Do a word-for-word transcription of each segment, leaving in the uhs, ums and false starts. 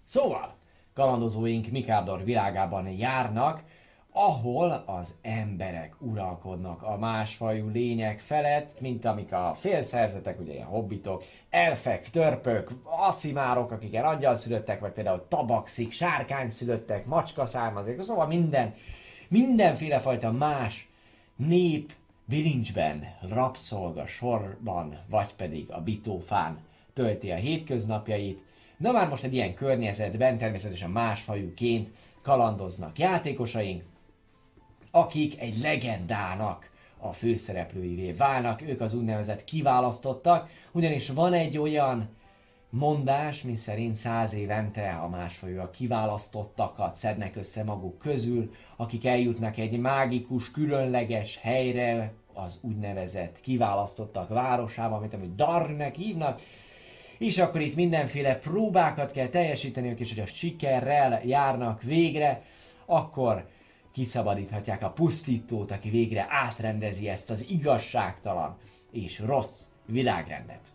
Szóval, kalandozóink Mikárdor világában járnak, ahol az emberek uralkodnak a másfajú lények felett, mint amik a félszerzetek, ugye ilyen hobbitok, elfek, törpök, asszimárok, akik ilyen angyalszülöttek, vagy például tabaxik, sárkányszülöttek, macskaszármazékok, szóval minden, mindenféle fajta más nép bilincsben, rabszolga sorban, vagy pedig a bitófán tölti a hétköznapjait. Na már most egy ilyen környezetben természetesen másfajúként kalandoznak játékosaink, akik egy legendának a főszereplőivé válnak, ők az úgynevezett kiválasztottak, ugyanis van egy olyan mondás, miszerint száz évente a másfajúak kiválasztottakat szednek össze maguk közül, akik eljutnak egy mágikus, különleges helyre, az úgynevezett kiválasztottak városába, amit amúgy Darnek hívnak, és akkor itt mindenféle próbákat kell teljesíteniük, és hogy a sikerrel járnak végre, akkor kiszabadíthatják a pusztítót, aki végre átrendezi ezt az igazságtalan és rossz világrendet.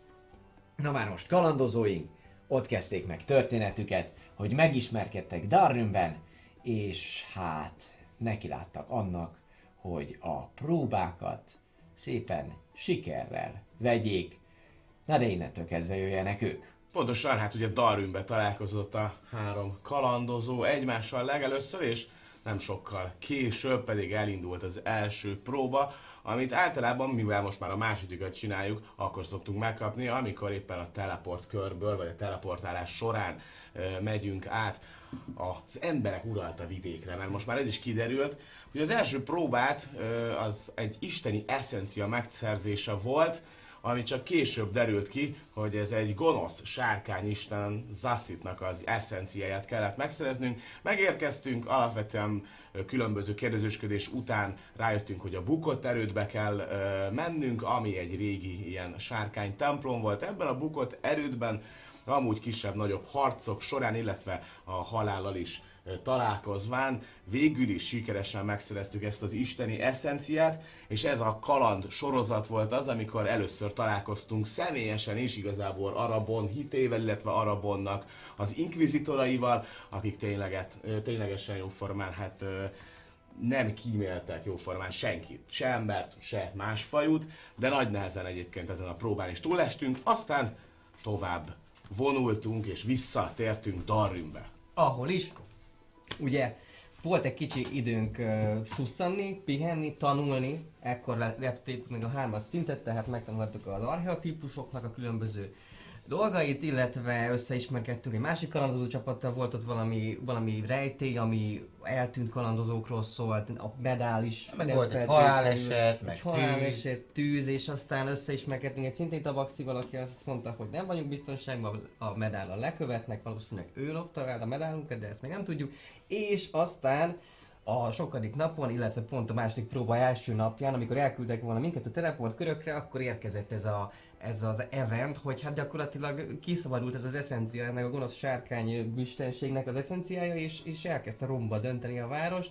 Na már most kalandozóink, ott kezdték meg történetüket, hogy megismerkedtek Darnumben, és hát nekiláttak annak, hogy a próbákat szépen sikerrel vegyék. Na de innentől kezdve jöjjenek ők. Pontosan, hát ugye Darwinbe találkozott a három kalandozó egymással legelőször, és nem sokkal később pedig elindult az első próba, amit általában, mivel most már a másodikat csináljuk, akkor szoktunk megkapni, amikor éppen a teleport körből, vagy a teleportálás során e, megyünk át az emberek uralta vidékre, mert most már ez is kiderült, hogy az első próbát e, az egy isteni eszencia megszerzése volt, ami csak később derült ki, hogy ez egy gonosz sárkányisten Zassitnak az eszenciáját kellett megszereznünk. Megérkeztünk, alapvetően különböző kérdezősködés után rájöttünk, hogy a bukott erődbe kell uh, mennünk, ami egy régi ilyen sárkány templom volt. Ebben a bukott erődben amúgy kisebb-nagyobb harcok során, illetve a halállal is találkozván végül is sikeresen megszereztük ezt az isteni eszenciát, és ez a kaland sorozat volt az, amikor először találkoztunk személyesen és igazából Arabon hitével, illetve Arabonnak az inkvizitoraival, akik tényleget, ténylegesen jóformán hát nem kíméltek jóformán senkit, se embert, se más fajút, de nagy nehezen egyébként ezen a próbán is túlestünk, aztán tovább vonultunk és visszatértünk Darwinbe. Ahol is ugye volt egy kicsi időnk uh, szusszanni, pihenni, tanulni, ekkor leptép meg a hármas szintet, tehát megtanultuk az archeotípusoknak a különböző dolgait, illetve összeismerkedtünk egy másik kalandozó csapattal, volt ott valami, valami rejtély, ami eltűnt kalandozókról szólt, a medál is. Meg volt egy haláleset, meg haláleset, tűz, és aztán összeismerkedtünk egy szintén tabaxival, aki azt mondta, hogy nem vagyunk biztonságban, a medállal lekövetnek, valószínűleg ő lopta el a medálunkat, de ezt még nem tudjuk, és aztán a sokadik napon, illetve pont a második próba első napján, amikor elküldtek volna minket a teleport körökre, akkor érkezett ez, a, ez az event, hogy hát gyakorlatilag kiszabadult ez az eszencia, ennek a gonosz sárkány istenségnek az eszenciája, és, és elkezdte romba dönteni a várost.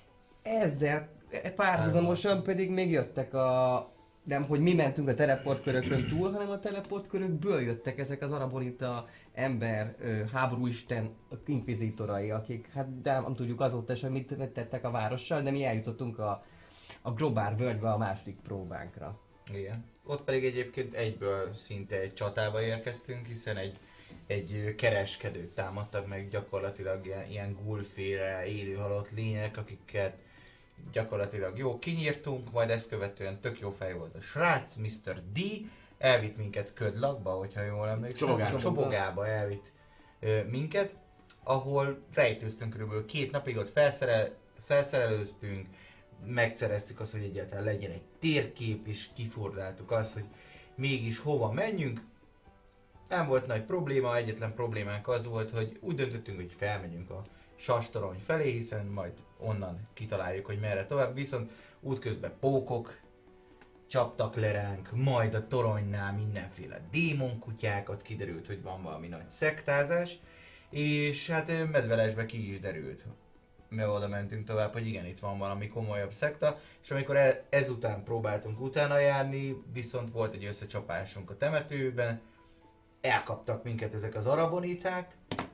Ezzel párhuzamosan pedig még jöttek a... nem, hogy mi mentünk a teleportkörökön túl, hanem a teleportkörökből jöttek ezek az arabonita ember, háborúisten inkvizitorai, akik hát de nem tudjuk azóta sem, mit tettek a várossal, de mi eljutottunk a, a Grobár völgybe a második próbánkra. Igen. Ott pedig egyébként egyből szinte egy csatába érkeztünk, hiszen egy, egy kereskedőt támadtak meg gyakorlatilag ilyen, ilyen gulféle élőhalott lények, akiket gyakorlatilag jó kinyírtunk, majd ezt követően tök jó fej volt a srác, miszter D, elvitt minket ködlakba, hogyha jól emlékszem. Csobogába. Csobogába elvitt ö, minket, ahol rejtőztünk körülbelül két napig, ott felszerel, felszerelőztünk, megszereztük azt, hogy egyáltalán legyen egy térkép, és kifordáltuk azt, hogy mégis hova menjünk. Nem volt nagy probléma, egyetlen problémánk az volt, hogy úgy döntöttünk, hogy felmegyünk a sastorony felé, hiszen majd onnan kitaláljuk, hogy merre tovább, viszont útközben pókok csaptak le ránk, majd a toronynál mindenféle démonkutyákat, kiderült, hogy van valami nagy szektázás, és hát medvelesbe ki is derült, mert oda mentünk tovább, hogy igen, itt van valami komolyabb szekta, és amikor e- ezután próbáltunk utána járni, viszont volt egy összecsapásunk a temetőben, elkaptak minket ezek az araboniták,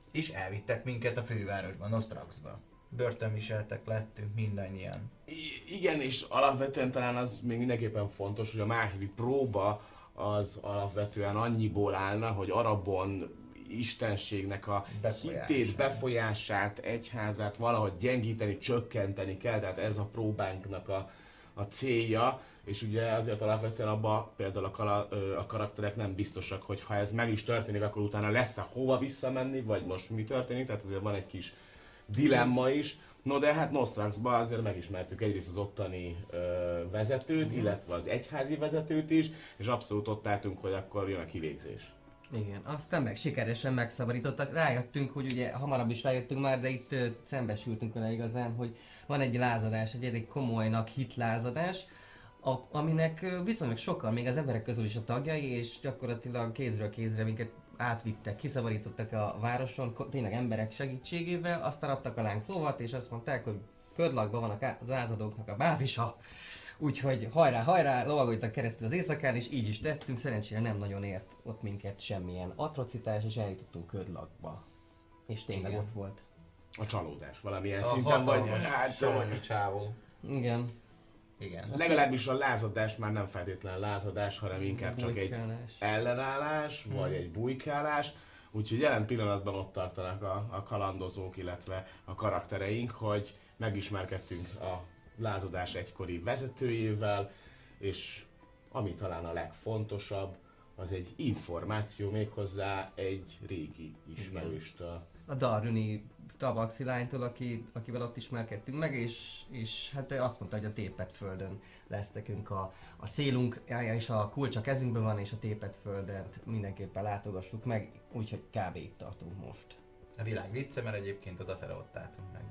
és elvittek minket a fővárosba, Nostraxba. Börtönviseltek lettünk mindannyian. I- igen, és alapvetően talán az még mindenképpen fontos, hogy a második próba az alapvetően annyiból állna, hogy Arabon istenségnek a Befolyását. hitét, befolyását, egyházát valahogy gyengíteni, csökkenteni kell, tehát ez a próbánknak a, a célja, és ugye azért alapvetően abban például a, kala, a karakterek nem biztosak, hogy ha ez meg is történik, akkor utána lesz-e hova visszamenni, vagy most mi történik, tehát azért van egy kis dilemma is. No de hát Nostraxban azért megismertük egyrészt az ottani ö, vezetőt, illetve az egyházi vezetőt is, és abszolút ott álltunk, hogy akkor jön a kivégzés. Igen, aztán meg sikeresen megszabadítottak. Rájöttünk, hogy ugye hamarabb is rájöttünk már, de itt uh, szembesültünk vele igazán, hogy van egy lázadás, egy elég komolynak hit lázadás, a, aminek uh, viszonylag sokan, még az emberek közül is a tagjai, és gyakorlatilag kézről kézre minket átvittek, kiszabadítottak a városon, ko- tényleg emberek segítségével, aztán adtak alánk lovat, és azt mondták, hogy Ködlakban van a ká- az lázadóknak a bázisa. Úgyhogy hajrá, hajrá, lovagoltak keresztül az éjszakán, és így is tettünk, szerencsére nem nagyon ért ott minket semmilyen atrocitás, és eljutottunk Ködlakba. És tényleg Igen. ott volt. A csalódás valamilyen A szinten, vagy hatalmas, hát savanyú csávó. Igen. Igen. legalábbis a lázadás már nem feltétlenül lázadás, hanem inkább csak egy Bujkálás. ellenállás, vagy egy bujkálás. Úgyhogy jelen pillanatban ott tartanak a, a kalandozók, illetve a karaktereink, hogy megismerkedtünk a lázadás egykori vezetőjével, és ami talán a legfontosabb, az egy információ méghozzá egy régi ismerőstől. A Darwini Tabaxi lánytól, aki, akivel ott ismerkedtünk meg, és, és hát ő azt mondta, hogy a Tépet földön lesz nekünk a, a célunk, és a kulcs a kezünkben van, és a Tépet földet mindenképpen látogassuk meg, úgyhogy kb. Itt tartunk most. A világ vicce, mert egyébként odafele ott álltunk meg.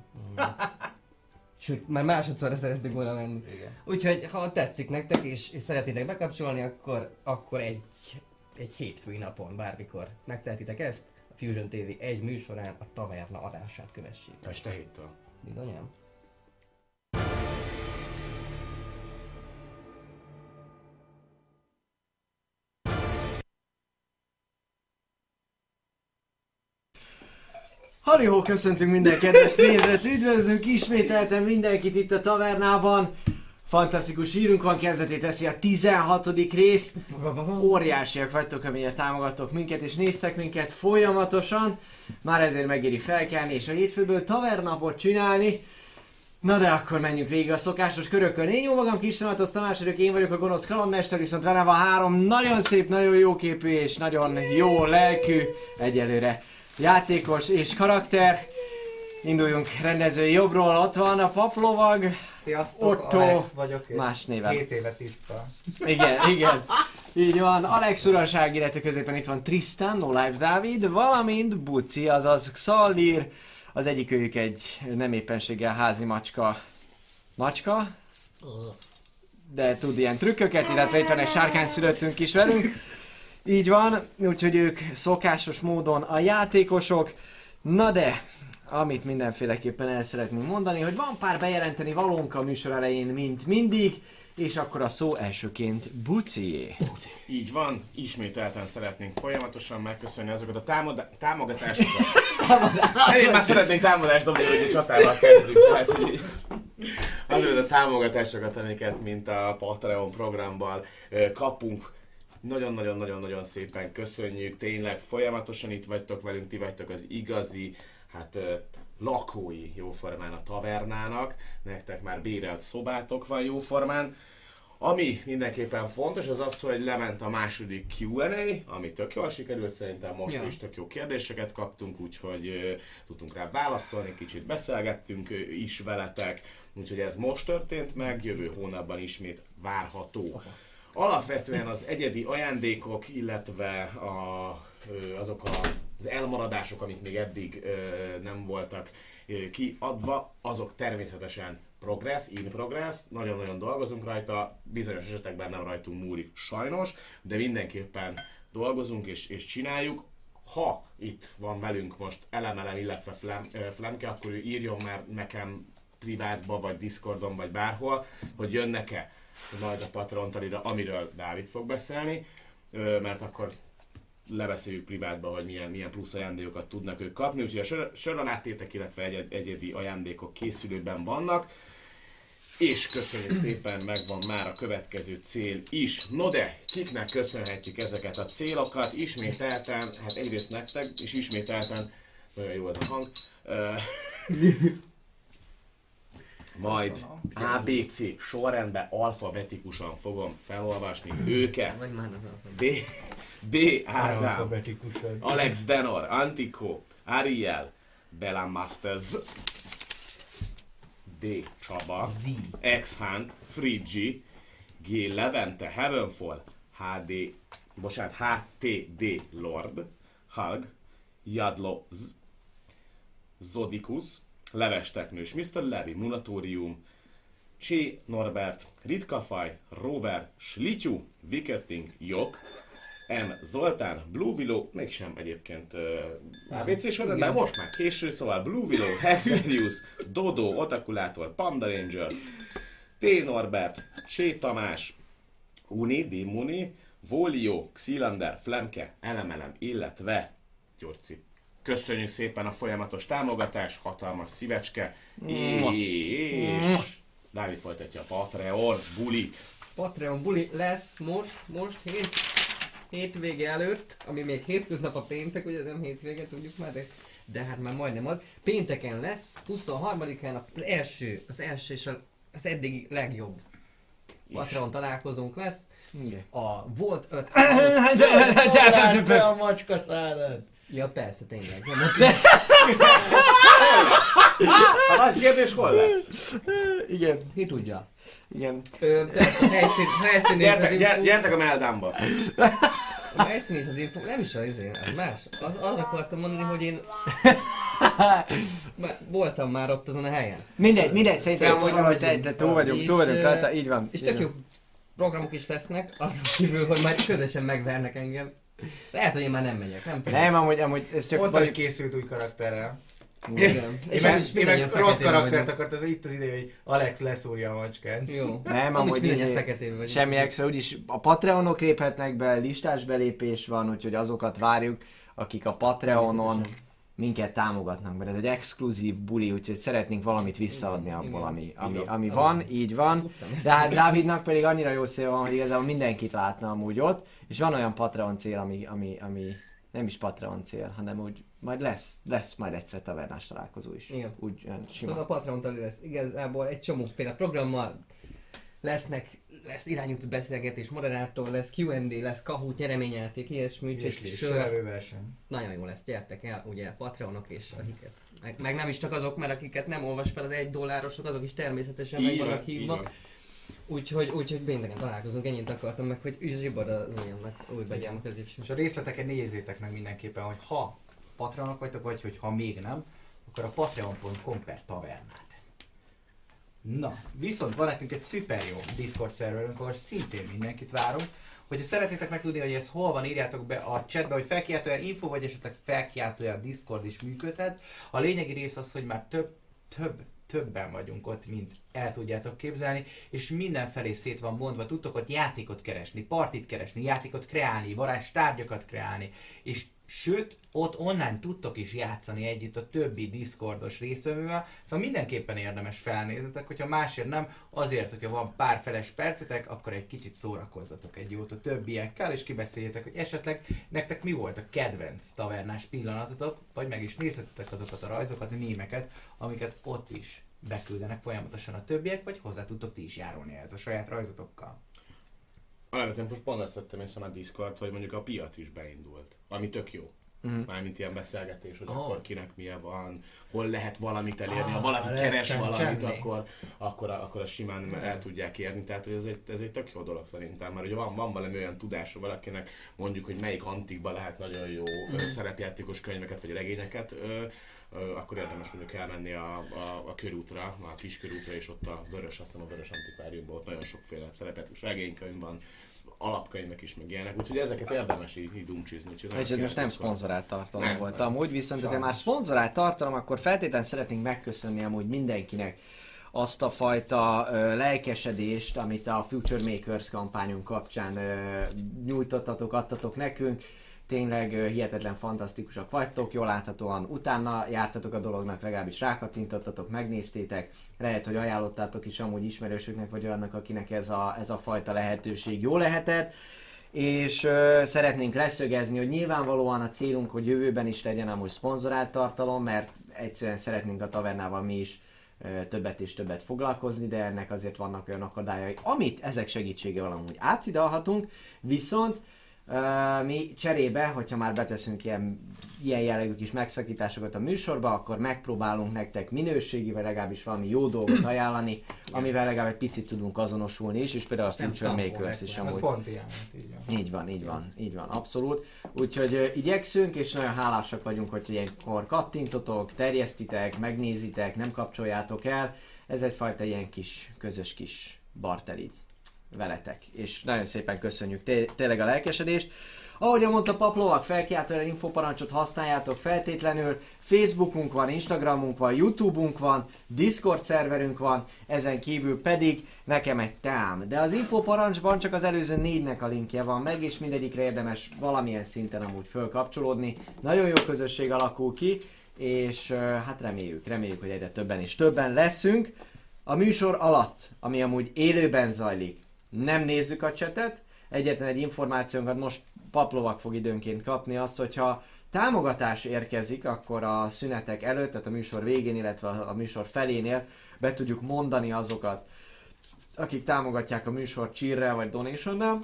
Sőt, már másodszorra szeretünk volna menni. Igen. Úgyhogy ha tetszik nektek, és, és szeretitek bekapcsolni, akkor, akkor egy, egy hétfői napon, bármikor megtehetitek ezt, a Fusion té vé egy műsorán a Taverna adását kövessék. Este héttől. Bizonyám. Halihó, köszöntünk minden kedves nézőt, üdvözlünk ismételten mindenkit itt a tavernában. Fantasztikus hírünk van, kezdetét teszi a tizenhatodik rész. Óriásiak vagytok, amiért támogattok minket és néztek minket folyamatosan. Már ezért megéri felkelni és a hétfőből tavernapot csinálni. Na de akkor menjünk végig a szokásos körökön. Én jó magam Kisnálatos Tamás vagyok, én vagyok a gonosz kalandmester, viszont velem van három nagyon szép, nagyon jó képű és nagyon jó lelkű egyelőre játékos és karakter. Induljunk rendezői jobbról, ott van a paplovag. Sziasztok, Otto, Alex vagyok, és más néven. két éve tiszta. Igen, igen. Így van, Alex uraság, illetve középen itt van Tristan, No Life Dávid, valamint Buci, azaz Xallír. Az egyik őjük egy nem éppenséggel házi macska. Macska? De tud ilyen trükköket, illetve itt van egy sárkányszülöttünk is velünk. Így van, úgyhogy ők szokásos módon a játékosok. Na de, amit mindenféleképpen el szeretnénk mondani, hogy van pár bejelenteni valónk a műsor elején, mint mindig, és akkor a szó elsőként Bucié. Így van, ismételten szeretnénk folyamatosan megköszönni azokat a támoda- támogatásokat. Én már szeretnénk támadást dobni, hogy a csatával kezdjük. Tehát, hogy azokat a támogatásokat, amiket mint a Patreon programban ö, kapunk. Nagyon-nagyon-nagyon-nagyon szépen köszönjük, tényleg folyamatosan itt vagytok velünk, ti vagytok az igazi, hát ö, lakói jóformán a tavernának, nektek már bérelt szobátok van jóformán. Ami mindenképpen fontos, az az, hogy lement a második Q and A, ami tök jól sikerült, szerintem most Ja. is tök jó kérdéseket kaptunk, úgyhogy ö, tudtunk rá válaszolni, kicsit beszélgettünk ö, is veletek, úgyhogy ez most történt meg, jövő hónapban ismét várható. Alapvetően az egyedi ajándékok, illetve a, ö, azok a, az elmaradások, amik még eddig ö, nem voltak ö, kiadva, azok természetesen progress, in progress, nagyon-nagyon dolgozunk rajta, bizonyos esetekben nem rajtunk múlik sajnos, de mindenképpen dolgozunk és, és csináljuk. Ha itt van velünk most elemelem, illetve Flem, ö, Flemke, akkor ő írjon már nekem privátba, vagy Discordon, vagy bárhol, hogy jönnek-e majd a Patreon talira, amiről Dávid fog beszélni, ö, mert akkor lebeszéljük privátban, hogy milyen, milyen plusz ajándékokat tudnak ők kapni, úgyhogy a sor, soronáttétek, illetve egyed, egyedi ajándékok készülőben vannak. És köszönjük szépen, megvan már a következő cél is. No de, kiknek köszönhetjük ezeket a célokat? Ismételten, hát egyrészt nektek, és ismételten, nagyon jó ez a hang, uh, majd á bé cé sorrendben alfabetikusan fogom felolvasni őket. Vagy már az alfa. B. B. Ádám, Alex Denor, Antico, Ariel, Bella Masters, D. Csaba, Z. X-Hunt, Friggy, G. Levente, Heavenfall, há dé, bocsánat, há té dé Lord, Hug, Jadlo, Z, Zodicus, Leves Teknős, miszter Levi, Munatorium, Csé Norbert, Ritkafaj, Rover, Slityu, Wicketing, Jok, M. Zoltán, Blue Willow, mégsem egyébként uh, á bé cé sorrendben, most már késő, szóval Blue Willow, Hexerius, Dodo, Otakulátor, Panda Rangers, T. Norbert, Csé Tamás, Uni, Dimuni, Volio, Xilander, Flemke, Elemelem, illetve Gyurci. Köszönjük szépen a folyamatos támogatást, hatalmas szívecske, és Dávid folytatja a Patreon bulit. Patreon buli lesz most, most hét, hétvége előtt, ami még hétköznap a péntek, ugye nem hétvége, tudjuk már, de, de hát már majdnem az. Pénteken lesz, huszonharmadikán az első, az első és az eddigi legjobb Patreon találkozónk lesz. Igen. A volt öt... Be a macska szádat! Ja persze, tényleg. A nagy kérdés hol lesz? Igen, Ki tudja? igen. Ö, persze, helyszín, helyszín és az Gyertek, gyere, info. gyertek a Meldámba! A helyszín és az info. Nem is az izé, az más. Az, azt akartam mondani, hogy én... Már voltam már ott azon a helyen. Mindegy, mindegy, szerintem, hogy Szerintem ahogy te, te túl vagyunk, És, túl vagyunk ö, rajta, így van. És így tök van. jó programok is lesznek, azon kívül, hogy majd közösen megvernek engem. Lehet, hogy én már nem megyek, nem tudom. Nem, amúgy, amúgy ez csak Mondta, hogy vagy... készült új karakterrel. Igen. Én És meg, amúgy én mindannyian meg rossz feketében karaktert vagyunk. akart, ez itt az ideje, hogy Alex leszúrja a macskát. Jó. Nem, Amúgy amúgy mindannyian izé, feketében vagyunk. semmi extra, úgyis a Patreonok léphetnek be, listás belépés van, úgyhogy azokat várjuk, akik a Patreonon Természetesen. minket támogatnak, mert ez egy exkluzív buli, úgyhogy szeretnénk valamit visszaadni Igen, abból, igen. ami, ami, Igen. ami van, így van. Tudtam ezt. De hát Dávidnak pedig annyira jó szél van, hogy igazából mindenkit látna amúgy ott, és van olyan Patreon cél, ami, ami, ami nem is Patreon cél, hanem úgy majd lesz, lesz majd egyszer tavernás találkozó is. Igen. Úgy olyan sima. Szóval a Patreon tali lesz. Igazából egy csomó például programmal lesznek, lesz irányító beszélgetés, moderátor lesz, kú és á, lesz Kahoot, nyereményjáték, ilyesmi, És úgyhogy és sör. sörlőverseny. Nagyon jó lesz, gyertek el, ugye Patreonok és akiket. Meg, meg nem is csak azok, mert akiket nem olvas fel az egy dollárosok, azok is természetesen meg Így vannak van, így hívva. van. Úgyhogy, úgyhogy pénteken találkozunk, ennyit akartam meg, hogy zsibad az ujjamnak, úgy begyem a középső. És a részleteket nézzétek meg mindenképpen, hogy ha Patreonok vagytok, vagy hogy ha még nem, akkor a patreon pont com per tavernát. Na, viszont van nekünk egy szuper jó Discord szerverünk, ahol szintén mindenkit várunk. Hogyha szeretnétek megtudni, hogy ez hol van, írjátok be a chatbe, hogy felkiáltója info, vagy esetleg felkiáltója Discord is működhet. A lényegi rész az, hogy már több, több, többen vagyunk ott, mint el tudjátok képzelni, és mindenfelé szét van mondva, tudtok ott játékot keresni, partit keresni, játékot kreálni, varázstárgyakat kreálni, és sőt, ott online tudtok is játszani együtt a többi Discordos részvevővel, szóval mindenképpen érdemes felnézetek, hogyha másért nem, azért, hogyha van pár feles percetek, akkor egy kicsit szórakozzatok egy jót a többiekkel, és kibeszéljétek, hogy esetleg nektek mi volt a kedvenc tavernás pillanatotok, vagy meg is nézhetetek azokat a rajzokat, mémeket, amiket ott is beküldenek folyamatosan a többiek, vagy hozzá tudtok ti is járulni ehhez a saját rajzotokkal. Alapvetően most pont azt vettem észre a Discord, hogy mondjuk a piac is beindult, ami tök jó. Mhm. Mármint ilyen beszélgetés, hogy Oh. akkor kinek milyen van, hol lehet valamit elérni, ha Ah, valaki lehet keres csen- valamit, csenni. akkor, akkor, akkor azt simán el tudják érni. Tehát hogy ez egy, ez egy tök jó dolog szerintem, mert ugye van, van valami olyan tudása valakinek, mondjuk, hogy melyik antikban lehet nagyon jó ö, szerepjátékos könyveket vagy regényeket, ö, ö, akkor érdemes mondjuk elmenni a, a, a körútra, a kis körútra, és ott a vörös, azt hiszem a vörös antikváriumban, ott nagyon sokféle szerepjátékos regénykönyv van, alapkönyvek is meg ilyenek, úgyhogy ezeket érdemes így, így dumcsizni. úgyhogy nagyon És ez most nem király Discord. szponzorált tartalom Nem, volt nem. amúgy, viszont hogyha Sajnos. már szponzorált tartalom, akkor feltétlenül szeretnénk megköszönni amúgy mindenkinek azt a fajta ö, lelkesedést, amit a Future Makers kampányunk kapcsán ö, nyújtottatok, adtatok nekünk. tényleg ö, hihetetlen fantasztikusak vagytok, jól láthatóan utána jártatok a dolognak, legalábbis rákattintottatok, megnéztétek, lehet, hogy ajánlottátok is amúgy ismerősöknek, vagy olyannak, akinek ez a, ez a fajta lehetőség jó lehetett. És ö, szeretnénk leszögezni, hogy nyilvánvalóan a célunk, hogy jövőben is legyen amúgy szponzorált tartalom, mert egyszerűen szeretnénk a tavernával mi is ö, többet és többet foglalkozni, de ennek azért vannak olyan akadályai, amit ezek segítségével amúgy áthidalhatunk, viszont ö, mi cserébe, hogyha már beteszünk ilyen, ilyen jellegű kis megszakításokat a műsorba, akkor megpróbálunk nektek minőségi, vagy legalábbis valami jó dolgot ajánlani, amivel legalább egy picit tudunk azonosulni is, és például a Nem Future tampon Makers is reklám. Az amúgy. pont ilyen, így van. Így van, így van, így van, abszolút. Úgyhogy ö, igyekszünk, és nagyon hálásak vagyunk, hogy ilyenkor kattintotok, terjesztitek, megnézitek, nem kapcsoljátok el. Ez egyfajta ilyen kis, közös kis barter veletek. És nagyon szépen köszönjük té- tényleg a lelkesedést. Ahogyan mondta Paplovak, felkiáltójel infoparancsot használjátok feltétlenül. Facebookunk van, Instagramunk van, YouTubeunk van, Discord szerverünk van, ezen kívül pedig nekem egy teám. De az infoparancsban csak az előző négynek a linkje van meg, és mindegyikre érdemes valamilyen szinten amúgy fölkapcsolódni. Nagyon jó közösség alakul ki, és uh, hát reméljük, reméljük, hogy egyre többen és többen leszünk. A műsor alatt, ami amúgy élőben zajlik, nem nézzük a csetet. Egyetlen egy információnkat most Paplovak fog időnként kapni azt, hogyha támogatás érkezik, akkor a szünetek előtt, tehát a műsor végén, illetve a műsor felénél be tudjuk mondani azokat, akik támogatják a műsor cheerrel vagy donationnal.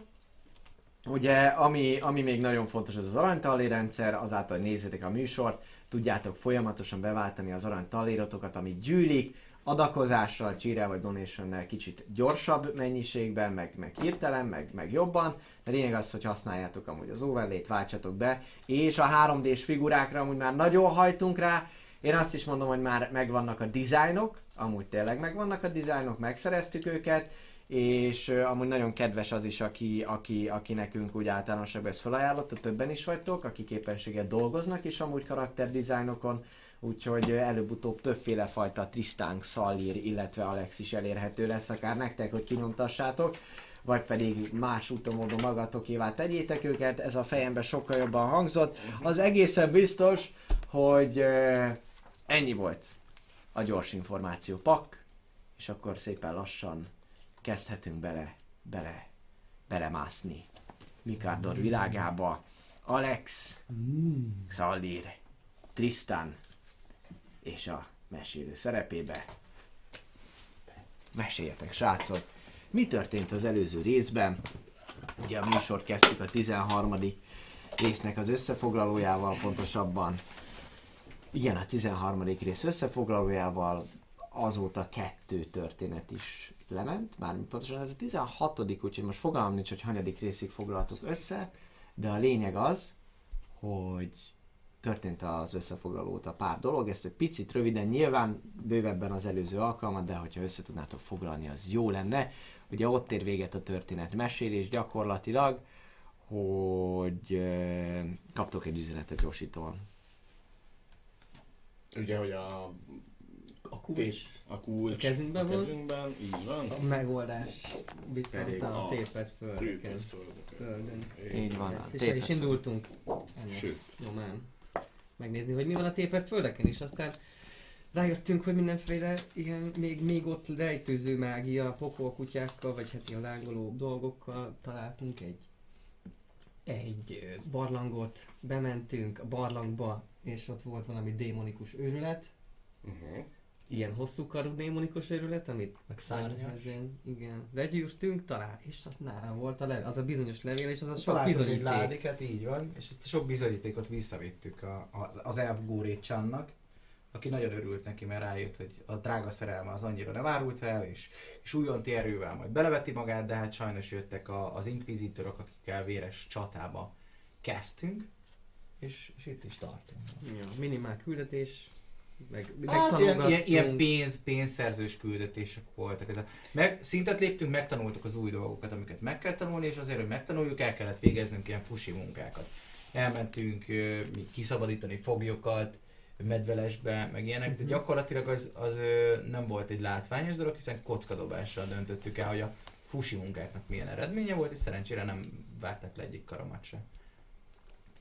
Ugye, ami, ami még nagyon fontos, az az aranytallér rendszer, azáltal, hogy nézzétek a műsort, tudjátok folyamatosan beváltani az aranytallératokat, ami gyűlik, adakozással, cheerrel vagy donationnel kicsit gyorsabb mennyiségben, meg, meg hirtelen, meg, meg jobban. De lényeg az, hogy használjátok amúgy az overlay-t, váltsatok be, és a három dés figurákra amúgy már nagyon hajtunk rá. Én azt is mondom, hogy már megvannak a dizájnok, amúgy tényleg megvannak a dizájnok, megszereztük őket, és uh, amúgy nagyon kedves az is, aki, aki, aki nekünk úgy általánosabban ezt felajánlotta, többen is vagytok, aki képességgel dolgoznak is amúgy karakterdizájnokon, úgyhogy uh, előbb-utóbb többféle fajta Tristán, Szalír, illetve Alex is elérhető lesz, akár nektek, hogy kinyomtassátok, vagy pedig más úton módon magatokévá tegyétek őket, ez a fejemben sokkal jobban hangzott. Az egészen biztos, hogy uh, ennyi volt a gyors információ pak, és akkor szépen lassan kezdhetünk bele, bele, belemászni Mikardor világába. Alex, Xaldir, Tristan és a mesélő szerepébe. Meséljetek, srácok, mi történt az előző részben? Ugye a műsort kezdtük a tizenharmadik résznek az összefoglalójával, pontosabban igen, a tizenharmadik rész összefoglalójával, azóta kettő történet is lement, mármint pontosan ez a tizenhatodik, úgyhogy most fogalmam nincs, hogy hanyadik részig foglaltuk össze, de a lényeg az, hogy történt az összefoglaló óta pár dolog, ezt egy picit röviden, nyilván bővebben az előző alkalmat, de hogyha össze tudnátok foglalni, az jó lenne. Ugye ott ér véget a történet mesélés gyakorlatilag, hogy euh, kaptok egy üzenetet gyorsítóan. Ugye, hogy a A kulcs. a kulcs A kezünkben a volt? kezünkben, így van. A megoldás viszont Pedig a a tépet földeken. Rűpött földeken. Földön. Így van, a És el is tépet. indultunk ennek Sőt. nyomán megnézni, hogy mi van a tépet földeken, és aztán rájöttünk, hogy mindenféle ilyen még, még ott rejtőző mágia, pokolkutyákkal, vagy hát ilyen lángoló dolgokkal találtunk egy egy ö, barlangot, bementünk a barlangba, és ott volt valami démonikus őrület, Uh-huh. ilyen hosszú karú démonikus őrület, amit Meg szárnyas. ezen, igen, legyűrtünk talán, és ott nálam volt a levél, az a bizonyos levél, és az a sok Találtunk egy bizonyíték. ládikát, így van, és ezt a sok bizonyítékot visszavittük a, az, az elf Górécsannak, aki nagyon örült neki, mert rájött, hogy a drága szerelme az annyira nem árult el, és, és újonti erővel majd beleveti magát, de hát sajnos jöttek a, az inkvizitorok, akikkel véres csatába kezdtünk, és, és itt is tartunk. Ja, minimál küldetés, meg, meg Hát ilyen, ilyen, ilyen tanulgattunk. pénz, pénzszerzős küldetések voltak. Ez a, meg, szintet léptünk, megtanultuk az új dolgokat, amiket meg kell tanulni, és azért, hogy megtanuljuk, el kellett végeznünk ilyen fusi munkákat. Elmentünk ö, mi kiszabadítani foglyokat, medvelesbe, meg ilyenek, de gyakorlatilag az, az ö, nem volt egy látványos dolog, hiszen kockadobással döntöttük el, hogy a fusi munkáknak milyen eredménye volt, és szerencsére nem vártak le egyik karomat se.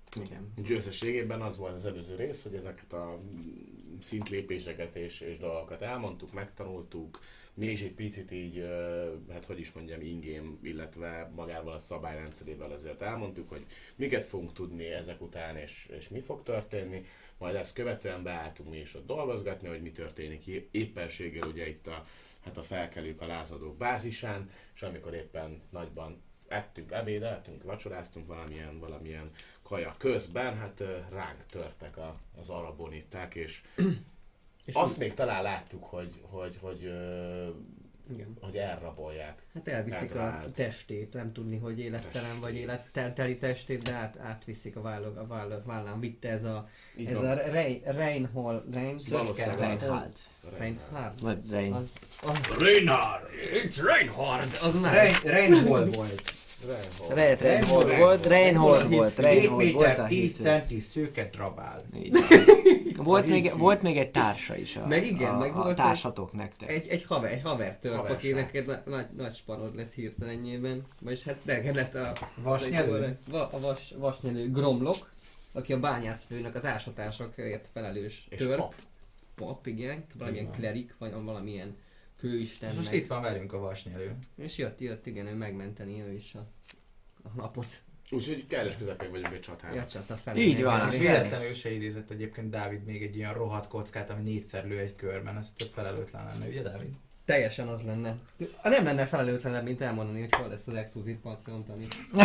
Igen. Úgyhogy összességében az volt az előző rész, hogy ezeket a szintlépéseket és, és dolgokat elmondtuk, megtanultuk, mi is egy picit így, hát hogy is mondjam, in-game, illetve magával a szabályrendszerével azért elmondtuk, hogy miket fogunk tudni ezek után és, és mi fog történni, majd ezt követően beálltunk mi is ott dolgozgatni, hogy mi történik éppenséggel ugye itt a, hát a felkelők, a lázadók bázisán, és amikor éppen nagyban ettünk, ebédeltünk, vacsoráztunk valamilyen, valamilyen kaja közben, hát ránk törtek a, az araboniták, és, és azt még talán láttuk, hogy, hogy, hogy, Igen. hogy elrabolják. Hát elviszik a Megvált. testét, nem tudni, hogy élettelen vagy életteli testét, de át, átviszik a vállal, a vállal, vállán. Vitte ez a, Így ez van. a Rein, Reinhold, Rein, Valószínűleg Reinhard. Reinhard. Vagy Rein. Az, az, Reinhard! It's Reinhard! az már. Rein, Reinhold volt. Reinhold. Reinhold Reinhold volt, Reinhold volt, két Reinhold volt méter a tíz hitő. centi szőke drabál. Így van. Volt még, volt még egy társa is a, Meg igen, a, meg a volt társatok nektek. Egy, egy haver, egy haver törp, Haver aki srác. neked na, nagy, nagy spanod lett hirtelenjében. Vagyis hát neked lett a... Vasnyelő? Va, a vas, vasnyelő Gromlok, aki a bányászfőnök, az ásatásokért felelős És törp. pap. Pap, igen. Valamilyen Igen. klerik, vagy valamilyen kőisten. És most meg- itt van velünk a vasnyelő. És jött, jött, igen, ő megmenteni ő is a, a napot. Úgyhogy kellős közepén vagyunk egy csatának. Ja, csata fel. Így van, És igen. véletlenül se idézett egyébként Dávid még egy ilyen rohadt kockát, ami négyszer lő egy körben, ez tök felelőtlen lenne, ugye Dávid? Teljesen az lenne. Nem lenne felelőtlenebb, mint elmondani, hogy hol lesz az Exclusive Patreon, Tani.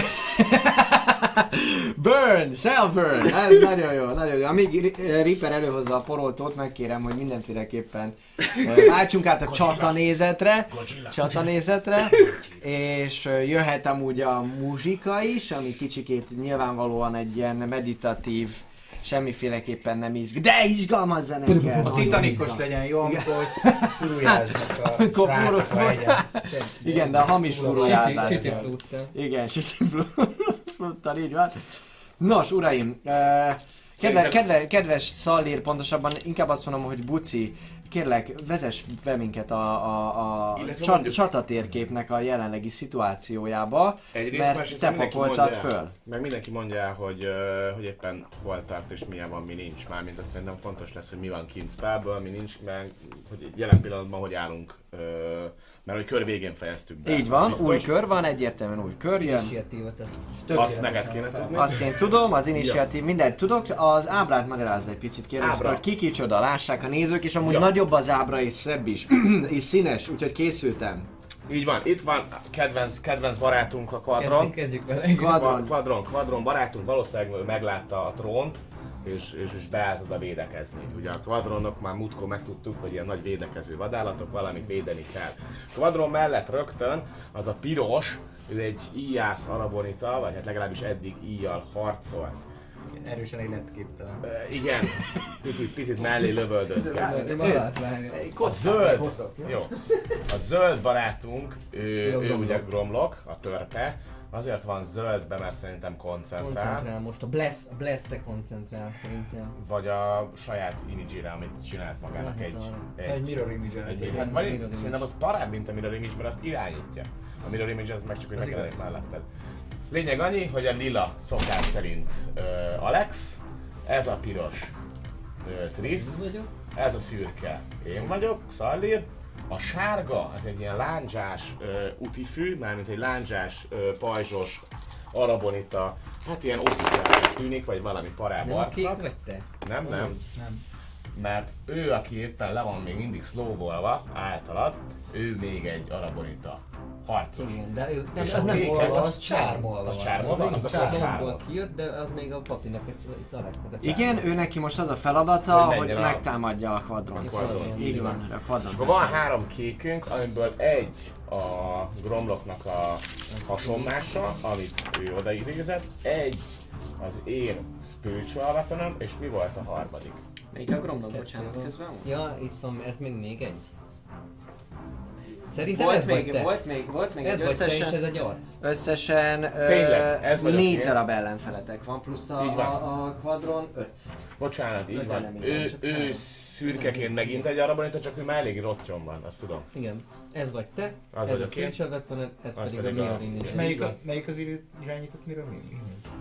Burn! Self-burn! Ez nagyon jó, nagyon jó. Amíg Ri- Reaper előhozza a poroltót, megkérem, hogy mindenféleképpen ö, váltsunk át a csatanézetre, csatanézetre, és ö, jöhet amúgy a muzsika is, ami kicsikét nyilvánvalóan egy ilyen meditatív, semmiféleképpen nem izg... De izgalmas zene kell! A nagyon titanikos izgalmas. legyen jó, amikor furujáznak a Amikor srácok furu- a hegyen. Igen, de a hamis furujázás City kell. Flute-tel. Igen, City Fluttal, így van. Nos, uraim, eh, kedve, kedve, kedves Szallír, pontosabban inkább azt mondom, hogy Buci, kérlek, vezess be minket a, a, a Illetve csat, mondjuk- csatatérképnek a jelenlegi szituációjába, Egyrészt, mert másrészt te mindenki pakoltad mondja el- föl. Meg mindenki mondja el, hogy, ö, hogy éppen hol tart és milyen van, mi nincs. Mármint azt szerintem fontos lesz, hogy mi van kint spellből, mi nincs, meg hogy jelen pillanatban hogy állunk. Ö, mert hogy kör végén fejeztük be. Így van, Az biztos. új kör van, egyértelműen új kör jön. Initiatívot ezt. Azt neked kéne tudni. Azt én tudom, az initiatív, mindent tudok, az ábrát magyarázd egy picit kérlek, Ábra. hogy ki kicsoda, lássák a nézők, és amúgy Ja. nagyobb az ábra és szebb is, és színes, úgyhogy készültem. Így van, itt van kedvenc, kedvenc barátunk a Quadron. Kezdjük vele. Quadron. Quadron. Quadron, Quadron barátunk valószínűleg ő meglátta a trónt, és, és, és beállt oda védekezni. Ugye a Quadronok már múltkor megtudtuk, hogy ilyen nagy védekező vadállatok, valamit védeni kell. Quadron mellett rögtön az a piros, ő egy íjász arabonita, vagy hát legalábbis eddig íjjal harcolt. Erősen életképtelen. E, igen, picit, picit mellé lövöldözget. De balát vágja. A zöld, jó. A zöld barátunk, ő, Jó, ő Gromlok. ugye Gromlok, a törpe, azért van zöldbe, mert szerintem koncentrál, Koncentrál most, a Bless, a Bless-re koncentrál szerintem. vagy a saját image-re, amit csinált magának Lehet egy, arra. Egy mirror image egy, egy hát mirror vagy image. szerintem az parább, mint a mirror image, mert azt irányítja. A mirror image az meg csak, hogy Az megjelenik igaz. melletted. Lényeg annyi, hogy a lila szokás szerint uh, Alex, ez a piros uh, Triss, Ez vagyok. ez a szürke én vagyok, Szallír, a sárga, az egy ilyen lándzsás uh, utifű, mármint egy lándzsás, uh, pajzsos, arabonita, hát ilyen officiális tűnik, vagy valami parább Nem a kék arcnak. vagy te? Nem, nem. Nem. Mert ő, aki éppen le van még mindig slowvolva általad, ő még egy arabonita harcos. Igen, de ő nem, És az a nem kék, volva, az az csármolva Az van. csármolva? Az Az a a csármból csármol. kijött, de az még a papinak, itt Alexnek a Igen, ő neki most az a feladata, Hogy hogy menjen a- megtámadja a Quadron. A Quadron. Így van, a Quadron. És akkor van három kékünk, amiből egy a Gromloknak a hasonlása, amit ő odaidézett, egy az én spiritual weaponom, és mi volt a harmadik? Melyik a Gromlok, Kettő bocsánat, van. közben van? Ja, itt van, ez még még egy. Szerintem Volt ez vagy még, te. volt még, volt még Ez egy vagy te és összesen, ez egy arc. összesen ö, Tényleg, ez vagyok négy én. darab ellenfeletek van, plusz a, Így van. a, a Quadron öt. Bocsánat, így Öt van. elemi Ő, van, csak ő három. szürkeként megint egy arabonita, csak ő már elég rottyon van, azt tudom. Igen. Ez vagy te, Az ez a vagyok én. spiritual weapon, ez Az pedig a pedig a- mirror image. És melyik, a, melyik az irányított mirror image?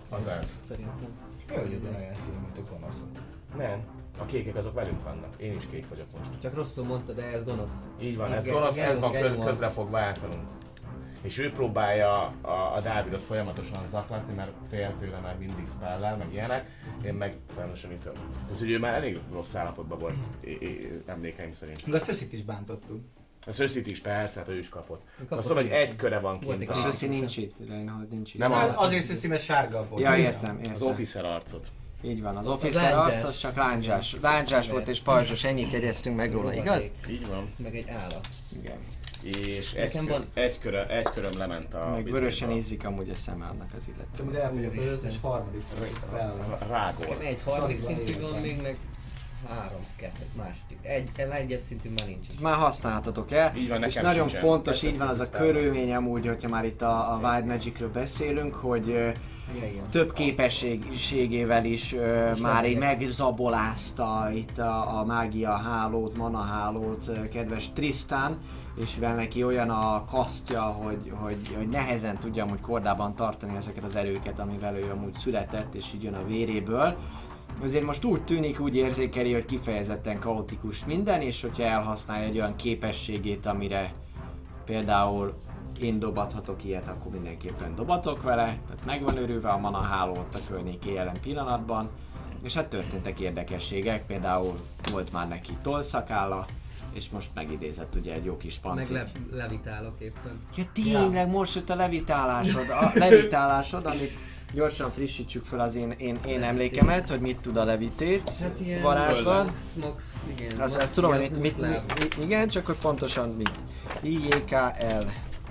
Az ez. Szerintem. És mi vagy ugyanolyan színű, mint a gonoszok? Nem. A kékek azok velünk vannak. Én is kék vagyok most. Csak rosszul mondtad, de ez gonosz. Így van, Ez ez ge- gonosz, ez Genyom- van köz, Genyom az. közre fog váltanunk. És ő próbálja a, a Dávidot folyamatosan zaklatni, mert fél tőle már mindig spellel, meg ilyenek. Én meg folyamatosan ütöm. Úgyhogy ő már elég rossz állapotban volt, é- é- emlékeim szerint. De a Szöszit is bántottuk. A Szöszit is persze, hát ő is kapott. Kapott Azt mondom, hogy ő is. egy köre van Volt kint egy A a, Szöszi nincs itt, Reinhold nincs itt. Nem Hát a- azért Szöszi, mert sárga a bot. Ja, értem, értem. az officer arcot. Így van, az officer lándzsás. az, az csak lándzsás. Lándzsás volt és pajzsos, ennyit jegyeztünk meg róla, igaz? Így van. Meg egy állat. Igen. És egy, Nekem kör, van- egy, körö, egy köröm lement a Meg vörösen vizébe. ízik amúgy a szeme annak az illetve. Amíg elfogyott az összes harmadik spell. Rágol. Nekem egy harmadik Sorban szintű van értem. még, meg három, kettő, második. Egy, egyes szintű már nincs. Már használhatatok el, Így van, és nekem nagyon sincsen. fontos, Ezt így van az a ezt körülmény amúgy, hogyha már itt a, a Wild Magicről beszélünk, hogy ö, Ja, igen. több képességével is ö, már így megzabolázta itt a, a mágia hálót, mana hálót ö, kedves Tristan, és mivel neki olyan a kasztja, hogy, hogy, hogy nehezen tudja amúgy kordában tartani ezeket az erőket, amivel ő amúgy született, és így jön a véréből. Azért most úgy tűnik, úgy érzékeli, hogy kifejezetten kaotikus minden, és hogyha elhasználja egy olyan képességét, amire például én dobathatok ilyet, akkor mindenképpen dobatok vele, tehát meg van örülve a mana háló ott a környéké jelen pillanatban, és hát történtek érdekességek, például volt már neki tollszakálla, és most megidézett ugye egy jó kis Meg pancit. le, levitálok éppen. Ja tényleg, most jött a levitálásod, a levitálásod, amit gyorsan frissítsük fel az én, én, én emlékemet, hogy mit tud a levitét Hát ilyen varázslat. Smox, igen. Azt, Max- ezt tudom, hogy ilyen mit, mit, húsz láb. mit, igen, csak hogy pontosan mit. I J K L.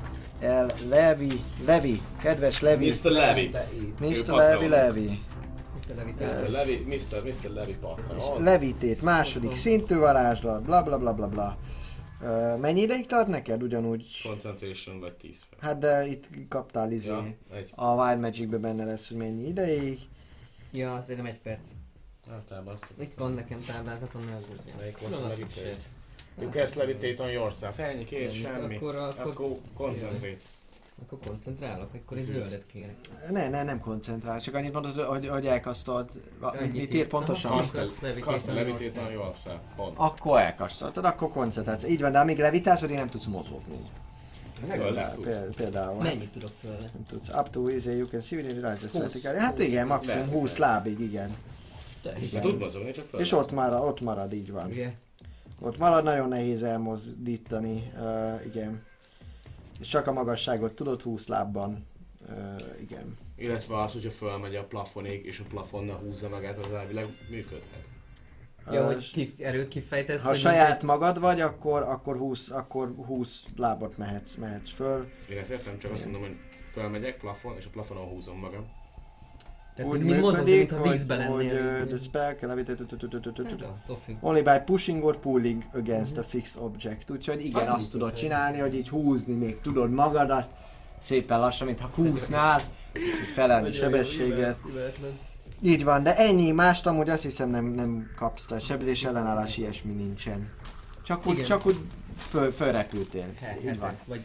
L. Levi, Levi, kedves Levi. miszter Levi. miszter Ő Levi, patron. Levi. miszter Levitál. miszter Levi, miszter, miszter Levi partner. És Oh, levitét, második szintű varázslat, bla bla bla bla bla. Uh, mennyi ideig tart neked ugyanúgy? Concentration vagy tíz fel. Hát de itt kaptál izé. Ja, egy. A Wild Magicben benne lesz, hogy mennyi ideig. Ja, szerintem egy perc. Általában azt Itt van nekem táblázatom, ne aggódjál. Melyik volt Tudom, a azt levitate? is. You cast levitate on yourself. Ennyi, kész, Igen, semmi. akkor- akkor- Akkor concentrate. Akkor koncentrálok, akkor egy zöldet kérek. Ne, ne, nem koncentrál, csak annyit mondod, hogy, hogy elkasztolt. Mit, Annyit mit ír. ír pontosan? Aha. Mit- Cast Cast levitate cast on levitate yourself. on yourself. Pont. Akkor elkasztoltad, akkor koncentrálsz. Így van, de amíg levitálsz, addig nem tudsz mozogni. Földnek tudsz. Például, például hát Mennyit tudok tőle? nem tudsz. Up to easy, you can see within the rises húsz. vertical. Hát igen, maximum Lehet, húsz lábig, igen. Te De tud mozogni, csak föl. És ott marad, ott marad, így van. Ugye? Ott marad, nagyon nehéz elmozdítani, uh, igen. És csak a magasságot tudod húsz lábban, uh, igen. Illetve az, hogyha fölmegy a plafonig, és a plafonnal húzza magát, az elvileg működhet. Ja, Ö, hogy ki, erőt kifejtesz, Ha hogy saját magad vagy, akkor, akkor, húsz, akkor húsz lábot mehetsz, mehetsz föl. Én ezt értem, csak azt mondom, hogy fölmegyek plafon, és a plafonon húzom magam. Tehát, Úgy hogy mint mozogni, működik, mintha hogy, vízbe hogy lennél. uh, the spell can levitate Hát, attól függ. only by pushing or pulling against a fixed object. Úgyhogy igen, Az azt mit tudod tud, csinálni, hogy így húzni még tudod magadat, szépen lassan, mintha kúsznál, így felelni sebességet. Így van, de ennyi, mást amúgy azt hiszem nem, nem kapsz, tehát sebzés ellenállás ilyesmi nincsen. Csak úgy, Igen. csak úgy föl, fölrepültél. He- Így van. hetek, vagy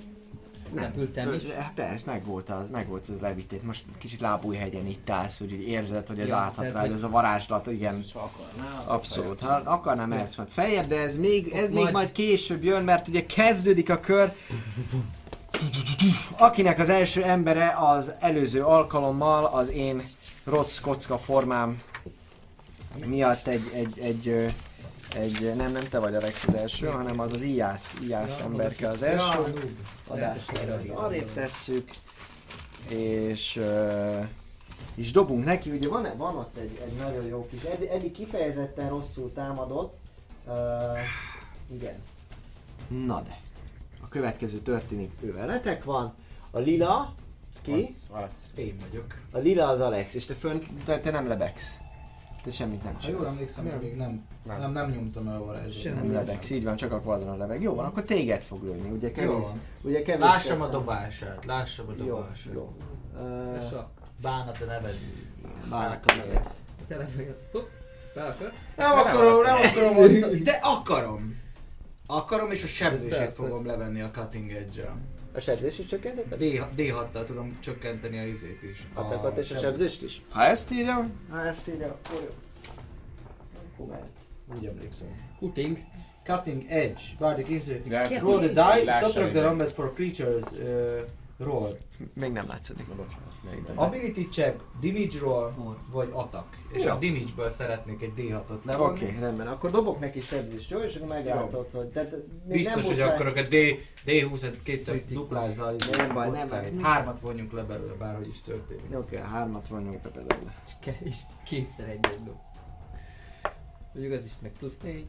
repültem is. Hát persze, meg volt az, meg volt az levitét. Most kicsit lábújhegyen itt állsz, hogy így érzed, hogy ez Ja, áthat tehát, rád, hogy- ez a varázslat, igen. Ha akarnál, Abszolút. Ha akarnám, mehetsz majd feljebb, de ez még, ez Ott még majd- majd később jön, mert ugye kezdődik a kör. Akinek az első embere az előző alkalommal az én rossz kocka formám miatt egy, egy, egy, ö, egy nem, nem te vagy Alex az első, hanem az az Ijász, Ijász Ja, emberke az Ja, első. noob. Adásra arrébb tesszük, és, uh, és dobunk neki, ugye van, van ott egy, egy nagyon jó kis, eddig, eddig kifejezetten rosszul támadott, uh, igen. Na de, a következő történik, ő veletek van, a lila, ki? Az, Alex. Én vagyok. A lila az Alex, és te fönt, te, te nem lebegsz. Te semmit nem Ha jól csinálsz. emlékszem, még még nem, Nem. nem, nem nyomtam el a varázsot. Nem lebegsz, így van, csak a kvadron lebeg. Jó van, akkor téged fog lőni, ugye kevés? Jó van. Ugye kevés Lássam a dobását, lássam a Jó, dobását. jó. Uh, És a Bánat a neved. Bánat a neved. telefonja. Hopp, be akar? Nem akarom, nem akarom azt, de akarom. Akarom és a sebzését fogom levenni a cutting edge-el. A sebzés is csökkentett? D hattal tudom csökkenteni a izét is. Atakat és a sebzést is? Ha ezt írja, Ha ezt írja, akkor jó. Akkor mehet. Úgy emlékszem. Cutting. Cutting Edge, Bardic Insight. De hát Roll the hogy die, lássa subtract the minden. numbers for creatures uh, roll. Még nem látszik. Ability check, damage roll, vagy attack. És Ja. a damage-ből szeretnék egy D hatot levonni. Oké, okay, rendben. Akkor dobok neki sebzést, jó? És akkor meglátod, hogy... De, de, még Biztos, nem hogy muszáj... akkor a D, D húsz-et kétszer duplázza a Nem baj, nem kockáit. baj. Hármat vonjunk le belőle, bárhogy is történik. Oké, okay, hármat vonjunk be belőle. És kétszer egyet dob. Mondjuk az is meg plusz négy.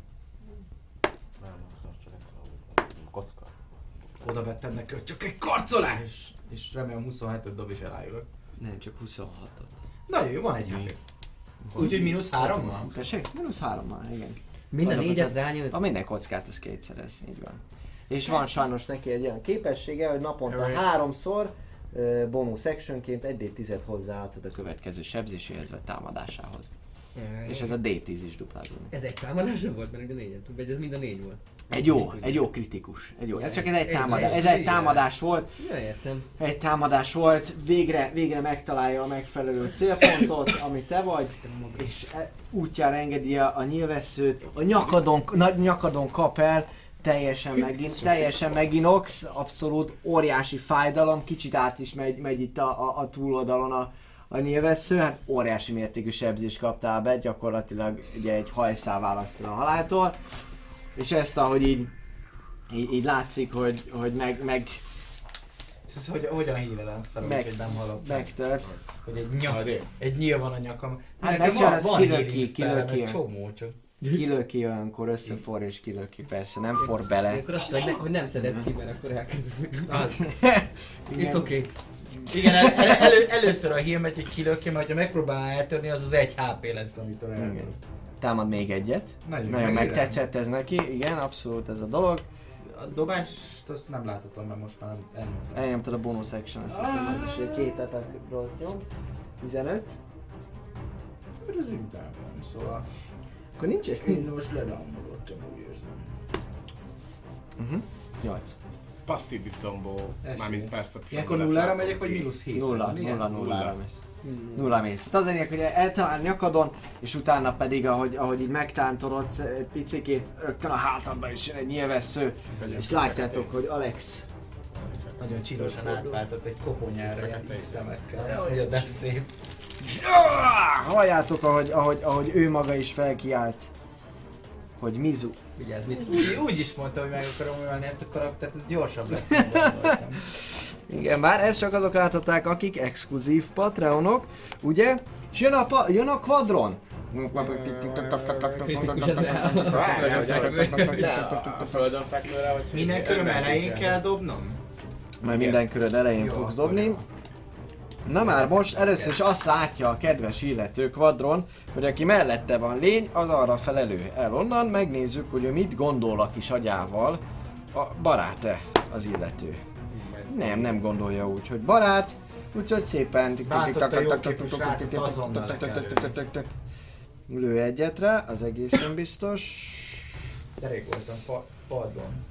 Nem, az csak egyszer a kocka. Oda vettem neki, hogy csak egy karcolás! És remélem huszonhetet dob és elájulok. Nem, csak huszonhatot. Nagyon jó, van egy há pé. Úgyhogy mínusz három van? Tessék? Mínusz hárommal, igen. Minden Vannak négyet az- rányölt. A minden kockát az kétszerez, így van. És van sajnos neki egy olyan képessége, hogy naponta Alright. háromszor uh, bonus actionként egy dé tízet hozzáadhat a következő sebzéséhez vagy támadásához. És ez a dé tíz is duplázódik. Ez egy támadása volt, mert ugye négyet, vagy ez mind a négy volt. Egy jó, egy jó kritikus. Egy jó. Ez csak ez egy Egy- támadás, egy- ez egy egy- támadás volt. Ja, értem. Egy támadás volt, végre, végre megtalálja a megfelelő célpontot, ami te vagy, és e- útjára engedi a, a nyilvesszőt, a nyakadon, na, nyakadon kap el, teljesen megint, teljesen meginox, abszolút óriási fájdalom, kicsit át is megy, megy itt a, a, a túloldalon a, a nyilvessző, hát óriási mértékű sebzést kaptál be, gyakorlatilag ugye egy hajszál választ el a haláltól, és ezt ahogy így, így, így látszik, hogy, hogy meg, meg Ez hogy, hogyan hírelem fel, Meg- hogy nem hallottam. megtörsz. Hogy egy, nyak, Majd egy nyíl van a nyakam. Hát Nekem megcsinálsz, van, van kilöki, healing spellem, kilöki. egy csomó csak. Kilöki olyankor, összefor és kilöki, persze, nem for bele. Akkor azt mondod, hogy nem szedett ki, mert akkor elkezdesz. Az. It's okay. Igen, el, el, elő, először a heal megy, hogy kilökje, mert ha megpróbálná eltörni, az az egy há pé lesz, amitől elmegy. Igen. Támad még egyet. Nagyon, Nagyon megérem. megtetszett ez neki, igen, abszolút ez a dolog. A dobást azt nem láthatom, mert most már nem elmondtam. Elnyomtad a bonus action, azt hiszem, az is egy két attackról nyom. tizenöt. Mert az ügyben van, szóval Akkor nincs egy... én most ledombolottam, úgy érzem. Uh-huh. nyolc. Passzív dombó, Esély. mármint perception. Ilyenkor nullára megyek, vagy mínusz hét? Nulla, van, igen? nulla, nullára mész. Nulla mész. Hát az lényeg, hogy eltalál nyakadon, és utána pedig, ahogy, ahogy így megtántorodsz egy picikét, rögtön a hátadba is jön egy nyilvessző, és látjátok, hogy Alex Nagyon csinosan átváltott egy koponyára ilyen X szemekkel, hogy a death szép. halljátok, ahogy, ahogy, ahogy ő maga is felkiált, hogy Mizu. Vigyázz, mit Úgy, úgy is mondta, hogy meg akarom ölni ezt a karaktert, ez gyorsabb lesz, mint gondoltam. Igen, bár ezt csak azok láthatták, akik exkluzív Patreonok, ugye? És jön a, pa- jön a Quadron. kritikus az el. Várjál, hogy a földön fekvőre, vagy... Minden köröm elején kell dobnom? Majd minden köröd elején Jó, fogsz akkor dobni. jó. Na már most először is azt látja a kedves illető Quadron, hogy aki mellette van lény, az arra felelő el onnan, megnézzük, hogy ő mit gondol a kis agyával. A barát-e az illető? Nem, nem gondolja úgy, hogy barát, úgyhogy szépen... Bántotta a jóképű srácot, azonnal le kell Lő egyet rá, az egészen biztos. De rég voltam fa- padon.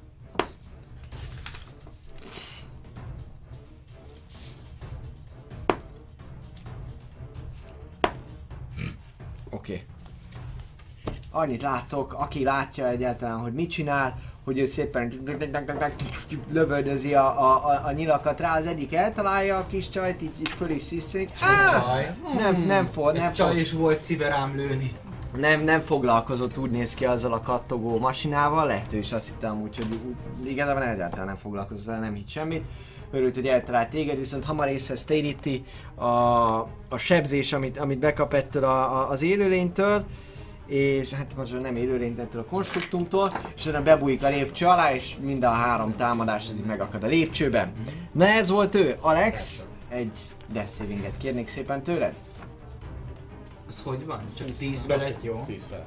Oké. Okay. Annyit láttok, aki látja egyáltalán, hogy mit csinál, hogy ő szépen lövöldözi a, a, a, a nyilakat rá, az egyik eltalálja a kis csajt, így, így föl is sziszik. Csaj. Nem, nem fog, nem Egy csaj fog, is volt szíve rám lőni. nem, nem foglalkozott, úgy néz ki azzal a kattogó masinával, lehet ő is azt hittem úgy, hogy úgy, igazából egyáltalán nem foglalkozott vele, nem hitt semmit. Örült, hogy eltalált téged, viszont hamar észhez téríti a, a sebzés, amit, amit bekap ettől a, a, az élőlénytől, és hát most nem élőlényt, ettől a konstruktumtól, és utána bebújik a lépcső alá, és mind a három támadás az így megakad a lépcsőben. Na ez volt ő, Alex, egy death savinget kérnék szépen tőled. Az hogy van? Csak tíz felett, jó? tíz felett.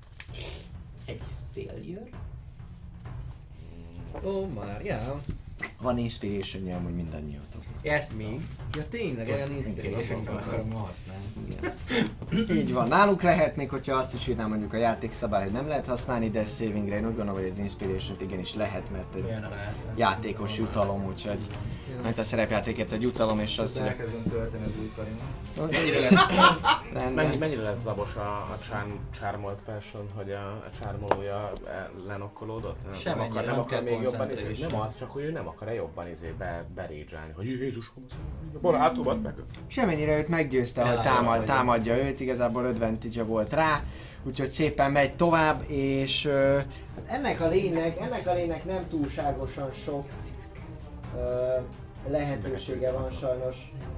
Egy failure. Ó, már, já. Van inspiration-je amúgy mindannyiótok. Ezt mi? Ja tényleg, olyan inspiration. akarom használni. Igen. Így van. Náluk lehet, még hogyha azt is írnám mondjuk a játékszabály, hogy nem lehet használni, de savingre én úgy gondolom, hogy az inspiration-t igenis lehet, mert egy játékos jutalom, úgyhogy mint a szerepjátékért egy jutalom, és azt mondja... Elkezdem tölteni az új karimat. Mennyire lesz, Rendben. mennyi, mennyire lesz zabos a, a charm, Charmold Passion, hogy a, a charmolója lenokkolódott? Nem, nem Semennyire, akar, nem nem akar kell még jobban izé, concentration. nem az, csak hogy ő nem akar-e jobban izé be, berédzsálni, hogy Jézusom, barátomat meg. Semennyire őt meggyőzte, hogy Elállja, támad, hogy- támadja őt, igazából advantage volt rá, úgyhogy szépen megy tovább, és uh, ennek a lénynek, ennek a lénynek nem túlságosan sok uh, lehetősége van sajnos.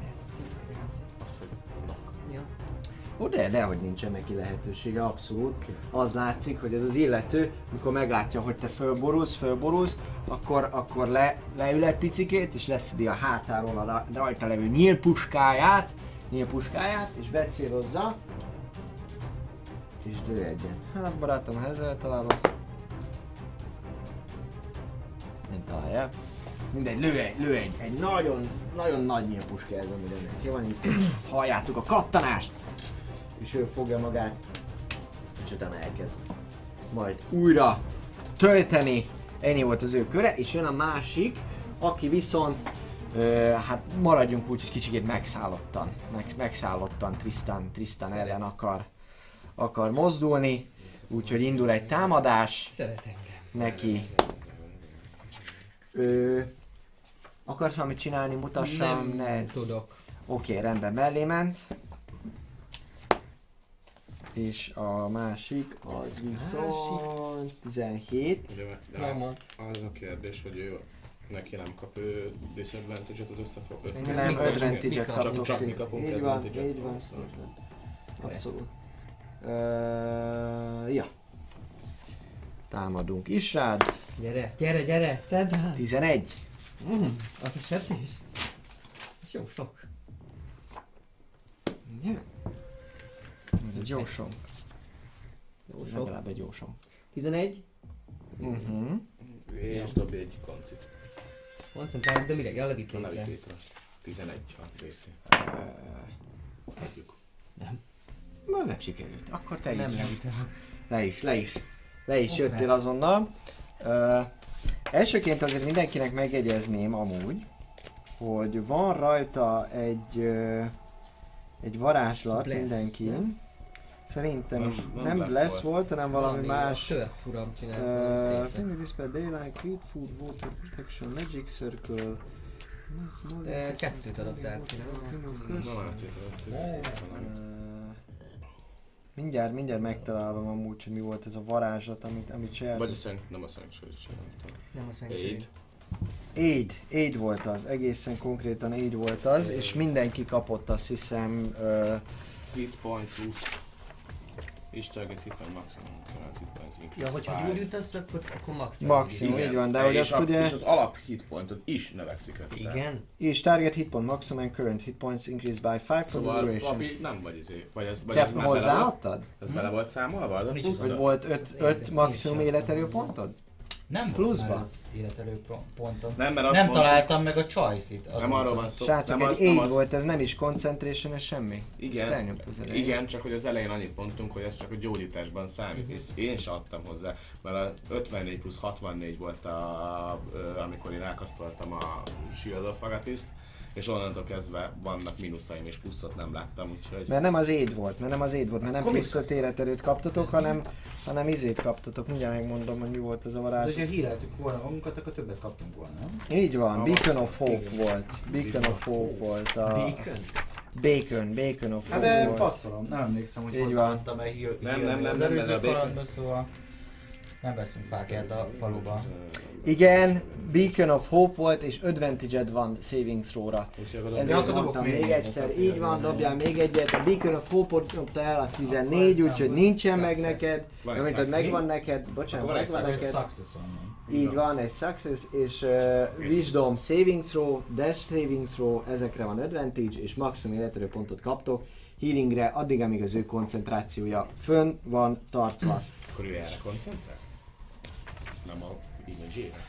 Ó, de dehogy nincsen neki lehetősége, abszolút. Az látszik, hogy ez az illető, amikor meglátja, hogy te fölborulsz, fölborulsz, akkor, akkor le, leül egy picikét, és leszedi a hátáról a ra- rajta levő nyílpuskáját, nyílpuskáját, és becélozza. És lő egyet. Hát barátom, ha ezzel találod. Nem találja. Mindegy, lő egy, lő egy, egy nagyon, nagyon nagy nyílpuska ez, amire neki van, így halljátok a kattanást, és ő fogja magát, és utána elkezd majd újra tölteni. Ennyi volt az ő köre, és jön a másik, aki viszont, ö, hát maradjunk úgy, hogy kicsikét megszállottan, meg, megszállottan Tristan, Tristan ellen akar, akar mozdulni, úgyhogy indul egy támadás Szeret engem. neki. Ö, akarsz valamit csinálni, mutassam? Nem Ne. tudok. Oké, rendben, mellé ment. És a másik az viszont tizenhét. Ugye, de Nem, az a kérdés, hogy ő neki nem kap ő disadvantage-et az összefog. Szerintem Nem, mi kapjuk? advantage-et Mi kaptok. kapjuk? Csak mi kapunk Így van, advantage-et. így van, Szóval. így van. Abszolút. Uh, ja. Támadunk is rád. Gyere, gyere, gyere, tedd rá. tizenegy. Mm, az a sebzés? Ez jó sok. Ugye? Ez egy jó sok. Jó sok. Legalább egy jó sok. tizenegy. Uh-huh. És dobj egy koncit. Koncentrálj, de mire? Ja, A levitétre. levitétre. tizenegy a dé cé. Adjuk. Az nem sikerült. Akkor te Nem is. levitem. Le is, le is. Le is Oké. jöttél azonnal. Uh, elsőként azért mindenkinek megjegyezném amúgy, hogy van rajta egy, uh, egy varázslat Bless, mindenkin. nem? Szerintem Nem- is nem nem Bless lesz volt. volt, hanem valami más. Tört furam csinál. Uh, szépen. Family Dispel, Daylight, Creed Food, Water Protection, Magic Circle. De kettőt adott át. Na, már cétre. Mindjárt, mindjárt megtalálom amúgy, hogy mi volt ez a varázslat, amit, amit saját... Vagy a szent, nem a szentséget csináltam. Nem a szentséget. Aid. Aid, Aid volt az, egészen konkrétan Aid volt az, és mindenki kapott, azt hiszem, uh, Hit point plusz. Each target hit point maximum. current hit points increase Ja, hogyha five. jól jutasz, akkor, akkor max. maximum, így van, de hogy és, azt a, ugye... és az alap hit pointod is növekszik el. Igen. És target hit point maximum and current hit points increased by five for the Szóval, duration. Labi, nem vagy izé, vagy ez, vagy Te ez már bele volt, hozzáadtad? ez bele volt számolva, az a Nincs plusz? Hogy volt öt maximum Én sem. életerőpontod? Nem Pluszba? volt már életerő pro- pontom. Nem, mert azt Nem mondta- találtam meg a choice-it. azt Nem arról mondtam. van szó. Srácok, nem egy az, nem Aid az, volt, ez nem is concentration, ez semmi. Igen, Ezt elnyomta az elején. igen, csak hogy az elején annyit mondtunk, hogy ez csak a gyógyításban számít, és én sem adtam hozzá, mert a ötvennégy plusz hatvannégy volt, a, ö, amikor én elkasztoltam a Shield of Agatiszt, és onnantól kezdve vannak mínuszaim és pluszot nem láttam, úgyhogy... Mert nem az Aid volt, mert nem az Aid volt, mert nem Akkor mit plusz öt életerőt kaptatok, hanem, hanem izét kaptatok. Mindjárt megmondom, hogy mi volt ez a De varázs. hogyha híreltük volna magunkat, akkor többet kaptunk volna, nem? Így van, Ah, Beacon maximum. of Hope volt. Beacon of Hope volt a... Bacon? Bacon, Bacon of Hát Hope de volt. passzolom, nem emlékszem, hogy Így van. hozzáadtam el hír, Nem, hír, nem, nem, az nem, előző nem, a bacon- kalandba, szóval nem veszünk fákját a faluba. Igen, Beacon of Hope volt, és advantage-ed van saving throw-ra. Úgyhogy akkor Ezért akkor dobok mondtam még még egyet, egyszer, akkor így van, félre dobjál menni. még egyet. A Beacon of Hope-ot nyomta el, az tizennégy, Akkor úgyhogy ez nincsen nem meg success. neked. Van Ja, egy mint hogy success. megvan neked, bocsánat, Akkor van egy megvan Egy neked. success on. Így van, egy success, és uh, Wisdom saving throw, Death saving throw, ezekre van advantage, és maximum életerőpontot kaptok. Healingre, addig, amíg az ő koncentrációja fönn van tartva. Akkor ő erre koncentrál? Nem a image-ére?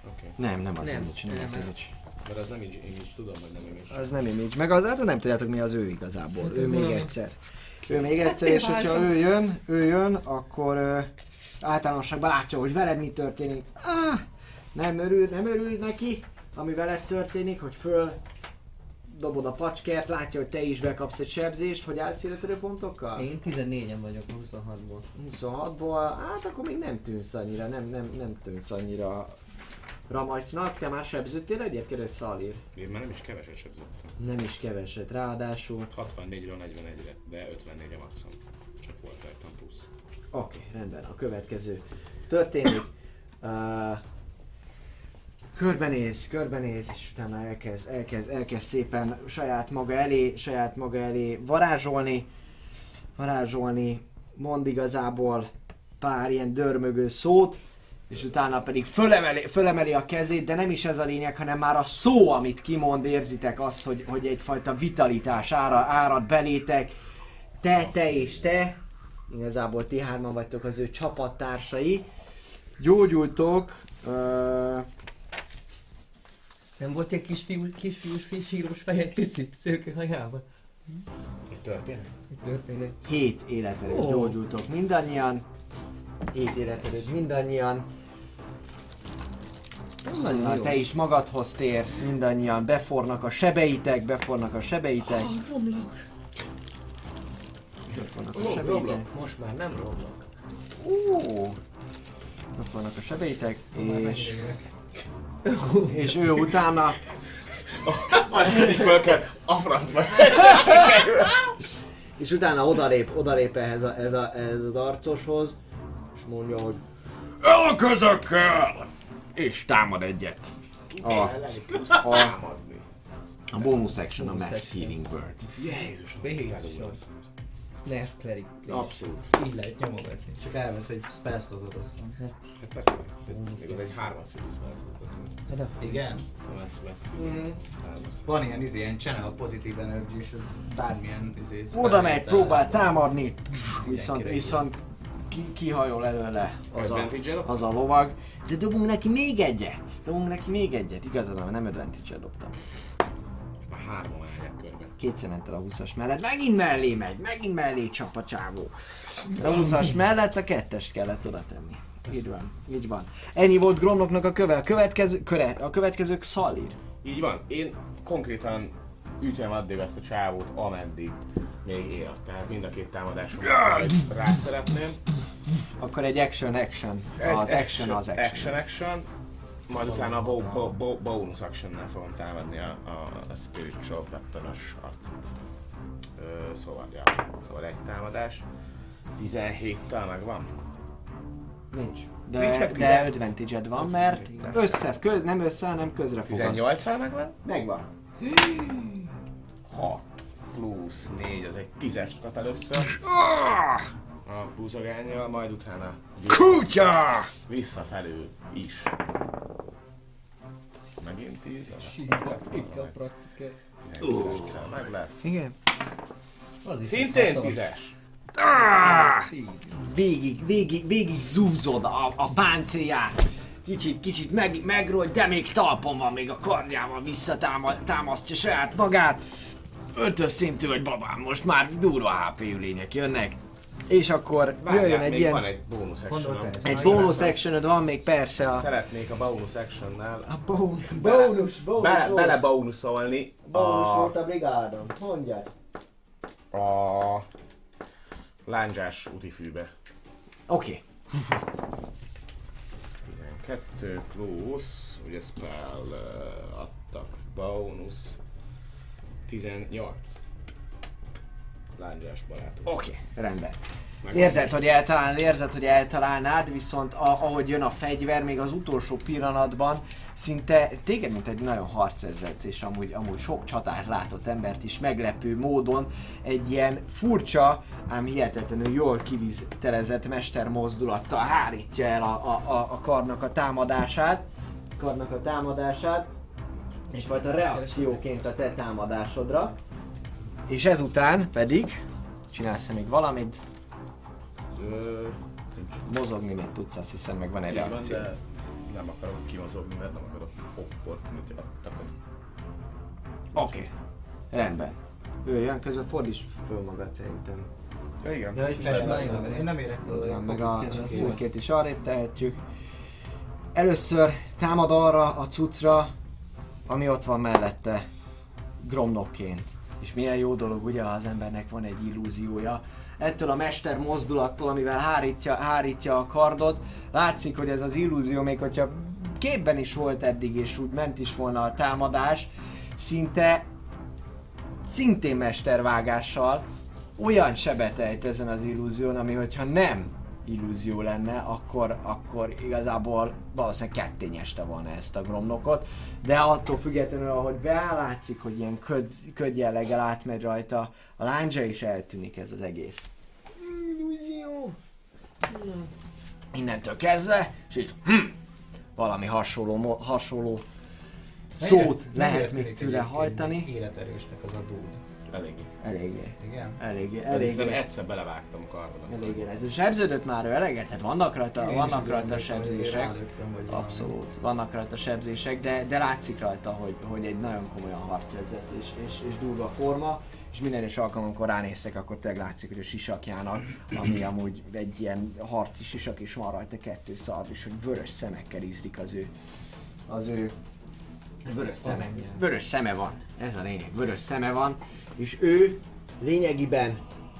Oké. Nem, nem az Nem, image, nem nem, az nem. image. Mert az nem image, image, tudom, hogy nem image. Az nem image, meg az, hát nem tudjátok mi az ő igazából. Ő még valami. egyszer. Ő még egyszer, és hogyha ő jön, ő jön, akkor ö, általánosságban látja, hogy veled mi történik. Ah, nem örül, nem örül neki, ami veled történik, hogy föl dobod a pacskert, látja, hogy te is bekapsz egy sebzést, hogy állsz életerő pontokkal? Én tizennégyen vagyok huszonhatból. huszonhatból, hát akkor még nem tűnsz annyira, nem, nem, nem tűnsz annyira ramagynak. Te már sebződtél egyet, kérdez Szalír? Én már nem is keveset sebzettem. Nem is keveset, ráadásul. hatvannégyről negyvenegyre, de ötvennégy a maximum. Csak volt rajtam plusz. Oké, okay, rendben, a következő történik. Uh, körbenéz, körbenéz, és utána elkezd, elkezd, elkezd szépen saját maga elé, saját maga elé varázsolni, varázsolni, mond igazából pár ilyen dörmögő szót, és utána pedig fölemeli, fölemeli a kezét, de nem is ez a lényeg, hanem már a szó, amit kimond, érzitek azt, hogy, hogy egyfajta vitalitás ára, árad belétek. Te, te és te, igazából ti hárman vagytok az ő csapattársai, gyógyultok, uh, Nem volt egy kisfiú, kisfiús, sírós fejet picit szőke hajában? Mi történik? Mi történik? hét életerőt Ó. gyógyultok mindannyian, hét életerőt mindannyian. Nagyon Na, jó. te is magadhoz térsz, mindannyian befornak a sebeitek, befornak a sebeitek. Romlok. Befornak a Ó, sebeitek. romlok. Most már nem romlok. Ó, befornak a sebeitek, és, és ő utána, Azt hiszik fel kell, a francba. és utána odalép, odalép ehhez, a, ez, a, ez az arcoshoz, és mondja, hogy El a kezekkel! és támad egyet. A, A... Támadni. a bonus action, a Bonus Mass action. Healing Word. Jézusom. Jézusom. Nerf cleric. Abszolút. Így lehet nyomogatni. Csak elvesz egy spellslotot aztán. Hát persze. Még az egy hármas szintű spellslot. Hát akkor Igen. Lesz, lesz. Van ilyen izé, ilyen channel positive energy, és ez bármilyen izé... Oda megy, spell próbál lehet. támadni, viszont, Mindenkire viszont ki, kihajol előle az a, Advantage-el? az a lovag. De dobunk neki még egyet, dobunk neki még egyet, igazad van, nem advantage-el dobtam. Már hárman állják körbe. Kétszer ment el a húszas mellett, megint mellé megy, megint mellé csap a csávó. A húszas mellett a kettest kellett oda tenni. Így van, így van. Ennyi volt Gromloknak a köve, a következő, köre, a következők Szalír. Így van. Én konkrétan ütem addig ezt a csávót, ameddig még él. Tehát mind a két támadásomat majd rá szeretném. Akkor egy action, action. Az action, az action. Action, action. Majd utána a bo- bo- bo- bonus actionnel fogom támadni a, a, a spiritual weapon-os arcit. Ö, szóval, ja, szóval egy támadás. tizenhéttel megvan. Nincs. Nincs De, meg de tizen- advantage-ed van, mert össze, kö, nem össze, hanem közre fogad. tizennyolccal megvan. Megvan. hat plusz négy, az egy tízest kap először. A búzogánnyal, majd utána Kutya! visszafelül is. Megint tíz. Sika praktika. tizenkilenccel meg lesz. Igen. Az is Szintén hatalmas. tízes. Végig, végig, végig zúzod a, a páncélját. Kicsit, kicsit meg, megrogy, de még talpon van, még a kardjával visszatámasztja saját magát. Ötös szintű vagy babám, most már durva há pé-ű lények jönnek. És akkor Várjál, jöjjön egy még ilyen... van egy bonus Gondolt action. ezt. Egy bonus actionod van még persze a... Szeretnék a bonus actionnel A bon- bonus, bonus be, volt. bele bonuszolni Bonus a, volt a brigádon. Mondjad. a lándzsás útifűbe. Oké. tizenkettő plusz, ugye spell uh, adtak bónusz, tizennyolc. Lándzsás barátok. Oké, rendben. Meg Érzed, hogy eltalálnád, érzed, hogy eltalálnád, viszont a, ahogy jön a fegyver, még az utolsó pillanatban szinte téged, mint egy nagyon harcezett, és amúgy, amúgy sok csatát látott embert is meglepő módon egy ilyen furcsa, ám hihetetlenül jól kivitelezett mestermozdulattal hárítja el a, a, a, a karnak a támadását, karnak a támadását, és fajta reakcióként a te támadásodra. És ezután pedig csinálsz még valamit, Ö, nincs. mozogni még tudsz, azt hiszem, meg van egy Így van, reakció. de nem akarok kimozogni, mert nem akarok opportunity attackot. Oké. Okay. Rendben. Ő jön, közben fordíts föl magad szerintem. Ja, igen. Ja, egy flashback. Én nem érek Igen, meg a Kezdve szürkét is arrébb tehetjük. Először támad arra a cuccra, ami ott van mellette, Gromnokként. És milyen jó dolog, ugye, ha az embernek van egy illúziója. Ettől a mester mozdulattól, amivel hárítja, hárítja a kardot, látszik, hogy ez az illúzió, még hogyha képben is volt eddig, és úgy ment is volna a támadás, szinte, szintén mestervágással olyan sebet ejt ezen az illúzión, ami hogyha nem illúzió lenne, akkor, akkor igazából valószínűleg ketté nyeste volna ezt a Gromnokot, de attól függetlenül, ahogy beáll, látszik, hogy ilyen köd, köd jelleggel átmegy rajta a láncsa, és eltűnik ez az egész. Illúzió! Innentől kezdve, és így hm, valami hasonló, mo- hasonló szót lehet még tőle hajtani. Életerősnek az a dude. Elég. Eléggé. Igen? Eléggé, Hiszen eléggé. egyszer belevágtam a kardodat. Eléggé lehet. Sebződött már ő eleget, tehát vannak rajta, vannak rajta sebzések. Abszolút. Abszolút, vannak rajta sebzések, de, de látszik rajta, hogy, hogy egy nagyon komolyan harcedzett és, és, és durva forma. És minden is alkalomkor ránéztek, akkor tényleg látszik, hogy a sisakjának, ami amúgy egy ilyen harci sisak is van rajta, kettő szarv, és hogy vörös szemekkel ízlik az ő, az ő vörös szeme. Vörös szeme van, ez a lényeg, vörös szeme van, és ő lényegében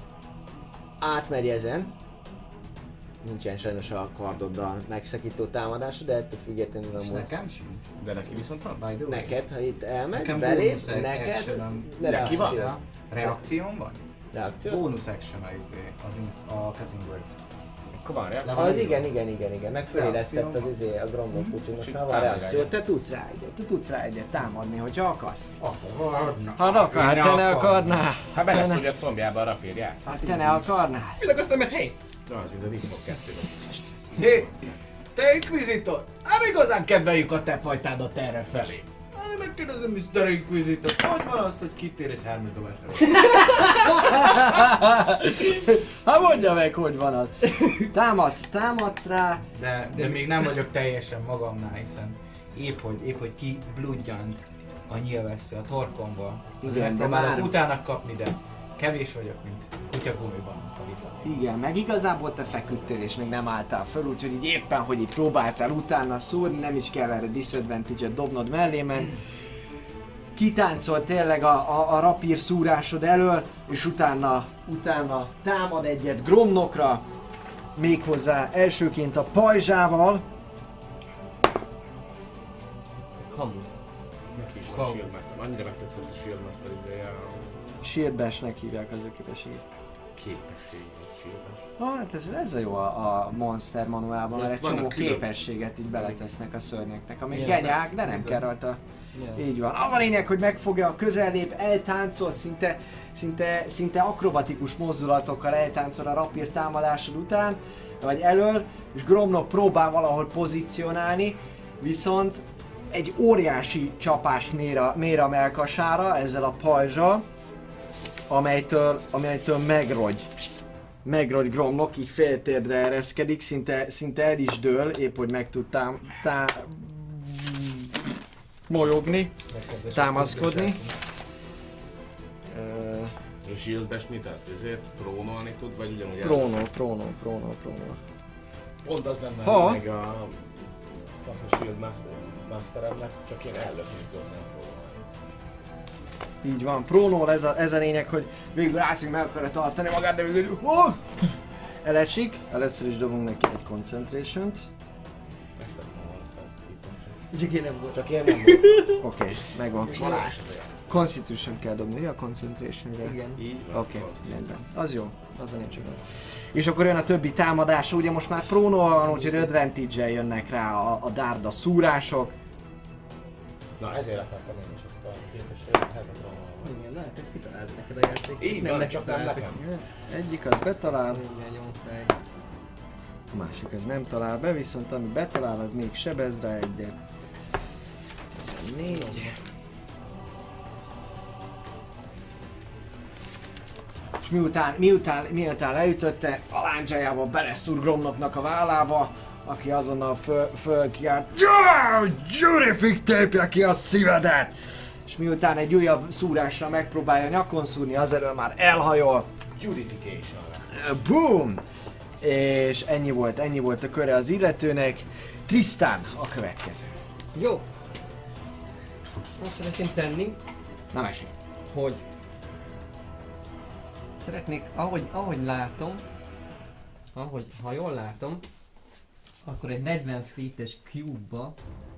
átmegy ezen. Nincsen sajnos a kardoddal megszakító támadása, de ettől függetlenül És amúgy nekem sincs. De neki viszont van? By the way. neked, ha itt elmegy, Nekem belép, bónusz neked, action-om. de Neki van? reakció. Ja. Reakcióm van? Reakció? Bónusz action a, izé, az inst- a cutting word. Akkor van reakció. Le van Az írva. igen, igen, igen, igen, meg fölélesztett az izé, a Gromnok, úgyhogy most már van támadj reakció. egyet. Te tudsz rá egyet, te tudsz rá egyet támadni, hogyha akarsz. Akarna. Ha akar, te ne akarnál. Ha Te ne, beleszúrja a combjába a rapírját. hát te ne akarnál. Mileg azt nem, mert hé! Na, az mint a Disney kettő. Hé! Te Inquisitor! Nem igazán kedveljük a te fajtádat erre felé. Na, megkérdezem miszter Inquisitor, hogy van az, hogy kitér egy hármas dobásra? Ha mondja meg, hogy van az. Támadsz, támadsz rá. De, de még nem vagyok teljesen magamnál, hiszen épp hogy, épp hogy ki bludjant a nyilvessző a torkomba. Igen, de már- utána kapni, de kevés vagyok, mint kutyagumiban a vitamin. Igen, meg igazából te feküdtél és még nem álltál föl, úgyhogy így éppen, hogy így próbáltál utána szúrni, nem is kell erre disadvantage-et dobnod mellé, mert kitáncolt tényleg a, a, a rapír szúrásod elől, és utána, utána támad egyet Gromnokra, méghozzá elsőként a pajzsával. Kamu. Neki is van Shield Master. Annyira megtetszett a Shield Master izéje. Shield Bash-nek hívják az ő képességét. Képesség, az Shield Bash. Ah, hát ez, ez a jó a, a Monster manuálban, mert egy Vannak csomó külön- képességet így beletesznek a szörnyeknek, amik Ja. genyák, de nem kell rajta. Ja. Így van. Az a lényeg, hogy megfogja a közellép, eltáncol, szinte, szinte, szinte akrobatikus mozdulatokkal eltáncol a rapír támadásod után, vagy elől, és Gromnok próbál valahol pozícionálni, viszont egy óriási csapást mér a, mér a mellkasára ezzel a pajzsal, amelytől, amelytől megrogy. Megrogy Gromnok, így féltérdre ereszkedik, szinte, szinte el is dől, épp hogy meg tud tám, tá, molyogni, támaszkodni. Ö, A Shield Bash mit tett? Ezért prónolni tud, vagy ugyanúgy el- Próno, próno, próno, próno. Pont az lenne Ha? meg a faszos Shield Master- Masteremnek, csak én ellökni tudnám próbálni. Így van, prónól ez a, ez a lényeg, hogy végül látszik, meg akarja tartani magát, de végül oh! elesik. Először is dobunk neki egy concentration-t. Ezt lettem volna. Csak én nem volt. Csak én nem volt. Oké, okay, megvan. Balázs azért. Constitution kell dobni, ugye a concentration-re? Igen. Így van. Oké, okay, rendben. Az jó, az a nincs olyan. És akkor jön a többi támadása, ugye most már prónól van, úgyhogy advantage-el jönnek rá a, a dárda szúrások. Na ezért akartam én is ezt a képességet, hát a prónolni. Igen, lehet, ezt kitalálod neked a játék. Így van, csak nem találtak. nekem. Egyik az betalál, Igen, jó fej. a másik az nem talál be, viszont ami betalál, az még sebez rá egyet. tizennégy. És miután, miután, miután leütötte, a láncsájával beleszúr Gromnoknak a vállába, aki azonnal föl, fölkiált, Ja, Gyurifig tépje ki a szívedet! és miután egy újabb szúrásra megpróbálja nyakon szúrni, az elől már elhajol. Purification lesz. Boom! És ennyi volt, ennyi volt a köre az illetőnek. Tristan a következő. Jó. Azt szeretném tenni, Na mesélj. hogy szeretnék, ahogy, ahogy látom, ahogy, ha jól látom, akkor egy negyven feet-es cube-ba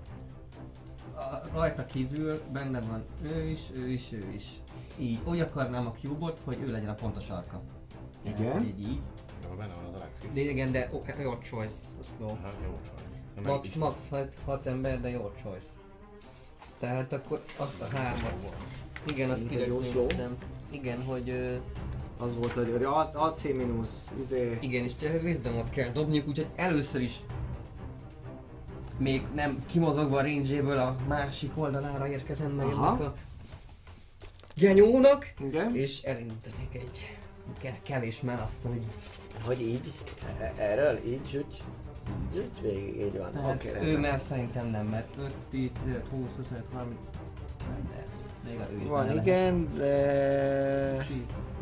a- rajta kívül benne van ő is, ő is, ő is. Így, úgy akarnám a cube-ot, hogy ő legyen a pontos arka. Igen. Tehát, így, így. Jó, benne van az Alexis. De igen, de oh, your choice, a slow. Aha, jó csaj. Na, melyik Max, is? max hat, hat ember, de your choice. Tehát akkor azt a hármat. Igen, azt Mint egy direkt jó slow. néztem. Igen, hogy... Ö, Az volt, hogy A- á cé mínusz, izé... igen, és csak wisdomot kell dobniuk, úgyhogy először is még nem kimozogva a range-ből a másik oldalára érkezem meg Aha. ennek a genyónak, Igen. és elindítanék egy ke- kevés menasszon, így. Hogy így? E- Erről? Így, zsügy? Zsügy? Végig így van. Tehát Oké, ő rendben. már szerintem nem, mert öt, tíz, tizenöt, húsz, huszonöt, harminc, nem, de még a ő is Van, bele igen, de... lehet. tíz,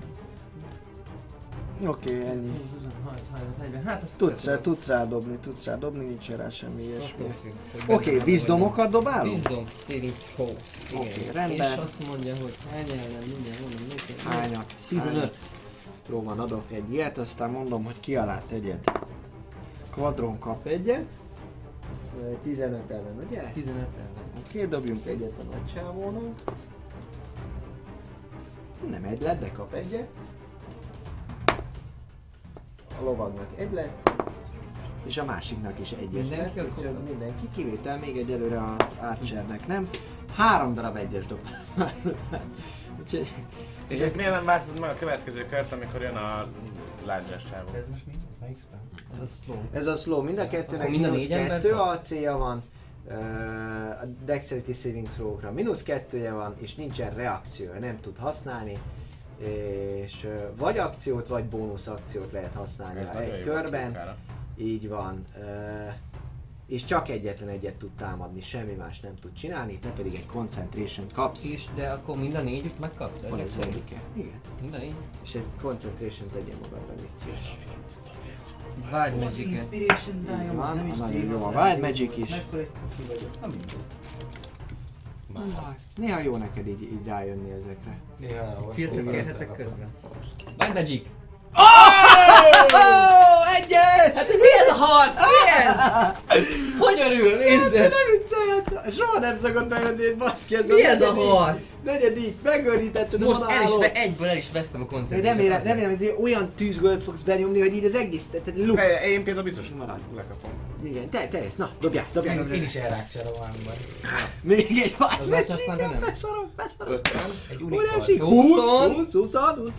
Oké, ennyi. húsz, huszonhat, harminc, negyven, hát azt Tudsz rá, tudom. tudsz rá dobni, tudsz rá dobni, nincs rá semmi Attól ilyesmi. függ, hogy benne Oké, van, vagy wisdomokat nem. dobálunk? Wisdom saving throw. Igen. Oké, rendben. És azt mondja, hogy hány ellen, mindjárt mondom neked. Hányat? tizenöt. Jó van, adok egy ilyet, aztán mondom, hogy ki alá tegyed. Quadron kap egyet. Ö, tizenöt ellen, ugye? tizenöt ellen. Oké, dobjunk egyet a nagy csávónak. Nem egy lett, de kap egyet. A lovagnak egy lett. És a másiknak is egyes Mindenki lett. akkor Úgyhogy kap? mindenki, kivétel még egyelőre a Archernek nem. Három darab egyes dobtam már. Úgyhogy És ezt miért nem változod meg a következő kört, amikor jön a lágyás csávó? Ez most mi? Melyik spell? Ez a slow. ez a slow, mind a kettőnek Akkor mind a mínusz négy ember kettő kap? á cé-ja van. Ö, a Dexterity Saving Throw-kra mínusz kettője van, és nincsen reakciója, nem tud használni. És ö, vagy akciót, vagy bónusz akciót lehet használni Ez a nagyon egy jó körben. munkára. Így van. Ö, és csak egyetlen egyet tud támadni, semmi más nem tud csinálni, te pedig egy concentration kapsz. És de akkor mind a négyük megkapta? Van ezek ez szerint? egyike. Igen. Mind a négy? És egy concentration tegyen magadra, légy szíves. Wild magic Inspiration Így die, van, az nem is nagyon téma, jó a nem Wild jó, Magic az is. Mekkora egy ki vagyok. Nem mindegy. Néha jó neked így, így rájönni ezekre. Néha Filcet kérhetek közben? Wild magic! Oh, egyet! Hát mi ez a harc? Mi ez? Hogy örül? Nézzed! Nem viccelj! Soha nem szokott bejönni egy baszki. Mi ez a harc? Negyedik, megőrítetted a Most el is, vonalot. ve- egyből el is vesztem a De koncentrációt. remélem, remélem, hogy olyan tűzgölt fogsz benyomni, hogy így az egész, tehát luk. Hey, én például biztos Maradj. lekapom. Igen, te, te ezt, na, dobjál, dobjál, Én, dobjál. én is elrákcsálom majd. Még egy Az Wild már használta, nem? Beszarom, beszarom. ötven. Egy Óriási, unikort. húsz, húsz, húsz, húsz,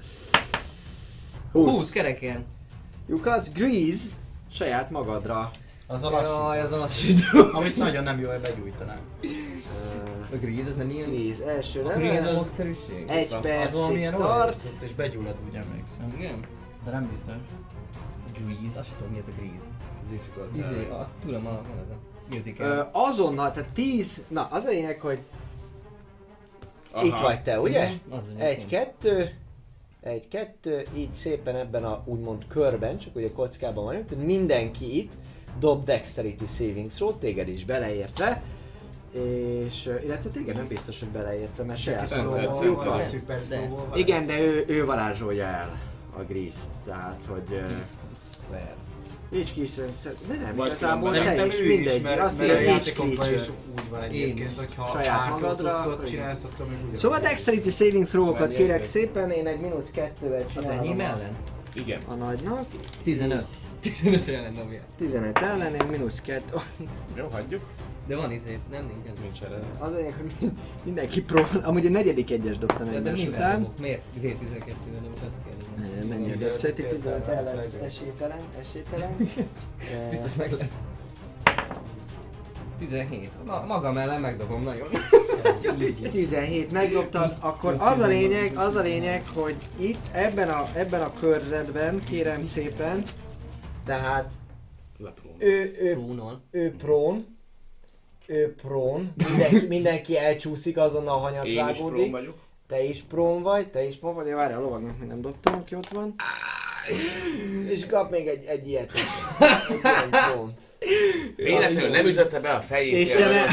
húsz húsz. kereken. Lukasz, Grease, saját magadra. Az a Jaj, lassú. az a lassító. Amit nagyon nem jó, hogy begyújtanám. A grease, ez nem ilyen... Grease, első A level. grease az az- okszerűség? Egy Az percig valamilyen tart. olajszocc és begyullad, úgy emlékszem. Igen? De nem biztos. A grease, azt sem tudom miért a grease. Difficult. Izé, a, tudom, a, van ez a musical. Ö, azonnal, tehát tíz, na az a lényeg, hogy Aha. itt vagy te, ugye? Mhm, az vagyok Egy, én. kettő, egy, kettő, így szépen ebben a úgymond körben, csak ugye kockában vagyunk, tehát mindenki itt dob Dexterity Saving Throw, téged is beleértve, és, ö, illetve téged nem biztos, hogy beleértve, mert saját Slow-val magadra- van, Lukasz. Szuper De. slow-val van. Igen, de ő, ő varázsolja el a Grease-t, tehát hogy... ö, Square. Így kis, de nem, Vagy igazából Szerintem te is, ő is, mindegy, mert, azt mert a írja, each játékokban is creature. úgy van Én egyébként, is. hogyha Saját ártott magadra, cuccot hogy- csinálsz, akkor még úgy. Szóval Dexterity Saving Throw-okat Mennyi kérek ez? szépen, én egy mínusz kettővel Az csinálom enyém a- ellen? Igen. a nagynak. tizenöt. tizenöt ellen dobja. tizenöt ellen, én mínusz kettő. Jó, hagyjuk. De van izé, nem nincs. Nincs erre. Az a lényeg, hogy mi- mindenki próbál. Amúgy a negyedik egyes dobtam De, de egymás mivel után. dobok? Miért? Izé tizenkettővel dobok, azt kérdezem. Nem, Mennyi a Tizenöt Dexterity célszám, tizenöt ellen, legjobb. esélytelen, esélytelen. Eh, Biztos meg lesz. tizenhét. Ma, magam ellen megdobom nagyon. tizenhét megdobtam, Plusz- akkor plusz az a tizenhat. lényeg, az a lényeg, hogy itt ebben a, ebben a körzetben, kérem szépen, tehát Lepróbálom. ő, ő, Prúnol. ő prón. Ő prón. Mindenki, mindenki elcsúszik, azonnal hanyat Én is prón vágódik. vagyok. Te is prón vagy, te is prón vagy. Várj, a lovagnak még nem dobtam, aki ott van. És kap még egy, egy ilyet. Egy ilyen pront. Véletlenül nem ütötte be a fejét. És ilyen-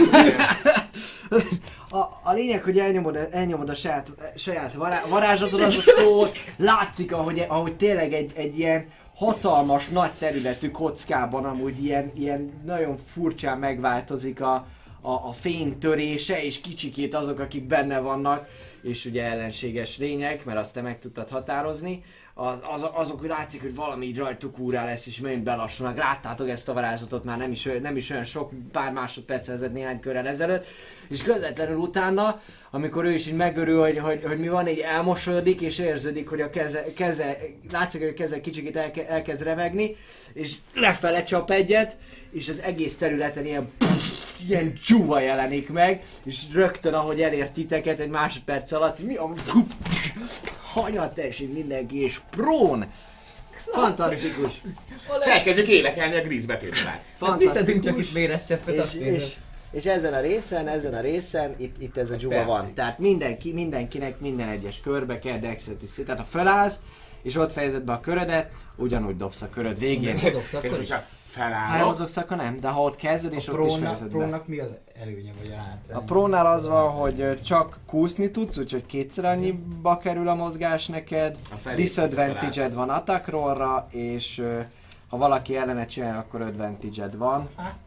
A, a lényeg, hogy elnyomod, elnyomod a saját, saját vará, varázslatod, az a szó, látszik, ahogy, ahogy tényleg egy, egy ilyen hatalmas, nagy területű kockában amúgy ilyen, ilyen nagyon furcsán megváltozik a, a, a fénytörése, és kicsikét azok, akik benne vannak, és ugye ellenséges lények, mert azt te meg tudtad határozni, az, az, azok hogy látszik, hogy valami így rajtuk úrrá lesz, és megint belassulnak. Láttátok ezt a varázslatot már nem is, nem is olyan sok, pár másodperc ezelőtt, néhány körrel ezelőtt, és közvetlenül utána, amikor ő is így megörül, hogy, hogy, hogy mi van, így elmosolyodik, és érződik, hogy a keze, keze látszik, hogy a keze kicsit elke, elkezd remegni, és lefele csap egyet, és az egész területen ilyen ilyen csúva jelenik meg, és rögtön ahogy elért titeket egy másodperc alatt, mi a hanyat esik mindenki, és prón! Fantasztikus! És elkezdjük élekelni a Gríz betételát. Hát visszadünk csak itt véres cseppet, És, azt nézem. és, és ezen a részen, ezen a részen, itt, itt ez a dzsuba percig. van. Tehát mindenki, mindenkinek minden egyes körbe kell dexet is. Tehát ha felállsz, és ott fejezed be a körödet, ugyanúgy dobsz a köröd végén. Mozogsz akkor is? Csak Ha felállok. mozogsz, akkor nem, de ha ott kezded, és A ott is prónak, fejezed be. prónak mi az előnye vagy a hátránya? A prónál az van, hogy ö, csak kúszni tudsz, úgyhogy kétszer annyiba kerül a mozgás neked. A felé Disadvantage-ed van attack rollra, és ö, ha valaki ellenet csinál, akkor advantage-ed van.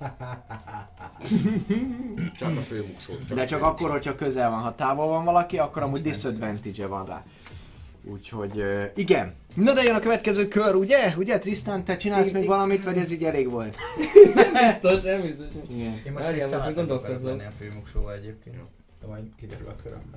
Csak a főmuksó. De csak akkor, hogyha közel van, ha távol van valaki, akkor amúgy disadvantage-e van rá. Úgyhogy ö, igen. Na de jön a következő kör, ugye? Ugye Tristan, te csinálsz még valamit, vagy ez így elég volt? Biztos, nem biztos. Igen. Én most Várjál, még most szemetet gondolkozom. akarok lenni a főmuksóval egyébként. De majd kiderül a köröm.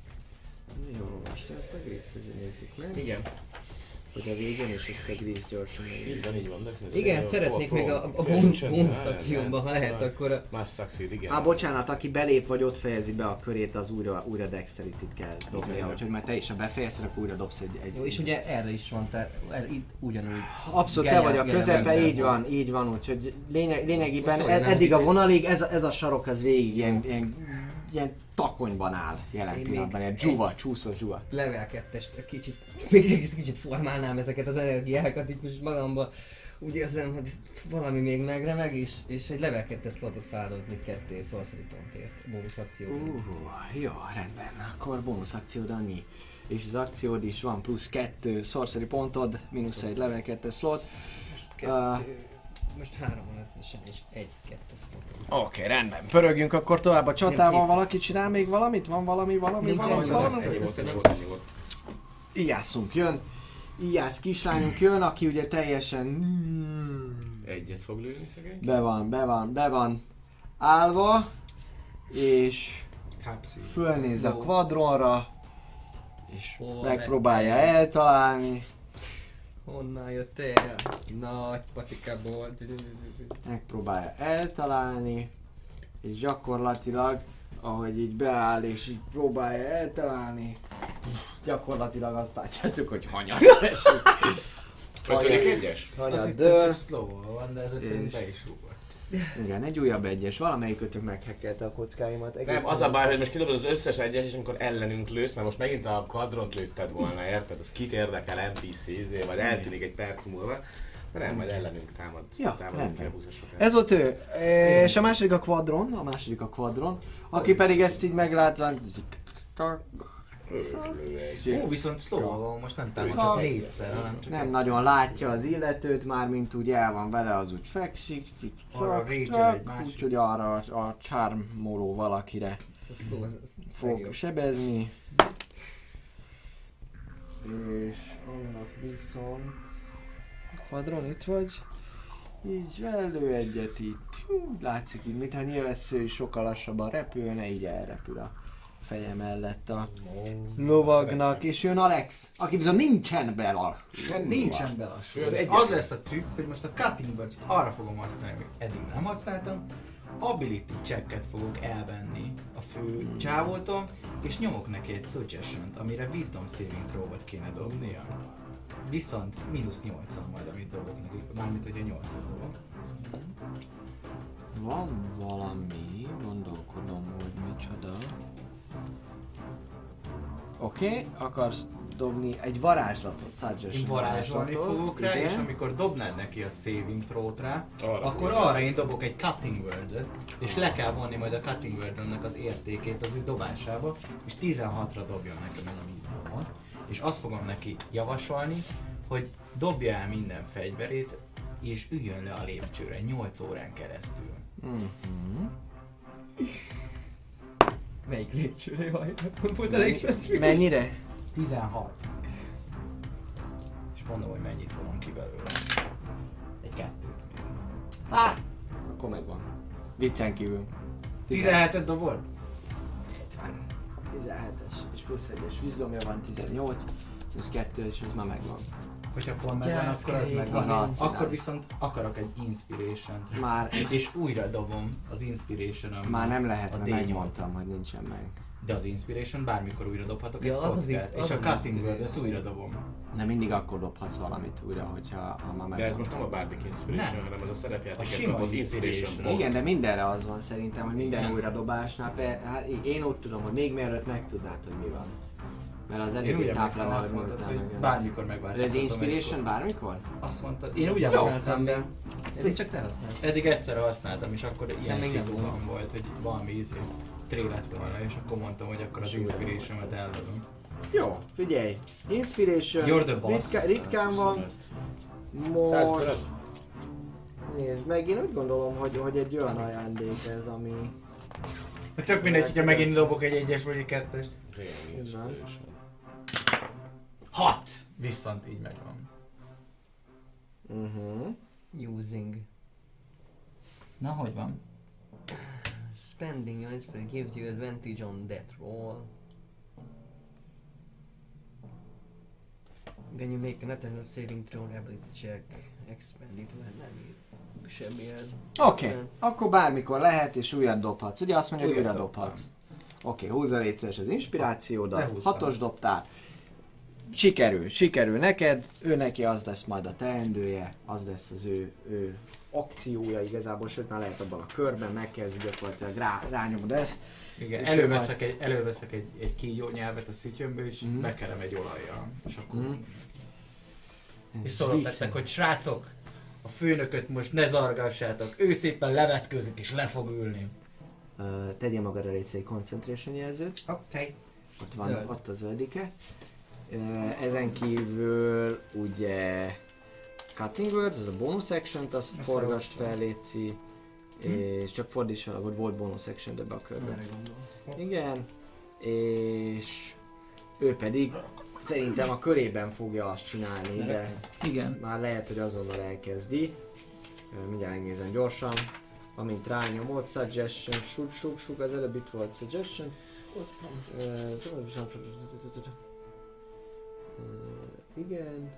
Jó, most ezt a grészt ezért nézzük meg. Igen. Hogy a végén is ezt a grészt gyorsan Így megnézzük. van, így van. de ez- Igen, ez- szeretnék hol- még a, hol- a hol- bonus hol- bonus hol- akciómban, ha lehet, akkor a... Más succeed, igen. Á, bocsánat, aki belép vagy ott fejezi be a körét, az újra, újra dexterity-t kell dobnia, Igen. úgyhogy már te is, ha befejezed, akkor újra dobsz egy... egy Jó, és ugye erre is van, tehát erre, itt ugyanúgy. Abszolút te Genya- vagy a Genya közepe, ember így van. van, így van, úgyhogy lényeg, lényegében Most ed- olyan, eddig a nem, vonalig ez a, ez a sarok az végig ilyen, ilyen, ilyen takonyban áll jelen Én pillanatban, még ilyen dzsuva, csúszó dzsuva. Level kettest kicsit, még egy kicsit formálnám ezeket az energiákat itt most magamban. Úgy érzem, hogy valami még megremeg, és, és egy level kettes slotot feláldozni ketté sorcery pontért, bónusz akcióban. Uh, jó, rendben, akkor bónusz akciód annyi. És az akciód is van plusz kettő sorcery pontod, mínusz egy level kettes slot. Kettő, Uh, most három van összesen, és egy kettes slotot. Oké, okay, rendben. Pörögjünk akkor tovább a csatával. Nem, Valaki csinál még valamit? Van valami, valami, Nincs valami, ennyi, valami? Ennyi volt, ennyi volt, ennyi volt. Ijászunk jön. Ijász kislányunk jön, aki ugye teljesen... Egyet fog lőni szegény. Be van, be van, be van állva. És Kapszi. fölnéz a Slow. kvadronra. És Hol megpróbálja lett? eltalálni. Honnan jöttél? Nagy patikából. Megpróbálja eltalálni. És gyakorlatilag, ahogy így beáll és így próbálja eltalálni, gyakorlatilag azt látjátok, hogy hanyat esik. Ötödik egyes? Az Hanyat itt dől. csak slow van, de ezek szerint És- be is rúgott. Igen, egy újabb egyes. Valamelyik ötök meghekkelte a kockáimat. Nem, Egészen az a baj, hogy most kidobod az összes egyes, és amikor ellenünk lősz, mert most megint a kadront lőtted volna, érted? Az kit érdekel en pé cé, izé, vagy eltűnik egy perc múlva. De nem, majd ellenünk támad. Ja, támadunk rendben. el húszasok. Ez volt ő. És a második a kvadron, a második a kvadron, aki pedig ezt így meglátva... Ó, viszont slow van, most nem támad Ha- csak négyszer, hanem csak Nem egy. nagyon látja az illetőt, már mint úgy el van vele, az úgy fekszik, így Arra csak, rage-el csak, egy másik. úgyhogy arra a, a charmoló valakire A slow, az, az fog legjobb. sebezni. És annak viszont... Kvadron, itt vagy? Így elő egyet így. Hú, látszik így, mintha nyilvessző is sokkal lassabban repülne, így elrepül a feje mellett a lovagnak. És jön Alex, aki viszont nincsen bela. Nincsen belassul. Ő az Az, egyetlen. az lesz a trükk, hogy most a Cutting Words arra fogom használni, amit eddig nem használtam. Ability checket fogok elvenni a fő csávótól, és nyomok neki egy suggestion-t, amire Wisdom Saving Throw-ot kéne dobnia. Viszont mínusz nyolcan majd, amit dobok neki, mármint hogy a nyolcat dobok. van valami, gondolkodom, hogy micsoda. Oké, okay, akarsz dobni egy varázslatot, suggestion Én varázsolni fogok rá, igen. és amikor dobnád neki a saving throw-t rá, Arra akkor fogok. arra én dobok egy cutting word-öt, és le kell vonni majd a cutting word-önnek az értékét az ő dobásába, és tizenhatra dobjon nekem egy wisdomot, és azt fogom neki javasolni, hogy dobja el minden fegyverét, és üljön le a lépcsőre nyolc órán keresztül. Mm-hmm. Melyik lépcsőre vagy? Volt elég specifikus. Mennyire? tizenhat. És mondom, hogy mennyit vonom ki belőle. Egy kettőt. Hát, akkor megvan. Viccen kívül. tizenhetet dobod? tizenhetes, és plusz egyes vízdomja van, tizennyolc, plusz kettő, és ez már megvan. Hogyha pont megvan, Just akkor az kidding. megvan. Az arccidál. Akkor viszont akarok egy inspiration-t. Már, És újra dobom az inspiration már nem lehet, a mert dé nyolc. megmondtam, hogy nincsen meg. De az inspiration bármikor újra dobhatok Ja, egy az az kockát, is- az és a az cutting inspiration. world-et újra dobom. De mindig akkor dobhatsz valamit újra, hogyha ha már De ez most megmondtam. nem a Bardic Inspiration, Nem. hanem az a A szerepjátéket sima kapott Inspiration. Inspiration pont. Igen, de mindenre az van szerintem, hogy minden Igen. újra dobásnál, pe- hát én úgy tudom, hogy még mielőtt megtudnád, hogy mi van. Mert az Én eléggé úgy emlékszem, táplálva, azt hogy mondtad, miután hogy meg- bármikor De megváltoztatom. az Inspiration egy- bármikor? Azt mondtad, én úgy Jó. emlékszem, de Eddig csak te használtad. eddig egyszerre használtam, és akkor ilyen még nem szituban volt, hogy valami izé tré lett volna, és akkor mondtam, hogy akkor az És újra inspiration-et eldobom. Jó, figyelj. Inspiration You're the boss. ritka, ritkán van. Most... százhuszonöt. Nézd meg, én úgy gondolom, hogy, hogy egy olyan ajándék ez, ami... Meg tök mindegy, hogyha megint dobok egy egyes vagy egy kettest. Igen, Nem. Inspiration. Hat! Viszont így megvan. Uh-huh. Using. Na, hogy van? Spending your inspiration gives you advantage on that roll. When you make an attempt saving throw ability check, expand it when nem ír. Semmilyen. Oké, okay. Nem. akkor bármikor lehet és újat dobhatsz. Ugye azt mondja, hogy Újat újra dobtam. dobhatsz. Oké, okay, húzza létszeres az inspirációdat, Lehúztam. hatos dobtál. Sikerül, sikerül neked, ő neki az lesz majd a teendője, az lesz az ő, ő akciója igazából, sőt már lehet abban a körben, megkezdi gyakorlatilag rá, rányomod ezt. Igen, És előveszek egy, előveszek egy, egy kígyó nyelvet a szütyömből, és Mhm. bekelem egy olajjal. És akkor... Mhm. És szólok Vissza. nektek, hogy srácok, a főnököt most ne zargassátok, ő szépen levetkőzik és le fog ülni. Ö, Tegyél magadra légy egy concentration jelzőt. Oké. Okay. Ott van, Zöld. ott a zöldike. Ö, Ezen kívül ugye Cutting Words, az a bonus action-t, azt Azt forgasd elolvastam. fel, létszi. És csak fordíts fel, hogy volt bonus action ebbe a körbe. Erre gondolom. Igen. És ő pedig szerintem a körében fogja azt csinálni, de Igen. már lehet, hogy azonnal elkezdi. Ö, Mindjárt megnézem gyorsan. Amint rányomod, suggestion, shoot, shoot, shoot, az előbb itt volt suggestion. Ö, Ö, igen.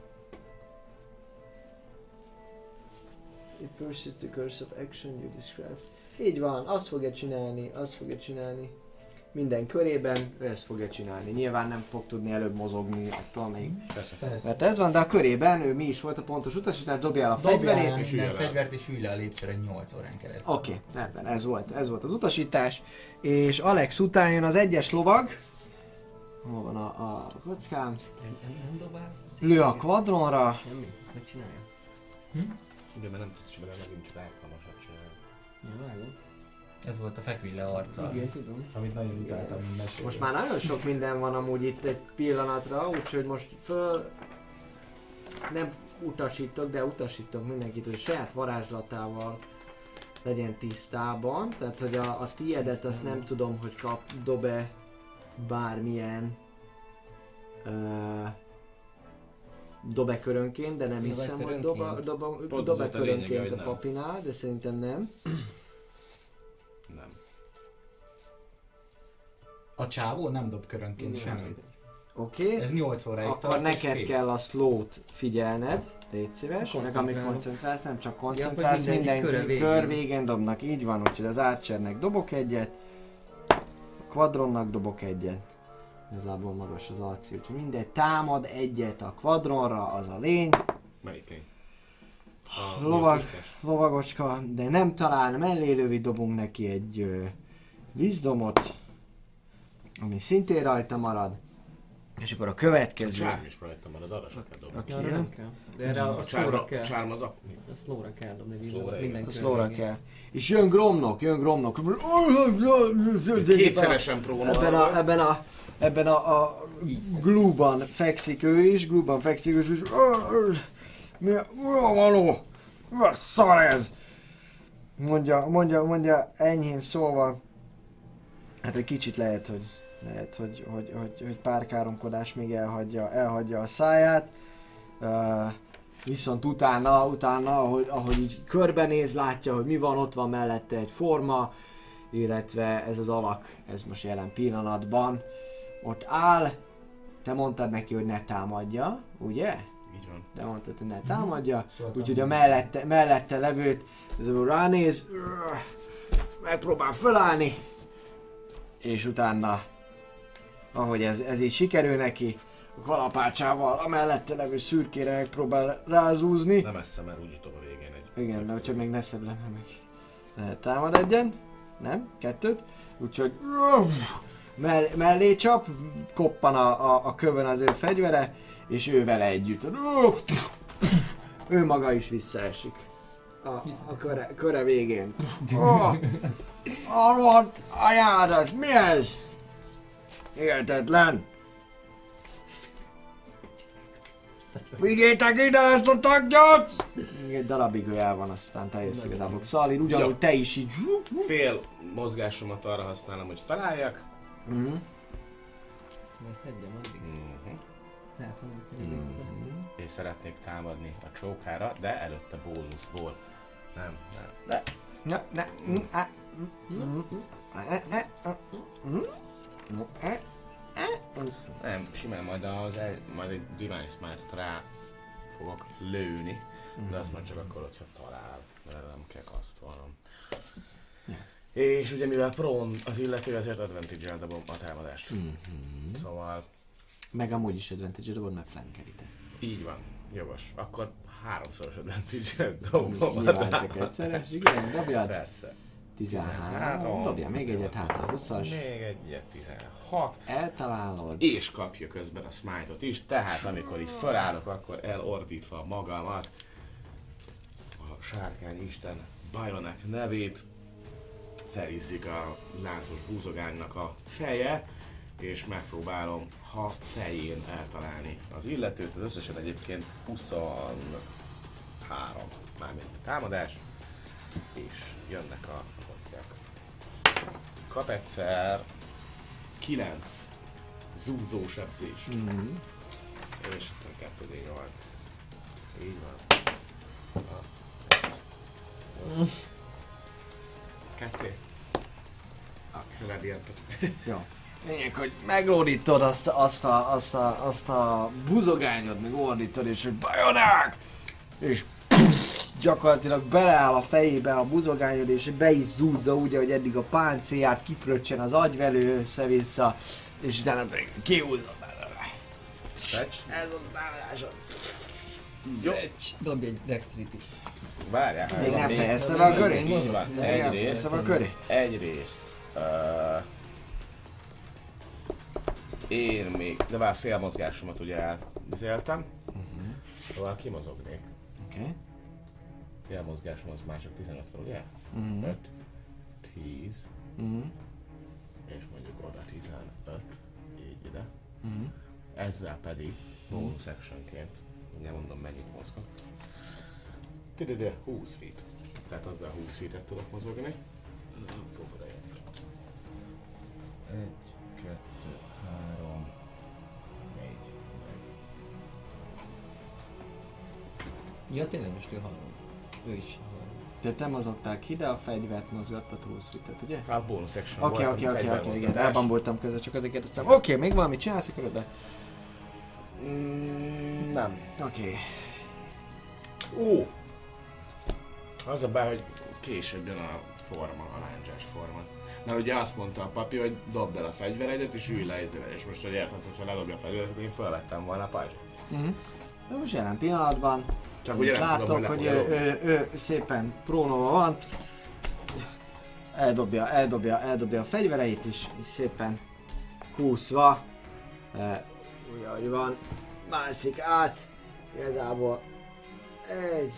It pursues the course of action you described. Így van, azt fogja csinálni, azt fogja csinálni. Minden körében ő ezt fogja csinálni. Nyilván nem fog tudni előbb mozogni attól még. Persze. Persze. Mert ez van, de a körében ő mi is volt a pontos utasítás, dobjál a Dobja fegyverét. el és minden ülj le. fegyvert és ülj le a lépcsőre nyolc órán keresztül. Oké, okay, ebben ez volt, ez volt az utasítás. És Alex után jön az egyes lovag. Hol van a, a kockám? Nem, nem, nem dobálsz a Lő a székét? kvadronra. Semmi, ezt megcsinálja. Igen, mert nem tudsz csinálni, megint csak ártalmasat csinálni. Ja, vágom. Ez volt a fekville arccal, Igen, tudom. amit nagyon utáltam, mint mesélő. Most már nagyon sok minden van amúgy itt egy pillanatra, úgyhogy most föl... Nem utasítok, de utasítok mindenkit, hogy saját varázslatával legyen tisztában. Tehát, hogy a, a tiedet azt nem tudom, hogy kap, dob-e bármilyen uh, dob-e körönként, de nem Dob-e hiszem, hogy körönként? dob-e dob Pont az dob volt a lényege, körönként hogy a nem. papinál, de szerintem nem. Nem. A csávó nem dob körönként Igen. semmit. Oké, okay. Ez nyolc óráig akkor tart, és neked kész. kell a slow-t figyelned, légy szíves, meg amit Koncentrálok. koncentrálsz, nem csak hogy koncentrálsz, mindegyik minden köre végén. kör végén dobnak, így van, úgyhogy az Archernek dobok egyet, a Quadronnak dobok egyet, igazából magas az arci, úgyhogy mindegy, támad egyet a Quadronra, az a lény, Melyik lény? A lovag, puskás. lovagocska, de nem talál, mellé lövi, dobunk neki egy ö, vízdomot, ami szintén rajta marad. És akkor a A következő... csárm is rajta marad, arra se kell dobni. Aki Arra jön? nem kell. De erre a, A a csárm, slowra a kell. csárm az a... A slowra kell dobni Slowra, vízdomot igen. minden A kör slowra végén. kell. És jön Gromnok, jön Gromnok. Kétszeresen próbálom. Ebben a, ebben a, ebben a, a glúban fekszik ő is, glúban fekszik ő is, és mi a mi a való? Mi a szar ez? Mondja, mondja, mondja enyhén szólva. Hát egy kicsit lehet, hogy lehet, hogy, hogy, hogy, hogy pár káromkodás még elhagyja, elhagyja a száját. Uh, viszont utána, utána ahogy, ahogy így körbenéz, látja, hogy mi van, ott van mellette egy forma, illetve ez az alak, ez most jelen pillanatban ott áll. Te mondtad neki, hogy ne támadja, ugye? Így van. De mondtad, hogy ne támadja. Szóltam. Úgyhogy a mellette, mellette levőt ez a ránéz, megpróbál fölállni, és utána, ahogy ez, ez így sikerül neki, a kalapácsával a mellette levő szürkére megpróbál rázúzni. Nem messze, mert úgy jutom a végén egy... Igen, de csak még neszebb lenne még. Lehet támad egyen, nem, kettőt, úgyhogy mell mellé csap, koppan a, a, a kövön az ő fegyvere, és ő vele együtt. Ő maga is visszaesik. A, a köre, köre végén. Oh, a rohadt anyádat, mi ez? Hihetetlen! Vigyétek ide ezt a tagjat! Egy darabig ő el van, aztán teljes igazából. Szalin, ugyanúgy Ja. te is így... Fél mozgásomat arra használom, hogy felálljak. Mhm. Majd szedjem addig. Mhm. Tehát, ha nem tegyek vissza. És szeretnék támadni a csókára, de előtte bónuszból. Nem, nem. De Ne, ne, mm, á, mm, mm, e, e, a, mm, mm, e, e, mm. nem, simán majd, az el, majd egy Divine Smite-ot rá fogok lőni, de azt már csak akkor, hogyha talál, mert erre nem kell kasztolnom. És ugye mivel prón az illető, ezért advantage-el dobom a támadást. Szóval Meg amúgy is advantage dobod, mert flankerite. így van, jogos. Akkor háromszoros advantage-el dobom a Nyilván csak egyszeres, igen, dobjad. Persze. tizenhárom, dobja még egyet, hátra huszas. Még egyet, tizenhat. Eltalálod. És kapja közben a smite-ot is, tehát amikor így felállok, akkor elordítva magamat a sárkány isten Bajonek nevét felizzik a láncos búzogánynak a feje, és megpróbálom, ha fején eltalálni az illetőt, az összesen egyébként huszonhárom mármint támadás, és jönnek a kockák. Kap egyszer kilenc zúzó sebzés, Mhm. és azt hiszem kettő dé nyolc. Így van. Ah. Kettő. Ah, radiantot. Jó. Lényeg, hogy meglódítod azt, azt, a, azt, a, azt a buzogányod, meg ordítod, és hogy bajonák! És pff, gyakorlatilag beleáll a fejébe a buzogányod, és be is zúzza úgy, hogy eddig a páncélját kifröccsen az agyvelő össze-vissza, és utána pedig kihúzza belőle. Fetch. Ez az a támadásod. Jó. Dobj egy dexterity. Várjál. Még nem még- fejezte be a körét? Így van. Még nem Egyrészt, fejezte be a körét? egyrészt. Uh, én még, de már fél mozgásomat ugye elvizéltem. Szóval kimozognék. Oké. Okay. Fél mozgásom az már csak tizenöt van, ugye? Mhm. öt, tíz, Mhm. és mondjuk oda tizenöt, így ide. Mhm. Ezzel pedig bonus actionként, nem mondom mennyit mozgok. Tidide, húsz feet. Tehát azzal húsz feet-et tudok mozogni. Nem fog odaérni. Egy, kettő, három, négy, Ja, tényleg most ő hallom. Ő is hallom. De te mozogtál ki, de a fegyvert mozgattad húsz fitet, ugye? hát bonus action Oké, volt, oké, ami oké, oké, igen, fegyvermozgatás. elbambultam közben, csak azért kérdeztem. Oké, okay, még valamit csinálsz a körödbe? Mm, nem. Oké. Ó! Az a baj, hogy később jön a forma, a lándzsás forma. Mert ugye azt mondta a papi, hogy dobd el a fegyveredet és ülj le ezzel, és most hogy érted, hogyha ledobja a fegyveret, akkor én felvettem volna a pajzsot. Uh-huh. Most jelen pillanatban Csak ugye nem látok, tudom, hogy hogy ő, ő, ő, ő szépen prónova van. Eldobja, eldobja, eldobja a fegyvereit is, és szépen kúszva. E, úgy, ahogy van, mászik át. Igazából egy,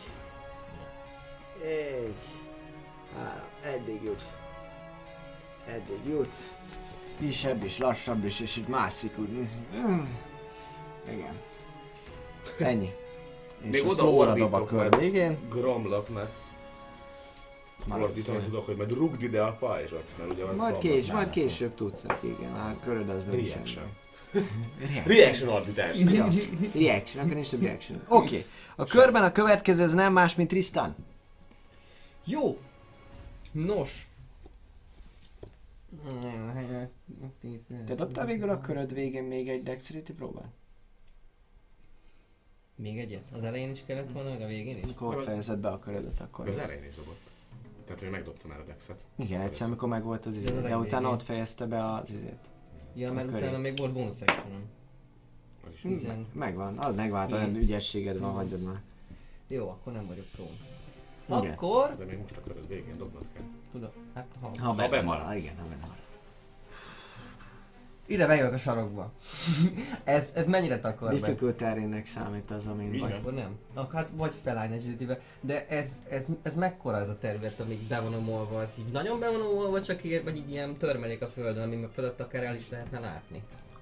egy, három, eddig jut. Eddig jut. Kisebb is, lassabb is, és így mászik úgy. Igen. Ennyi. És Még a oda slowra dob a ordítok kör majd. végén. Gromloknak Maradsz ordítani vele. tudok, hogy majd rugd ide a pajzsot, mert ugye az Majd, Gromlok kés, majd mellett van. később tudsz neki, igen, már köröd az nem Reaction. semmi. Reaction ordítás. Ja, reaction, akkor nincs több reaction. Oké, okay. A körben a következő az nem más, mint Tristan. Jó! Nos. Te dobtál végül a köröd végén még egy dexterity próbát? Még egyet? Az elején is kellett volna, meg a végén is? Amikor fejezed be a körödet, akkor... Az elején is dobott. Tehát, hogy megdobtam már a dexet. Igen, egyszer, amikor meg volt az Ez izé, a de legvégén. utána ott fejezte be az izét. Ja, mert A utána körét. még volt bonus actionom. Az is Tizen. Megvan, az megvált, olyan Hét. ügyességed van, Nyolc. hagyjad már. Jó, akkor nem vagyok prón. Igen. Akkor... De még most a köröd végén dobnod kell. Tudom, hát ha... Ha benne bemarad. marad, igen, ha benne marad. Ide bejövök a sarokba. ez, ez mennyire takar be? Difficult terrénnek számít az, amin Igen. vagy. Akkor nem. Akkor hát vagy felállj agility-be. De ez, ez, ez mekkora ez a terület, amíg be van omolva? Az így nagyon be van omolva, csak így, vagy így ilyen törmelék a földön, ami meg fölött akár el is lehetne látni?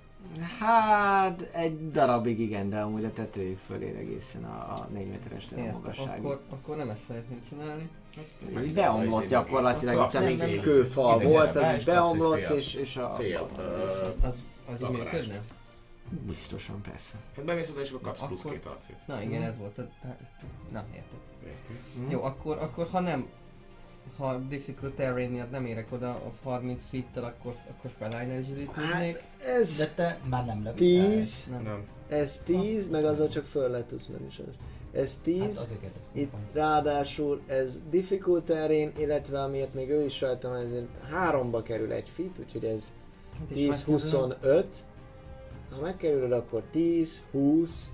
Hát egy darabig igen, de amúgy a tetőjük fölér egészen a, a négy méteres Értem, magasságig. akkor, akkor nem ezt szeretném csinálni. Így beomlott gyakorlatilag, Kapsz itt egy még fél- kőfal ide volt, gyere be, az és így kapsz egy beomlott, fél- és, és a... Fél. ö, Az, az így Akarást. működne? Biztosan, persze. Hát bemész oda és akkor kapsz Akkor- plusz két arcét. Na igen, ez volt. a- tá- Na, értem. Hm? Jó, akkor, akkor ha nem, ha difficult terrain miatt nem érek oda a harminc feet-tel, akkor, akkor felállj agility-znék. Ez De te már nem levitál. tíz, Nem. Nem. ez tíz, meg azzal csak föl lehet tudsz menni sajnos. Ez Hát tíz, azért kérdeztem. itt ráadásul ez difficult terrain, illetve amiért még ő is rajta van, ezért háromba kerül egy feet, úgyhogy ez Hát és tíz, megkerülöm. huszonöt. Ha megkerülöd, akkor tíz, húsz,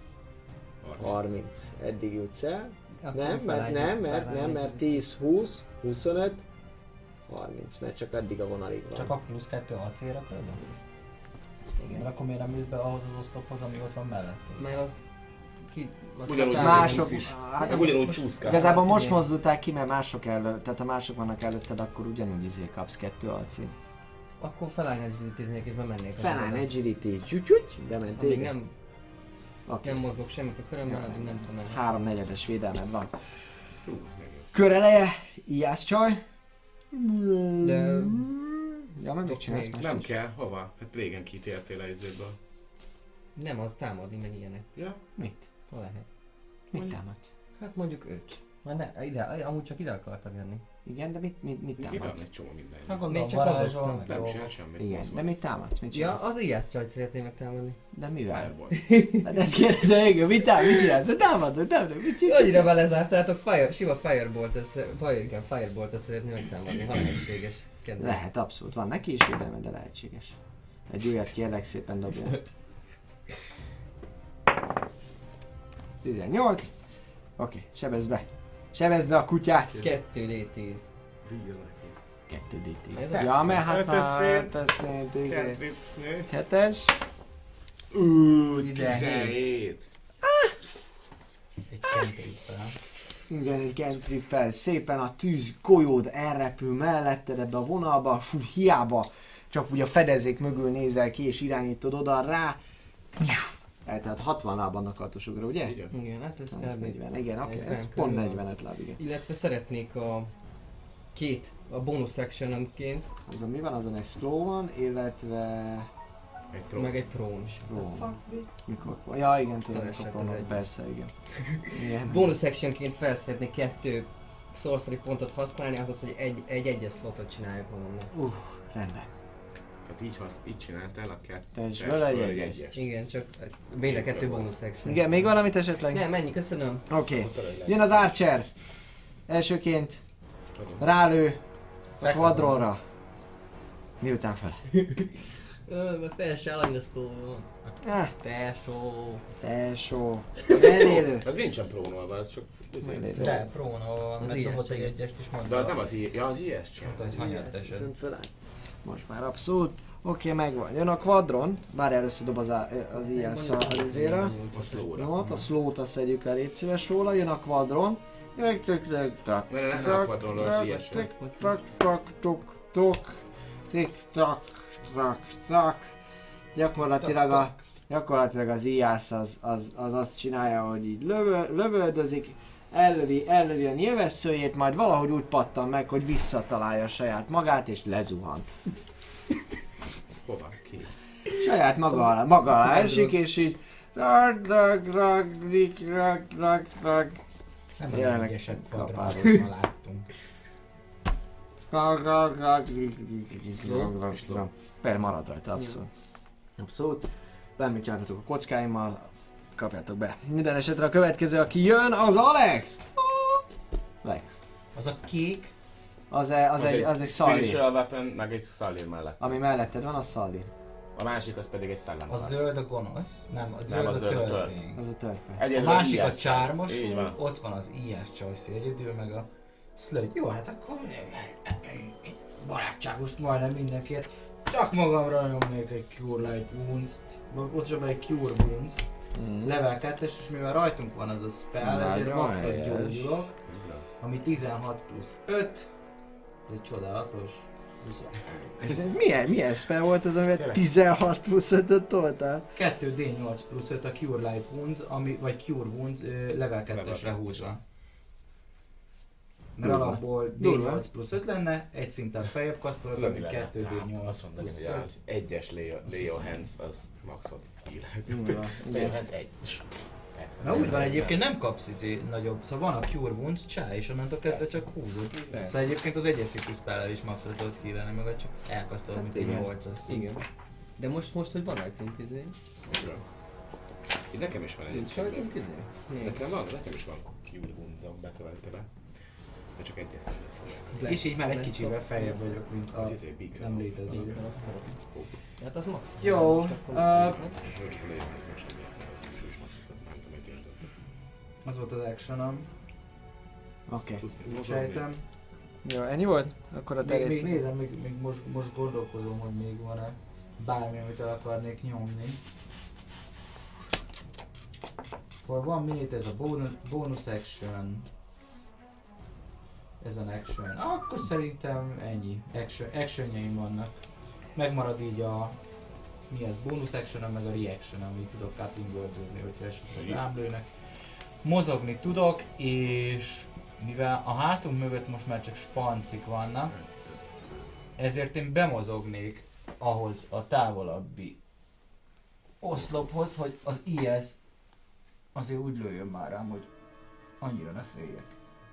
harminc. Eddig jutsz el. Akkor Nem, mert felállj- nem, mert felállj nem, mert agility. tíz, húsz, huszonöt, harminc, mert csak addig a vonalig van. Csak a plusz kettő acélra körülbelül? Igen. Mert akkor miért nem ülsz be ahhoz az oszlophoz, ami ott van mellett? Mert az... Ki... Az Ugyanúgy határ- Mások, is. hát Hát ugyanúgy csúszkál. igazából most Igen. mozdultál ki, mert mások elő, tehát ha mások vannak előtted, akkor ugyanúgy izé kapsz kettő alcin. Akkor felállj agility-znék és bemennék. az Felállj oldalra. agility, csúcsúgy, bementél. Amíg nem, Oké. nem mozgok semmit a körömmel, addig nem tudom meg. Három negyedes védelmed van. Hú, megjött. Kör eleje, ijász csaj. De... Ja, meg mit Tudok csinálsz még. most Nem is? kell, hova? Hát régen kitértél a izéből. Nem, az támadni meg ilyenek. Ja? Mit? Hol lehet? Mit támadsz? Hát mondjuk öt. Már ne, ide, amúgy csak ide akartam jönni. Igen, de mit, mit, mit Ki van támadsz? egy csomó minden. Hát Még gondolom csak varázsol, mozogtam. meg Nem dolgok. csinál semmit. Igen, mozgol. de mit támadsz? Mit Ja, csinálsz? az ijász csajt szeretném megtámadni. De mivel? Fireball. Hát ezt kérdezem végül, mit támadsz? Mit csinálsz? Támadod, támadod, mit csinálsz? Annyira belezártátok, fire, sima firebolt, ez, fire, igen, firebolt szeretném megtámadni, ha lehetséges. Kedves. Lehet, abszolút. Van neki is védelme, de lehetséges. Egy újat kérlek szépen dobja. tizennyolc. Oké, sebezd be. Sebezd be a kutyát. kettő dé tíz. Dúljon neki. kettő dé tíz. Ez Ja, mert hát Ötös már szint. teszint, izé. Cantrip, nő. Hetes. Ú, tizenhét. tizenhét. Egy kentéppel. Igen, egy cantrippel szépen a tűz golyód elrepül melletted ebbe a vonalba, s úgy hiába csak úgy a fedezék mögül nézel ki és irányítod oda rá. Tehát hatvan lábban akartos ugra, ugye? Igen. Igen, hát ez Ez kb. negyven, igen, oké, negyven ez pont körül. negyvenet láb, igen. Illetve szeretnék a két, a bonus actiononként, Azon mi van? Azon egy slow van, illetve... Egy pro. meg egy prón. Slow. Mikor? Ja, igen, tényleg, Elesett akkor az van, egy. persze, igen. igen. Bonus actionként fel szeretnék kettő sorcery pontot használni ahhoz, hogy egy, egy egyes slotot csináljak magamnak. Uh, rendben. Tehát így, hasz, így csináltál a kettős. Teljes vele egy egyes. egyes. Igen, csak mind a kettő bonus action. Igen, még valamit esetleg? Nem, ennyi, köszönöm. Oké. Okay. Jön az Archer. Elsőként Tudom. rálő a quadronra. Miután fel. Ö, mert fel se állani a szó. Ah, Tesó. tesó. Elélő. Az nincsen prónolva, az csak... Elélő. De, prónó, Az mert dobott egy ijesztő. egyest is De mondta. nem az i... Ja, az ilyes csak. Mondta, hogy hanyat esed. Viszont felállt. Most már abszolút. Oké, megvan. Jön a quadron. Bár először dob az, á- az ijász az izére. A slow-ra. Jó, a slow-t azt vegyük le, légy szíves róla. Jön a quadron. Tök, tök, tök, tök, Ne, ne, ne, tök, a quadronról az tök, ilyes tök, tök, tök, tuk, tuk. Tik, tak, tak, tak. Gyakorlatilag a Gyakorlatilag az ijász az, az, az azt csinálja, hogy így lövö, lövöldözik, ellövi, ellövi a nyilvesszőjét, majd valahogy úgy pattan meg, hogy visszatalálja saját magát és lezuhan. Hova? Ki? Saját maga alá, maga alá esik és így rag, rag, rag, rik, rag, rag, rag. Nem Jelenleg olyan egyeset kapálós. kvadrátban ma láttunk. Rag, rag, rag, rik, rik, rik, rag, rag, rag. Per marad rajta, abszolút. Abszolút. Bármit csináltatok a kockáimmal, kapjátok be. Minden esetre a következő, aki jön, az Alex! Lex. Az a kék, Az, e, az, egy, az egy szallír. Spiritual weapon, meg egy szallír mellett. Ami melletted van, az szallír. A másik az pedig egy szellem. a zöld a gonosz, nem, a zöld a a zöld a tör. törvény. Az a törpe. A Egyedül az másik a ilyes csak. Így csármosul, van. ott van az íjás csajszí egyedül, meg a slögy. Jó, hát akkor barátságos majdnem mindenkiért. Csak magamra nyomnék egy Cure Light Wounds-t, vagy pontosabban egy Cure Wounds. Mm. Level kettes, és mivel rajtunk van az a spell, ezért Nagyon maxot helyes. gyógyulok, ami tizenhat plusz öt. Ez egy csodálatos. huszonhárom. Milyen, milyen spell volt az, amivel Tényleg? tizenhat plusz ötöt toltál? kettő dé nyolc plusz öt a Cure Light Wounds, ami, vagy Cure Wounds ö, level kettesre Level húzva. Mert Durva. alapból dé nyolc plusz öt lenne, egy szinten feljebb kasztolod, ami kettő dé nyolc Azt mondani, plusz hogy öt. az egyes Leo, Az Leo huszonhat. Hands az maxot hílek. Durva. Leo Hands egy. Na úgy van egyébként nem kapsz izé nagyobb, szóval van a Cure Wounds csá, és onnantól kezdve csak húzod. Persze. Szóval egyébként az egyes szintű spellel is maxot tudod hírelni, meg vagy csak elkasztolod, mint egy igen. nyolcas szint. Igen. De most, most hogy van rajtunk izé? Itt nekem is van Nincs egy. rajtunk izé? Milyen? Nekem van, nekem is van Cure Wounds-om betövelte be. De csak egyes szintet. Ez És lesz- így már egy lesz kicsivel a- feljebb vagyok, mint a Az izé Beacon nem of- létező. Hát az max. Jó, uh, az volt az actionom, Oké. sejtem. Jó, ennyi volt? Akkor a Még, még terész. nézem, még, még most, most gondolkozom, hogy még van-e bármi, amit el akarnék nyomni. Hol van még ez a bonus, bonus action? Ez an action. Akkor szerintem ennyi. Action, actionjaim vannak. Megmarad így a... Mi ez? Bonus action meg a reaction, amit tudok cutting words-özni, hogyha esetleg rám lőnek. Mozogni tudok, és mivel a hátunk mögött most már csak spancik vannak, ezért én bemozognék ahhoz a távolabbi oszlophoz, hogy az i es azért úgy lőjön már rám, hogy annyira ne féljek.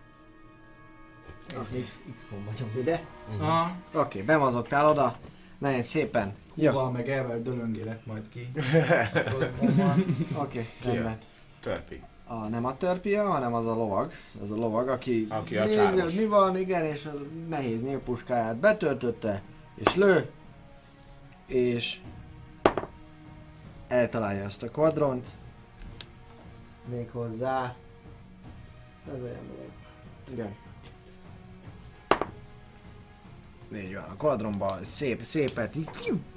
X, X-kon vagy az ide. Aha. Oké, bemozogtál oda. Nagyon szépen. Jó. Húval meg elvel dölöngélek majd ki. Crossbow-mal. Oké, Ki rendben. Törpi. A, nem a törpia, hanem az a lovag. Az a lovag, aki, Aki a nézi, csármos. hogy mi van, igen, és a nehéz nyílpuskáját betöltötte, és lő, és eltalálja azt a quadront. Méghozzá... Ez olyan dolog. Igen. Így van, a quadronban szép, szépet így...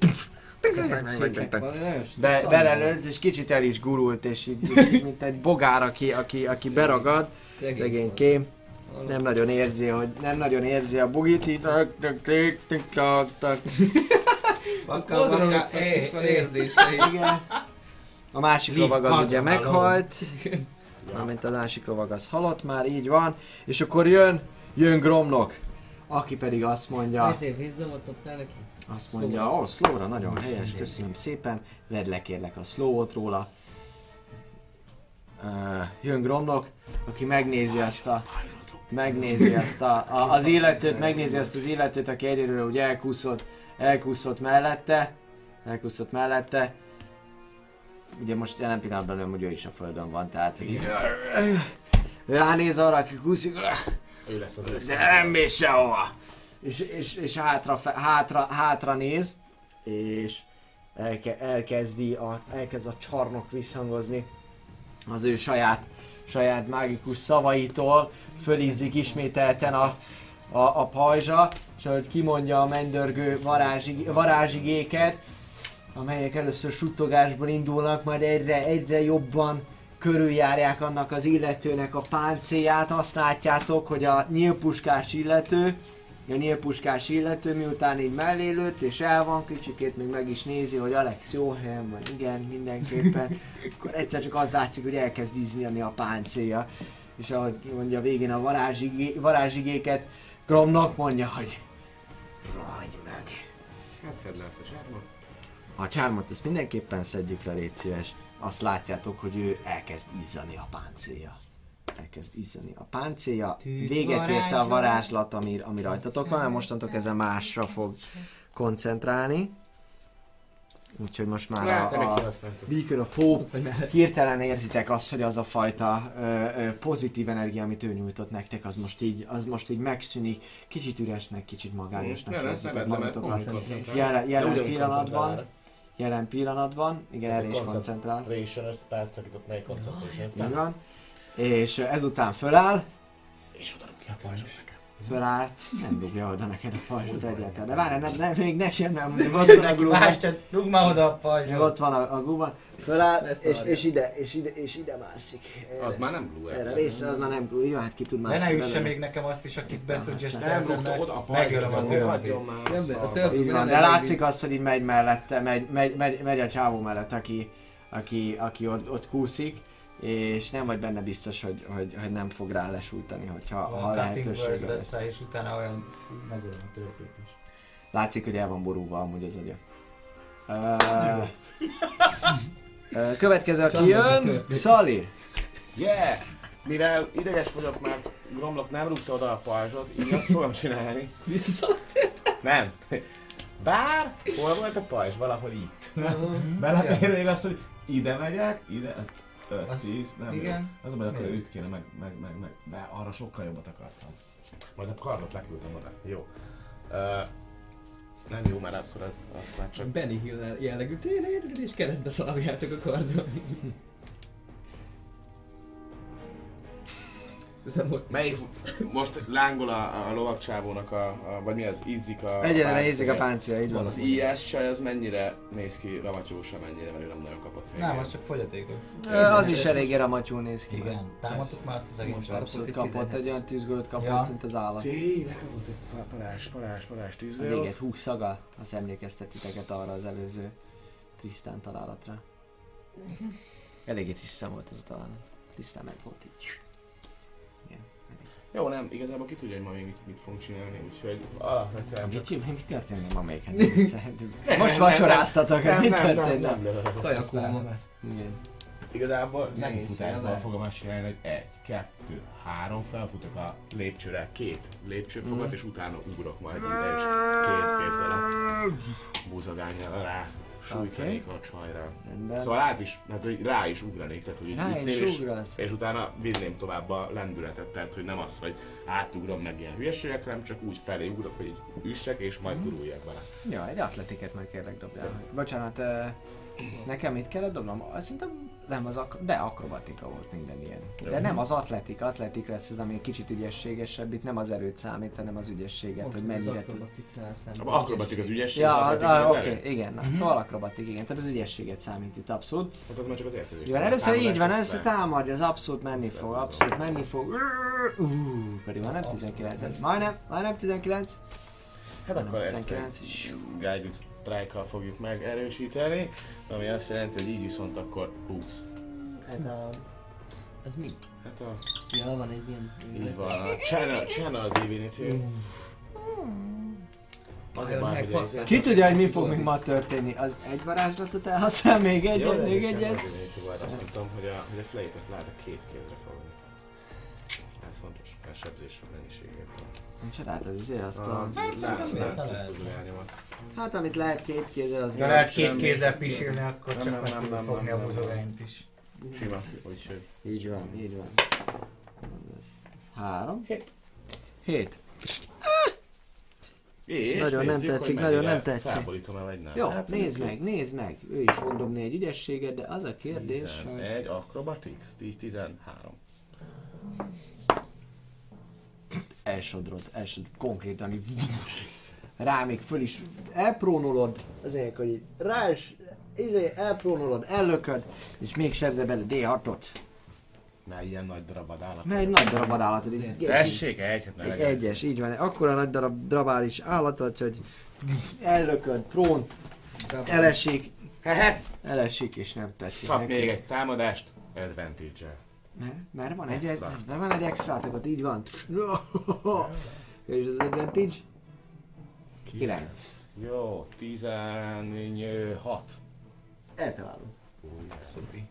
Be, belelőtt, és kicsit el is gurult, és így, és így mint egy bogár, aki, aki, aki beragad, szegény kém. Nem nagyon érzi, hogy nem nagyon érzi a bugit, így tak, tak, tak, tak, tak, tak. Vakka, vakka, eh, van eh. érzései. Igen. A másik Leave lovag az ugye Quadron meghalt, mármint a másik lovag az halott már, így van. És akkor jön, jön Gromnok, aki pedig azt mondja, Ezért vízdomot dobtál neki? azt mondja, ó, oh, slowra, nagyon helyes, köszönöm szépen, vedd le kérlek a slowot róla. Uh, jön Gromnok, aki megnézi azt a, megnézi azt a, a, az illetőt, megnézi azt az illetőt, aki egyről ugye elkúszott, elkúszott mellette, elkúszott mellette. Ugye most jelen pillanatban ő ugye is a földön van, tehát hogy így, ránéz arra, aki kúszik, Ő lesz az ősz. de nem mész sehova. És, és, és hátra, fe- hátra, hátra néz, és elke, elkezdi a, elkezd a csarnok visszhangozni az ő saját, saját mágikus szavaitól, fölízzik ismételten a, a, a pajzsa, és ahogy kimondja a mennydörgő varázsig, varázsigéket, amelyek először suttogásból indulnak, majd egyre, egyre jobban körüljárják annak az illetőnek a páncélját. Azt látjátok, hogy a nyílpuskás illető, a nyílpuskás illető miután így mellé lőtt és el van, kicsikét még meg is nézi, hogy Alex jó helyen van, igen, mindenképpen. Akkor egyszer csak az látszik, hogy elkezd izzadni a páncélja. És ahogy mondja a végén a varázsigé, varázsigéket, Gromnak mondja, hogy ragadj meg. Hát szedd le ezt a csármot. A csármot ezt mindenképpen szedjük le, légy szíves. Azt látjátok, hogy ő elkezd izzani a páncélja. Elkezd izzani a páncélja. Véget érte a varázslat, ami, ami rajtatok van, mert mostantól kezdve másra fog koncentrálni. Úgyhogy most már a, a Beacon of Hope hirtelen érzitek azt, hogy az a fajta ö, ö, pozitív energia, amit ő nyújtott nektek, az most így, az most így megszűnik. Kicsit üresnek, kicsit magányosnak érzitek magatokat. Jelen, jelen pillanatban, jelen pillanatban, igen, erre is koncentrál. Concentration spell szakított melyik concentration spell. Így van. És ezután föláll. És oda rúgja a pajzsot nekem. Föláll. Nem dugja oda neked a pajzsot egyáltalán. De várj, ne, ne, még ne csinálj, mondjuk ott van a grúban. Rúg már oda a pajzsot. Ott van a, a grúban. Föláll, és, és ide, és ide, és ide mászik. Erre, Az már nem glue. erre a részre, az már nem glue. Jó, hát ki tud De mászni. ne üsse belőle. még nekem azt is, akit beszuggeszt Nem el, rúgta oda a meg pajzsot. megölöm a törpét. Hagyjon már. Nem, szar. a törpét Így van, de látszik az, hogy így megy mellette, megy, megy, megy, megy a csávó mellett, aki, aki, aki ott, ott kúszik. És nem vagy benne biztos, hogy, hogy, hogy nem fog rá lesújtani, hogyha ha A cutting lehetősége words lesz. lesz rá, és utána olyan fú, megölöm a törpét is. Látszik, hogy el van borulva amúgy az agya. Uh, uh, következő, aki jön, Szali. Yeah! Mivel ideges vagyok, mert Gromlok nem rúgta oda a pajzsot, így azt fogom csinálni. Visszaszaltért? Nem. Bár, hol volt a pajzs? Valahol itt. Belefér még azt, hogy ide megyek, ide, öt, Az- tíz, nem igen. jó. Az a baj, akkor Igen. őt kéne meg, meg, meg, meg, de arra sokkal jobbat akartam. Majd a kardot leküldöm oda. Jó. Uh, nem jó, mert akkor az, az már csak... Benny Hill jellegű tényleg, és keresztbe szaladgáltok a kardon. Ez nem volt. Melyik, most lángol a, a lovagcsávónak a, a, vagy mi az, izzik a... Egyelőre páncélja. ízik a páncél, így van. Az i es csaj az mennyire néz ki, ramatyósa mennyire, mert ő nem nagyon kapott még. Nem, ilyen. az csak fogyatékos. Ö, Az is eléggé ramatyul néz ki. Igen. Támadtuk már azt a szegény Most csajt. abszolút egy kapott tizenhet. egy olyan tűzgölt kapott, Ja. mint az állat. Tényleg kapott egy parás, parás, parás Az tűzgöl. éget húsz szaga, az emlékeztetiteket arra az előző Trisztán találatra. Eléggé tisztán volt ez a találat. Tisztán meg volt így. Igen. Jó, nem, igazából ki tudja, hogy ma még mit, mit fogunk csinálni, úgyhogy alapvetően csak... Mit, mi történik ma még? Hát nem szerintünk. Most vacsoráztatok, Nem, mi nem, nem, történt? nem, lövöd az Kajakóma. összes Igen. Igazából Nehéz nem futásban csinálni. fogom azt csinálni, hogy egy, kettő, három, felfutok a lépcsőre, két lépcsőfokat, Mhm. és utána ugrok majd ide, és két kézzel a búzagánnyal rá sújtanék a csajra. Rendben. Szóval át is, hát hogy rá is ugranék, tehát hogy így Rá ütnél, is és, ugrasz. és utána vinném tovább a lendületet, tehát hogy nem az, hogy átugrom meg ilyen hülyeségekre, hanem csak úgy felé ugrok, hogy így üssek, és majd guruljak vele. Ja, egy atletiket meg kérlek dobjál. Bocsánat, eh, nekem mit kellett dobnom? Azt Szerintem nem az ak- de akrobatika volt minden ilyen. De nem az atletika, atletika lesz az, ami egy kicsit ügyességesebb, itt nem az erőt számít, hanem az ügyességet, hogy mennyire tud. A akrobatik az ügyesség, Ja, az ah, atletik ah, az oké, erő. igen, na, szóval akrobatik, igen, tehát az ügyességet számít itt abszolút. Hát az már csak az érkezés. Igen, A először így támadást van, azt először be- támadja, az abszolút menni Azt fog, lesz az abszolút menni fog. Uuuuh, pedig van nem tizenkilenc. Majdnem, majdnem tizenkilenc. Hát akkor ezt tizenkilenc egy is. Guided Strike-kal fogjuk megerősíteni, ami azt jelenti, hogy így viszont akkor húsz. Ez a... Ez mi? Hát a, Ja, van egy ilyen... így van, a Channel, channel Divinity. Az a baj, hogy ez... Ki tudja, hogy mi fog még ma történni? Az egy varázslatot elhasznál, még Jó, egyet, de még ez egyet. Channel Divinity volt, azt nem tudom, hogy a, hogy a Flame-t ezt lehet a két kézre fogni. Ez fontos, mert sebzésről mennyiségében van. Micsodát, ez izé azt A a... láncot. Hát amit lehet két kézzel, az... Ha lehet két semmi. kézzel pisilni, akkor Nem, csak nem, meg nem, tudod nem, fogni nem, a nem, buzogányt is. Sima, úgyhogy... Így van, így van. Ez három. Hét. Hét. És Nagyon nem nézzük, hogy tetszik, mennyire nagyon nem tetszik. felborítom-e vagy nem. Jó, Hát, nézd meg, nézd meg. Ő is fog dobni egy ügyességet, de az a kérdés, hogy... tizenegy, Acrobatics, tíz tizenhárom. Elsodrod, elsodrod, konkrétan így... Rá még föl is elprónolod, azért, hogy így rá is, izé, elprónolod, ellököd, és még sebzel bele dé hatot. Már ilyen nagy darabad állat. Mert egy nagy darab vadállatod, így, egy, Tessék, egy, hát ne egy legyen egyes, így van, akkora nagy darab drabális állatot, hogy ellököd, prón, elesik, Hehe, elesik, és nem tetszik kap neki. még egy támadást, advantage-el. Mert, mert van egy, Extra. de van egy extra, ott így van. És az advantage? kilenc. Jó, tizenhat. Eltalálom. Szupi.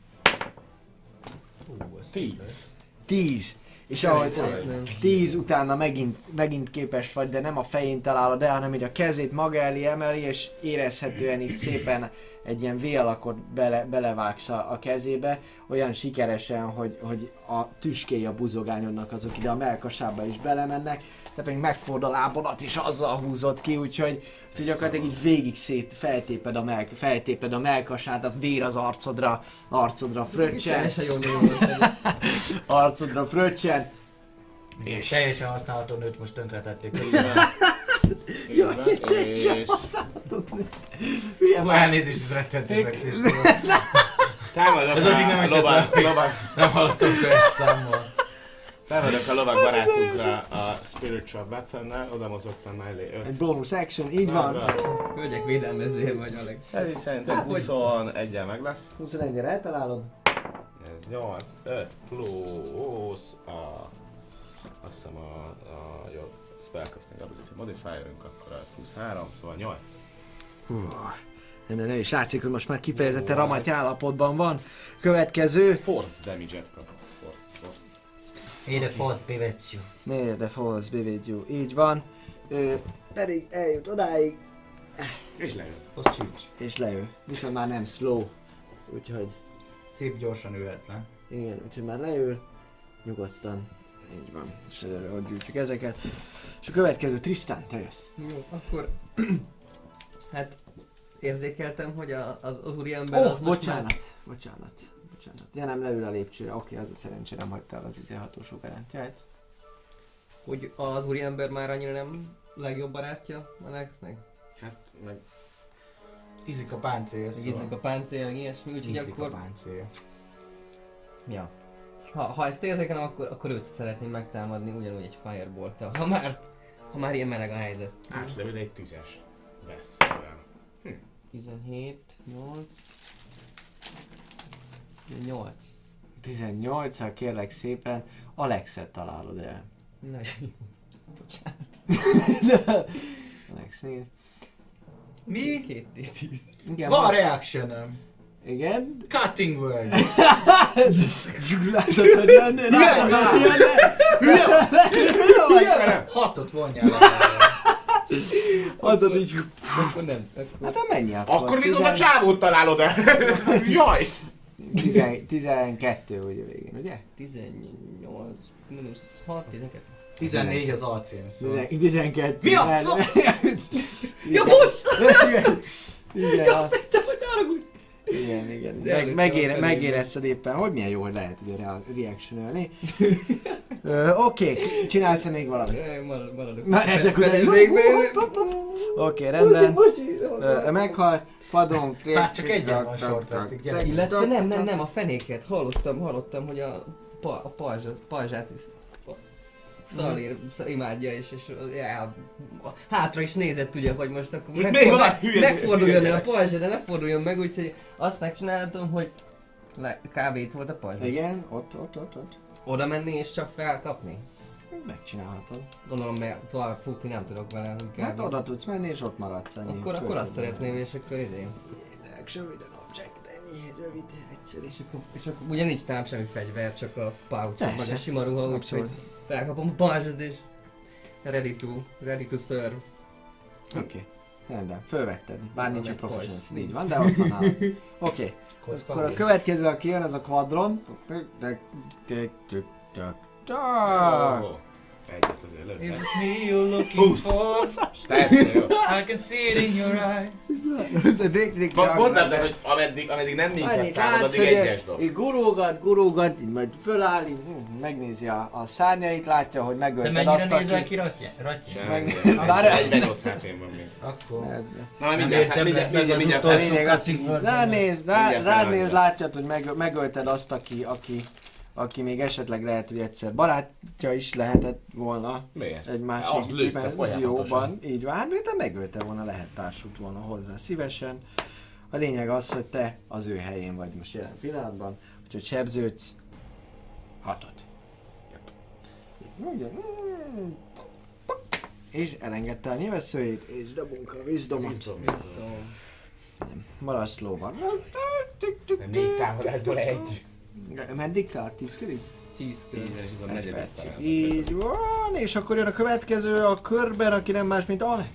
Hú, az tíz. tíz. És ahogy Nem. tíz utána megint, megint képes vagy, de nem a fején találod el, hanem így a kezét maga elé emeli, és érezhetően itt szépen egy ilyen V-alakot bele, belevágsz a, a kezébe, olyan sikeresen, hogy, hogy a tüskéi a buzogányodnak azok ide a mellkasába is belemennek, te pedig megford a lábadat és azzal húzod ki, úgyhogy, úgyhogy gyakorlatilag így végig szét feltéped a, mell, feltéped a mellkasát, a vér az arcodra, arcodra fröccsen, Teljesen jó nyomult. arcodra fröccsen. És teljesen használható nőt most tönkretették. Így van, és Hülye Ó, már. elnézést, ez rettentő szexis. támadok Ez addig nem a esett lovag, le. lovag, Nem hallottam saját számmal. támadok a lovag barátunkra a Spiritual Weaponnel, oda mozogtam mellé Egy öt. bonus action, így van. Hölgyek védelmezője vagy, Alex. Ez így szerintem Hát, hogy- huszonegyel meg lesz. huszonegyre eltalálod. Ez nyolc, öt plusz a... Azt hiszem a... a jó, spellcasting ability modifierünk, akkor az plusz három, szóval nyolc. Hú, ennél ne is látszik, hogy most már kifejezetten ramaty állapotban van. Következő. Force damage-et kap. Force, force. Ide fasz, bevetjük. Miért de false with you. Így van. Ő pedig eljut odáig, És lejön. Az csúcs. és leül. Viszont már nem slow. Úgyhogy, Szép gyorsan ülhet le. igen, úgyhogy már leül. Nyugodtan. Így van. És előre hogy gyűjtjük ezeket. És a következő, Tristan, te jössz. Jó, akkor... hát érzékeltem, hogy a, az, az úriember... Ó, az oh, most bocsánat. már- Bocsánat. Bocsánat. Ja, nem leül a lépcsőre. Oké, az a szerencsére nem hagyta el az izé hatósok ellent. Jöhet. Hogy az úriember már annyira nem legjobb barátja Alexnek? Hát, meg... Ízik a páncél, Meg íznek a páncél, meg ilyesmi, úgyhogy Ízik a akkor... páncél. Ja. Ha, ha ezt érzékelem, akkor, akkor őt szeretném megtámadni, ugyanúgy egy firebolt-tal. Ha már, ha már ilyen meleg a helyzet. Átlövöd egy tüzes. Veszélyvel. tizenhét, nyolc... nyolc. tizennyolccal kérlek szépen Alexet találod el. Na jó. Bocsánat. Alex néz. Mi? Két D tíz. Igen, Van most- reaction-öm. Igen. Cutting word. Látod, hogy jönne, látod, hogy jönne. Hülye vagy? Hatot vonjál alá. Mondod így, Akkor nem. Akkor... hát nem menj akkor. Akkor viszont a csávót találod el! Jaj! Tizen- tizenkettő ugye végén, ugye? tizennyolc, mínusz hat, tizenkettő. tizennégy az alcím, szóval. Tizen- tizenkettő. Mi a El- Ja, bocs! Igen, igen, Azt tettem, hogy ne haragudj! igen, igen. De Meg, előtte megére, van megérezted éppen, hogy milyen jó, hogy lehet ugye rea- reactionölni. Ö, Oké, csinálsz még valamit? Jaj, marad- Maradok. Már ezek után... Fedezékben. Oké, rendben. Bocsi, Ö, Meghal, padon, Hát csak egyen van short restig, gyere. Illetve nem, nem, nem, a fenéket. Hallottam, hallottam, hogy a, pa, a pajzsát, pajzsát is Szalir imádja, és, és já, hátra is nézett ugye, hogy most akkor Még megfordul, van, hülye- megforduljon hülye a gyerek. pajzsa, de ne forduljon meg, úgyhogy azt megcsináltam, hogy le, kb. Itt volt a pajzsa. Igen, ott, ott, ott, ott. Oda menni és csak felkapni. Megcsinálhatod. Gondolom, mert tovább futni nem tudok vele. Kb. Hát oda tudsz menni és ott maradsz ennyi. Akkor, akkor azt szeretném, és akkor izé. Action with an object, ennyi, rövid, egyszerű. És akkor, és akkor ugye nincs nálam semmi fegyver, csak a pouch, meg Persze. a sima ruha, úgyhogy Abszolút. felkapom a pajzsot és ready to, ready to serve. Oké. Okay. Rendben, fölvetted. Bár Ez nincs a van egy professional, pajzs. így van, de ott van nálad. Oké. Okay. Kocka. Akkor a következő, aki jön, az a Quadron. Ó. Egyet azért lőtt. Is it me you're looking for? Persze, jó. I can see it in your eyes. Mondd mondd át, hogy ameddig, ameddig nem minket támad, addig egyes dob. Így gurulgat, gurulgat, így majd föláll, így, hm, megnézi a, a szárnyait, látja, hogy De megölted azt, mennyire nézel aki... ki ratja? Ratja? Meg- Bár egyben-nyolc há pé-n van még. Akkor... Na, Nem mindjárt, értem mindjárt, meg mindjárt, az mindjárt, utolsó Lényeg az, hogy Cutting ránéz, rá, Mindjárt ránéz, felállítás. látjad, hogy meg, megölted azt, aki, aki, aki még esetleg lehet, hogy egyszer barátja is lehetett volna Miért? egy Az másik lőtte folyamatosan. dimenzióban. Így van, hát de megölte volna, lehet társult volna hozzá szívesen. A lényeg az, hogy te az ő helyén vagy most jelen pillanatban, úgyhogy sebződsz hatot. Mondja, mm, és elengedte a nyilvesszőjét, és dobunk a wisdomot. Maradsz lóban. Négy támadásból egy. Meddig tart? tíz körül? tíz körül. Igen, és ez a Egy negyedik percig. talán. Így van, és akkor jön a következő a körben, aki nem más, mint Ale.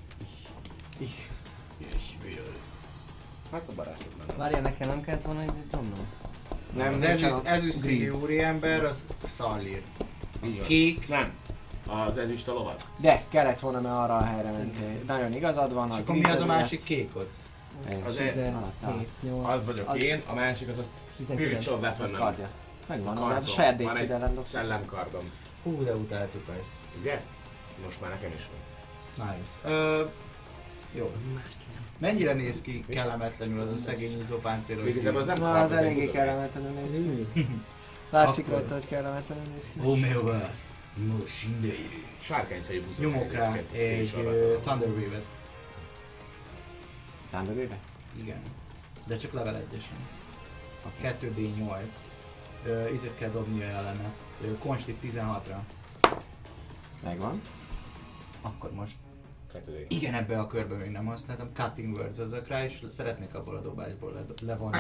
Hát a barátod nem. Várjál, nekem nem kellett volna egy domnom? Nem, Az nincs ezüst, a- ezüst színű Gríz. úriember, az Szalír. Így van. Kék, Nem. Az ezüst a lovad. De kellett volna, mert arra a helyre mentél. Nagyon igazad van. és a akkor mi az a grízed másik kék ott? Az e- tizenhét, nyolc, Az vagyok Az- én, a másik az a tizenkilenc. spiritual weapon. kardja. Megvan, Ez a kardom. saját Van dé cé-del egy nem dobsz. szellemkardom. Hú, de utáltuk ezt. Ugye? Most már nekem is van. Nice. Ö, jó. Mennyire néz ki kellemetlenül az a szegény izzópáncél, hogy Igazából az nem Na, kard, az ez egy eléggé húzó. kellemetlenül néz ki. Látszik Akkor- rajta, hogy kellemetlenül néz ki. Homeova, Moshindeiri. Sárkányfejű buzok. Nyomok rá egy ö, Thunder Wave-et. Thunderwave? Igen. De csak level egyesen. kettő dé nyolc. Ö, Izet kell dobnia ellene. Ö, Konstit tizenhatra. Megvan. Akkor most. Igen, ebbe a körbe még nem használtam. Cutting Words azok rá, és szeretnék abból a dobásból le- levonni.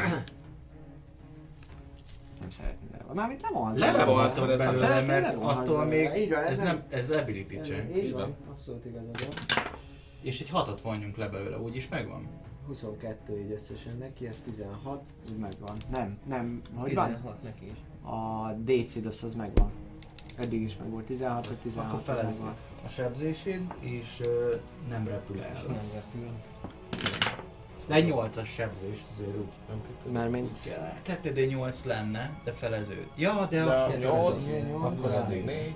Nem szeretném le. Mármint nem az. Levoltam ez belőle, szeretném mert levolni attól belőle. még Így van, ez ez nem- nem, ez ability check. Így van, abszolút igazad van. És egy hatot vonjunk le belőle, úgyis megvan? huszonkettő így összesen neki, ez tizenhat, úgy megvan. Nem, nem, hogy van? tizenhat neki is. A dé cé dosz az megvan. Eddig is meg volt tizenhat, vagy tizenhat, Akkor az felez megvan. a sebzését, és ö, nem repül el. Nem repül. De egy nyolcas sebzést azért úgy. Mármint... kettő dé nyolc lenne, de felező. Ja, de De az a nyolc, Akkor addig addig. négy,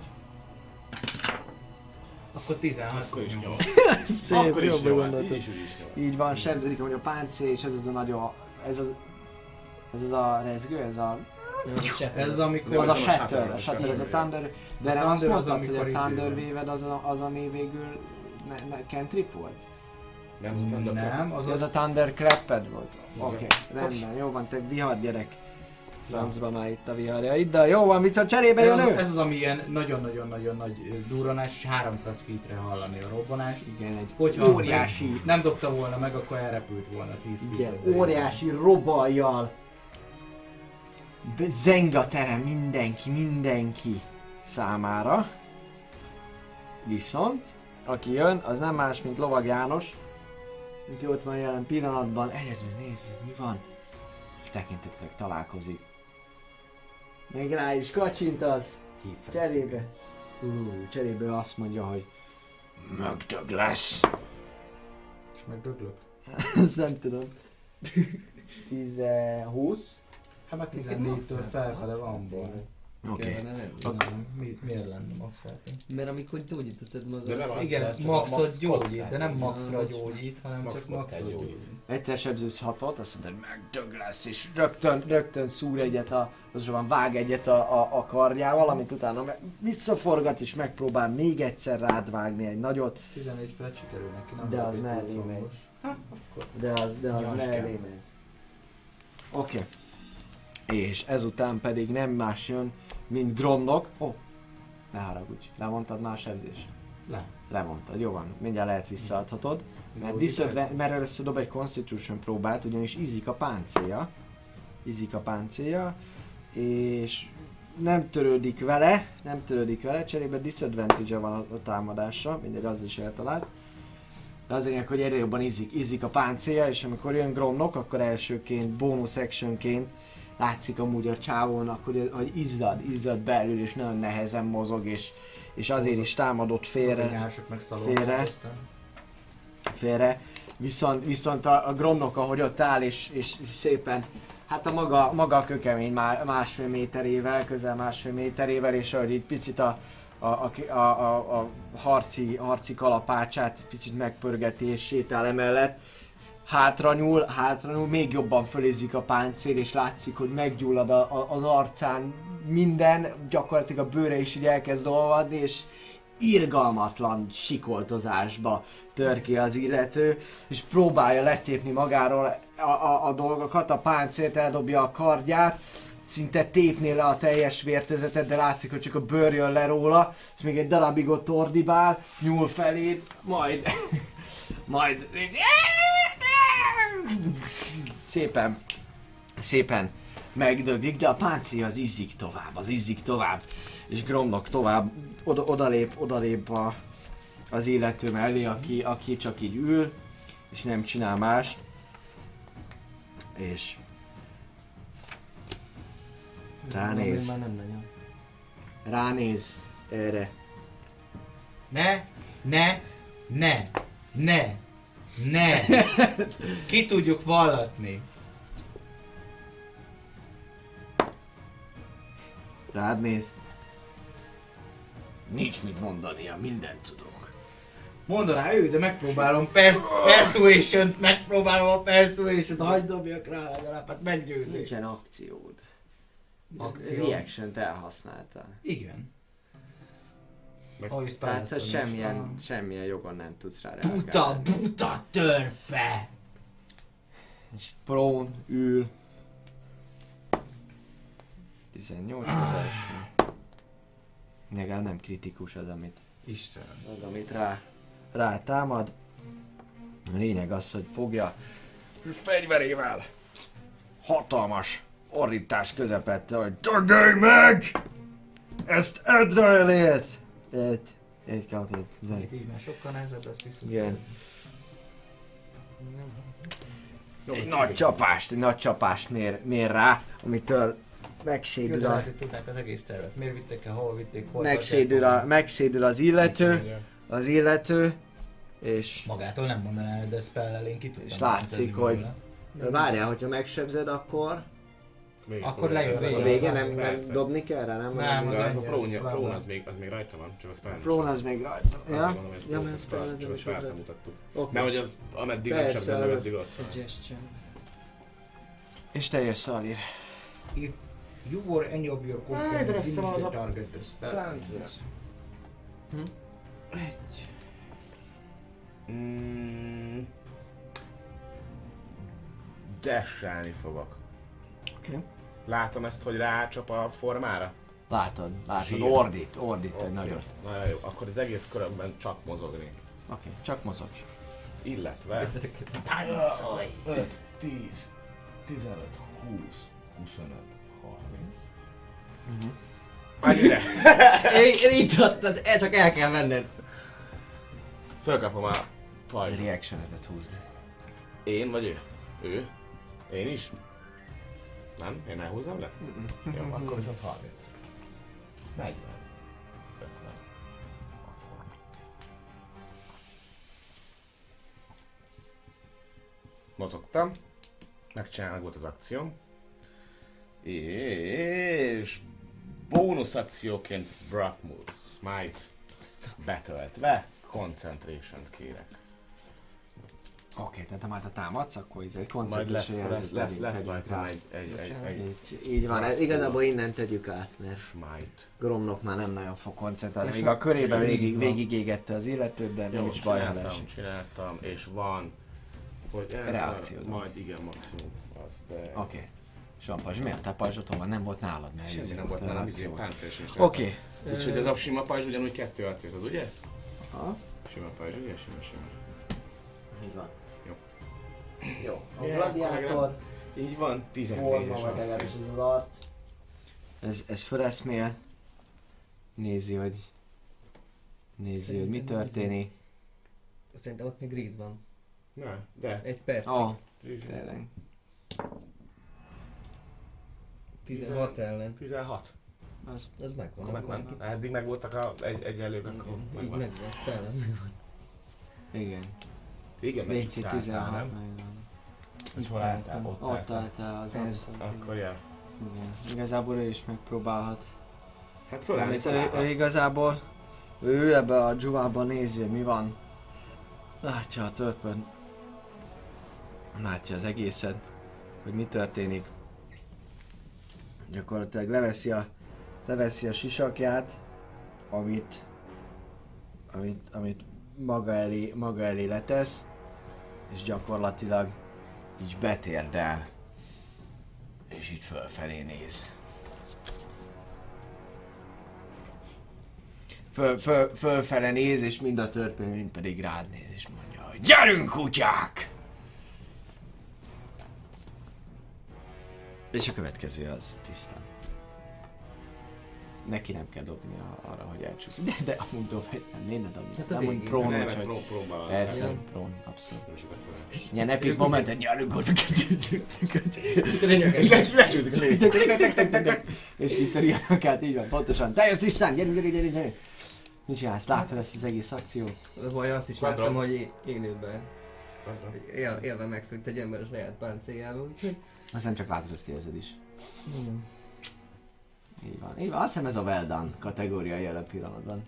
Akkor tizenhat. akkor is nyolc. nyolc. Szép, Akkor is jobban nyolc, gondoltad. így is úgy is nyolc. Így van, sebződik, hogy a páncél, és ez az a nagyon... Ez az... Ez az a rezgő, ez a... Ez az, amikor Az a az a shatter, shatter, a shatter, ez a shatter. thunder... De A nem azt thunder az, mondtad, hogy a amikor thunder izé- wave az, a- az, ami végül... Ne, ne, cantrip volt? Nem az a Thunder Nem, Az, az az a... a thunder clapped volt? Igen. Oké, okay, rendben, jó van, te vihar gyerek. Francba már itt a viharjaid, de jó van, viszont cserébe Ez jön az, ő? ez az, ami ilyen nagyon-nagyon-nagyon nagy ö, durranás, és háromszáz feetre hallani a robbanást. Igen, egy Hogyha óriási, nem dobta volna meg, akkor elrepült volna tíz igen, feet. óriási robajjal. Be- Zeng a terem mindenki, mindenki számára. Viszont, aki jön, az nem más, mint Lovag János. Aki ott van jelen pillanatban, egyedül nézzük, mi van. És tekintetek találkozik. Még rá is kacsintasz. Cserébe. Ú, cserébe ő azt mondja, hogy megdög lesz. És megdöglök. Ezt nem tudom. tíz, húsz. Hát meg tizennégytől felfele van bal. Oké. Okay. Nem, mi, miért lenne maxálni? Mert amikor gyógyítottad magad. De nem az, Igen, csak a maxot max gyógyít, kockát de nem gyógyít. maxra gyógyít, hanem Max csak kockát maxra gyógyít. gyógyít. Egyszer sebzősz hatot, azt mondod, megdög lesz, és rögtön, rögtön szúr egyet, a, azonban vág egyet a, a, a kardjával, amit utána meg visszaforgat, és megpróbál még egyszer rád vágni egy nagyot, tizenegy felett sikerül neki, nem De volt az egy mellé kulcomos. megy. Hát, akkor. de az, de az Nyas mellé kell. megy. Oké. Okay. És ezután pedig nem más jön, mint Gromnok. Ó, oh, ne haragudj, lemondtad már a sebzést? Le. Lemondtad, jó van, mindjárt lehet visszaadhatod. Mert, Gyógyít disadvan- mert először dob egy Constitution próbát, ugyanis ízik a páncélja. Ízik a páncélja, és nem törődik vele, nem törődik vele, cserébe disadvantage van a, a támadásra, mindegy, az is eltalált. De az lényeg, hogy egyre jobban ízik, ízik a páncélja, és amikor jön Gromnok, akkor elsőként, bonus actionként látszik amúgy a csávónak, hogy, hogy izzad, izzad belül, és nagyon nehezen mozog, és, és azért is támadott félre. meg félre. Félre. Viszont, viszont a, a Gromnok, ahogy ott áll, és, és szépen, hát a maga, maga a kökemény má, másfél méterével, közel másfél méterével, és ahogy itt picit a, a, a, a, a, a harci, harci kalapácsát picit megpörgeti és sétál emellett, hátra nyúl, hátra nyúl, még jobban fölizzik a páncél, és látszik, hogy meggyullad a, a, az arcán minden, gyakorlatilag a bőre is így elkezd olvadni, és irgalmatlan sikoltozásba tör ki az illető, és próbálja letépni magáról a, a, a dolgokat, a páncélt, eldobja a kardját, szinte tépné le a teljes vértezetet, de látszik, hogy csak a bőr jön le róla, és még egy darabig ott ordibál, nyúl feléd, majd, majd szépen, szépen megdöglik, de a páncél az izzik tovább, az izzik tovább, és Gromnok tovább oda, odalép, odalép a, az illető mellé, aki, aki csak így ül, és nem csinál más, és ránéz, Már nem nagyon. ránéz erre. Ne, ne, ne, ne, ne. Ki tudjuk vallatni. Rád néz. Nincs mit mondania, mindent tudok. Mondaná ő, de megpróbálom pers- persuasion-t, megpróbálom a persuasion-t, hagyd dobjak rá legalább, hát meggyőzés. Nincsen akciód. Akció. Reaction-t elhasználtál. Igen. Meg- Ahogy Tehát spelleztem is. semmilyen, Ah. semmilyen jogon nem tudsz rá reagálni. Buta, buta törpe! És prone, ül. tizennyolc az első. Legalább nem kritikus az, amit, Isten. az, amit rá, rá támad. A lényeg az, hogy fogja fegyverével hatalmas ordítás közepette, hogy Tagadj meg! Ezt Edraelét! Egy, egy kalkét, Itt így már sokkal nehezebb lesz igen. visszaszerezni. Egy nagy csapást, egy nagy csapást mér, mér rá, amitől Jó, megszédül de a, lehet, hogy tudnák az egész tervet. Miért vitték el, hol vitték, hol megszédül, a, megszédül az illető, az illető, és Magától nem mondaná, de spell-el én ki tudtam. És látszik, szedni hogy- belőle. várjál, hogyha megsebzed, akkor Még Akkor fog lejön ez a Igen, vége persze. nem, nem Persze. dobni kell rá, nem? Nem, De az az a ennyi, prón, az prón plán. az még, az még rajta van, csak a spell nem Prón is az még rajta. Azért Ja? mondom, hogy ez Ja, prón, mert a spell, spell csak a nem is spell rajta. nem mutattuk. Oké. Mert hogy az, ameddig Persze, nem sebzem, az- addig ott van. Suggestion. És te jössz, Alir. If you or any of your Áj, de companions lesz finish az the a target, the spell Láncra. ends. Egy. Mm. Dashelni fogok. Oké. Látom ezt, hogy rácsap a formára? Látod, látod, Zsír. ordít, ordít egy Oké. nagyot. Nagyon jó, akkor az egész körömben csak mozognék. Oké, csak mozogj. Illetve öt, tíz, tizenöt, húsz, huszonöt, harminc. Menj ide! Én itt adtad, el csak el kell venned. Fölkapom a pajzsot. Reaction-edet húzni. Én vagy ő? Ő? Én is? Nem? Én elhúzom le? Jó, akkor viszont harminc. negyven. ötven. hatvan. Mozogtam. Megcsinálnak volt az akcióm. És bónusz akcióként Breath Move, Smite betöltve, Concentration-t kérek. Oké, tehát ha már te támadsz, akkor ez egy Majd lesz, koncentráció lesz, lesz, lesz tegyünk rajta rá. egy, egy, egy, egy Így, így van, ez igazából innen tegyük át, mert Smite. Gromnok már nem nagyon fog koncentrálni. És Még a körébe és végig, így van. végig égette az illetőt, de nem Jó, is baj, ha csináltam, leesik. csináltam, és van, hogy el, Reakciód van. majd igen, maximum az, de Oké. És van pajzs, miért? Te pajzsotól van, nem volt nálad, mert semmi ez nem volt a nálam, reakció. izé, páncél sincs. Oké. Úgyhogy ez a sima pajzs ugyanúgy kettő acélod, ugye? Aha. Sima pajzs, ugye? Sima, sima. Így van. Jó. Jó. A Yeah, gladiátor Így van, tizennégyes forma, vagy legalábbis acél. ez az arc. Ez, ez föleszmél. Nézi, hogy... Nézi, hogy mi Szerintem történik. Szerintem ott még Gríz van. Na, de. Egy perc. Ó, oh, Zsizsi. tényleg. tizenhat ellen. tizenhat. Az Ez megvan. Akkor megvan. Eddig meg voltak a egy, egyenlők, akkor Így megvan. megvan, spell. igen. Igen, mert dé cé itt álltál, tizenhat. nem? megvan. Hogy hol álltál? Ott Ott álltál. álltál az Ez. abszolút. Akkor jel. Igen. Igazából ő is megpróbálhat. Hát fölállni, Amit ő, ő fölállhat. igazából ő ül ebbe a dzsuvában, nézi, hogy mi van. Látja a törpön. Látja az egészet, hogy mi történik. Gyakorlatilag leveszi a, leveszi a sisakját, amit, amit, amit maga, elé, maga elé letesz, és gyakorlatilag így betérdel, és így fölfelé néz. Föl, föl, fölfele néz, és mind a törpön, mind pedig rád néz, és mondja, hogy gyerünk, kutyák! És a következő az tisztán. Neki nem kell dobni a, arra, hogy elcsúsz. De, de amúgy dob egy, nem, miért ne dobni? Hát a nem, hogy végén. prón, Nem, vagy meg hogy... pró- próbálod. Persze, Igen. prón, abszolút. Nem sokat fölállsz. Ilyen epic momentet, gyerünk, ott És lecs- lecsúszik a légy. és itt a riakát, így van, pontosan. Te jössz tisztán, gyerünk, gyerünk, gyerünk, gyerünk. Mit csinálsz? Láttad ezt az egész akciót? Vagy azt is Quadron. láttam, hogy é- élőben él, élve megfőtt egy ember a saját páncéljával, úgyhogy... Aztán csak látod, ezt érzed is. Így van. Így van. Azt hiszem ez a well done kategória jelen pillanatban.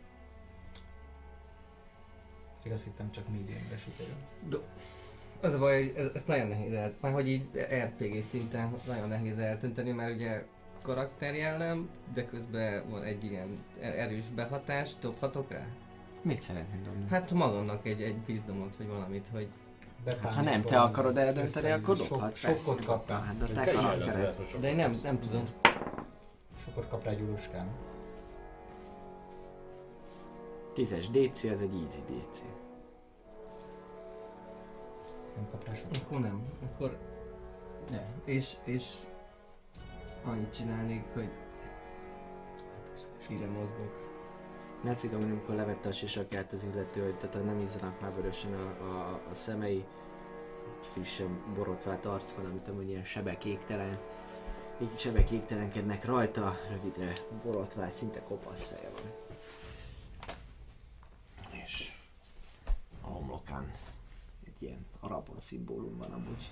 Én azt hittem csak mediumre sikerül. Az a baj, hogy ez, ez nagyon nehéz el, már hogy így er pé gé szinten nagyon nehéz eltönteni, mert ugye karakterjellem, de közben van egy ilyen er- erős behatás, dobhatok rá? Mit szeretnél dobni? Hát magamnak egy, egy bizdomot, vagy valamit, hogy Hát, ha nem te akarod eldönteni, akkor dobhatsz. Sok, persze. sokkot kap rá. Hát, de te Te is karaktered. eldöntöd, hogy de én nem, nem tudom. Sokkot kap rá gyuluskám. Tízes dé cé, ez egy easy dé cé. Nem kap rá sokkot. Akkor nem, akkor... Ne. És, és... Annyit csinálnék, hogy... Sírre mozgok. Látszik, amikor levette a sisakját az illető, hogy tehát nem izzanak már vörösen a, a, a szemei. Frissen borotvált arc van, amit amúgy ilyen sebek égtelen. Így sebek égtelenkednek rajta, rövidre borotvált, szinte kopasz feje van. És a homlokán egy ilyen arabon szimbólum van amúgy.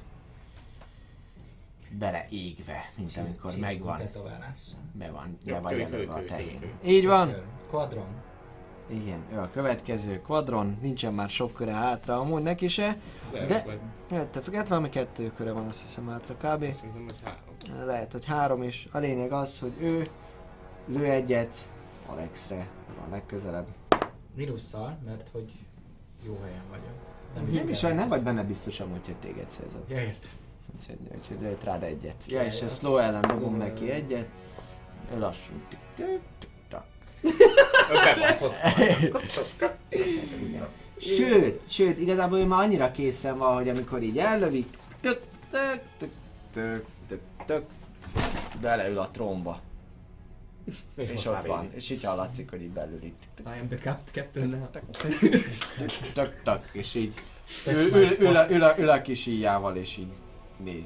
Beleégve, mint amikor megvan. Tetoválás. Be van, Jó, be van köly, jelölve köly, a köly, tehén. köly, Így van! Quadron. Igen, ő a következő quadron, nincsen már sok köre hátra, amúgy neki se. De, De- vagy Hát te függet, valami kettő köre van, azt hiszem hátra kb. szerintem, hogy három. Lehet, hogy három is. A lényeg az, hogy ő lő egyet Alexre, van legközelebb. Minusszal, mert hogy jó helyen vagyok. Nem is, nem, is vagy, nem vagy benne biztos amúgy, hogy téged célzott. Ja, ért. Úgyhogy, úgyhogy lőtt rád egyet. Ja, Ja, és ja. a slow ellen dobom Slow neki ellen. egyet. Ő lassú. Tik, tik, tik, tak. Bebaszott. Igen. Sőt, sőt, igazából ő már annyira készen van, hogy amikor így ellövik, tök, tök, tök, tök, tök, tök, beleül a trónba. És, és ott van. És így hallatszik, hogy így belül itt. I am the cap- captain. Tak, tak, és így ül, ül, ül, a, ül, a, ül a kis íjával, és így néz.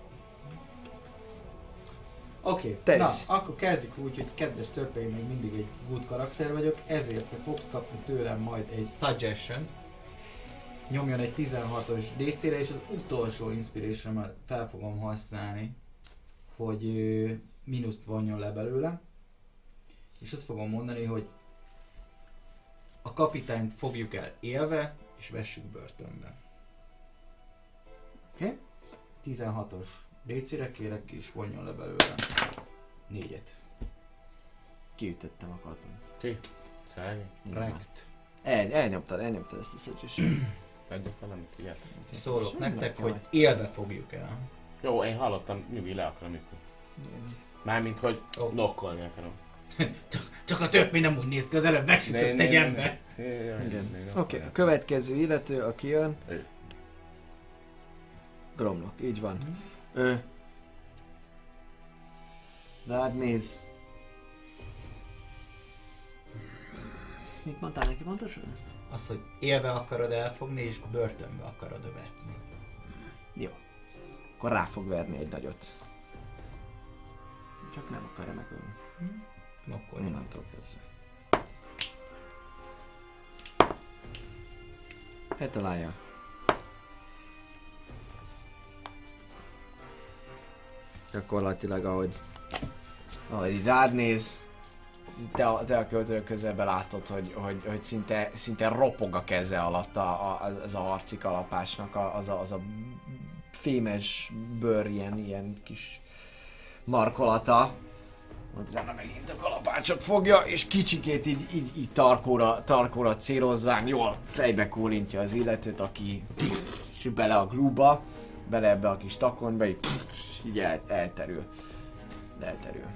Oké, Te na, is. akkor kezdjük úgy, hogy kedves törpeim, még mindig egy good karakter vagyok, ezért te fogsz kapni tőlem majd egy suggestion. Nyomjon egy tizenhatos dé cére, és az utolsó inspiration fel fogom használni, hogy ö, mínuszt vonjon le belőle. És azt fogom mondani, hogy a kapitányt fogjuk el élve, és vessük börtönbe. Oké? tizenhatos dé cére kérek, és vonjon le belőle négyet. Kiütöttem a katon. Ti? Szárny? Rekt. El, elnyomtad, elnyomtad ezt a suggestion. Adjak valamit, ilyet. Szólok nektek, Nekem hogy vagy. élve fogjuk el. Jó, én hallottam, nyugi, le akarom ütni. Mármint, hogy Ó. nokkolni akarom. Csak a törpé nem úgy néz ki, az előbb megsütött egy ember. Igen. Oké, okay, a következő illető, aki jön. Ő. Gromlok, így van. Ő. Rád néz. Mit mondtál neki pontosan? Az, hogy élve akarod elfogni, és börtönbe akarod övetni. Jó. Akkor rá fog verni egy nagyot. Csak nem akarja megölni. Akkor Onnantól kezdve. Eltalálja. Gyakorlatilag ahogy, ahogy így rád néz, te a, te a költő közelben látod, hogy, hogy, hogy szinte, szinte ropog a keze alatt a, a, az a harci kalapásnak, a, az, a, az a fémes bőr, ilyen, ilyen kis markolata. Utána megint a kalapácsot fogja, és kicsikét így, így, így tarkóra, tarkóra célozván jól fejbe kólintja az illetőt, aki és bele a glúba, bele ebbe a kis takonyba, így, így el, elterül. Elterül.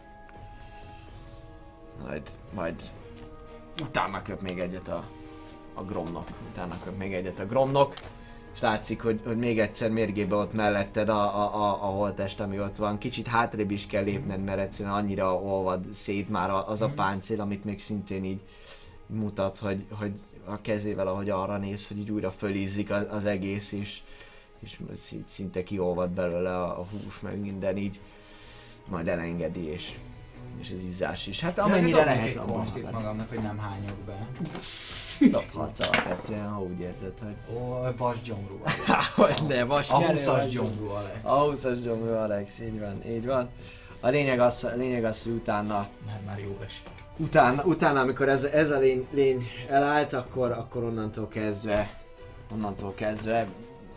Majd, majd utána köp még egyet a, a Gromnak. Utána köp még egyet a Gromnak. És látszik, hogy, hogy még egyszer mérgébe ott melletted a, a, a, a holttest, ami ott van. Kicsit hátrébb is kell lépned, mert egyszerűen annyira olvad szét már az a páncél, amit még szintén így mutat, hogy, hogy a kezével, ahogy arra néz, hogy így újra fölízzik az, az egész, és, és szinte kiolvad belőle a, a hús, meg minden így. Majd elengedi, és, és az izzás is. Hát amennyire lehet. egy konstit magamnak, hogy nem hányok be. Dobhatsz alapvetően, ha úgy érzed, hogy... Ó, vas gyomrú. Hogy ne, vas A nyelő húszas vagy. gyomrú, Alex. A húszas gyomrú, Alex, így van, így van. A lényeg az, a lényeg az hogy utána, Mert már jó esik. utána, utána amikor ez, ez a lény, lény elállt, akkor, akkor onnantól kezdve, onnantól kezdve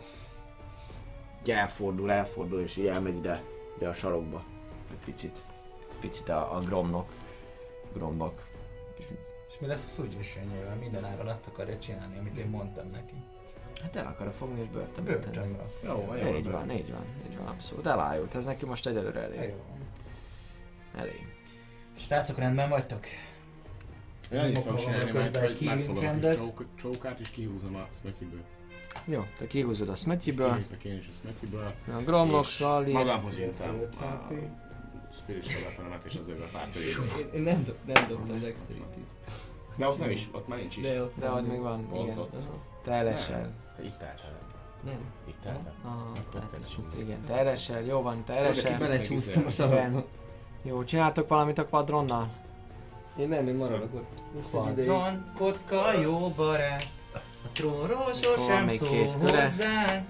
elfordul, elfordul, és így elmegy ide, ide a sarokba. Egy picit, picit a, a Gromnak, Gromnak. És mi lesz a suggestion-jével? Minden áron azt akarja csinálni, amit én mondtam neki. Hát el akarja fogni és börtönbe tenni. Börtönbe. Jó, jó. Így van, így van, így van, abszolút elájult, ez neki most egyelőre elég. Jó. Elég. Srácok, rendben vagytok? Én annyit Nyomok fogok csinálni magamra majd, közben egy hogy megfogom a healing kis handet. csók- csókát és kihúzom a Smithy-ből. Jó, te kihúzod a És Smithy-ből, kilépek én is a Smithy-ből. a Gromlock, És Szalír, magamhoz írtam öt a há pé. spiritual weaponomat és az öve pár pedig. Én, én nem, dob, nem dobtam dexterity-t. De ott nem is, ott már nincs is. De ott de ott még van, Ott, igen. ott. Te elesel. Te itt álltál. Nem. Itt álltál. Ah, Akkor tehát, te csúszol. igen, te elesel, jó van, te De elesel. ki- Belecsúsztam a Igen. sarokba. Jó, csináltok valamit a quadronnal? Én nem, én maradok ott. Most egy ideig. Van kocka jó barát, a trónról sosem még szól két köre. hozzá.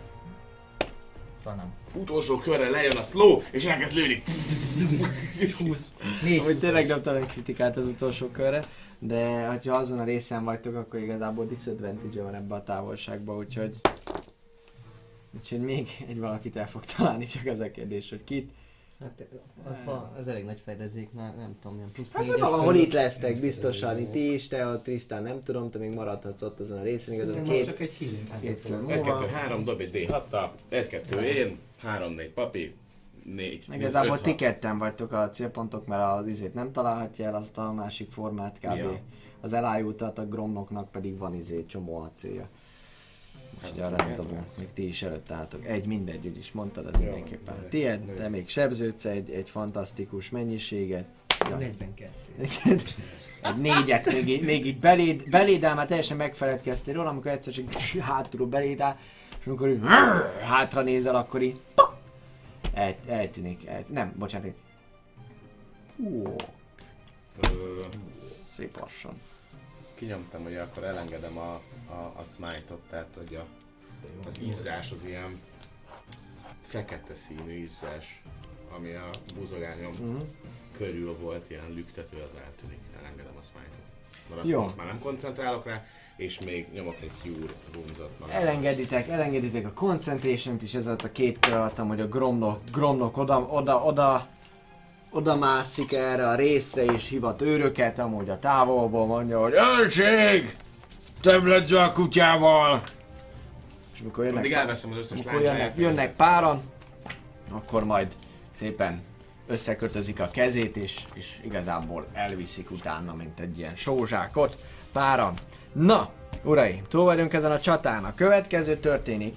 Szóval nem. Utolsó körre lejön a slow, és elkezd lőni. húsz. négy Amúgy húsz. tényleg dobtam egy kritikát az utolsó körre, de ha azon a részen vagytok, akkor igazából disadvantage van ebbe a távolságba, úgyhogy... Úgyhogy még egy valakit el fog találni, csak az a kérdés, hogy kit. Hát az, van, az elég nagy fedezék, na, nem tudom, ilyen plusz Hát négyes valahol felül. itt lesztek biztosan, itt is, te ott Trisztán nem tudom, te még maradhatsz ott azon a részen, igazán Most két, csak egy healing két handet kör tudok. egy, múlva. kettő, három, dob egy dé hattal, egy, kettő én, három, négy papi, négy. Igazából öt, ti hat. ketten vagytok a célpontok, mert az izét nem találhatja el, azt a másik formát kb. Ja. Az elájultat, a Gromnoknak pedig van izé csomó a célja. Úgyhogy arra nem dobunk, még ti is előtt álltok. Egy mindegy, úgyis mondtad, az mindenképpen a tiéd, te még sebződsz egy, egy fantasztikus mennyiséget. Ja. negyvenkettő. Egy négyet még így, még így beléd, beléd áll, már teljesen megfeledkeztél róla, amikor egyszer csak hátulról beléd áll, és amikor így hátra nézel, akkor így el, eltűnik, el, nem, bocsánat, így. Ó, Ö, szép lassan. Kinyomtam, hogy akkor elengedem a, a, a smite-ot, tehát hogy a, az izzás az ilyen fekete színű izzás, ami a buzogányom Mhm. körül volt, ilyen lüktető, az eltűnik, elengedem a smite-ot. Mert azt Jó. most már nem koncentrálok rá, és még nyomok egy cure wounds-ot magam. Elengeditek, elengeditek a concentration-t is, ez alatt a két kör alattam, hogy a Gromnok, Gromnok oda, oda, oda, oda mászik erre a részre és hivat őröket, amúgy a távolból mondja, hogy Őrség! Többledze a kutyával! És amikor jönnek, Addig elveszem az összes amikor láncsáját, jönnek, meg jönnek elveszem. páran, akkor majd szépen összekötözik a kezét, és, és igazából elviszik utána, mint egy ilyen sózsákot páran. Na, uraim, túl vagyunk ezen a csatán. A következő történik,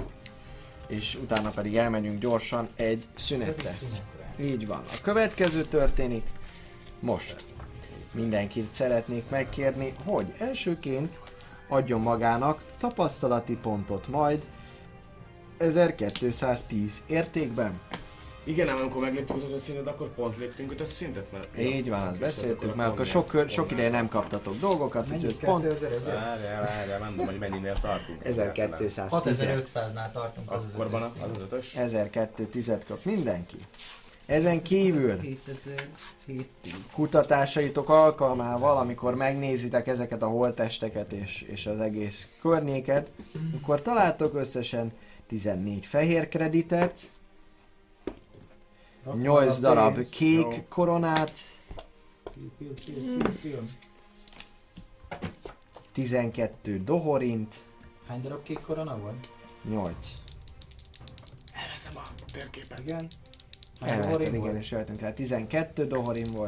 és utána pedig elmegyünk gyorsan egy szünetre. Így van. A következő történik most. Mindenkit szeretnék megkérni, hogy elsőként adjon magának tapasztalati pontot majd ezerkétszáztíz értékben. Igen, ám amikor megléptük az ötöt szintet, akkor pont léptünk ötöt szintet, mert... Így van, azt beszéltük, mert akkor sok sok, sok ideje nem kaptatok dolgokat, úgyhogy ez pont Várjál, várjál, mondom, hogy mennyinél tartunk. ezerkétszáz tíz. hatezer-ötszáznál tartunk az az Akkor van ötös az az ötös. ezerkétszáz tíz kap mindenki. Ezen kívül hétezer-hétszáz. kutatásaitok alkalmával, amikor megnézitek ezeket a holttesteket és, és az egész környéket, akkor találtok összesen tizennégy fehér kreditet, nyolc darab kék koronát, tizenkettő dohorint, Hány darab kék korona volt? nyolc. Elveszem a térképet. Igen. Hány Elvettem, dohorin igen, volt? és jöttünk rá. tizenkettő dohorin volt.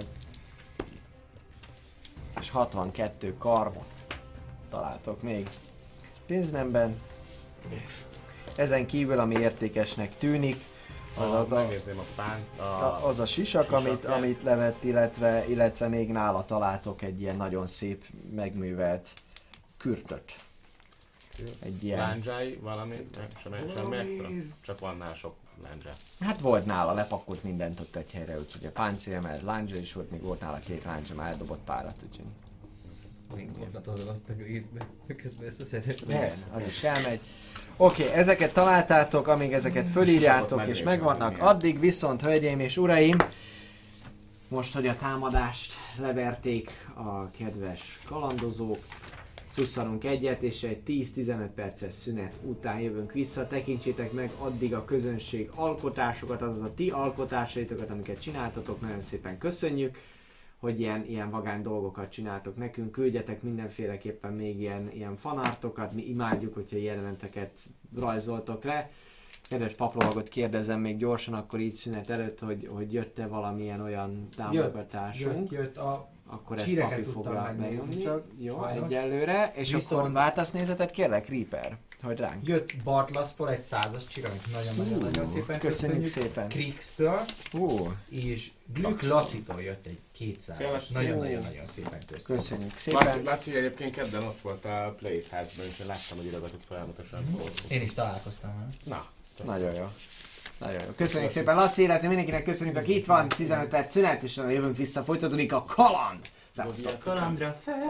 És hatvankettő karmot találtok még pénznemben. Ezen kívül, ami értékesnek tűnik, az az a, Megnézném a pán... a, az a sisak, amit, sisakját. amit levett, illetve, illetve még nála találtok egy ilyen nagyon szép, megművelt kürtöt. Egy ilyen... Lándzsái, valami, nem, semmi, semmi extra. Csak van nála sok lándzsá. Hát volt nála, lepakolt mindent ott egy helyre, úgyhogy a páncél, mert láncsa is volt, még volt nála két láncsa, már eldobott párat, úgyhogy... Zinkot az alatt a grészbe. Közben összeszedett. Igen, az is elmegy. Oké, okay, ezeket találtátok, amíg ezeket fölírjátok és megnézem, megvannak, milyen. addig viszont, hölgyeim és uraim, most, hogy a támadást leverték a kedves kalandozók, szusszanunk egyet, és egy tíz-tizenöt perces szünet után jövünk vissza. Tekintsétek meg addig a közönség alkotásokat, azaz a ti alkotásaitokat, amiket csináltatok, nagyon szépen köszönjük, hogy ilyen, ilyen vagány dolgokat csináltok nekünk, küldjetek mindenféleképpen még ilyen, ilyen fanartokat, mi imádjuk, hogyha jeleneteket rajzoltok le. Kedves paplovagot kérdezem még gyorsan, akkor így szünet előtt, hogy, hogy jött-e valamilyen olyan támogatásunk. Jött, jött a... Akkor ezt Csíreket papi tudtam fogja megnézni, benyomni. csak Jó, sajnos. egyelőre. És Viszont- akkor váltasz nézetet, kérlek, Reaper, hogy ránk. Jött Bartlasztól egy százas csír, amit nagyon-nagyon-nagyon Ú, szépen köszönjük köszönjük. szépen. Krix-től, Ú, és Glück Lacitól jött egy kétszázas. Tényleg? Nagyon-nagyon-nagyon szépen köszönjük. köszönjük Laci, szépen. Laci egyébként kedden ott volt a Playházban, és én láttam, hogy irogatott folyamatosan. Én is találkoztam vele. Na, Nagyon jó. Nagyon jó. Köszönjük szépen Laci, illetve mindenkinek köszönjük, aki itt van. tizenöt perc szünet, és utána jövünk vissza, folytatódik a kaland. Szevasztok! Kalandra fel!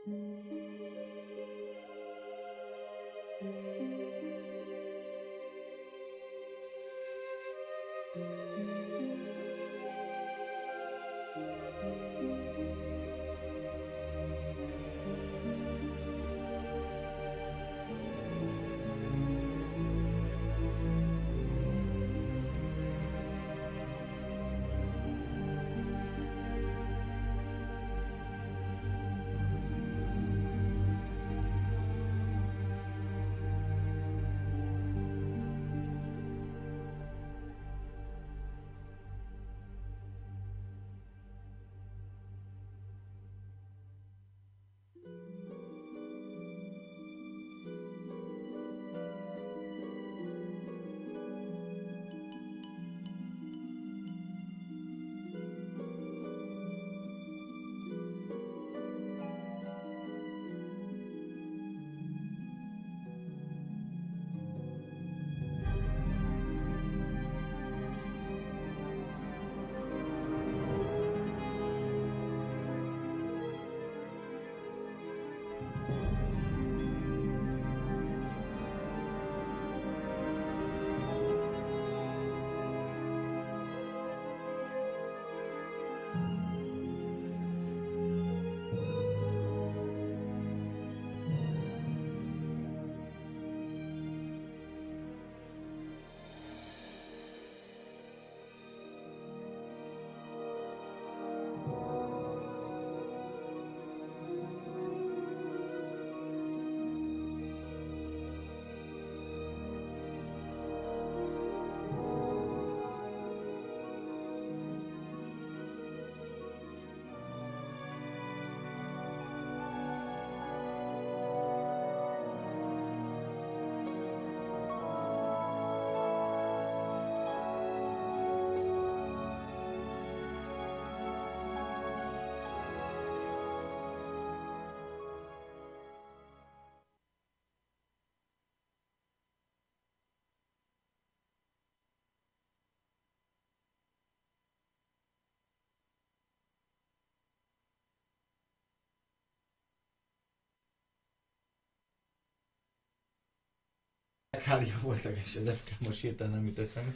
Kália voltak, és az ef ká most hirtelen nem jut eszembe.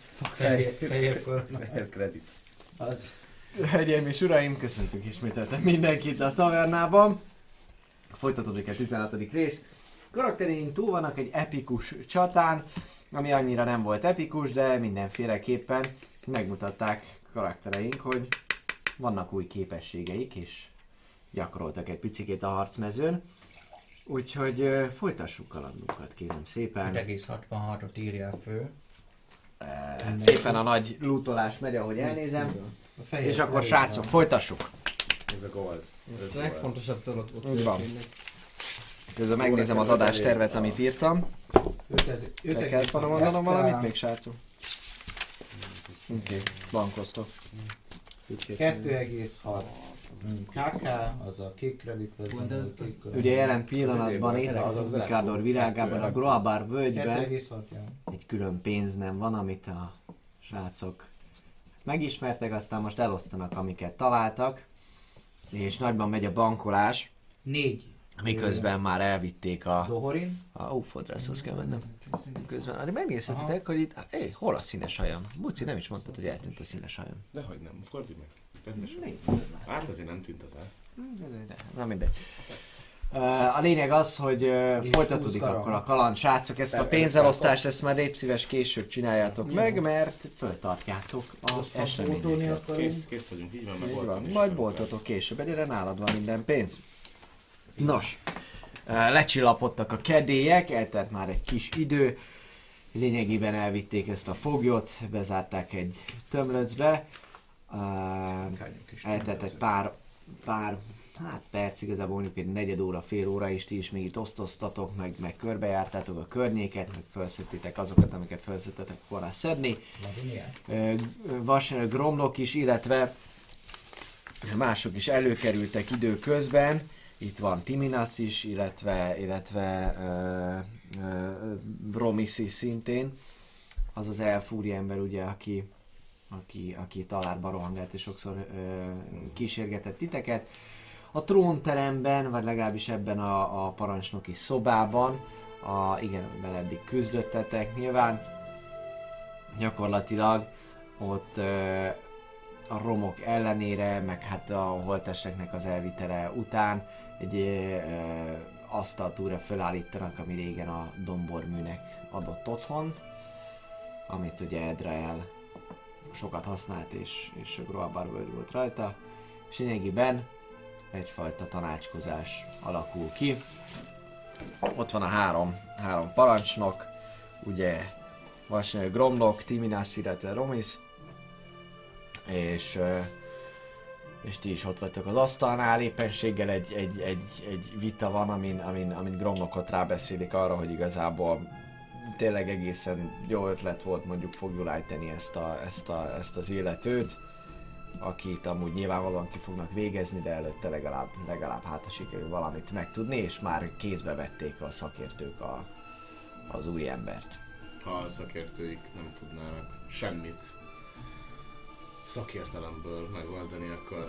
Fehér korona. Fehér kredit. Az. Hölgyeim és uraim, köszöntünk ismételten mindenkit a tavernában. Folytatódik a tizenhatodik rész. Karaktereink túl vannak egy epikus csatán, ami annyira nem volt epikus, de mindenféleképpen megmutatták karaktereink, hogy vannak új képességeik, és gyakoroltak egy picikét a harcmezőn. Úgyhogy uh, folytassuk kalandunkat, kérem szépen. öt egész hatvanhatot írjál föl. Uh, éppen a nagy lootolás megy, ahogy elnézem. És akkor srácok, folytassuk! Ez a gold. A legfontosabb dolog ott Úgy van. történik. Közben megnézem az adástervet, amit írtam. Te kellett volna mondanom valamit még, srácok? Oké, okay. Bankoztok. kettő egész hat ká ká, az a kék kredit, az Pont ez- a kék kredit. Ugye jelen pillanatban itt, az az Mikádor virágában, a Groabar kettő völgyben egész hat, ja. egy külön pénz nem van, amit a srácok megismertek, aztán most elosztanak, amiket találtak, és nagyban megy a bankolás, Négy miközben már elvitték a... dohorin. A Ufodrászhoz kell mennem. Közben, de megnézhetitek, hogy itt... Hé, hol a színes hajam? Buci, nem is mondtad, hogy eltűnt a színes hajam. Dehogy nem, fordulj meg. Rendesen. Nem, Hát azért nem tűnt el. Na mindegy. Uh, a lényeg az, hogy uh, folytatódik húsz akkor a kaland, srácok, ezt a pénzelosztást, ezt már légy szíves később csináljátok meg, mert föltartjátok az eseményeket. Kész, kész vagyunk, így van, meg Így voltam van, is. majd boltotok később, egyre nálad van minden pénz. Nos, uh, lecsillapodtak a kedélyek, eltelt már egy kis idő, lényegében elvitték ezt a foglyot, bezárták egy tömlöcbe, uh, eltelt egy pár, pár hát perc, igazából mondjuk egy negyed óra, fél óra is, ti is még itt osztoztatok, meg, meg körbejártátok a környéket, meg felszedtétek azokat, amiket felszedtetek volna szedni. Uh, Vas, Gromlok is, illetve mások is előkerültek időközben. Itt van Timinas is, illetve, illetve uh, uh, Bromis is szintén. Az az elfúri ember, ugye, aki, aki, aki talárba rohangált és sokszor uh, kísérgetett titeket. a trónteremben, vagy legalábbis ebben a, a parancsnoki szobában, a, igen, amiben eddig küzdöttetek nyilván, gyakorlatilag ott ö, a romok ellenére, meg hát a holttesteknek az elvitele után egy ö, asztalt újra felállítanak, ami régen a domborműnek adott otthont, amit ugye Edrael sokat használt, és, és Groabar volt rajta, és lényegében egyfajta tanácskozás alakul ki. Ott van a három, három parancsnok, ugye Vasnyai Gromnok, Timinász, illetve Romis, és, és ti is ott vagytok az asztalnál, éppenséggel egy, egy, egy, egy vita van, amin, amin, amin Gromnokot rábeszélik arra, hogy igazából tényleg egészen jó ötlet volt mondjuk fogjulájteni ezt, a, ezt, a, ezt az illetőt, akit amúgy nyilvánvalóan ki fognak végezni, de előtte legalább, legalább hát sikerül valamit megtudni, és már kézbe vették a szakértők a, az új embert. Ha a szakértőik nem tudnának semmit szakértelemből megoldani, akkor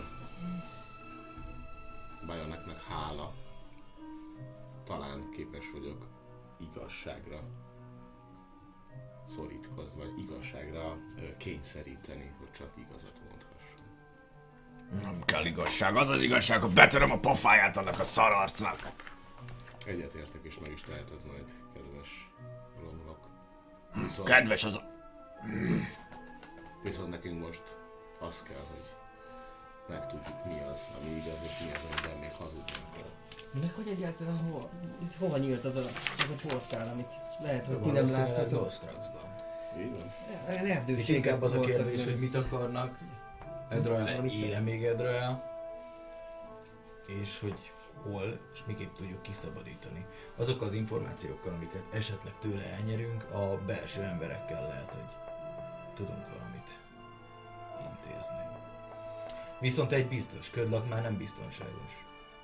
Bajoneknek hála, talán képes vagyok igazságra szorítkozni, vagy igazságra kényszeríteni, hogy csak igazat mondhasson. Nem kell igazság, az az igazság, hogy betöröm a pofáját annak a szararcnak. Egyetértek, és meg is teheted majd, kedves Gromnok. Viszont, Kedves az a... viszont nekünk most az kell, hogy megtudjuk, mi az, ami igaz, és mi az, amiben még hazudni akar. De hogy egyáltalán hova, itt hova nyílt az a, az a portál, amit lehet, hogy ti nem Valószínűleg láttatok? Lostraxban. Így van? És inkább az a kérdés, hogy mit akarnak. Edrael éle még Edrael. És hogy hol, és miképp tudjuk kiszabadítani. Azok az információkkal, amiket esetleg tőle elnyerünk, a belső emberekkel lehet, hogy tudunk valamit intézni. Viszont egy biztos, Ködlak már nem biztonságos.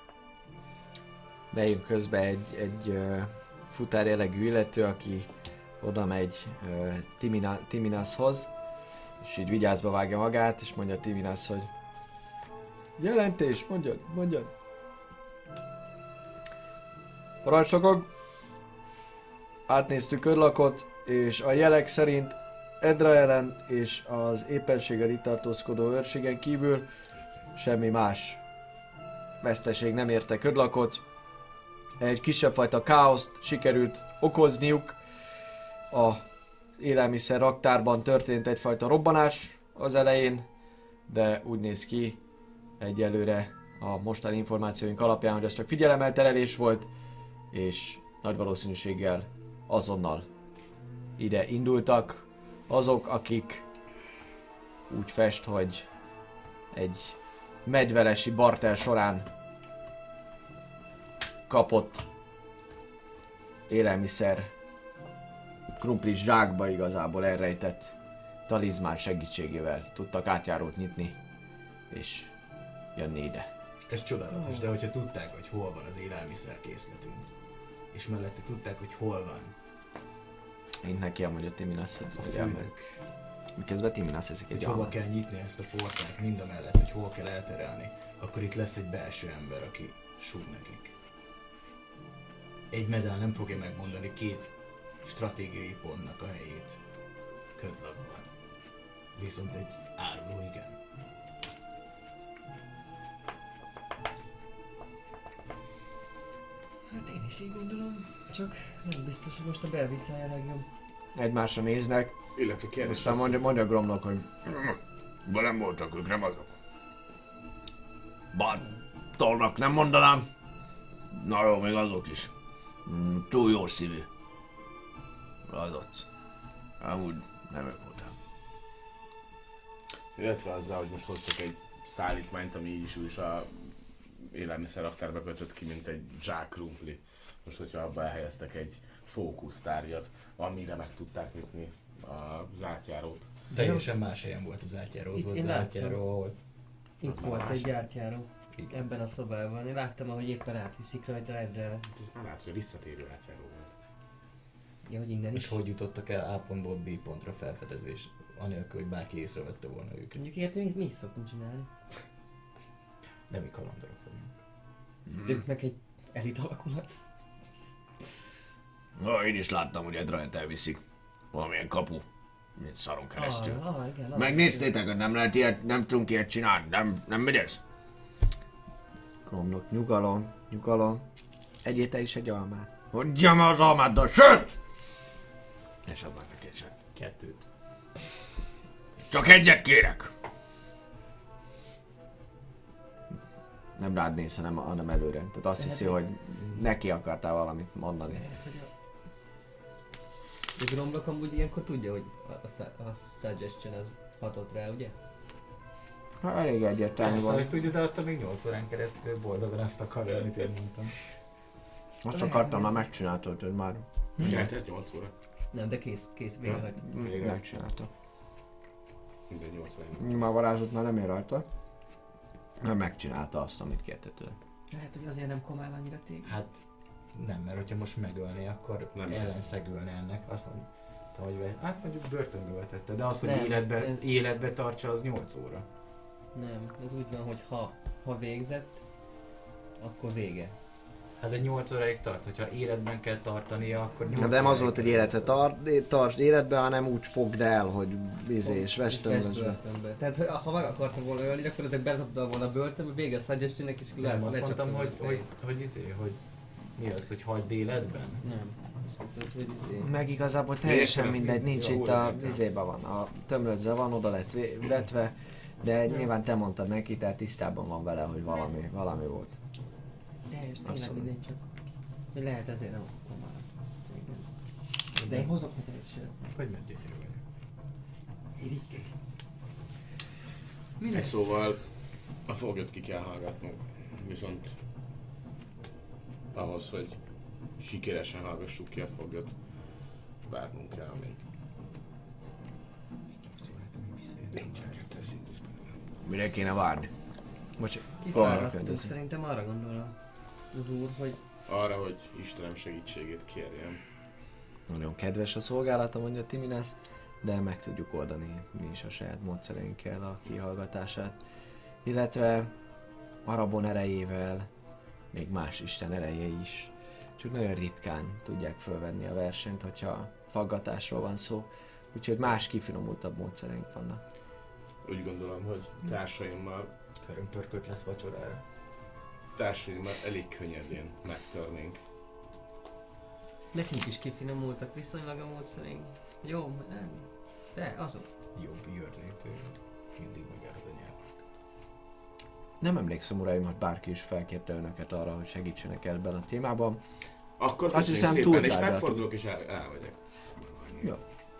Bejön közbe egy, egy uh, futár jellegű illető, aki oda megy uh, Timina, Timinashoz, és így vigyázba vágja magát, és mondja Timinas, hogy jelentés, mondjad, mondjad. Parancsnokok, átnéztük Körlakot, és a jelek szerint Edraelen és az éppenséggel itt tartózkodó őrségen kívül semmi más veszteség nem érte Körlakot. Egy kisebb fajta káoszt sikerült okozniuk. Az élelmiszer raktárban történt egyfajta robbanás az elején, de úgy néz ki egyelőre a mostani információink alapján, hogy ez csak figyelemelterelés volt, és nagy valószínűséggel azonnal ide indultak azok, akik úgy fest, hogy egy medvelesi barter során kapott élelmiszer krumplis zsákba igazából elrejtett talizmán segítségével tudtak átjárót nyitni és jönni ide. Ez csodálatos, de hogyha tudták, hogy hol van az élelmiszerkészletünk, és mellette tudták, hogy hol van Én neki elmondja Timinas, hogy a hogy elmegy. főnök, Miközben Timinas eszik egy hogy hova almát. kell nyitni ezt a portált, mind a mellett, hogy hol kell elterelni, akkor itt lesz egy belső ember, aki súg nekik. Egy medál nem fogja megmondani két stratégiai pontnak a helyét Ködlakban. Viszont egy áruló igen. Hát én is így gondolom, csak nem biztos, hogy most a belvisszája legjobb. Egymásra néznek, Illetve kérdés aztán az, mondja, mondja Gromnak, hogy Ba nem voltak ők, nem azok. Bátornak nem mondanám. Na jó, még azok is. Mm, túl jó szívű. Az ott. Amúgy nem ők voltak. illetve azzal, hogy most hoztak egy szállítmányt, ami így is úgy is a élelmiszerraktárba kötött ki, mint egy zsák krumpli. Most, hogyha abba elhelyeztek egy fókusztárgyat, amire meg tudták nyitni az átjárót. Teljesen más helyen volt az átjáró, Itt volt én az láttam. átjáró, ahol Itt Az már volt másik. egy gyártjáró ebben a szobában. Én láttam, ahogy éppen átviszik rajta egyre. Hát ez már látod, hogy visszatérő átjáró volt. Ja, hogy innen és is. hogy jutottak el A pontból B pontra felfedezés, anélkül, hogy bárki észrevette volna őket. Mondjuk ilyet mi, mi is szoktunk csinálni. Nem mi kalandorok vagyunk. Őknek egy elit alakulat. Na, én is láttam, hogy Edrajt elviszik. Valamilyen kapu. Mint szaron keresztül. Ah, ah, igen, Megnéztétek, hogy nem lehet ilyet, nem tudunk ilyet csinálni, nem, nem megy ez? Gromlok, nyugalom, nyugalom. Egyél te is egy almát. Hogyam az almát a sört! És adnak neki egy sört. Kettőt. Csak egyet kérek! Nem rád néz, hanem, hanem előre. Tehát azt hiszi, hogy neki akartál valamit mondani. Lehet, hogy a... De Gromlok amúgy ilyenkor tudja, hogy a, a, a suggestion az hatott rá, ugye? Ha, elég egyértelmű Persze, van. hogy tudja, de attól még nyolc órán keresztül boldogan azt akarja, amit én mondtam. Azt akartam, már megcsináltad, hogy már Csináltad nyolc óra. Nem, de kész, kész, végrehajt. Végre. megcsinálta. Mindegy nyolc óra. Már varázsot már nem ér rajta. Mert megcsinálta azt, amit kérte tőle. Lehet, hogy azért nem komál annyira téged. Hát nem, mert hogyha most megölné, akkor Nem. ellenszegülne ennek. Azt mondta, hogy ve- hát mondjuk börtönbe vetette, de az, hogy Nem, életbe, ez- életbe tartsa, az nyolc óra. Nem, ez úgy van, hogy ha, ha végzett, akkor vége. Hát de nyolc óráig tart, hogyha életben kell tartania, akkor nyolc De nem az óráig volt, hogy kell életre tartani. tar- tartsd életbe, hanem úgy fogd el, hogy izé és Vest vestőmözve. börtönbe. Tehát ha- ha meg akartam volna ölni, akkor ezek bedobdal volna a börtönbe, vége a suggestionnek és le, Nem, azt lecsaptam mondtam, hogy, a hogy, hogy izé, hogy mi az, hogy hagyd életben? Nem. Azt mondtad, hogy izé. Meg igazából teljesen Értem. mindegy, nincs Jó, itt a értem. vizébe van, a tömlödze van, oda lett vé- vetve, de nyilván te mondtad neki, tehát tisztában van vele, hogy valami, valami volt. De tényleg Abszolút. mindegy csak. Hogy lehet ezért nem komál. De én hozok neked egy sört. Hogy megy gyönyörű vagy? Irigyke. Mi lesz? Szóval a foglyot ki kell hallgatnunk. Viszont ahhoz, hogy sikeresen hallgassuk ki a foglyot, várnunk kell még. nyolc órát, amíg visszajöttem. Nincsen szintén. Mire kéne várni? Bocs, Kifáradtunk, következik. szerintem arra gondol a- az úr, hogy Arra, hogy Istenem segítségét kérjem. nagyon kedves a szolgálata, mondja Timinas, de meg tudjuk oldani mi is a saját módszereinkkel a kihallgatását. Illetve Arabon erejével, még más isten erejei is. Csak nagyon ritkán tudják fölvenni a versenyt, hogyha faggatásról van szó. Úgyhogy más kifinomultabb módszereink vannak. Úgy gondolom, hogy társaimmal, Körömpörkölt lesz vacsorára. társaimmal elég könnyedén megtörnénk. nekünk is kifinomultak viszonylag a módszereink. Jó, nem. De azok. Jobb jördlétől. Mindig megállod a nyelv. Nem emlékszem, uraim, hogy bárki is felkérte önöket arra, hogy segítsenek ebben a témában. Akkor Azt köszönjük hiszem, szépen, és túltárgyaltuk. megfordulok és el, elmegyek. Jó.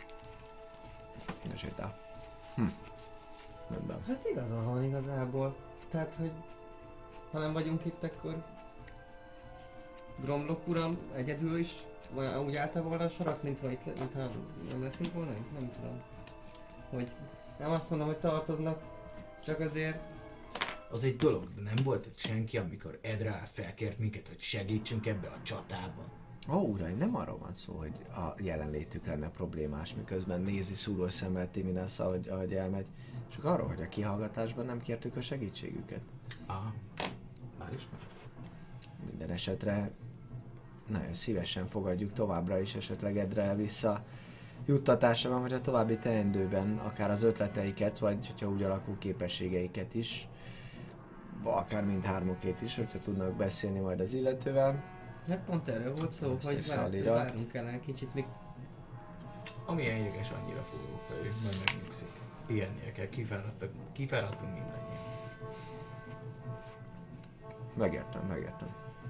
Ne sétál. Hm. Rendben. Hát igaza van igazából. Tehát, hogy ha nem vagyunk itt, akkor Gromlok uram egyedül is vagy úgy állta volna a sarat, mintha itt le, mintha nem lettünk volna itt? Nem tudom. Hogy nem azt mondom, hogy tartoznak, csak azért Az egy dolog, de nem volt itt senki, amikor Edrál felkért minket, hogy segítsünk ebbe a csatában. Ó, uraim, nem arról van szó, hogy a jelenlétük lenne problémás, miközben nézi szúrós szemmel Timinas, ahogy, ahogy elmegy. Csak arról, hogy a kihallgatásban nem kértük a segítségüket. Aha. Már is meg. Minden esetre nagyon szívesen fogadjuk továbbra is esetleg Edre vissza juttatásában, vagy a további teendőben, akár az ötleteiket, vagy hogyha úgy alakul képességeiket is, akár mindhármukét is, hogyha tudnak beszélni majd az illetővel. hát pont erről volt szó, Szép hogy vár, szalira. várunk el egy kicsit, még Amilyen jeges, annyira forró fejű, majd megnyugszik. Pihennie kell, kifáradtak, kifáradtunk mindannyian. Megértem, megértem.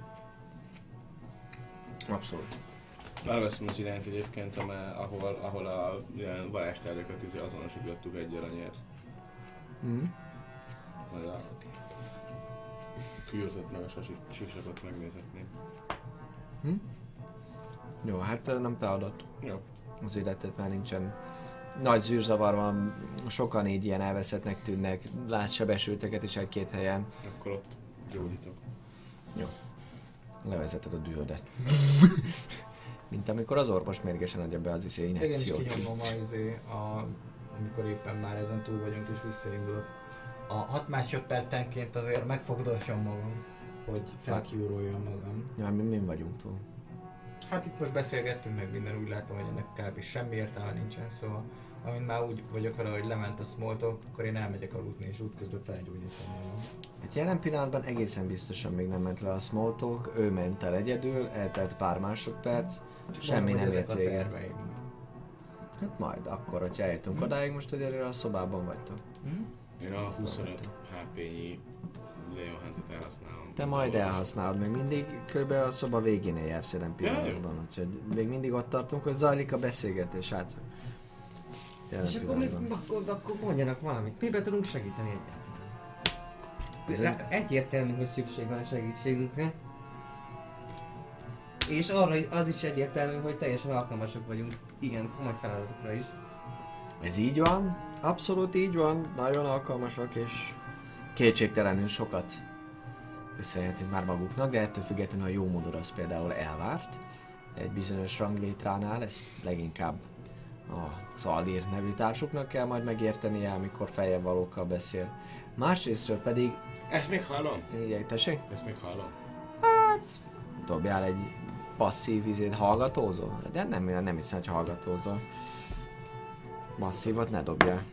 Abszolút. Arra veszem az irányt egyébként, amely, ahol, ahol a ilyen varázstárgyakat izé azonosítottuk egy aranyért. Mm. Majd a kürtöt meg a sasi- sisakot megnézetném. Hm? Jó, hát ö, nem te adott Jó. az életet, már nincsen nagy zűrzavar van, sokan így ilyen elveszettnek tűnnek, látsz sebesülteket is egy-két helyen. Akkor ott gyógyítok. Levezeted a dühödet. Mint amikor az orvos mérgesen adja be az izé Igen, is injekciót. kinyomom a, izé, a, amikor éppen már ezen túl vagyunk és visszaindulok. A hat másodpercenként azért megfogdosom magam. hogy felkiúroljam magam. Ja, mi, mi vagyunk túl. Hát itt most beszélgettünk meg minden, úgy látom, hogy ennek kb. Semmi értelme nincsen, szóval amint már úgy vagyok vele, hogy lement a small talk, akkor én elmegyek aludni és útközben felgyógyítom magam. Hát jelen pillanatban egészen biztosan még nem ment le a small talk, ő ment el egyedül, eltelt pár másodperc, semmi Mondom, nem hogy ért ezek a véget. terveim. Hát majd akkor, hogyha eljutunk Hm? odáig, most egyelőre a szobában vagytok. Hm? Én a huszonöt há pé-nyi Leonházit elhasználom. Te majd elhasználod, még mindig kb. A szoba végénél jársz jelen Ja, jó. pillanatban, úgyhogy még mindig ott tartunk, hogy zajlik a beszélgetés, srácok. Jelen És akkor, mi, pillanatban. akkor, akkor mondjanak valamit. Miben tudunk segíteni Ez egyáltalán? Egyértelmű, hogy szükség van a segítségünkre. És arra az is egyértelmű, hogy teljesen alkalmasak vagyunk igen komoly feladatokra is. Ez így van, abszolút így van, nagyon alkalmasak és kétségtelenül sokat köszönhetünk már maguknak, de ettől függetlenül a jó modor az például elvárt egy bizonyos ranglétránál, ezt leginkább a Zaldír nevű társuknak kell majd megértenie, amikor feljebb valókkal beszél. Másrésztről pedig, Ezt még hallom? így tessék, Ezt még hallom? dobjál egy passzív izét, hallgatózol? De nem, nem hiszem, hogy hallgatózol. Masszívat ne dobjál.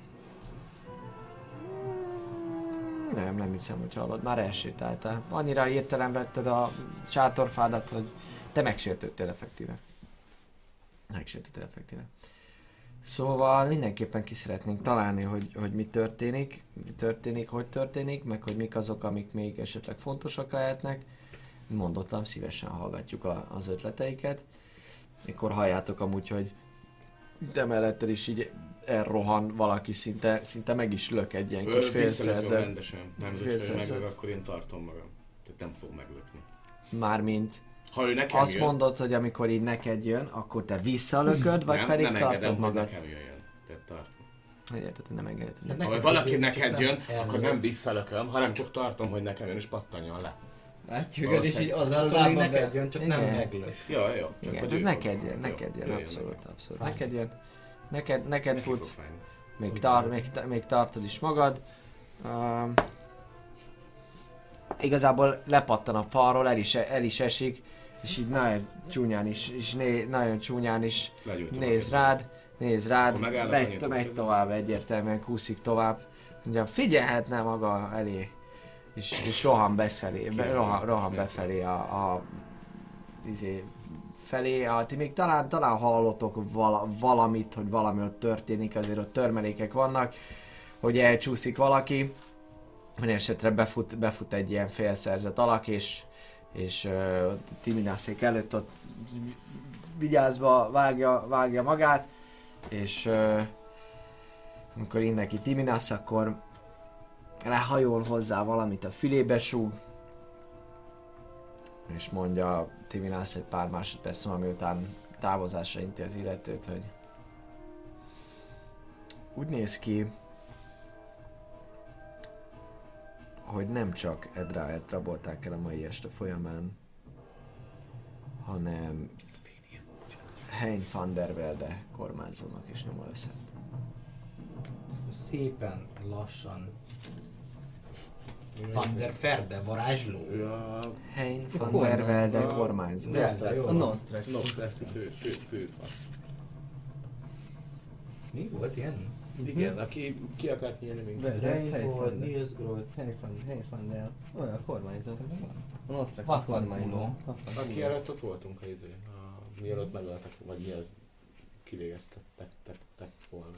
Nem, nem hiszem, hogy hallod. Már elsétáltál. Annyira hirtelen vetted a sátorfádat, hogy te megsértődtél effektíve. Megsértődtél effektíve. Szóval mindenképpen ki szeretnénk találni, hogy, hogy mi történik, mi történik, hogy történik, meg hogy mik azok, amik még esetleg fontosak lehetnek. Mondottam, szívesen hallgatjuk a, az ötleteiket. Mikor halljátok amúgy, hogy te melletted is így elrohan valaki, szinte, szinte meg is lök egy ilyen kis Visszalököm félszerzett. rendesen. Nem, hogyha ő félszerzett. meglök, akkor én tartom magam. Tehát nem fog meglökni. Mármint Ha ő nekem azt jön, mondod, hogy amikor így neked jön, akkor te visszalököd, vagy nem, pedig nem tartod engedem, hogy magad? nekem jöjjön. Tehát tartom. Érted, hogy nem engeded. hogy De ne- Ha neked valaki azért neked csak jön, nem akkor ellök. nem visszalököm, hanem csak tartom, hogy nekem jön, és pattanjon le. Látjuk, és így az Az az az, lábba neked be. jön, csak Igen. nem meglök. Jó, jó. Csak Igen, hogy de ő neked fog- jön, jó, neked jön, jöjjön abszolút, nekem. abszolút. Fáj. Neked jön. Neked, neked Neki fog futsz, fájni. még, tar, még, ta- még tartod is magad. Um, igazából lepattan a falról, el is, el is esik, és így nagyon csúnyán is, és né, nagyon csúnyán is Legyújtom néz a rád, néz rád, Akkor megállok, megy, annyit megy tudok. tovább egyértelműen, kúszik tovább. Mondja, figyelhetne maga elé, és, és rohan befelé, be, rohan, rohan befelé a, a izé, felé, a, ti még talán, talán hallotok vala, valamit, hogy valami ott történik, azért ott törmelékek vannak, hogy elcsúszik valaki, minden esetre befut, befut egy ilyen félszerzett alak, és, és uh, Timinászék előtt ott vigyázva vágja, vágja magát, és uh, amikor innen ki Timinász, akkor ráhajol hozzá valamit a fülébe súg, és mondja Timinász egy pár másodperc múlva, miután távozásra inti az illetőt, hogy úgy néz ki, hogy nem csak Edráet rabolták el a mai este folyamán, hanem Hein van der Velde kormányzónak is nyoma veszett. Szépen, lassan. Van der Ferde, varázsló. Ő a Hein A van der Velde kormányzó. kormányzó. Velde, jó. A Nostrax. Nostrax fő, fő, fő, Mi volt ilyen? Igen, aki ki akart nyílni minket. Reinhold, Niels Groth. Helyfandel. Olyan a kormányzó. A Nostrax a Vafankulo. kormányzó. Aki előtt ott voltunk a izé, a, mielőtt megöltek, vagy mi az kivégeztettek, tek, tek volna.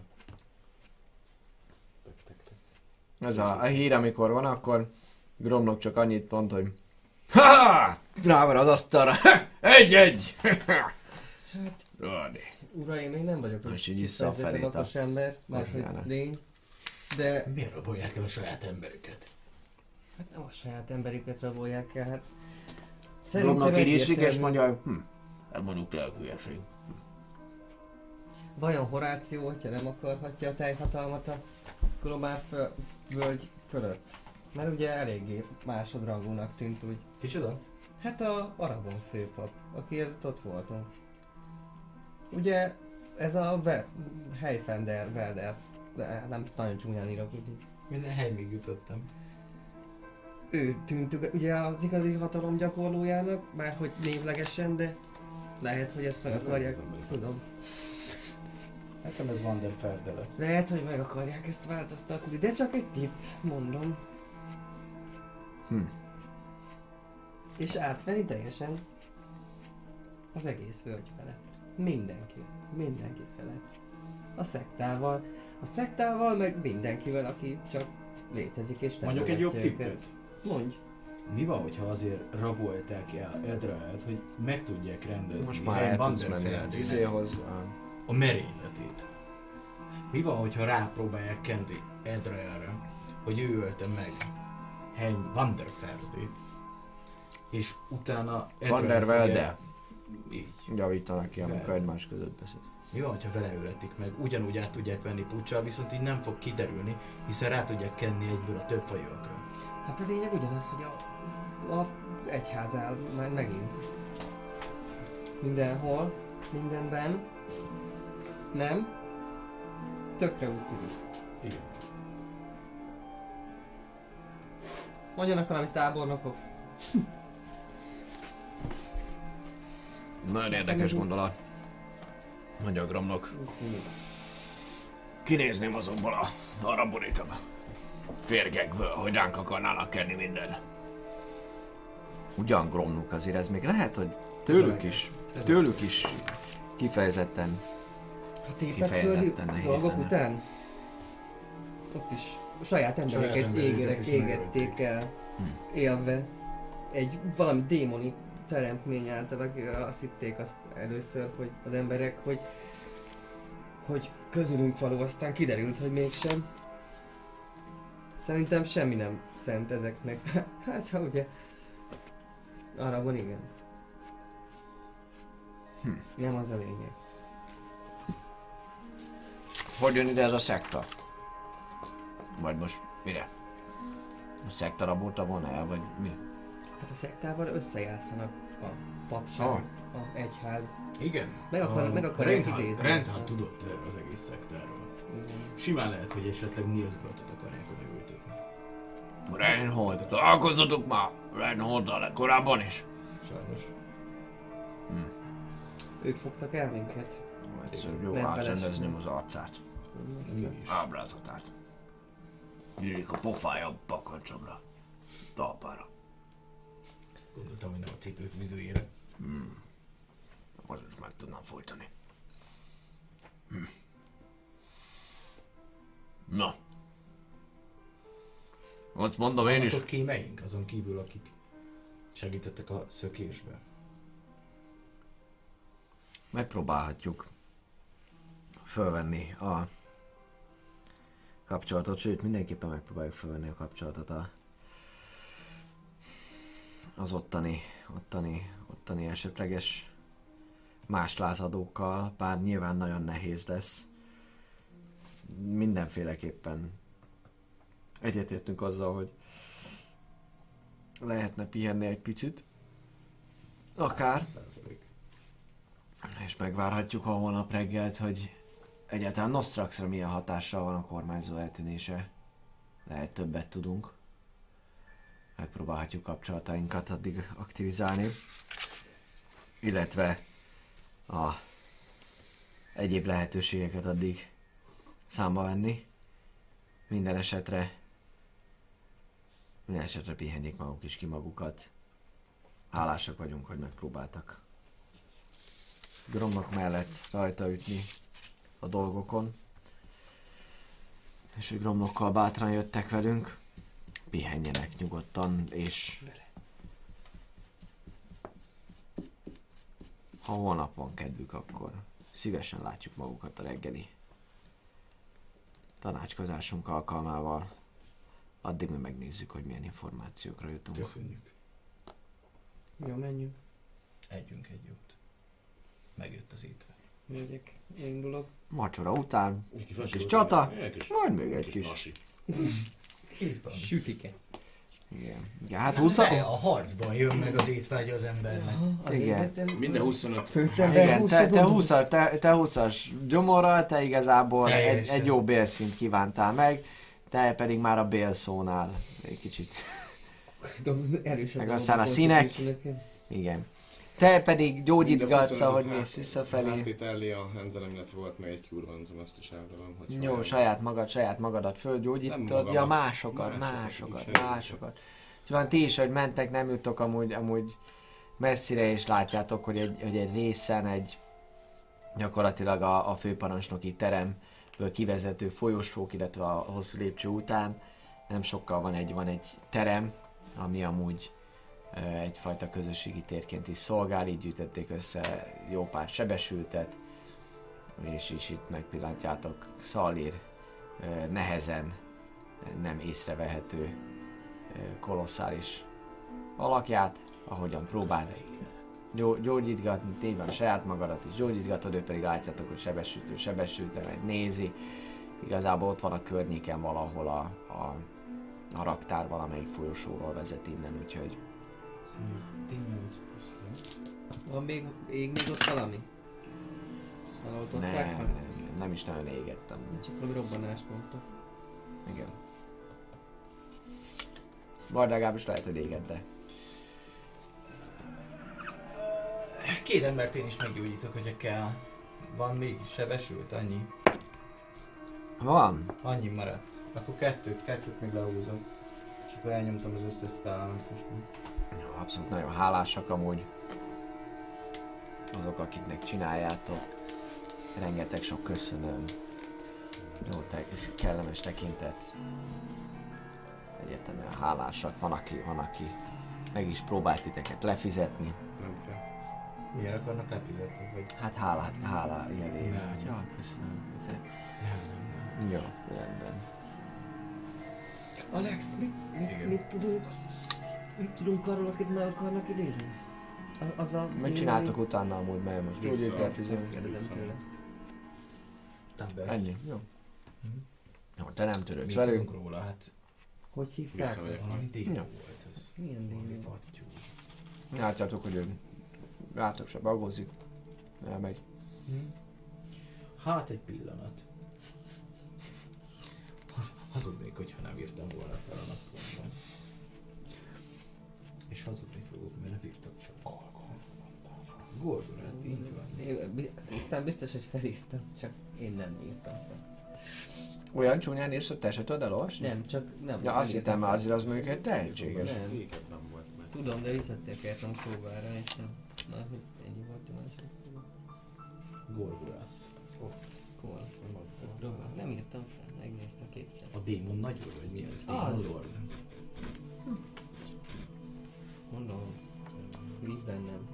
Tek, tek, tek. Ez a, a hír, amikor van, akkor Gromnok csak annyit mond, hogy ha! Ráver az asztalra! Egy-egy! Hát, Radi. uraim, én nem vagyok És így vissza a kifejezetten felét a okos ember, máshogy Mazsára. lény. De Miért rabolják el a saját emberüket? hát nem a saját emberüket rabolják el, hát... Gromnok így iszik, és egyértelmű. mondja, hogy hm, Nem mondjuk lelkülyeség. Vajon Horáció, hogyha nem akarhatja a teljhatalmat a globál föl, völgy fölött? Mert ugye eléggé másodrangúnak tűnt úgy. Kicsoda? Hát a Arabon főpap, aki előtt ott voltunk. Ugye ez a Ve- Helyfender, Velder, de nem nagyon csúnyán írok, úgyhogy. Minden hely még jutottam. ő tűnt ugye az igazi hatalom gyakorlójának, már hogy névlegesen, de lehet, hogy ezt meg akarják, tudom. Nekem ez Vanderferde lesz. Lehet, hogy meg akarják ezt változtatni, de csak egy tipp, mondom. Hm. És átvenni teljesen az egész völgy felett. Mindenki, mindenki felett. A szektával, a szektával meg mindenkivel, aki csak létezik és Mondjuk egy jobb támogatja őket. tippet. Mondj. Mi van, hogyha azért rabolták el Edraelt, hogy meg tudják rendezni Most már el tudsz menni az Vanderfeldének izéhoz. a merényletét? Mi van, hogyha rápróbálják kenni Edraelre, hogy ő ölte meg Hein Vanderferdét, és utána Vandervelde. Így. Javítanak ki, amikor Velde. egymás között beszél. Mi van, ha vele öletik meg? Ugyanúgy át tudják venni puccsal, viszont így nem fog kiderülni, hiszen rá tudják kenni egyből a több fajokra. Hát a lényeg ugyanaz, hogy a, a egyház áll már megint. Mindenhol, mindenben. Nem? Tökre úgy tűnik. Igen. Mondjanak valami tábornokok. Nagyon érdekes gondolat. Mondja a Gromnak. Kinézném azokból a, a raborítom férgekből, hogy ránk akarnának kenni minden. Ugyan Gromnuk azért ez még lehet, hogy tőlük is, tőlük is kifejezetten, A tépet kifejezetten földi nehéz dolgok lenne. után? Ott is a saját embereket embereiket égerek, is égették megölték. el. Élve. Egy valami démoni teremtmény által, akik azt hitték azt először, hogy az emberek, hogy hogy közülünk való, aztán kiderült, hogy mégsem. Szerintem semmi nem szent ezeknek. Hát, ha ugye... Arabon igen. Hm. Nem az a lényeg. Hogy jön ide ez a szekta? Vagy most mire? A szekta rabolta volna el, vagy mi? Hát a szektával összejátszanak a papság, Ah. a egyház. Igen. Meg akar- meg akarják idézni. Reinhardt tudott erről az egész szektáról. Simán lehet, hogy esetleg Niels Grotot akarják oda ültetni. Reinhold, találkozzatok már Reinholddal korábban is. Sajnos. Ők fogtak el minket. Egyszer jó Nem átrendezném az arcát, Mi is. ábrázatát. Nyílik a pofája a bakancsomra, talpára. Gondoltam, hogy nem a cipők vizőjére. Az is meg tudnám folytani. Hm. Na. Azt mondom én is. Ott kémeink, azon kívül, akik segítettek a szökésbe. megpróbálhatjuk fölvenni a kapcsolatot, sőt mindenképpen megpróbáljuk fölvenni a kapcsolatot a, az ottani, ottani, ottani esetleges más lázadókkal, bár nyilván nagyon nehéz lesz. Mindenféleképpen egyetértünk azzal, hogy lehetne pihenni egy picit. Akár. száz százalék. És megvárhatjuk a holnap reggelt, hogy egyáltalán Nostraxra milyen hatással van a kormányzó eltűnése. Lehet többet tudunk. Megpróbálhatjuk kapcsolatainkat addig aktivizálni. Illetve a egyéb lehetőségeket addig számba venni. Minden esetre minden esetre pihenjék maguk is ki magukat. Hálásak vagyunk, hogy megpróbáltak Gromnak mellett rajta ütni a dolgokon. És hogy Gromnokkal bátran jöttek velünk. Pihenjenek nyugodtan, és ha holnap van kedvük, akkor szívesen látjuk magukat a reggeli tanácskozásunk alkalmával. Addig mi megnézzük, hogy milyen információkra jutunk. Köszönjük. Jó, menjünk. Együnk egy jót. Megjött az étvágy. Megyek, indulok. Macsora után, Kis kis csata, Egy kis, majd még egy kis. nasi. Kézben. Sütike. Igen, igen hát húsz... De a harcban jön meg az étvágy az embernek. Az Igen. életem... Minden huszonöt. Főtember Igen, te, te, húszadon- húszas, te, te húszas gyomorral, te igazából egy, Teljesen. egy jó bélszint kívántál meg, te pedig már a bélszónál egy kicsit Erősebb. Meg aztán a színek. Igen. Te pedig gyógyítgatsz, ahogy mész visszafelé. Hápitelli a Henzelem, illetve volt még egy kurvanzom, azt is elvevem. Jó, saját magad, saját magadat fölgyógyítod. Ja, másokat, másokat, másokat. Szóval ti is, hogy mentek, nem juttok amúgy, amúgy messzire, és látjátok, hogy egy, hogy egy részen egy gyakorlatilag a, a főparancsnoki teremből kivezető folyosók, illetve a hosszú lépcső után nem sokkal van egy, van egy terem, ami amúgy egyfajta közösségi térként is szolgál, így gyűjtötték össze jó pár sebesültet, és is itt megpillantjátok Szalír nehezen nem észrevehető kolosszális alakját, ahogyan próbál gyó- gyógyítgatni, tévben saját magadat is gyógyítgatod, ő pedig látjátok, hogy sebesültő sebesültő, meg nézi, igazából ott van a környéken valahol a, a, a raktár, valamelyik folyosóról vezet innen, úgyhogy Van még, ég még ott valami? Szaladották? nem, nem, nem is nagyon égettem. Csak a robbanást mondtak. Igen. Vardágább is lehet, hogy égett, de... Két embert én is meggyógyítok, hogyha kell. Van még sebesült, annyi? Van. Annyi maradt. Akkor kettőt, kettőt még lehúzok. És akkor elnyomtam az összes spellemet most még. Jó, abszolút nagyon hálásak amúgy azok, akiknek csináljátok. Rengeteg sok köszönöm. Jó, te, ez kellemes tekintet. Egyértelműen hálásak. Van aki, van aki meg is próbált titeket lefizetni. Nem kell. Miért akarnak lefizetni? Vagy... Hát hála, hála jelével. Nem. hogy Ja, köszönöm. Ez- Nem, nem, nem. Jó, rendben. Alex, mit, mit, Igen. mit tudunk? Mit tudunk arról, akit meg akarnak idézni? A- Az a... Megcsináltok utána amúgy, mert most Vissza. gyógyítgat, ugye? Kérdezem tőle. Tabber. Ennyi, jó. Mhm. Jó, te nem törődsz Mit velük. tudunk róla? Hát Hogy hívták? Visszamegyek. azt? valami démon Ja. volt az. Milyen Valami démon? fattyú. Látjátok, hogy ő látok se bagózik. Elmegy. Hm? Hát egy pillanat. Haz- hazudnék, hogyha nem írtam volna fel a napomban. És hazudni fogok, mert nem írtam fel. Gorgorát, így van. Én- bi- Aztán biztos, hogy felírtam, csak én nem írtam fel. Olyan csúnyán írsz, hogy te se tudod elolvasni? Nem, csak nem. Ja, nem azt írtam hittem már fel. azért az mondjuk egy tehetséges. Nem. Régebben volt meg. Tudom, de visszatérkeltem próbára, és nem. Na, hogy ennyi volt a másik. Gorgorát. Kol. Az dobva. Nem írtam fel, megnéztem kétszer. A démon nagy úr, vagy mi az? Démon Az. lord. Mondom, víz bennem.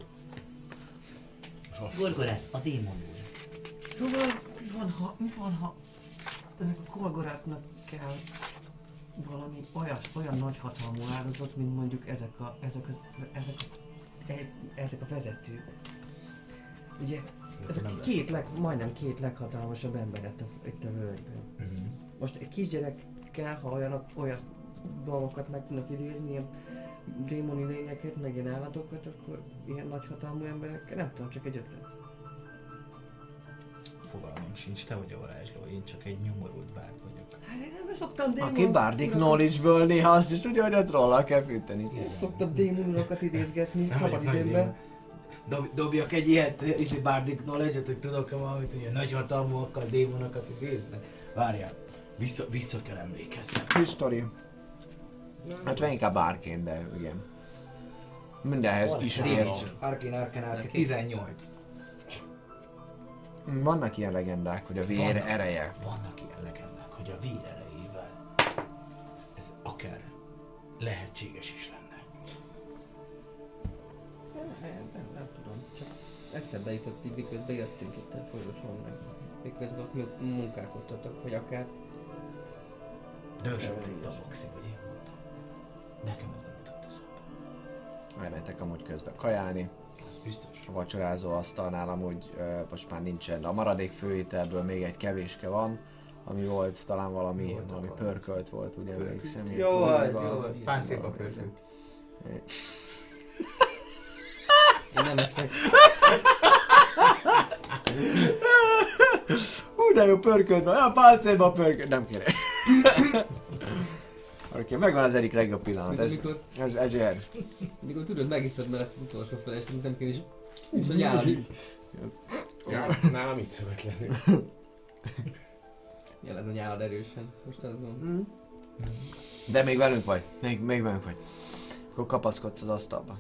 Gorgorát, a démon úr. Szóval, mi van, ha, mi van, ha ennek a kolgorátnak kell valami olyas, olyan nagy hatalmú áldozat, mint mondjuk ezek a, ezek az, ezek a, e- ezek a vezetők. Ugye, ezek nem lesz. két leg, majdnem két leghatalmasabb ember itt a, itt a völgyben. Mhm. Most egy kisgyerek kell, ha olyan, olyan dolgokat meg tudnak idézni, ilyen démoni lényeket, meg ilyen állatokat, akkor ilyen nagyhatalmú emberekkel, nem tudom, csak egy ötlet. Fogalmam sincs, te vagy a varázsló, én csak egy nyomorult bárd vagyok. Hát én nem szoktam démon... Aki Bardic urakat- Knowledge-ből néha azt is tudja, hogy a trollal kell fűteni. Én szoktam démon urakat idézgetni szabad időmben. Dob, dobjak egy ilyet, és egy Bardic Knowledge-et, hogy tudok-e valamit, hogy a nagyhatalmúakkal démonokat idéznek? Várjál, vissza, vissza kell emlékeznem. History. Hát vagy inkább bárként, de igen. Mindenhez is ért. Arkén, Arkén, Arkén, Neki. tizennyolc. Vannak ilyen legendák, hogy a vér Vannak. ereje. Vannak ilyen legendák, hogy a vér erejével ez akár lehetséges is lenne. Nem, nem, nem tudom, csak eszembe jutott így, miközben jöttünk itt a folyosón meg. Miközben mi munkálkodtatok, hogy akár... Dörzsölt egy tabaxi, vagy én mondtam. Nekem ez nem jutott eszembe. Elmentek amúgy közben kajálni. Ez biztos. A vacsorázó asztalnál amúgy ö, most már nincsen. A maradék főételből még egy kevéske van, ami volt, talán valami, Volt valami valami. pörkölt volt, ugye emlékszem. ilyen Jó az, kurva- jó az. Páncélba valami- pörkült. Én nem eszek. Hú, de jó pörkölt van, a pálcéba pörkölt, nem kérek. Oké, okay, megvan az egyik legjobb pillanat, ez, Mikor, ez, ez jön. mikor tudod, megiszod, mert lesz az utolsó felest, nem kell is. És a nyálad így. Ja, nálam így szokott lenni. Jelen a nyálad erősen. Most azt gondolom. De még velünk vagy, még, még velünk vagy. Akkor kapaszkodsz az asztalba.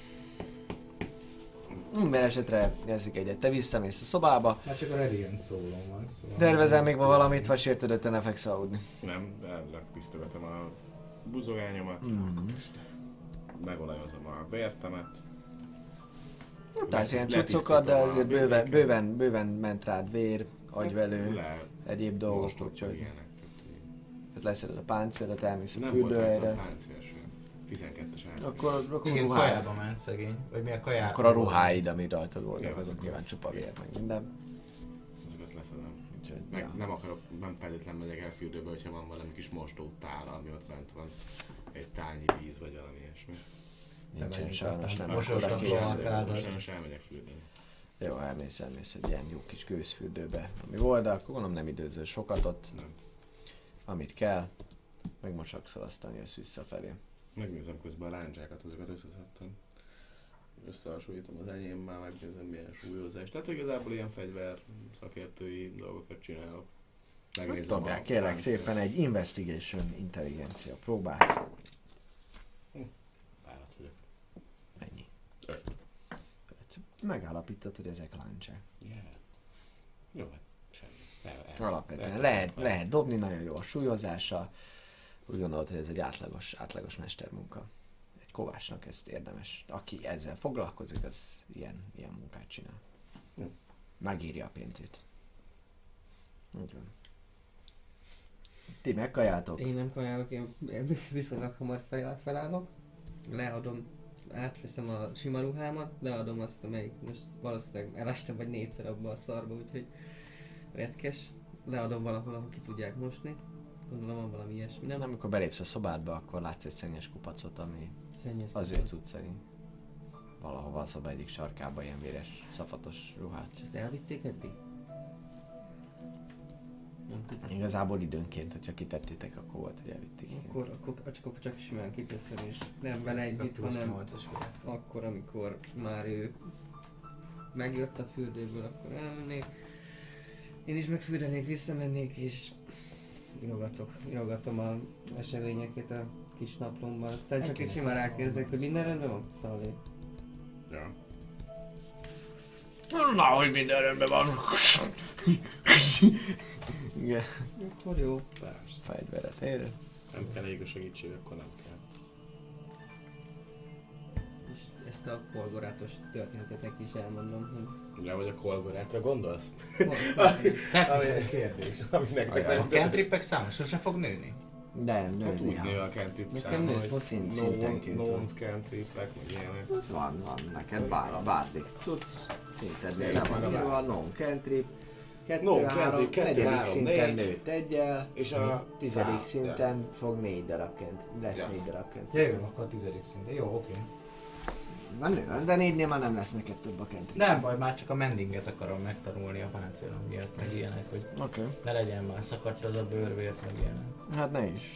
Minden esetre jelzik egyet. Te visszamész a szobába. Már csak a Radiant szólom van, szóval... Tervezel még ma valamit, vagy sértődötten ne feksz aludni? Nem, elpisztogatom a buzogányomat, Mm. megolajozom a vértemet. Tehát ilyen Letisztítom cuccokat, de a azért bőven, vidéket. bőven, bőven ment rád vér, agyvelő, Le, egyéb dolgok, mostok, úgyhogy ilyenek, tehát tehát leszeded a páncélodat, elmész a nem volt rajta fürdőhelyre. a páncél sem. tizenkettes elmész. Akkor, akkor Igen, ruháid. kajába ment szegény. Vagy mi a kajába? Akkor a ruháid, ami rajtad voltak, Ja, azok nyilván csupa vér, meg minden. Azokat leszedem. Úgyhogy, Meg ja. nem akarok, nem feltétlenül megyek el fürdőbe, hogyha van valami kis mostótár, ami ott bent van. Egy tányi víz vagy valami ilyesmi. Nincsen megyünk, sajnos, aztán nem mososan akkor soha kész. kell. Most sajnos elmegyek fürdeni. Jó, elmész, elmész egy ilyen jó kis gőzfürdőbe, ami volt, de akkor gondolom nem időzöl sokat ott, Nem. amit kell, megmosakszol, aztán jössz visszafelé. Megnézem közben a láncsákat, azokat összeszedtem. Összehasonlítom az enyémmel, megnézem milyen súlyozás. Tehát igazából ilyen fegyver szakértői dolgokat csinálok. Megnézem Dobják, a kérlek páncélt. szépen egy Investigation intelligencia próbát. Állat vagyok. Ennyi. Öt. Megállapítod, hogy ezek láncsák. Yeah. Jó, hát semmi. El, el, Alapvetően el- lehet, lehet dobni, nagyon jó a súlyozása. Úgy gondolod, hogy ez egy átlagos, átlagos mestermunka. Egy kovácsnak ezt érdemes. Aki ezzel foglalkozik, az ilyen, ilyen munkát csinál. Hm. Megírja a pénzét. Úgy van. Ti megkajáltok? Én nem kajálok, én viszonylag hamar fel, felállok. Leadom, átveszem a sima ruhámat, leadom azt, amelyik most valószínűleg elestem vagy négyszer abba a szarba, úgyhogy retkes. Leadom valahol, ahol ki tudják mosni. Gondolom van valami ilyesmi, nem? Nem, amikor belépsz a szobádba, akkor látsz egy szennyes kupacot, ami Szennyes. az ő cucc szerint. Valahova a szoba egyik sarkába ilyen véres, szafatos ruhát. És ezt elvitték eddig? Nem tudom. Igazából időnként, hogyha kitettétek, akkor volt, hogy elvitték. Akkor, akkor, csak, akkor csak simán kiteszem, és nem vele együtt, Plusz hanem nyolcas vér. akkor, amikor már ő megjött a fürdőből, akkor elmennék. Én is megfürdenék, visszamennék, és írogatok, írogatom a eseményeket a kis naplomban. Aztán csak egy simán rákérdezek, hogy minden rendben van? Szalé. Ja. Na, hogy minden rendben van. Igen. Akkor jó. Persze. Fegyveret ér. Nem kell elég a segítség, akkor nem kell. És ezt a kolgorátos történetet neki is elmondom, hogy... Ugye, vagy a kolgorátra gondolsz? Technikai kérdés. Aminek te A nem cantripek száma sose fog nőni? Nem, Hát nőni úgy nő a cantrip Nekem száma, nő, hogy hogy szint- no- szintenként van. nonce cantripek, meg ilyenek. Van, van, neked bár, bárlik cucc, szinted Nézd le meg van a írva, bár. non cantrip, kettő, Non három, cantrip, kettő, negyedik három, szinten négy. nőtt egyel, És a tizedik szám- szinten fog négy darab kent, lesz Ja. négy darab kent. Ja, jó, akkor a tizedik szinten. Jó, oké. Van nő, az, de négynél már nem lesz neked több a kent. Nem baj, már csak a mendinget akarom megtanulni a páncélom miatt, meg ilyenek, hogy Oké. Okay. ne legyen már szakadt az a bőrvért, meg ilyenek. Hát ne is.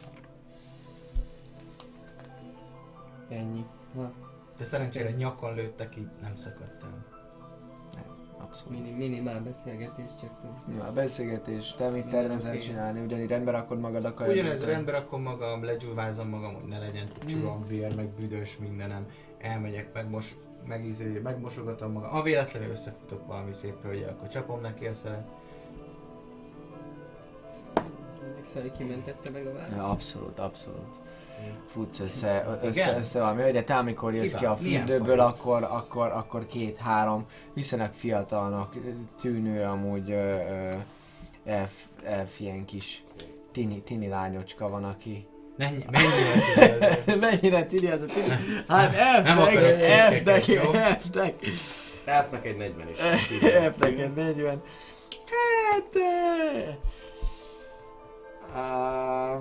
Ennyi. Ha, De szerencsére nyakon lőttek, így nem szakadt el. Abszolút. mini, minimál beszélgetés, csak hogy... Na, a beszélgetés, te mit Minden tervezel oké. csinálni? Ugyanígy rendbe rakod magad a kaját? Ugyanez rendbe rakom magam, legyúvázom magam, hogy ne legyen Hmm. csuram vér, meg büdös mindenem. Elmegyek, megmos, megizé, megmosogatom magam. Ha véletlenül összefutok valami szép hölgyel, akkor csapom neki a szelet. Emlékszel, hogy kimentette meg a várat? Ja, abszolút, abszolút. Futsz össze, össze, Igen? össze valami hölgyet, te amikor jössz Kivál- ki a milyen fürdőből, faj? akkor, akkor, akkor két-három viszonylag fiatalnak tűnő amúgy ö, ö, elf, elf ilyen kis tini, tini lányocska van, aki... Mennyi, mennyire Mennyire tini az a tini? Hát Nem elfnek, akarok elfnek, cikkeket, jó? elfnek, Elfnek egy negyven is. elfnek egy negyven. Hát... ö, á,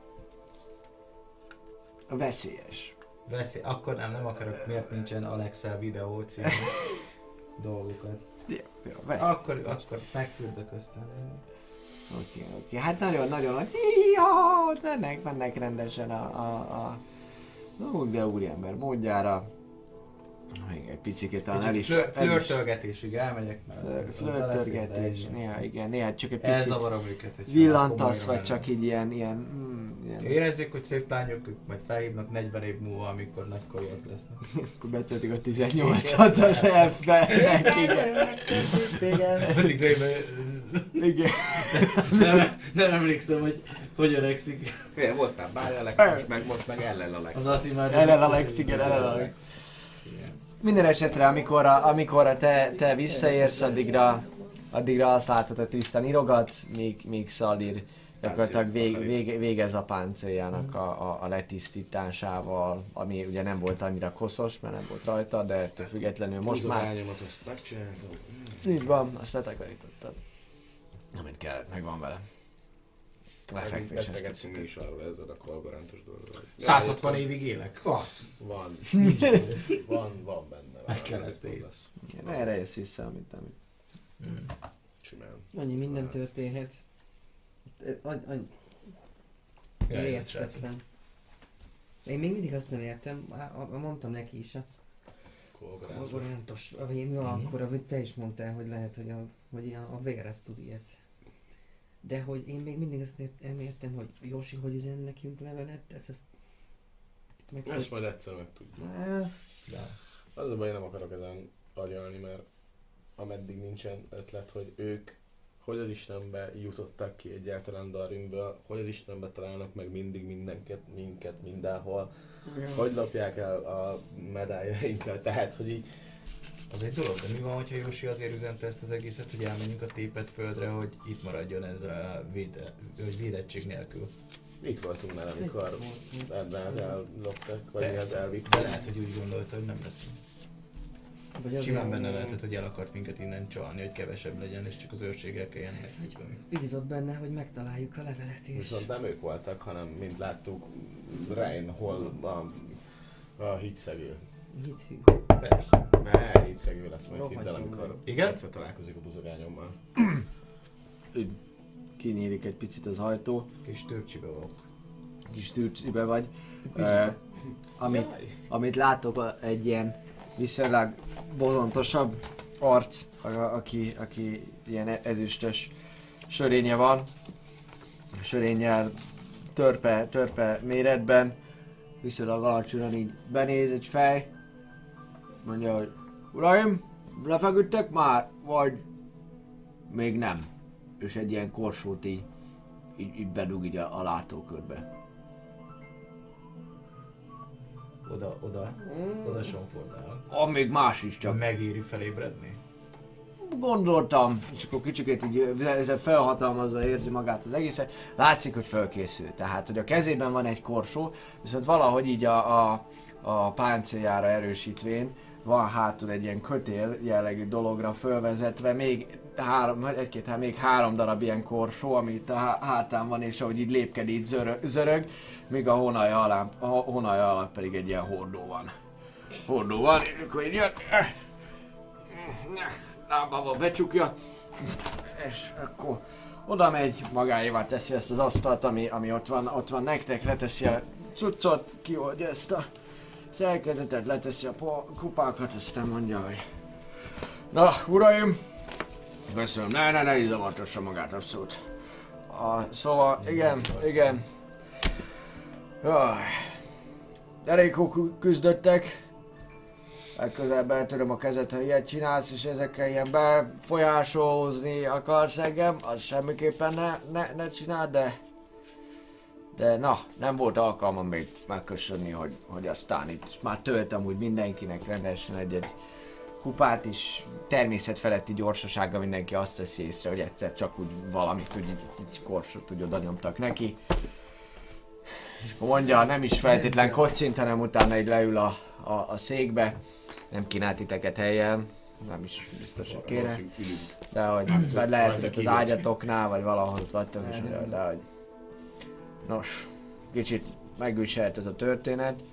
veszélyes. Beszél, akkor nem, nem akarok, miért nincsen Alexa videó című dolgokat. Jó, jó, veszélyes. Akkor, akkor megfürdök aztán. Oké, oké. Hát nagyon-nagyon nagy. Híha, ott mennek, mennek rendesen a... a, a... No, de úriember módjára. Még egy picit talán el is... Flör, flörtölgetésig elmegyek, mert az- az Flörtölgetés, belefér, de néha aztán igen, néha csak egy picit elzavarom őket, hogyha villantasz, komolyan vagy csak így ilyen, ilyen, mm, ilyen... érezzék, hogy szép lányok, ők majd felhívnak negyven év múlva, amikor nagykorúak lesznek. Akkor betöltik a tizennyolcat az elfbe, igen. Addig régen Igen. nem, nem emlékszem, hogy hogy öregszik. Fél, volt már Báj Alex, most meg, most meg ellen Alex. Az azt már Ellen Alex, igen, Ellen Alex. Minden esetre, amikor, a, amikor a te, te visszaérsz, addigra, addigra azt látod, hogy tisztán írogatsz, míg, míg Szalír gyakorlatilag vég, vég, végez a páncéljának a, a, a letisztításával, ami ugye nem volt annyira koszos, mert nem volt rajta, de ettől függetlenül most már... Húzogányomat azt megcsináltam. Így van, azt letakarítottad. Amit kellett, megvan vele. Lefekvéshez Beszélgetszünk mi készültünk. is arról ezzel a kolborántos dologról. száz hatvan évig élek. Kassz. Van. van, van benne. Meg kellett nézni. Igen, erre jössz vissza, amit, amit. Simán. Annyi minden történhet. Annyi, annyi értetlen. Én még mindig azt nem értem, á, á, mondtam neki is a Kolborántos. kolborántos, ami mi van akkor, amit te is mondtál, hogy lehet, hogy a, hogy a, a vér ezt tud ilyet. De hogy én még mindig azt ért- nem értem, hogy Jósi, hogy üzen nekünk levelet, tehát ezt... Meg, Ezt majd egyszer megtudjuk. De. Az a baj, én nem akarok ezen agyalni, mert ameddig nincsen ötlet, hogy ők hogy az Istenbe jutottak ki egyáltalán Darwinből, hogy az Istenbe találnak meg mindig mindenket, minket, mindenhol, hogy lopják el a medáljainkat, tehát hogy így Az egy dolog, de mi van, hogyha Jósi azért üzente ezt az egészet, hogy elmenjünk a tépet földre, hogy itt maradjon ez a véde, hogy védettség nélkül. itt voltunk már, amikor Edvát elloptak, vagy mi az Persze, elvittek. de lehet, hogy úgy gondolta, hogy nem leszünk. Vagy azért, Simán benne lehetett, hogy el akart minket innen csalni, hogy kevesebb legyen, és csak az őrséggel kelljen megküzdeni. bízott benne, hogy megtaláljuk a levelet is. Viszont nem ők voltak, hanem mint láttuk, Rein, hol a, a hídszegő. Hithű. Persze. Ne, hídszegő lesz majd, hidd el, Rohadjunk amikor Igen? egyszer találkozik a buzogányommal. Kinyílik egy picit az ajtó, Kis törcsibe vagyok. kis tűrcsibe vagy. Uh, amit, amit látok, a- egy ilyen viszonylag bozontosabb arc, a, aki, aki ilyen e- ezüstös sörénye van. Sörénnyel törpe, törpe méretben, viszonylag alacsonyan így benéz egy fej. Mondja, hogy uraim, lefeküdtek már, vagy még nem? És egy ilyen korsót így, így, így bedug így a, a látókörbe. Oda, oda, oda sonfordál. Van még más is Csak csak. megéri felébredni. Gondoltam, és akkor kicsikét így ezzel felhatalmazva érzi magát az egészet. Látszik, hogy fölkészül. Tehát, hogy a kezében van egy korsó, viszont valahogy így a, a, a páncéljára erősítvén van hátul egy ilyen kötél jellegű dologra fölvezetve, még három, egy-két, hát még három darab ilyen korsó, ami itt a há- hátán van, és ahogy így lépked, így zörög, zörög, míg a hónalja alá, a hónalja alatt pedig egy ilyen hordó van. Hordó van, és akkor így jön, lábába becsukja, és akkor oda megy, magáévá teszi ezt az asztalt, ami, ami ott, van, ott van nektek, leteszi a cuccot, kioldja ezt a szerkezetet, leteszi a po- kupákat, aztán mondja, hogy na, uraim, köszönöm, ne, ne, ne, így zavartassa magát, abszolút. A, szóval, igen, igen. Jaj. Elég kü- küzdöttek. Legközelebb eltöröm a kezed, ha ilyet csinálsz, és ezekkel ilyen befolyásolni akarsz engem, az semmiképpen ne, ne, ne csináld, de... De na, nem volt alkalmam még megköszönni, hogy, hogy aztán itt már töltem úgy mindenkinek rendesen egy-egy kupát is. Természetfeletti gyorsasággal mindenki azt veszi észre, hogy egyszer csak úgy valamit, úgy így, így korsot úgy oda nyomtak neki. És akkor mondja, nem is feltétlen kocint, hanem utána így leül a, a, a székbe. Nem kínált titeket helyen, nem is biztos, hogy kéne. De hogy vagy lehet, hogy itt az ágyatoknál, vagy valahol ott vagytok is, de, de hogy... Nos, kicsit megviselt ez a történet.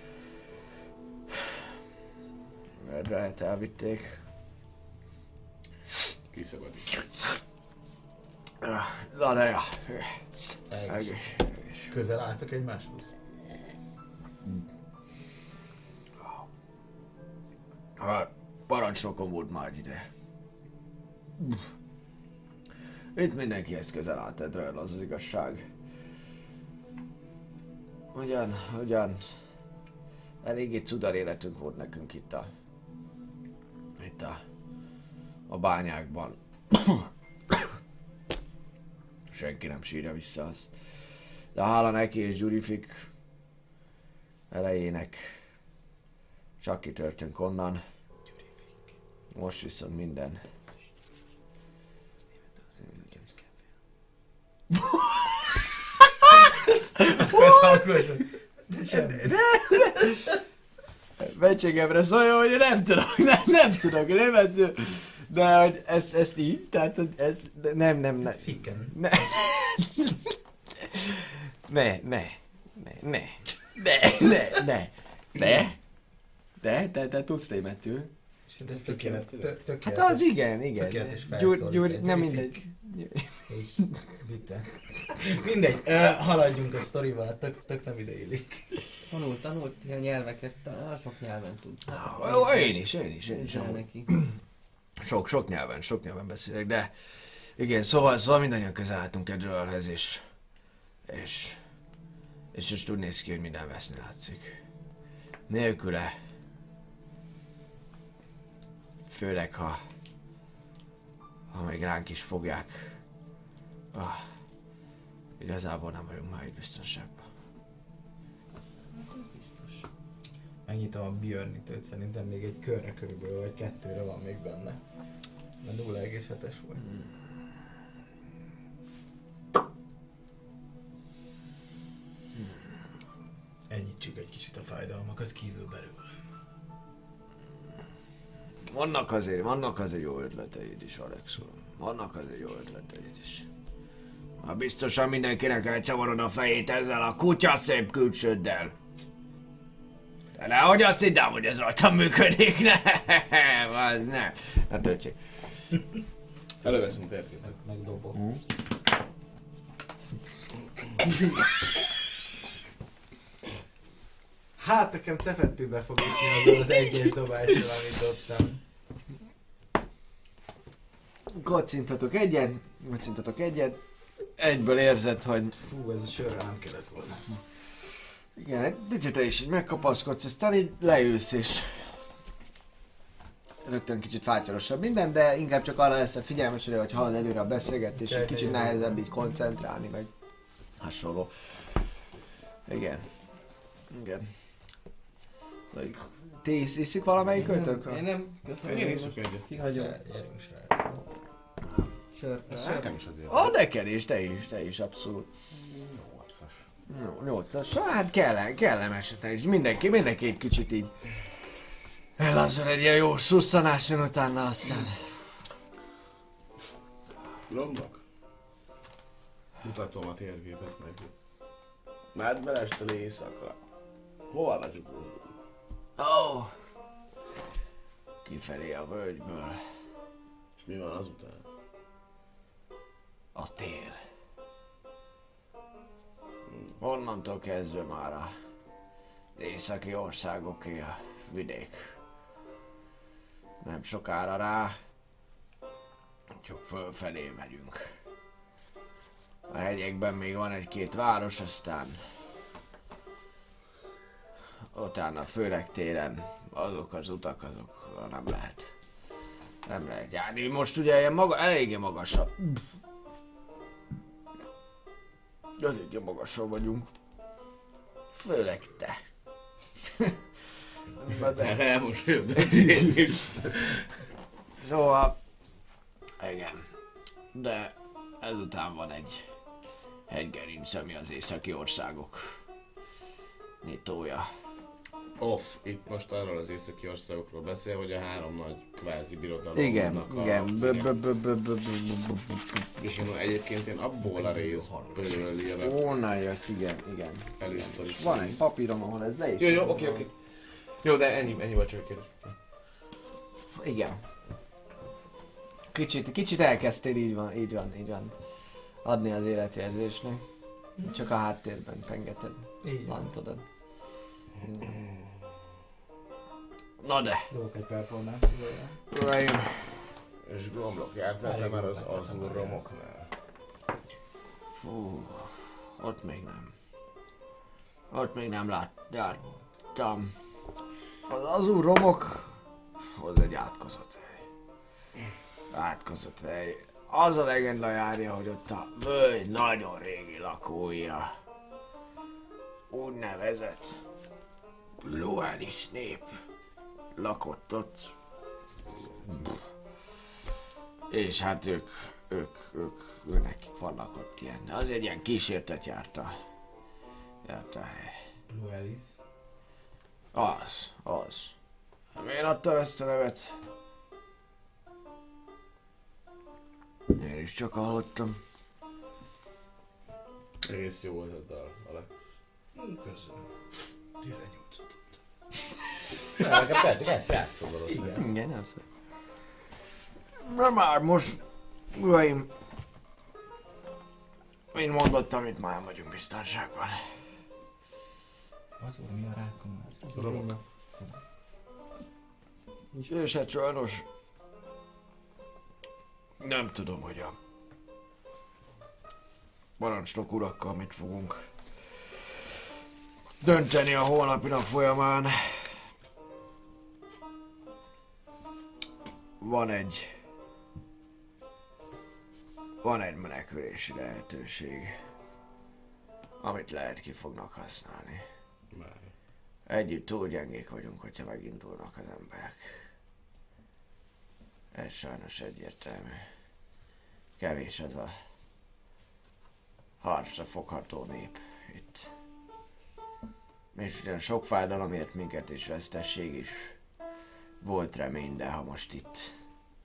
Lehet elvitték. Kiszabadít. Na de ja. Egész. Egész. Közel álltak egymáshoz? Hát, parancsnokom volt már ide. Itt mindenkihez közel állt Edrel, az az igazság. Ugyan, ugyan. Eléggé cudar életünk volt nekünk itt a... Itt a... A bányákban. Senki nem sírja vissza azt. De hála neki és Gyurifik elejének csak kitörtünk onnan. Most viszont minden. Becségemre szólja, hogy nem tudok, nem, nem tudok, nem tudok. De hogy ezt, ezt így, tehát hogy ez, nem, nem, nem. Ficken. Ne. Ne, ne, ne, ne, ne, ne, ne, ne, de, de, de tudsz németül. És ez tökéletes. tö- tökéletes. Hát az igen, igen. Tökéletes Gyur, felszólítás. gyur, nem Gyuri mindegy. És vitte. Mindegy, uh, haladjunk a sztorival, tök, tök nem ide illik. Tanult, tanult a nyelveket, tá, sok nyelven tud. Jó, én is, én is, én is. Kell amúgy. neki. Sok, sok nyelven, sok nyelven beszélek, de igen, szóval, szóval mindannyian közel álltunk Edrölhez, és, és, és most úgy néz ki, hogy minden veszni látszik. Nélküle, főleg ha, ha még ránk is fogják, ah, igazából nem vagyunk már itt biztonságban. Megnyitom a Björnitőt, szerintem még egy körre körülbelül, vagy kettőre van még benne. Mert nulla egész hetes volt. Enyhítsük egy kicsit a fájdalmakat kívülbelül. Vannak azért, vannak azért jó ötleteid is, Alex úr. Vannak azért jó ötleteid is. Ha biztosan mindenkinek elcsavarod a fejét ezzel a kutyaszép külsőddel. De nehogy azt hiddem, hogy ez rajtam működik, ne, az ne. Hát töltsék. Előveszünk térképet. Meg, megdobok. Mm. Hát nekem cefettőbe fog jutni azon az egyes dobással, amit dobtam. Kocintatok egyet, kocintatok egyet. Egyből érzed, hogy Fú, ez a sörre nem kellett volna. igen, egy picit te is így megkapaszkodsz, aztán így leülsz és rögtön kicsit fátyolosabb minden, de inkább csak arra lesz a figyelmesre, hogy halad előre a beszélgetés, egy kicsit nehezebb így koncentrálni, meg hasonló. Igen. Igen. Ti is, iszik valamelyik ötök? Én nem, köszönöm. Én én iszok most egyet. Kihagyom. Gyerünk srác. Sört, sört. Nekem is azért. A neked is, te is, te is abszolút. nyolcas. No, nyolcas, hát kellem, kellemes, te is. Mindenki, mindenki egy kicsit így elazzol egy ilyen jó szusszanáson utána, aztán... Romlok? Mutatom a térképet meg. Már belestel éjszakra. Hova vezetőzünk? Ó! Oh. Kifelé a völgyből. És mi van azután? A tél. Onnantól kezdve már a északi országoké a vidék. Nem sokára rá, csak fölfelé megyünk. A hegyekben még van egy-két város, aztán utána főleg télen azok az utak, azok nem lehet. Nem lehet járni. Most ugye ilyen maga, eléggé magasabb. Eléggé magasabb vagyunk. Főleg te. Na de... Elmosolyodott. Szóval... Igen. De ezután van egy hegygerinc, ami az északi országok nyitója. Off, itt most arról az északi országokról beszél, hogy a három nagy kvázi birodalomnak igen, a... igen. És én egyébként én abból a részből írok Onnan jössz, igen, igen. először is. Van egy papírom, ahol ez le is Jó, jó, van. oké, oké. Jó, de ennyi, ennyi volt csak kérdés. Igen. Kicsit, kicsit elkezdtél, így van, így van, így van. adni az életérzésnek. Csak a háttérben pengeted. Így van. Lantodod. Na de. Dobok egy performance uraim. Uraim. És Gromlok, jártál te már az azur romoknál? Fú, ott még nem. Ott még nem lát, jártam. Az azul romok, az egy átkozott hely. Átkozott hely. Az a legenda járja, hogy ott a völgy nagyon régi lakója. Úgynevezett Luanis nép lakott ott. És hát ők, ők, ők, ők nekik vannak ott ilyen. Azért ilyen kísértet járta. Járta a hely. Luelis. Az, az. Miért adtam ezt a nevet? Én is csak hallottam. Egész jó volt a dal, Alek. Köszönöm. tizennyolcat. Nekem tetszik, ezt játszom valószínűleg. Igen, igen, az. Na már most, uraim, mint mondottam, itt már vagyunk biztonságban. Az úr, mi a rákom az? Romok. És hát sajnos nem tudom, hogy a parancsnok urakkal mit fogunk dönteni a holnapi nap folyamán. Van egy van egy menekülési lehetőség, amit lehet ki fognak használni. Várj. Együtt túl gyengék vagyunk, hogyha megindulnak az emberek. Ez sajnos egyértelmű. Kevés az a harcra fogható nép itt. És ugyan sok fájdalomért minket is, vesztesség is. Volt remény, de ha most itt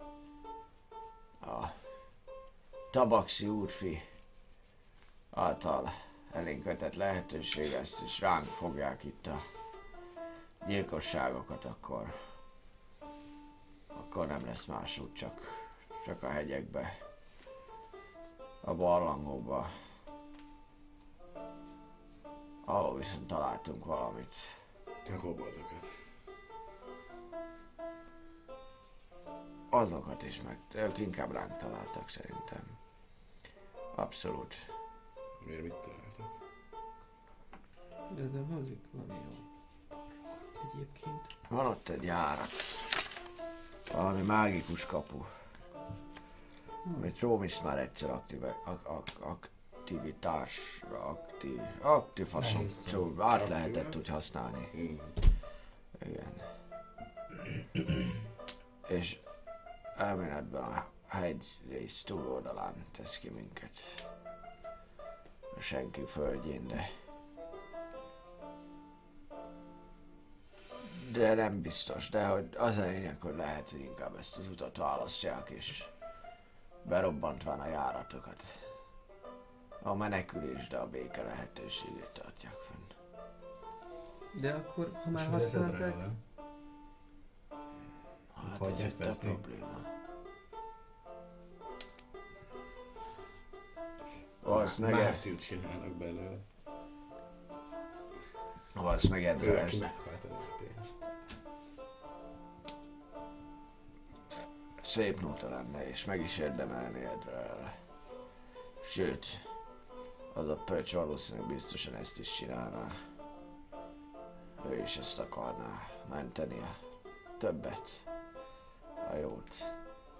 a Tabaxi úrfi által elénk vetett lehetőség ezt is ránk fogják itt a gyilkosságokat, akkor akkor nem lesz más út, csak, csak a hegyekbe, a barlangokba, ahol viszont találtunk valamit. A koboldokat. Azokat is meg, ők inkább ránk találtak szerintem. Abszolút. Miért mit találtak? Ez nem hangzik valami jó. Egyébként. Van ott egy járat. Valami mágikus kapu. Amit Rómisz már egyszer aktív, ak, ak, aktivitásra, aktív, aktív faszom. Nehéz szó. Szóval át lehetett úgy használni. Mm. Igen. És elméletben a hegy rész túloldalán tesz ki minket. A senki földjén, de... De nem biztos, de hogy az a lényeg, hogy lehet, hogy inkább ezt az utat választják, és berobbantván a járatokat. A menekülés, de a béke lehetőségét tartják fenn. De akkor, ha már És mi lesz a használták... drága? Hát ez Hagyják itt a veszni? probléma. Valószínűleg, Mártit csinálnak belőle. valószínűleg Ő, Edre aki lesz. meghalt a népést. Szép nóta lenne, és meg is érdemelni Edre. Sőt, az a pöcs valószínűleg biztosan ezt is csinálná. Ő is ezt akarná menteni a többet, a jót.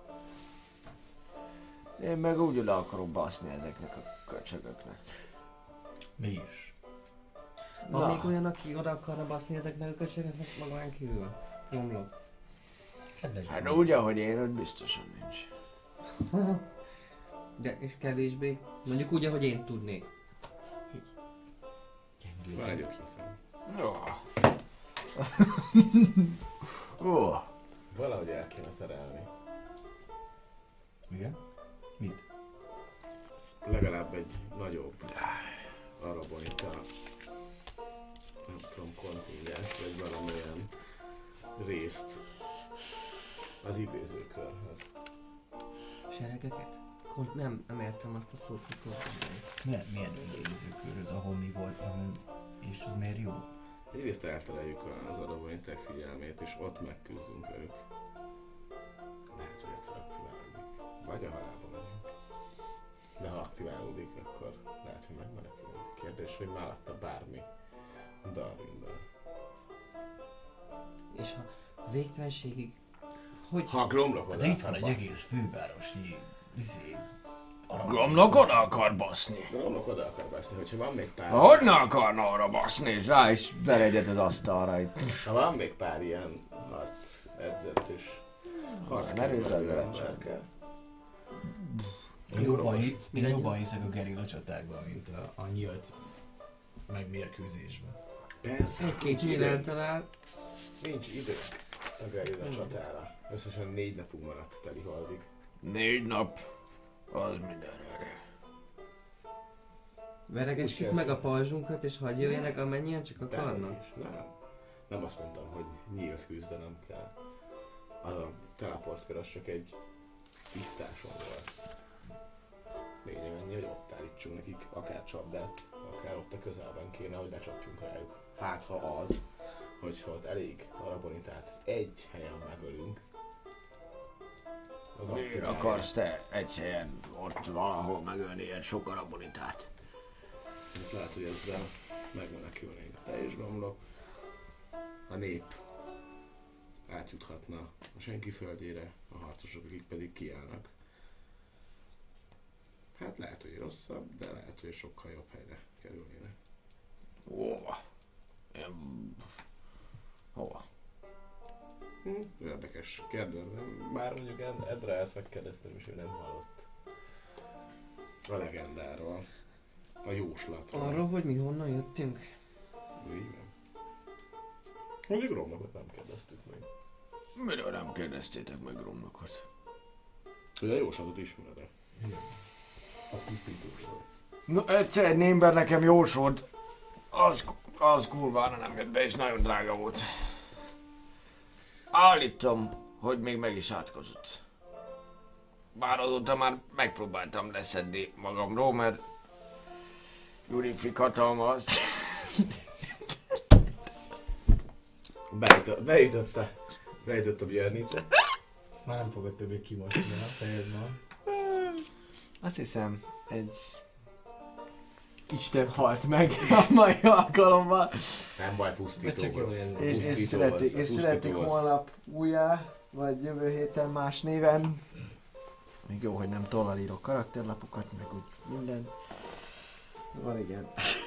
Én meg úgy oda akarok baszni ezeknek a köcsögöknek. Mi is? Van Na. még olyan, aki oda akarna baszni ezeknek a köcsögöknek magán kívül? Romlok. Kedves Hát Gromlok. úgy, ahogy én, ott biztosan nincs. De és kevésbé? Mondjuk úgy, ahogy én tudnék. Van egy ötletem. Jó. Ó, Valahogy el kéne szerelni. Igen? Mit? Legalább egy nagyobb arabonika, nem tudom, kontingens, vagy valamilyen részt az idézőkörhöz. Seregeket? Hogy nem, nem értem azt a szót, hogy koordinálni. Milyen, milyen önlézőkör az, ahol mi volt, ahol, és az miért jó? Egyrészt eltereljük az arabonitek figyelmét, és ott megküzdünk velük. Lehet, hogy egyszer aktiválódik. Vagy a halálba megyünk. De ha aktiválódik, akkor lehet, hogy megmenekülünk. Kérdés, hogy mellette bármi Darwinben. És ha végtelenségig... Hogy... Ha a Gromlokod De itt van egy egész fővárosnyi, izé, Gromlok oda akar baszni. Gromlok oda akar baszni, hogyha van még pár... Hogy ne akarna arra baszni? És rá is ver egyet az asztalra itt. Ha van még pár ilyen harc edzett és harc Merőtre az emberekkel. Én jobban, hi- én jobban hiszek a gerilla csatákban, mint a, a nyílt megmérkőzésben. Persze, Egy-két nincs idő. minden talál. Nincs idő a gerilla csatára. Összesen négy napunk maradt teli haldig. Négy nap. Az mindenre. Veregessük Úgy meg a kezdve. pajzsunkat és hagyj jöjjenek amennyien csak akarnak. Is. Nem. Nem azt mondtam, hogy nyílt küzdelem kell. Az a teleportkör az csak egy tisztáson volt. Lényeg annyi, hogy ott állítsunk nekik akár csapdát, akár ott a közelben kéne, hogy ne csapjunk rájuk. Hát ha az, hogyha ott elég arabonitát egy helyen megölünk, az Mi aktiválja. akarsz te egy helyen ott valahol megölni ilyen sok arabonitát? Itt lehet, hogy ezzel megmenekülnénk. Te is Gromlok. A nép átjuthatna a senki földjére, a harcosok, akik pedig kiállnak. Hát lehet, hogy rosszabb, de lehet, hogy sokkal jobb helyre kerülnének. Hova? Én... Hova? Hm, érdekes. Kérdezem. Bár mondjuk Ed- Edrált megkérdeztem, és ő nem hallott. A legendáról. A jóslatról. Arról, hogy mi honnan jöttünk? Igen. Mondjuk Gromlokot nem kérdeztük meg. Miről nem kérdeztétek meg Gromlokot? Hogy a jóslatot ismered-e? A pusztítósról. No, egyszer egy némber nekem jósolt. Az, az kurvára nem jött be, és nagyon drága volt. Állítom, hogy még meg is átkozott. Bár azóta már megpróbáltam leszedni magamról, mert Jurifik hatalmaz. Beütötte, beütötte, beütötte a Björnit. Ezt már nem fogod többé kimosni a fejedben. Azt hiszem, egy Isten halt meg a mai alkalommal. Nem baj, pusztító Csak jó az. érzés. És, és Pusztító születik, az, és pusztító születik az. holnap újjá, vagy jövő héten más néven. Még jó, hogy nem tollal írok karakterlapokat, meg úgy minden. Van igen.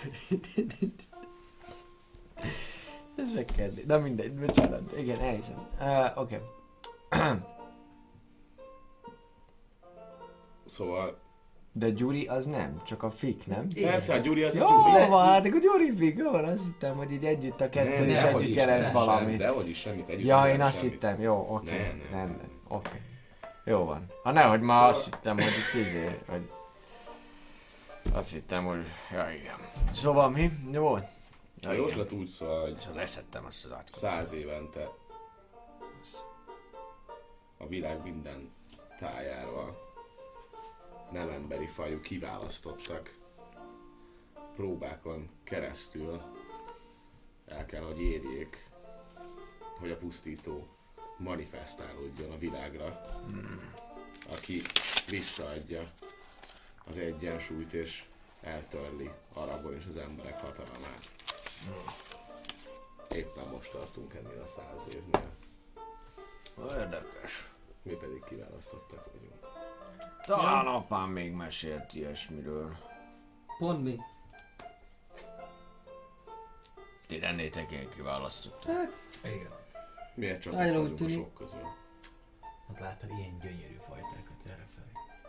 Ez meg kell. Na mindegy, bocsánat. Igen, elhiszem. Uh, Oké. Okay. Szóval, De Gyuri az nem, csak a Fik, nem? persze a Gyuri az Jó, a Gyuri. van, hát akkor Gyuri Fik, jó van, azt hittem, hogy így együtt a kettő Nem, is dehogy együtt is, jelent nem, valamit. De hogy is semmit együtt. Ja, nem én azt semmit. hittem, jó, oké. Nem, nem, Nem, nem. nem, oké. Jó van. Ha nehogy már Szóval- azt hittem, hogy itt izé, hogy... Azt hittem, hogy... Ja, igen. Szóval mi? Jó. A jóslat úgy szól, hogy Szóval leszettem azt az átkozott. száz évente a világ minden tájáról nem emberi fajú kiválasztottak próbákon keresztül el kell, hogy érjék, hogy a pusztító manifestálódjon a világra, aki visszaadja az egyensúlyt és eltörli Aragorn és az emberek hatalmát. Éppen most tartunk ennél a száz évnél. Érdekes. Mi pedig kiválasztottak vagyunk. Talán apám még mesélt ilyesmiről. Pont mi? Ti lennétek ilyen kiválasztottak. Hát, Igen. Miért csak Nagyon azt úgy vagyunk a tűnik. sok közül? Hát láttad ilyen gyönyörű fajtákat errefelé.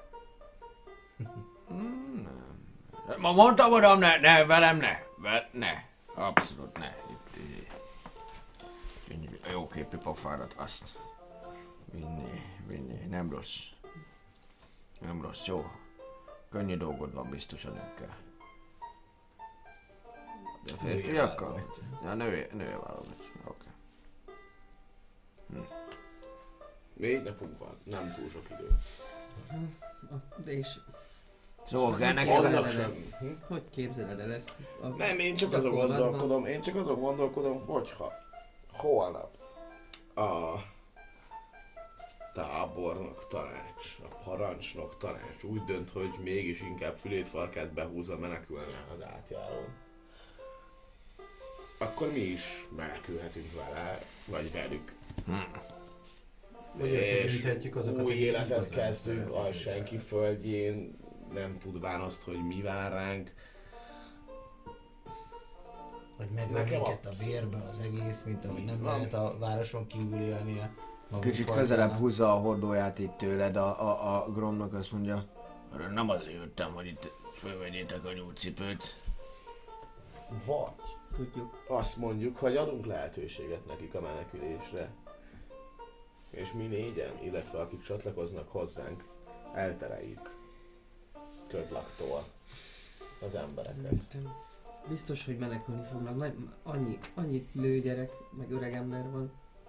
Ma mondtam, uram, ne, ne, velem ne. Ve, ne. Abszolút ne. Itt, itt, Gyönyörű, jó képű pofárat, azt vinni, vinni. Nem rossz. Nem rossz, jó. Könnyű dolgod van biztos a nőkkel. De férfiakkal? Ja, nője, nője válogatja. Oké. Négy napunk van, nem túl sok idő. De és Szóval kell hogy nekem... képzeled Vannak el sem. ezt? Hm? Hogy képzeled el ezt? A Nem, én csak azon gyakorlatban? gondolkodom, én csak azon gondolkodom, hogyha holnap a tábornok tanács, a parancsnok tanács úgy dönt, hogy mégis inkább fülét farkát behúzva menekülne az átjárón, akkor mi is menekülhetünk vele, vagy velük. Vagy És összegyűjthetjük azokat, új akik életet igazán kezdünk szeretik a őket. senki földjén, nem tudván azt, hogy mi vár ránk. Vagy megöl Nekem minket a abszolút. vérbe az egész, mint ahogy nem Van. lehet a városon kívül élnie. maguk Kicsit fajtának. közelebb húzza a hordóját itt tőled, a, a, a Gromnak azt mondja, nem azért jöttem, hogy itt fölvegyétek a nyúlcipőt. Vagy Tudjuk. azt mondjuk, hogy adunk lehetőséget nekik a menekülésre. És mi négyen, illetve akik csatlakoznak hozzánk, eltereljük Ködlaktól az embereket. Értem. Biztos, hogy menekülni fognak. Nagy, annyi, annyi nőgyerek, meg öreg ember van.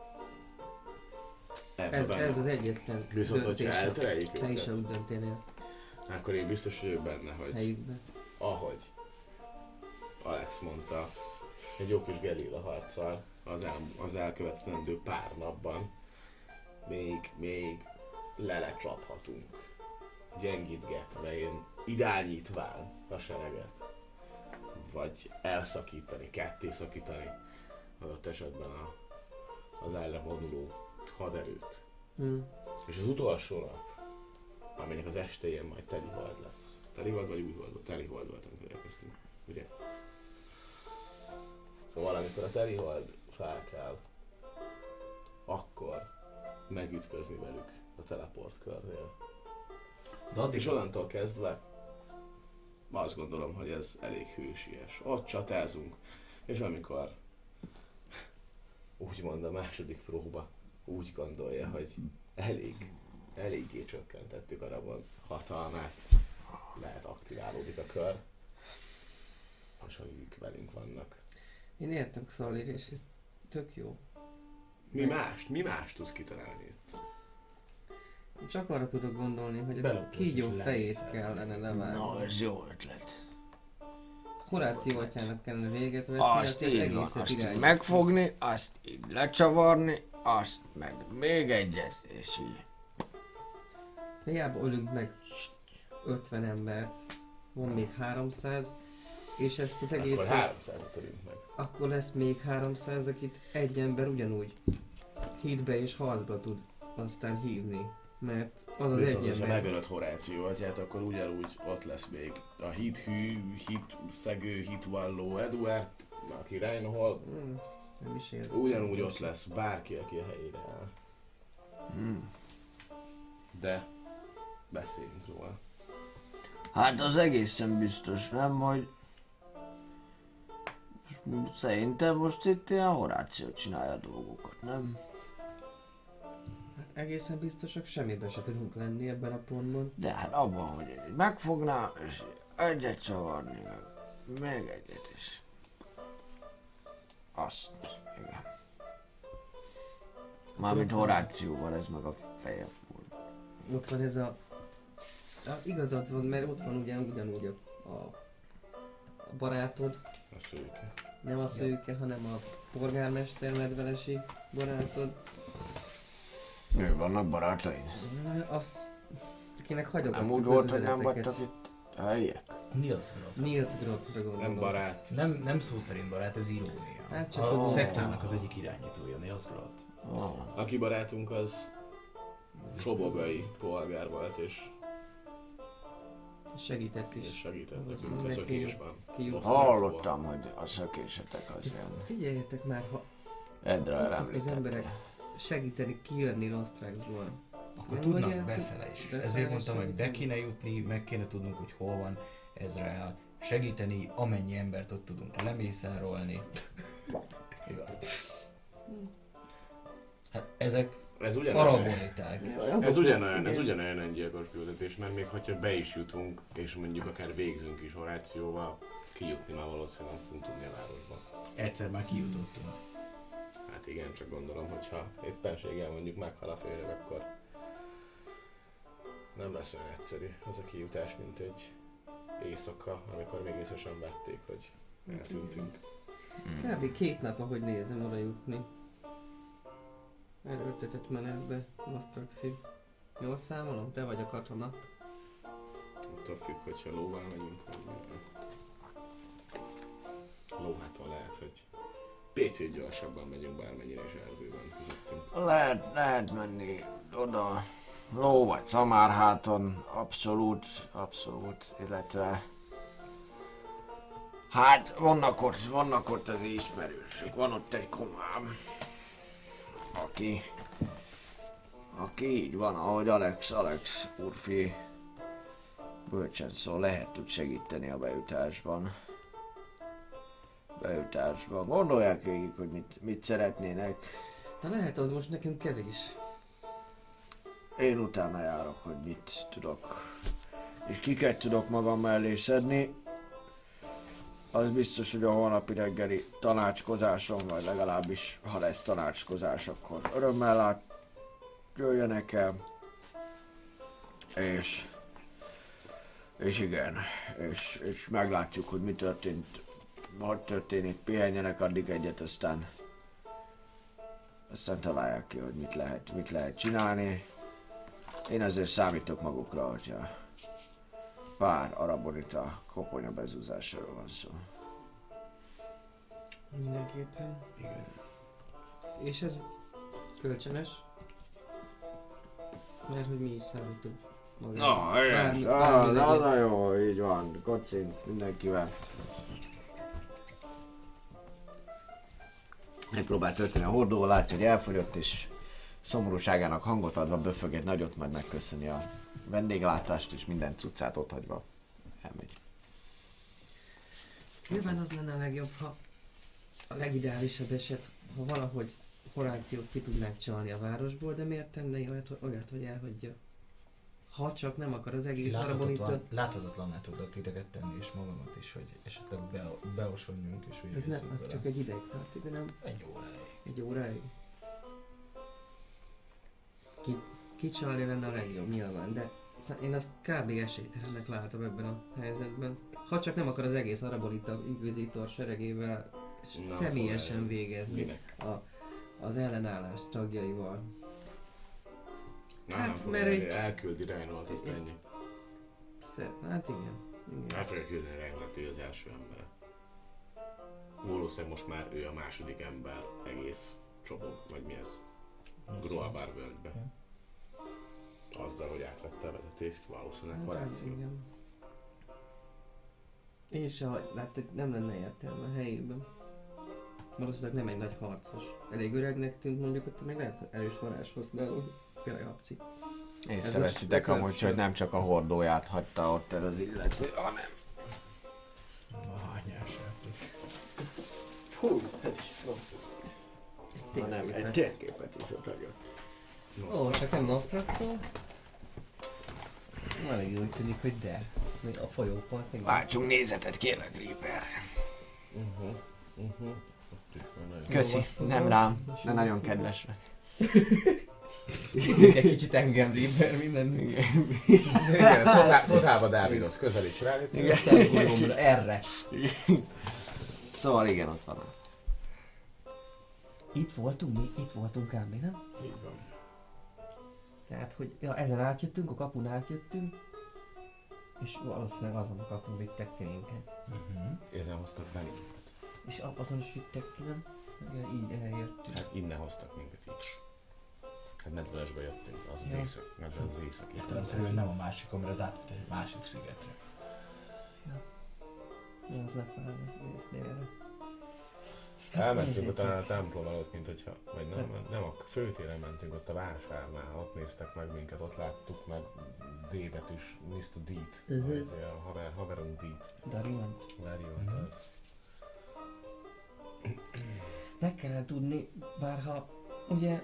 Ez, benne. ez az egyetlen Viszont, hogyha döntés. eltereljük Te is őket, úgy dönténél akkor én biztos vagyok benne, hogy helyükbe. ahogy Alex mondta, egy jó kis gerilla harccal az, el, az elkövetkezendő pár napban még, még lelecsaphatunk. Gyengítgetve, én irányítván a sereget. Vagy elszakítani, ketté szakítani adott esetben a, az erre vonuló haderőt. Hm. És az utolsó nap, aminek az estéjén majd telihold lesz. Telihold vagy újhold? Telihold volt, amikor elkezdtünk, ugye? Szóval amikor a telihold felkel, akkor megütközni velük a teleport körnél. De addig És onnantól kezdve azt gondolom, hogy ez elég hősies. Ott csatázunk, és amikor úgymond a második próba úgy gondolja, hogy elég, eléggé csökkentettük a rabon hatalmát, lehet aktiválódik a kör, és ők velünk vannak. Én értem Xalir, és ez tök jó. Mi mást, mi mást tudsz kitalálni itt? Csak arra tudok gondolni, hogy a Belopott kígyó és fejét lenézett. kellene levágni. Na, ez jó ötlet. Horáció atyának kellene véget vetni, Azt aki az így van, egészet azt így irányítja. megfogni, azt így lecsavarni, azt meg még egyet, és így. Hiába ölünk meg ötven embert, van még háromszáz, és ezt az Akkor egészet, háromszázat ölünk meg. akkor lesz még háromszáz, akit egy ember ugyanúgy hitbe és harcba tud aztán hívni. Mert az az Viszont, egy hogyha ember. megölött Horáció atyát, akkor ugyanúgy ott lesz még a hithű, hitszegő, hitvalló Eduard, aki Reinhold, Hmm, nem is ér. ugyanúgy ott lesz bárki, aki a helyére áll. Hmm. De beszéljünk róla. Hát az egészen biztos, nem, hogy... Szerintem most itt ilyen Horáció csinálja a dolgokat, nem? Hát egészen biztosak, semmiben se tudunk lenni ebben a pontban. De hát abban, hogy én így megfognám, és egyet csavarni, meg még egyet is. Azt, igen. Mármint Horációval ez meg a feje fúr. Ott van ez a... a igazad van, mert ott van ugye ugyanúgy a, a, a barátod, A szőke. nem a szőke, hanem a polgármester medvelesi barátod. Ő vannak barátaid? A, akinek hagyogattuk Nem úgy volt, hogy nem vagytok itt helyiek? Nilsgrad. Nilsgrodra gondolom. Nem barát. Nem, nem szó szerint barát, ez irónia. Hát csak a a- szektának az egyik irányítója, Nilsgrad. Oh. Aki barátunk az sobogai polgár volt, és, Segített és is. segített Azt nekünk a mondják, szökésben. ki jó. Osztrácból. Hallottam, hogy a szökésetek az ilyen. Figyeljetek már, ha Edre tudtak az említette. emberek segíteni kijönni Nostraxból. Akkor Nem tudnak vagy ilyen- befele is. befele Ezért is mondtam, hogy be segíteni? kéne jutni, meg kéne tudnunk, hogy hol van Ezreal. Segíteni, amennyi embert ott tudunk lemészárolni. Igen. Hát ezek Ez ugyanolyan, araboniták. ez ugyanolyan, ez ugyanolyan öngyilkos küldetés, mert még hogyha be is jutunk, és mondjuk akár végzünk is Horációval, kijutni már valószínűleg nem fogunk tudni a városba. Egyszer már kijutottunk. Hát igen, csak gondolom, hogyha éppenséggel mondjuk meghal a főnök, akkor nem lesz olyan egyszerű az a kijutás, mint egy éjszaka, amikor még észre sem vették, hogy eltűntünk. Kb. két nap, ahogy nézem oda jutni. Erőltetett menetbe, Nostraxi. Jól számolom? Te vagy a katona. Attól függ, hogyha lóval megyünk, vagy lóhától lehet, hogy picit gyorsabban megyünk, bármennyire is erdőben közöttünk. Lehet, lehet menni oda ló vagy szamárháton, abszolút, abszolút, illetve hát vannak ott, vannak ott az ismerősök, van ott egy komám, aki, aki így van, ahogy Alex, Alex úrfi bölcsen szól, lehet tud segíteni a bejutásban. Bejutásban. Gondolják végig, hogy mit, mit szeretnének. De lehet az most nekünk kevés. Én utána járok, hogy mit tudok, és kiket tudok magam mellé szedni. Az biztos, hogy a holnapi reggeli tanácskozáson, vagy legalábbis, ha lesz tanácskozás, akkor örömmel lát, jöjjenek el. És, és igen, és, és meglátjuk, hogy mi történt, hogy történik, pihenjenek addig egyet, aztán, aztán találják ki, hogy mit lehet, mit lehet csinálni. Én azért számítok magukra, hogyha pár arabonita koponya bezúzásáról van szó. Mindenképpen. Igen. És ez kölcsönös? Mert hogy mi is számítunk magára. Na, igen, Bármi- ah, bármi na, legyen. na jó, így van, kocint mindenkivel. Megpróbál történni a hordóval, látja, hogy elfogyott, és szomorúságának hangot adva böfög egy nagyot, majd megköszöni a vendéglátást, és minden cuccát otthagyva elmegy. Nyilván az lenne a legjobb, ha a legideálisabb eset, ha valahogy Horációt ki tudnánk csalni a városból, de miért tenne olyat, olyat hogy elhagyja? Ha csak nem akar az egész arabonitól... Láthatatlan, láthatatlan tudok titeket tenni, és magamat is, hogy esetleg be, beosonjunk, és Ez végezzünk nem, az vele. csak egy ideig tartik, de nem Egy óráig. egy óráig. Ki, kicsalni lenne a legjobb nyilván, de szá- én azt kb. Esélytelennek látom ebben a helyzetben. Ha csak nem akar az egész arabolita inkvizitor seregével Na, személyesen foglalj. végezni Minek? a, az ellenállás tagjaival. Na, Hát, nem fog mert elérni. egy- Elküldi Reinhold, azt egy- ennyi. Szer- hát igen. igen. El fogja küldeni Reinhold, ő az első ember. Valószínűleg most már ő a második ember egész csobog, vagy mi ez? Groabar völgybe. Azzal, hogy átvette a vezetést, valószínűleg Hát, Horáció. igen. És ahogy látod, nem lenne értelme a helyében. Valószínűleg nem egy nagy harcos. Elég öregnek tűnt, mondjuk ott meg lehet erős varázs használni. Tényleg habci. Észreveszitek Ez amúgy, nem- hogy nem csak a hordóját hagyta ott ez az illető, hanem... Hányás Hú, ez is szó. Hanem egy térképet is ott hagyott. Ó, csak nem Nostraxol? Elég úgy tűnik, hogy de. Még a folyópart még... Váltsunk nézetet, kérlek, Reaper. Uh-huh. Uh-huh. Ott is van nagyon. Köszi, nem rám, de nagyon kedves vagy. Egy kicsit engem Reaper, minden. Igen, totál, totálba Dávidhoz közelíts rá, légy szíves. Szempolyomra, erre. Szóval igen, ott van. Itt voltunk mi? Itt voltunk kb. Nem? Így van. Tehát, hogy ja, ezen átjöttünk, a kapun átjöttünk, és valószínűleg azon a kapun vittek ki minket. Ezen hoztak bennünket. És a- azon is vittek ki, nem? Igen, így elértünk. Hát innen hoztak minket is. Hát Medvelesbe jöttünk, az az Ja. éjszak, az az éjszak. Értelemszerűen nem a másikon, mert az átvitt egy másik szigetre. Ja, az lefelé, az rész délre. Elmentünk utána a templom előtt, mint hogyha, vagy nem, nem a főtéren mentünk, ott a vásárnál, ott néztek meg minket, ott láttuk meg D-betűs miszter D-t, Mhm. uh-huh. a haver, haverunk D-t, Darian. Larion, Mhm. az. Meg kellene tudni, bár ha ugye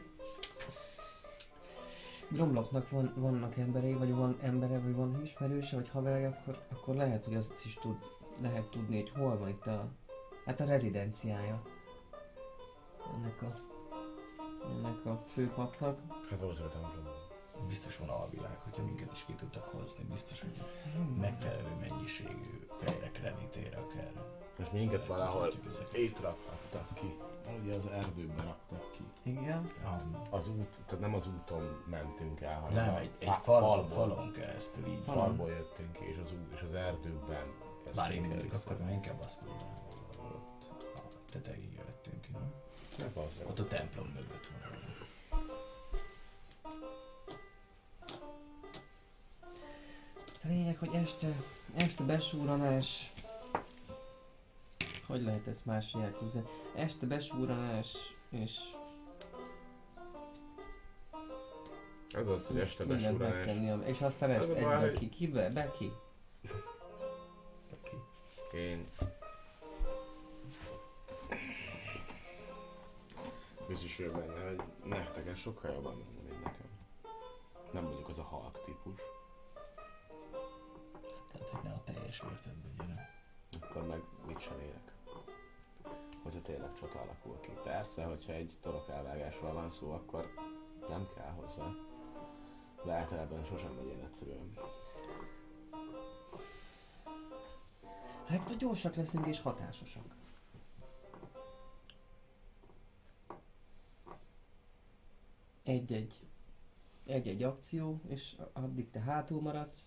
Gromloknak van, vannak emberei, vagy van embere, vagy van ismerőse, vagy haverja, akkor, akkor lehet, hogy azt is tud, lehet tudni, hogy hol van itt a, hát a rezidenciája ennek a, ennek a főpapnak. Hát valószínűleg a templom. biztos van alvilág, hogyha minket is ki tudtak hozni, biztos, hogy megfelelő mennyiségű fejre kreditérak erre. Most minket valahol Tudhatjuk ezeket. itt rakhattak ki. Ugye az erdőben raktak ki. Igen. Az, Az út, tehát nem az úton mentünk el, hanem nem, a egy, egy fa- fal, falból. falon keresztül így. Falból jöttünk ki, és az út és az erdőben kezdtünk Bár én el mondjuk vissza. akkor már inkább azt mondanám, hogy ott a tetejéig jöttünk ki, nem? Nem valószínűleg. Ott a templom mögött van. A lényeg, hogy este, este besúranás... Hogy lehet ezt máshogy elképzelni? Este besúranás és Ez az, hogy este mindent besúranás. megtenni, am- és aztán Az este a baj, egybe hogy- ki, kibe, be ki? Én... Biztos vagyok benne, hogy nektek ez sokkal jobban menne, mint nekem. Nem vagyok az a halk típus. Tehát, hogy ne a teljes vértedbe gyere. Akkor meg mit sem érek. Hogyha tényleg csata alakul ki. Persze, hogyha egy torok elvágásról van szó, akkor nem kell hozzá. De általában sosem megy ilyen egyszerűen. Hát, hogy gyorsak leszünk és hatásosak. Egy-egy. Egy-egy akció, és addig te hátul maradsz.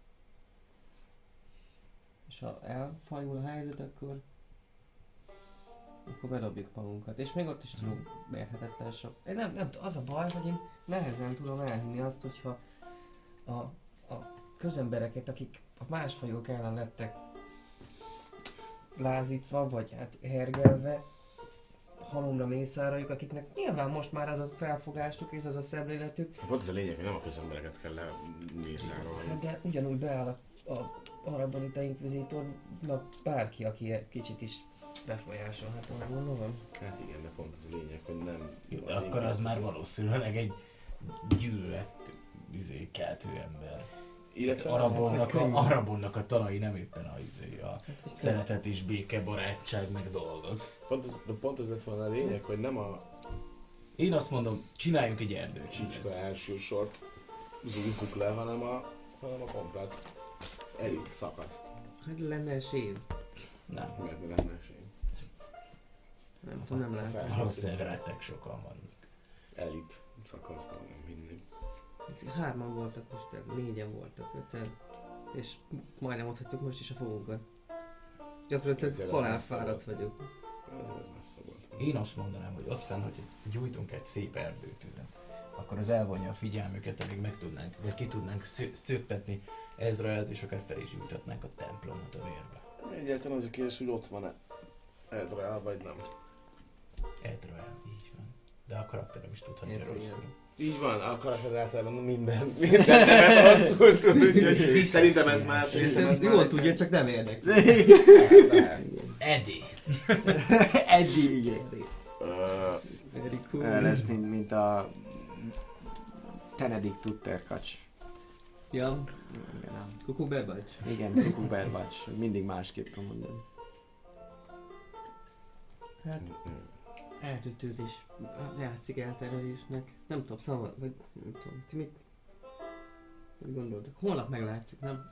És ha elfajul a helyzet, akkor... Akkor bedobjuk magunkat. És még ott is tudunk mérhetetlen sok. Én nem, nem, az a baj, hogy én nehezen tudom elhinni azt, hogyha a, a közembereket, akik a más fajok ellen lettek lázítva, vagy hát hergelve, halomra mészároljuk, akiknek nyilván most már az a felfogásuk és az a szemléletük, Pont az a lényeg, hogy nem a közembereket kell lemészárolni. hát de ugyanúgy beáll a, a Arabanita Inquisitornak bárki, aki egy kicsit is befolyásolható, gondolom. Hát igen, de pont az a lényeg, hogy nem... Jó, de akkor az már valószínűleg egy gyűlölet izé, keltő ember. Illetve Arabonnak, könnyű. a, Arabonnak a talai nem éppen a, izé, a szeretet és béke, barátság meg dolgok. Pont az, de pont az lett volna a lényeg, hogy nem a Én azt mondom, csináljunk egy csicska erdőcsicska. első sort zúzzuk le, hanem a, hanem a komplet elit szakaszt. Hát lenne esély. Nem, Mert ne lenne esély. Nem tudom, nem látom. valószínűleg rettek sokan vannak. Elit szakaszban nem hinni. Hárman voltak most, el, négyen voltak, öten. És majdnem ott hagytuk most is a fogunkat. Gyakorlatilag Ezzel az halálfáradt messze vagyok. Azért ez messze volt. Én azt mondanám, hogy ott fenn, hogy gyújtunk egy szép erdőtüzet, akkor az elvonja a figyelmüket, amíg meg tudnánk, vagy ki tudnánk sző- szöktetni Ezraelt, és akár fel is gyújtatnánk a templomot a vérbe. Egyáltalán az a kérdés, hogy ott van-e Edrel, vagy nem. Ezrael, így van. De a karakterem is tudhatja Ez rosszul. ilyen. Így van, a karakter általában minden, minden nevet rosszul tud, úgyhogy szerintem ez már, szerintem ez már... Jól tudja, csak nem érdekli. Edi! Eddig, igen. Ö, Very cool. Olyan lesz, mint, mint a Tenedik Tutterkacs. Ja, Igen, a- kukuberbacs. igen, Kuberbacs. Mindig másképpen mondom. Hát, eltűtőzés játszik elterelésnek. Nem tudom, szóval, vagy nem tudom, ti mit, mit gondoltok? Holnap meglátjuk, nem?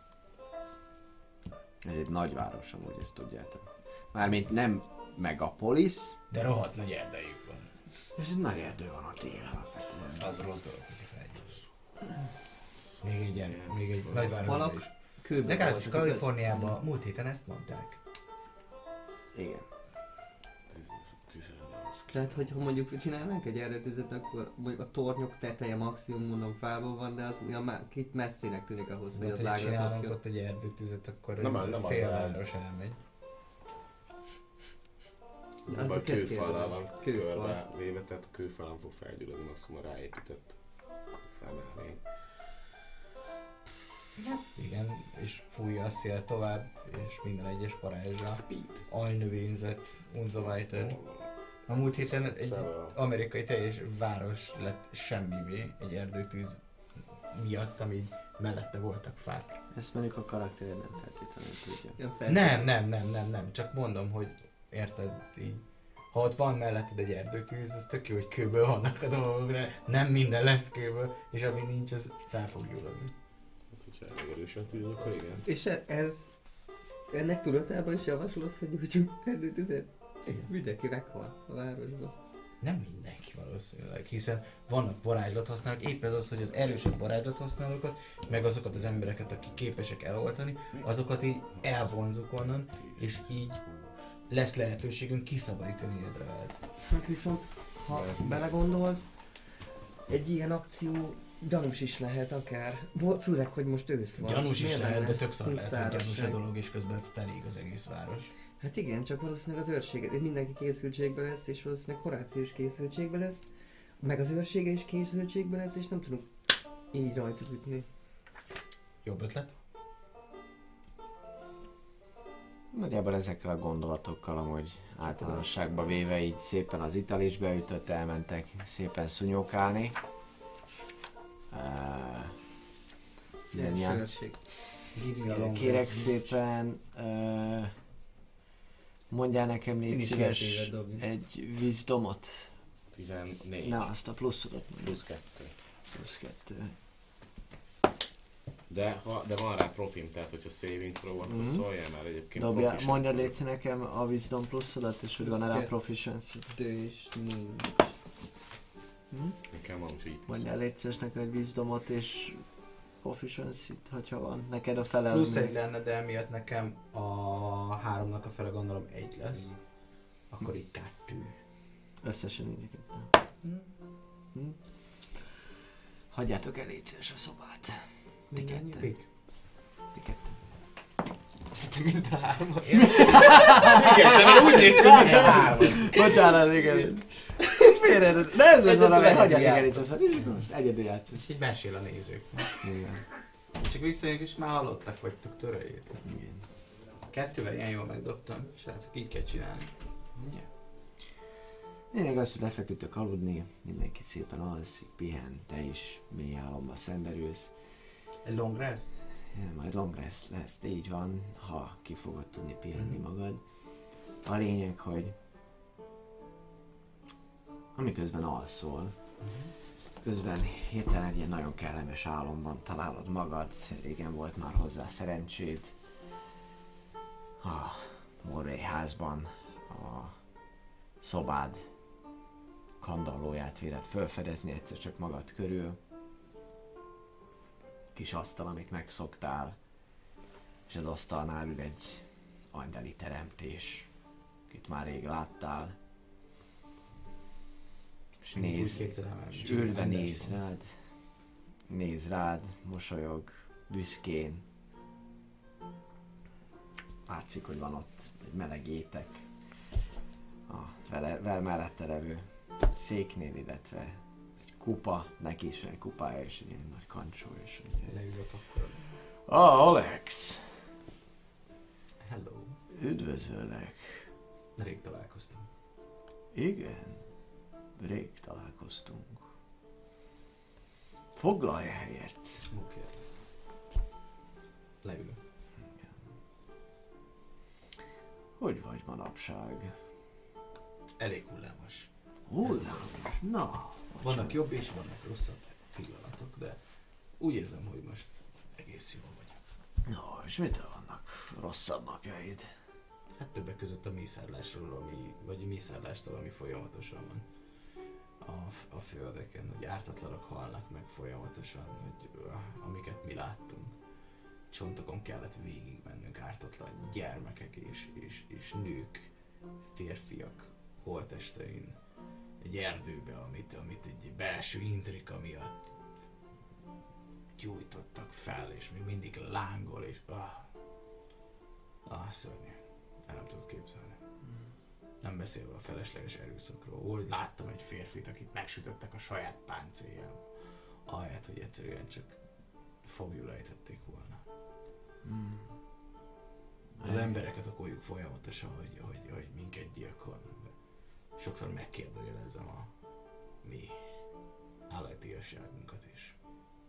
Ez egy nagyváros, amúgy ezt tudjátok. Mármint nem Megapolis, De rohadt nagy erdejük van. és egy nagy erdő van ott, igen, alapvetően. Az rossz dolog, hogyha felgyúsz. Még egy ilyen, még egy nagyvárosban Falak, is. kőből Legalábbis voltak, igaz? Kaliforniában múlt héten ezt mondták. Igen. Tehát, hogyha mondjuk csinálnánk egy erdőtüzet, akkor mondjuk a tornyok teteje maximum mondom fából van, de az olyan már kicsit messzének tűnik ahhoz, hogy az Hogy lágra csinálunk kapja. ott egy erdőtüzet, akkor Nem, ez nem az félváros elmegy. Ja, az a a kőfallal van Kőfal. körbe véve, tehát a kőfalon fog felgyullani, maximum a ráépített felmelni. Igen, és fújja a szél tovább, és minden egyes parázsra. Alnövényzet, unzavajter. A múlt héten egy amerikai teljes város lett semmivé egy erdőtűz miatt, ami így mellette voltak fák. Ezt mondjuk a karaktered nem feltétlenül tudja. Ja, fel- Nem, nem, nem, nem, nem, csak mondom, hogy érted, így ha ott van melletted egy erdőtűz, az tök jó, hogy kőből vannak a dolgok, de nem minden lesz kőből, és ami nincs, az fel fog gyulladni. Hát, hogyha elég erősen tudod, akkor igen. És e- ez... Ennek tudatában is javaslod, hogy gyújtsunk erdőtüzet? Igen. Mindenki meghal a városban. Nem mindenki valószínűleg, hiszen vannak varázslathasználók, épp ez az, hogy az erősebb varázslathasználókat, meg azokat az embereket, akik képesek eloltani, azokat így elvonzuk onnan, és így lesz lehetőségünk kiszabadítani Edrealt. Hát viszont, ha belegondolsz, egy ilyen akció gyanús is lehet akár. Bo- Főleg, hogy most ősz van. Gyanús is Miért lehet, lenne de tök szar lehet, hogy gyanús a szárazság? dolog, és közben felég az egész város. Hát igen, csak valószínűleg az őrsége, mindenki készültségben lesz, és valószínűleg Horáció is készültségben lesz, meg az őrsége is készültségben lesz, és nem tudunk így rajtuk ütni. Jobb ötlet? Nagyjából ezekkel a gondolatokkal amúgy általánosságban véve így szépen az ital is beütött, elmentek szépen szunyókálni. Uh, mindannyian. Őrség. Kérek szépen, uh, mondjál nekem légy szíves egy wisdomot. tizennégy. Na, azt a pluszodot mondjuk. Plusz kettő. Plusz kettő. De, ha, de van rá profim, tehát hogyha saving throw, akkor Mhm. szóljál már egyébként Dobja, proficient mondja vagy. légy nekem a wisdom pluszodat, és hogy Plusz van-e rá kettő. proficiency. Kettő és nincs. Hm? Nekem van, úgyhogy így plusz. Mondjál légy szíves nekem egy wisdomot és proficiency-t, hogyha van. Neked a fele az Plusz még- egy lenne, de emiatt nekem a háromnak a fele gondolom egy lesz. Akkor így kettő. Összesen így. Hm? Hagyjátok el légy szíves a szobát. Ti ketten. Pik. Ti ketten. Azt hittem mind a hármat. Igen, de úgy néz ki, hogy hárman. Bocsánat, igen. Félre, de ez az Egyedül valami, egyedül hagyjátok el légy játszol. szíves, és most egyedül játszol. És így mesél a nézők. Igen. Csak visszajönk és már hallottak vagytok, töröljétek. Igen. Kettővel ilyen jól megdobtam. Srácok, így kell csinálni. Ugye? Lényeg az, hogy lefeküdtök aludni, mindenki szépen alszik, pihen, te is mély álomba szemberülsz. Egy long rest? Ja, majd long rest lesz, így van, ha ki fogod tudni pihenni magad. A lényeg, hogy amiközben alszol, közben hirtelen egy ilyen nagyon kellemes álomban találod magad, régen volt már hozzá szerencséd. A Morvay házban a szobád kandallóját véled felfedezni egyszer csak magad körül. Kis asztal, amit megszoktál, és az asztalnál ül egy angyali teremtés, akit már rég láttál. És néz, és ülve néz rád, néz rád, mosolyog, büszkén. Látszik, hogy van ott egy meleg étek a vele, vele mellette levő széknél, illetve egy kupa, neki is egy kupája és egy ilyen nagy kancsó, és mondja, Leülök akkor. ah, Alex, Hello. üdvözöllek. Rég találkoztam. Igen, rég találkoztunk. Foglalj helyet. Oké. Leülök. Hogy vagy manapság? Elég hullámos. Hullámos, na. Vannak jobb és vannak rosszabb pillanatok, de úgy érzem, hogy most egész jó vagyok. No, és mitől vannak rosszabb napjaid? Hát többek között a mészárlásról, ami, vagy a mészárlástól, ami folyamatosan van a, a földeken, hogy ártatlanok halnak meg folyamatosan, hogy uh, amiket mi láttunk. Csontokon kellett végigmennünk, ártatlan gyermekek és, és, és nők, férfiak holttestein egy erdőbe, amit, amit egy belső intrika miatt gyújtottak fel, és még mindig lángol, és ah, ah szörnyű. El nem tudod képzelni. Nem beszélve a felesleges erőszakról, hogy láttam egy férfit, akit megsütöttek a saját páncéljával, ahelyett, hogy egyszerűen csak fogjul ejtették volna. Hmm. Az embereket okoljuk folyamatosan, hogy, hogy, hogy minket gyilkolnak. Sokszor megkérdőjelezem a mi állatiasságunkat is.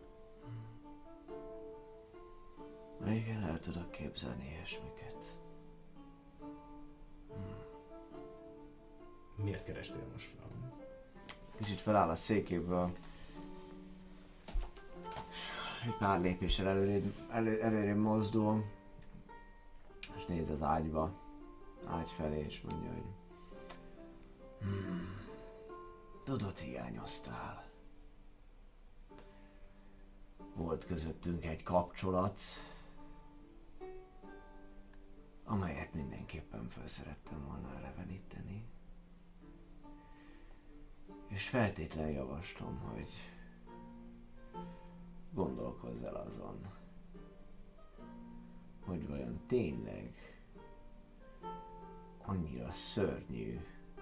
Igen, el tudok képzelni ilyesmiket. Hmm. miért kerestél most fel? Kicsit feláll a székéből. Egy pár lépéssel előrébb, elő, előrébb mozdul. És néz az ágyba. Ágy felé és mondja, hogy... Hmm, tudod, hiányoztál. Volt közöttünk egy kapcsolat, amelyet mindenképpen fel szerettem volna eleveníteni. És feltétlenül javaslom, hogy gondolkozz el azon, hogy vajon tényleg annyira szörnyű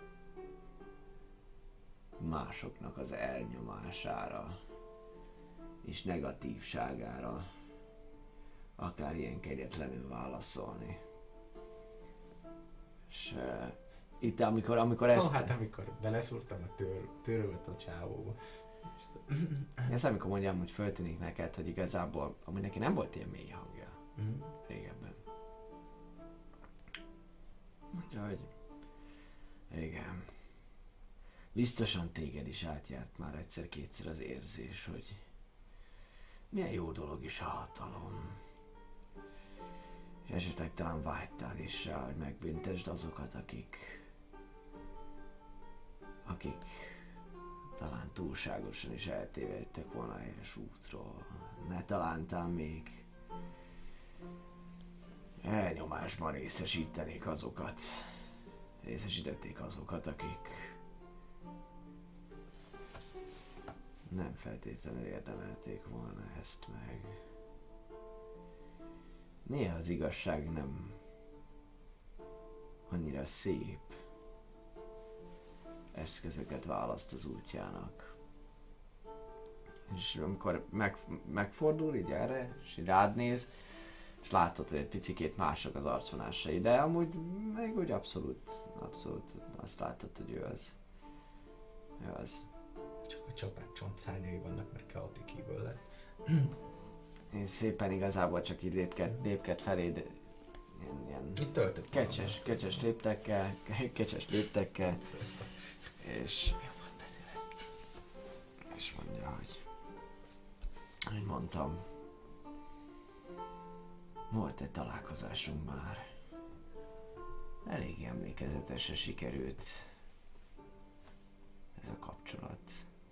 másoknak az elnyomására és negatívságára akár ilyen kegyetlenül válaszolni. És uh, itt amikor, amikor ezt... Oh, hát amikor beleszúrtam a tör, törömet a csávóba. Ez amikor mondjam, hogy föltűnik neked, hogy igazából, ami neki nem volt ilyen mély hangja Mm. régebben. Mondja, hogy igen, biztosan téged is átjárt már egyszer-kétszer az érzés, hogy milyen jó dolog is a hatalom. És esetleg talán vágytál is rá, hogy megbüntesd azokat, akik akik talán túlságosan is eltévedtek volna a helyes útról. Ne talántál még elnyomásban részesítenék azokat, részesítették azokat, akik nem feltétlenül érdemelték volna ezt meg. Néha az igazság nem annyira szép eszközöket választ az útjának. És amikor meg, megfordul így erre, és így rád néz, és látod, hogy egy picikét mások az arcvonásai, de amúgy meg úgy abszolút, abszolút azt látod, hogy ő az. Ő az. Csak a csapák csontszárnyai vannak, mert chaotic evil lett. És szépen igazából csak így lépked, lépked felé, de ilyen, ilyen Itt töltök. kecses, kecses léptekkel, kecses léptekkel, és, és mondja, hogy, hogy mondtam, volt egy találkozásunk már. Elég emlékezetesre sikerült ez a kapcsolat.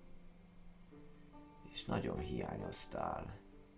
És nagyon hiányoztál,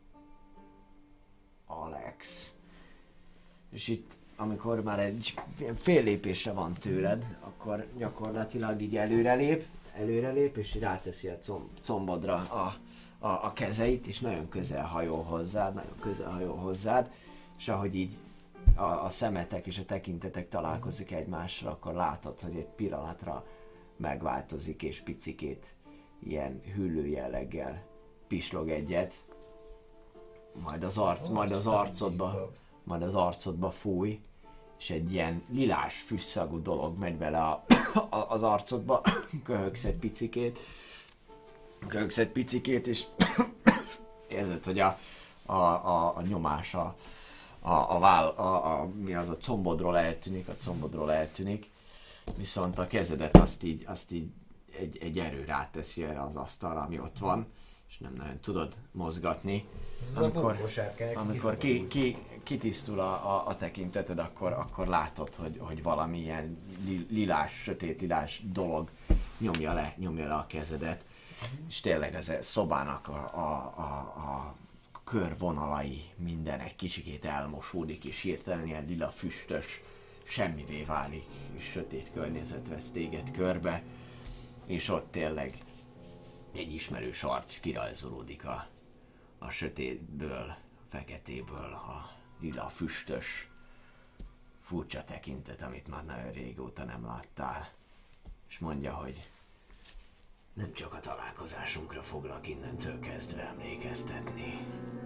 Alex. És itt, amikor már egy ilyen fél lépésre van tőled, akkor gyakorlatilag így előrelép, előrelép, és így ráteszi a comb, combodra a, a, a kezeit, és nagyon közel hajol hozzád, nagyon közel hajol hozzád, és ahogy így a, a szemetek és a tekintetek találkozik egymással, akkor látod, hogy egy pillanatra megváltozik, és picikét ilyen hüllő jelleggel pislog egyet, majd az arc, majd az arcodba, majd az arcodba fúj, és egy ilyen lilás füstszagú dolog megy bele a, a, az arcodba, köhögsz egy picikét, köhögsz egy picikét, és érzed, hogy a, a, a, a nyomás, a, a, a, váll, a, a, mi az, a combodról eltűnik, a combodról eltűnik, viszont a kezedet azt így, azt így egy, egy erő ráteszi erre az asztalra, ami ott van, és nem nagyon tudod mozgatni. Amikor, amikor ki, ki, kitisztul a, a, a tekinteted, akkor, akkor látod, hogy, hogy valamilyen lilás, sötét lilás dolog nyomja le, nyomja le a kezedet, és tényleg ez a szobának a, a, a, a körvonalai, minden egy kicsikét elmosódik, és hirtelen ilyen lila füstös, semmivé válik, és sötét környezet vesz téged körbe, és ott tényleg egy ismerős arc kirajzolódik a, a sötétből, a feketéből, a lila füstös, furcsa tekintet, amit már nagyon régóta nem láttál. És mondja, hogy nem csak a találkozásunkra foglak innentől kezdve emlékeztetni.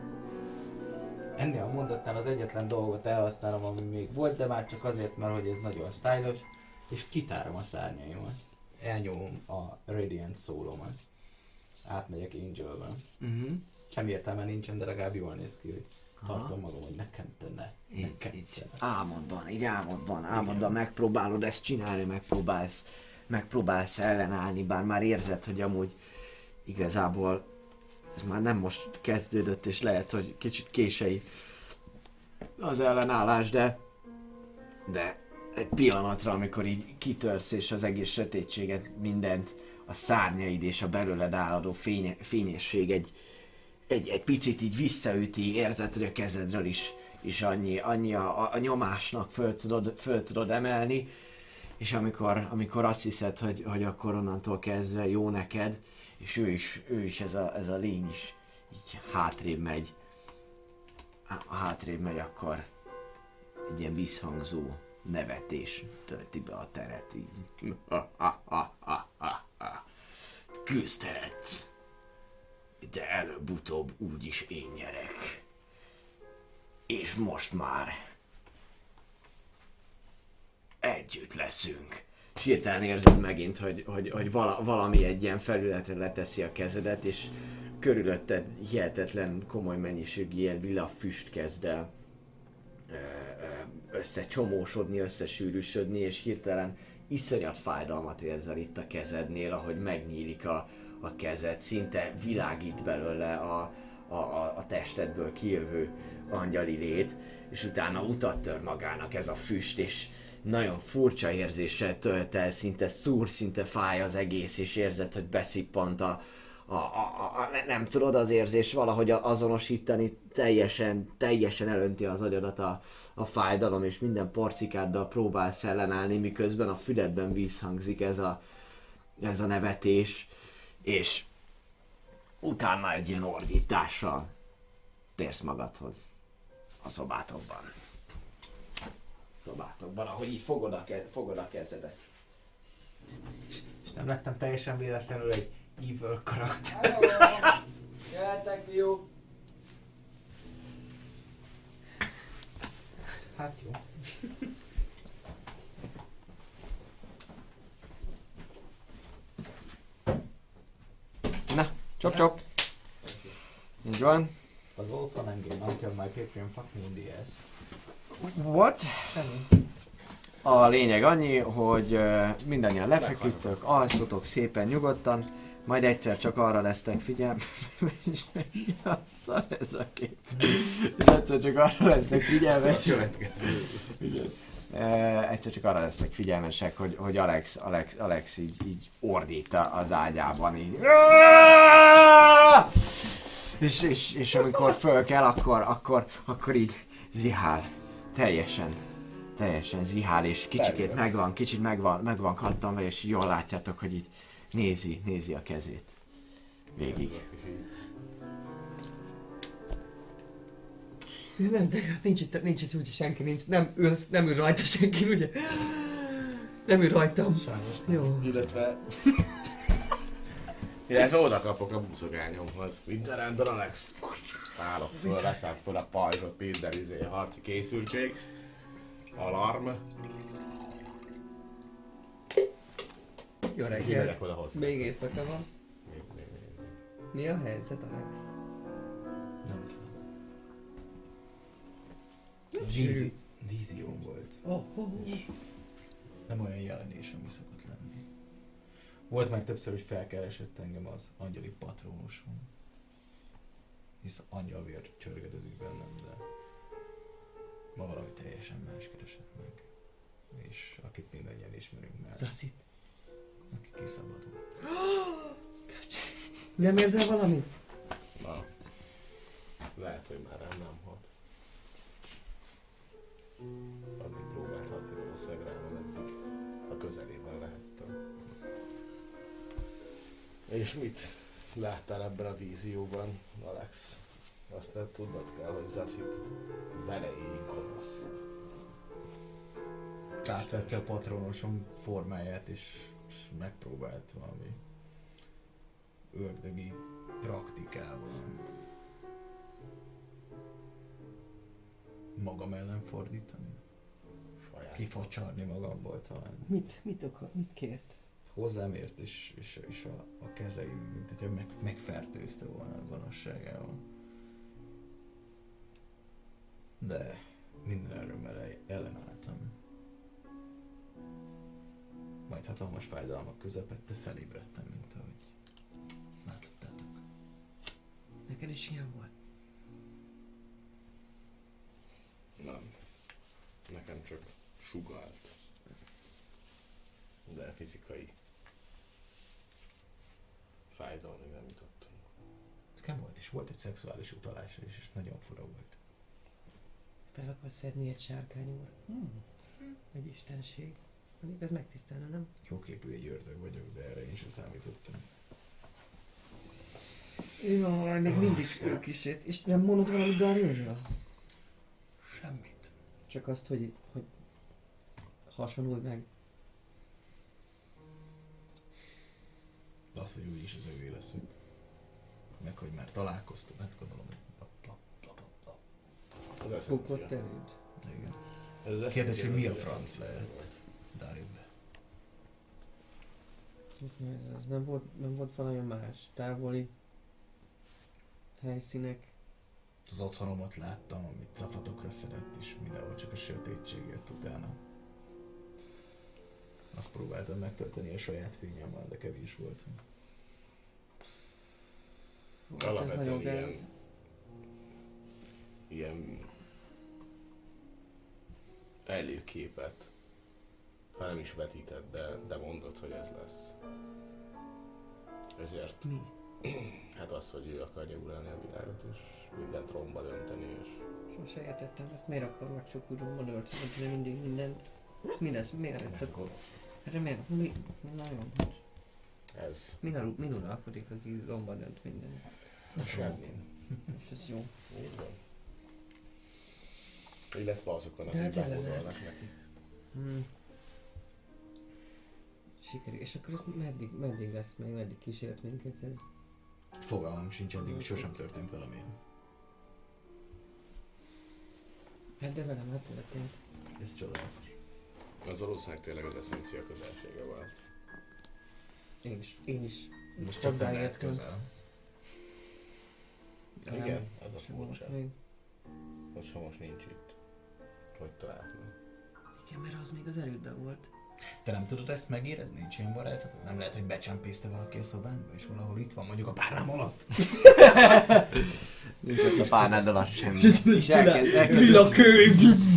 Ennél a mondatnál az egyetlen dolgot elhasználom, ami még volt, de már csak azért, mert hogy ez nagyon stylish, és kitárom a szárnyaimat. Elnyomom a Radiant Soulomat. Átmegyek Angelben. Uh-huh. Semmi értelme nincsen, de legalább jól néz ki, hogy tartom magam, hogy nekem tenne. Nekem Így tenne. álmodban, így álmodban, álmodban megpróbálod ezt csinálni, megpróbálsz megpróbálsz ellenállni, bár már érzed, hogy amúgy igazából ez már nem most kezdődött, és lehet, hogy kicsit késői az ellenállás, de de egy pillanatra, amikor így kitörsz, és az egész sötétséget, mindent, a szárnyaid és a belőled áradó fény, fényesség egy, egy, egy picit így visszaüti, érzed, hogy a kezedről is, is annyi, annyi a, a nyomásnak föl tudod, föl tudod emelni, és amikor, amikor azt hiszed, hogy, hogy akkor onnantól kezdve jó neked, és ő is, ő is ez, a, ez a lény is így hátrébb megy, hátrébb megy, akkor egy ilyen visszhangzó nevetés tölti be a teret így. Küzdhetsz, de előbb-utóbb úgyis én nyerek. És most már együtt leszünk. És hirtelen érzed megint, hogy, hogy, hogy vala, valami egy ilyen felületre leteszi a kezedet, és körülötted hihetetlen komoly mennyiségű ilyen lila füst kezd el összecsomósodni, összesűrűsödni, és hirtelen iszonyat fájdalmat érzel itt a kezednél, ahogy megnyílik a, a kezed, szinte világít belőle a, a, a, a testedből kijövő angyali lét, és utána utat tör magának ez a füst, és nagyon furcsa érzéssel tölt el, szinte szúr, szinte fáj az egész, és érzed, hogy beszippant a, a, a, a, nem tudod az érzés valahogy azonosítani, teljesen, teljesen elönti az agyadat a, a fájdalom, és minden porcikáddal próbálsz ellenállni, miközben a füledben visszhangzik ez a, ez a nevetés, és utána egy ilyen ordítással térsz magadhoz a szobátokban. Szobátokban, ahogy így fogod a, ke- fogod a kezedet. És, és nem lettem teljesen véletlenül egy evil karakter. Jöttek, fiúk! Hát jó. Na, csop csop! Így van. Az all fun and game until my Patreon fuck me in the ass. What? Semmi. A lényeg annyi, hogy uh, mindannyian lefeküdtök, alszotok szépen nyugodtan, majd egyszer csak arra lesztek figyelme... Mi a szar ez a kép? És egyszer csak arra lesztek figyelmesek... Következő. Uh, egyszer csak arra lesznek figyelmesek, hogy, hogy Alex, Alex, Alex így, így ordít az ágyában, így... És, és, és amikor föl kell, akkor, akkor, akkor így zihál. Teljesen, teljesen zihál, és kicsikét megvan, kicsit megvan, megvan kattanva, és jól látjátok, hogy így nézi, nézi a kezét. Végig. Nem, de nincs itt, nincs itt úgy senki, nincs, nem ül, nem ül rajta senki, ugye? Nem ül rajtam. Sajnos. Jó. Illetve... Illetve oda kapok a buszogányomhoz. Minden rendben, Alex. Állok föl, veszem föl a pajzsot, minden izé, harci készültség. Alarm. Jó És így reggel. megyek oda hozzá. Még éjszaka van. Még, még, még, még. Mi a helyzet, Alex? Nem tudom. Vízi, vízióm volt. Oh, oh, oh. És nem olyan jelenés, ami szokott lenni. Volt már többször, hogy felkeresett engem az angyali patrónusom. Hisz angyalvér csörgedezik bennem, de ma valami teljesen más keresett meg. És akit mindannyian ismerünk már, Zaszit. aki kiszabadult. Nem érzel valamit? Na. Lehet, hogy már rám nem hat. Addig próbált hatni valószínűleg rám, ameddig a közelében lehettem. És mit láttál ebben a vízióban, Alex? Azt te tudnod kell, hogy Zacit velejéig gonosz. Átvette a patronosom formáját, és, és megpróbált valami ördögi praktikával magam ellen fordítani. Saját. Kifacsarni magamból talán. Mit? Mit akar? Mit kért? Hozzám ért, és, és, és a, a kezeim, mint hogyha meg, megfertőzte volna a gonoszságával. De minden erőmmel ellenálltam. Majd majd hatalmas fájdalmak közepette felébredtem, mint ahogy láthattátok. Neked is ilyen volt? Nem. Nekem csak sugalt. De fizikai fájdalmig nem jutottunk. Nekem volt is, volt egy szexuális utalása is, és nagyon fura volt. Fel akarsz szedni egy sárkány úr? Hmm. Egy istenség. Mondjuk ez megtisztelne, nem? Jóképű egy ördög vagyok, de erre én sem számítottam. Jaj, még mindig ők is ért. És nem mondod valamit Dariusra? Semmit. Csak azt, hogy, hogy hasonlulj meg. Az, hogy úgyis az övé leszünk. Meg, hogy már találkoztunk, hát gondolom, hogy bla bla bla bla bla. Az Bukott eszencia. előd. Igen. Ez az Kérdés, hogy mi a eszencia, az franc eszencia. lehet Dariusbe. Ez, ez nem volt, nem volt valami más. Távoli helyszínek. Az otthonomat láttam, amit cafatokra szedett, és mindenhol csak a sötétség jött utána. Azt próbáltam megtölteni a saját fényemmel, de kevés volt. Hát ez Alapvetően nagyon ilyen, gáz. ilyen előképet, ha nem is vetített, de, de mondod, hogy ez lesz. Ezért, Mi? hát az, hogy ő akarja uralni a világot, és mindent romba dönteni, és Sose értettem, ezt miért akarnak csak úgy romba dölteni mindig mindent? Mi lesz? Miért lesz akkor? Erre miért? Mi? Nagyon hát. ez Min, ur- min uralkodik, aki romba dönt mindent? semmi. És ez jó. Úgy van. Illetve azokon, De akik hát ellenet. bevonulnak neki. Hmm. Sikerül. És akkor ezt meddig, meddig lesz még, meddig kísért minket ez? Fogalmam sincs, eddig sosem történt valamilyen. Hát de velem hát történt. Ez csodálatos. Az valószínűleg tényleg az eszencia közelsége volt. Én is, én is Most csak nem lehet hozzáértem. közel. Talán Igen, az a sem volt furcsa. még. Hogyha most nincs itt. Hogy talált meg? Igen, mert az még az elődben volt. Te nem tudod ezt megérezni? Nincs ilyen varázslatod? Nem lehet, hogy becsempészte valaki a szobámba, és valahol itt van, mondjuk a párnám alatt? Nincs ott a párnád alatt semmi. És elkezd, lila könyv!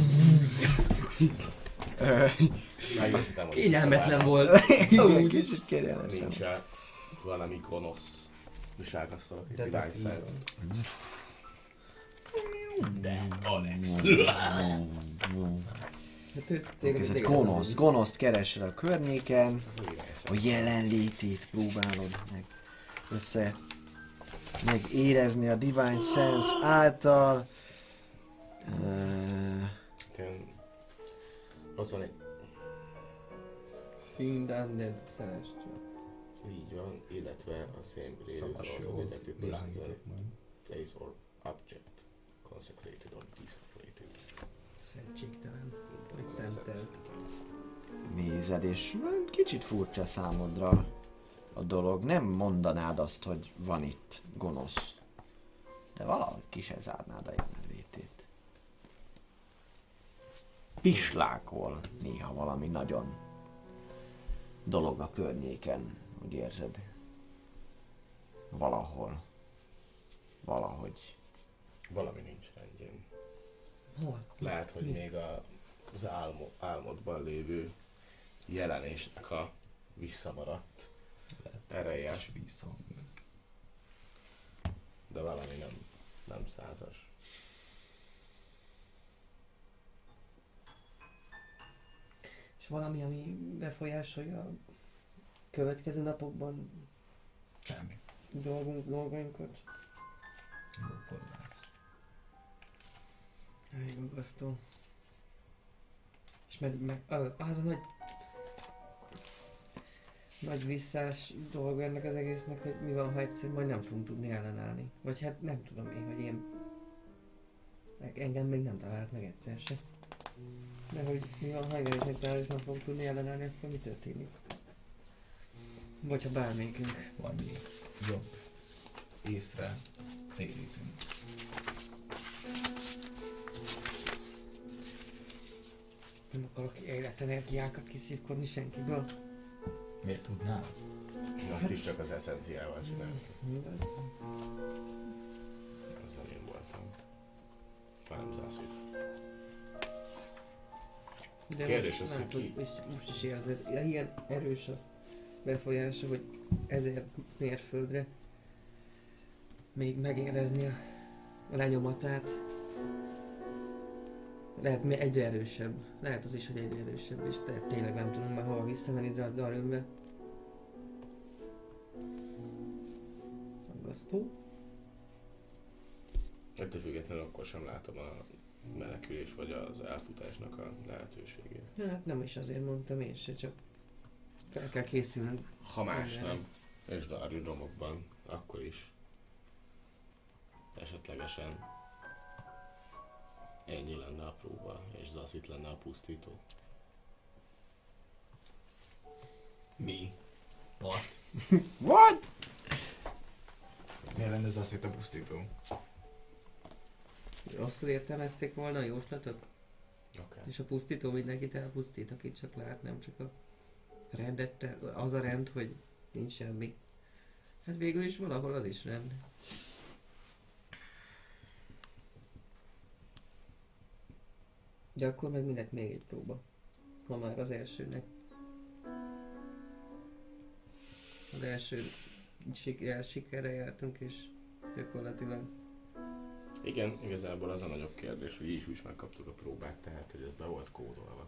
Megnéztem, hogy Kényelmetlen a volt. Igen, kicsit kérjelmetlen. Nincs-e valami gonosz viselkasztalak itt De irány így szerint? De, Alex. Hát ő Ez egy gonoszt, gonoszt keresel a környéken, a Hogy jelenlétét próbálod meg össze megérezni a Divine Sense által. Uh, ott van egy, Fiend Undead Celestial. így van, illetve a same race Szabas also jóhoz detected places on világítok majd. place or object consecrated or desecrated. Szentségtelen. Vagy szentelt. nézed, és kicsit furcsa számodra a dolog. Nem mondanád azt, hogy van itt gonosz. De valahogy ki se zárnád a jelenlétét. Pislákol néha valami nagyon dolog a környéken, úgy érzed. Valahol. Valahogy. Valami nincs rendjén. Hol? Lehet, hogy Mi? még a, az álmo, álmodban lévő jelenésnek a visszamaradt ereje, És vízhang. de valami nem, nem százas. És valami, ami befolyásolja a következő napokban Semmi. dolgunk, dolgainkat. Bokkolvász. Elég aggasztó. És meg, meg az, az a nagy nagy visszás dolga ennek az egésznek, hogy mi van, ha egyszer majd nem fogunk tudni ellenállni. Vagy hát nem tudom én, hogy én meg engem még nem talált meg egyszer se. De hogy mi van, ha engem is megtalál és nem fogunk tudni ellenállni, akkor mi történik? Vagy ha bármelyikünk. Valami jobb észre térítünk. Nem akarok életenergiákat kiszívkodni senkiből. Miért tudnál? Azt is csak az eszenciával csináltam. Igaz? Azzal én voltam. Nem zászít. De Kérdés most az, hogy látod, ki- és most is érzed, ilyen erős a befolyása, hogy ezért mérföldre még megérezni a, a lenyomatát. Lehet mi- egyre erősebb. Lehet az is, hogy egyre erősebb, és te tényleg nem tudom már hova visszamenni a Darwinbe. Aggasztó. Ettől függetlenül akkor sem látom a menekülés vagy az elfutásnak a lehetőségét. Hát nem is azért mondtam én se, csak fel kell készülnünk. Ha más Igen. nem, és Darwin romokban, akkor is esetlegesen ennyi lenne a próba, és Zaszit lenne a pusztító. Mi? What? What? Miért lenne ez azt, a pusztító? Rosszul értelmezték volna a jóslatot? Oké. Okay. És a pusztító mindenkit elpusztít, akit csak lát, nem csak a rendet, az a rend, hogy nincs semmi. Hát végül is valahol az is rend. De akkor meg minek még egy próba? Ha már az elsőnek. Az első siker, sikerre jártunk, és gyakorlatilag Igen, igazából az a nagyobb kérdés, hogy így is, is megkaptuk a próbát, tehát hogy ez be volt kódolva.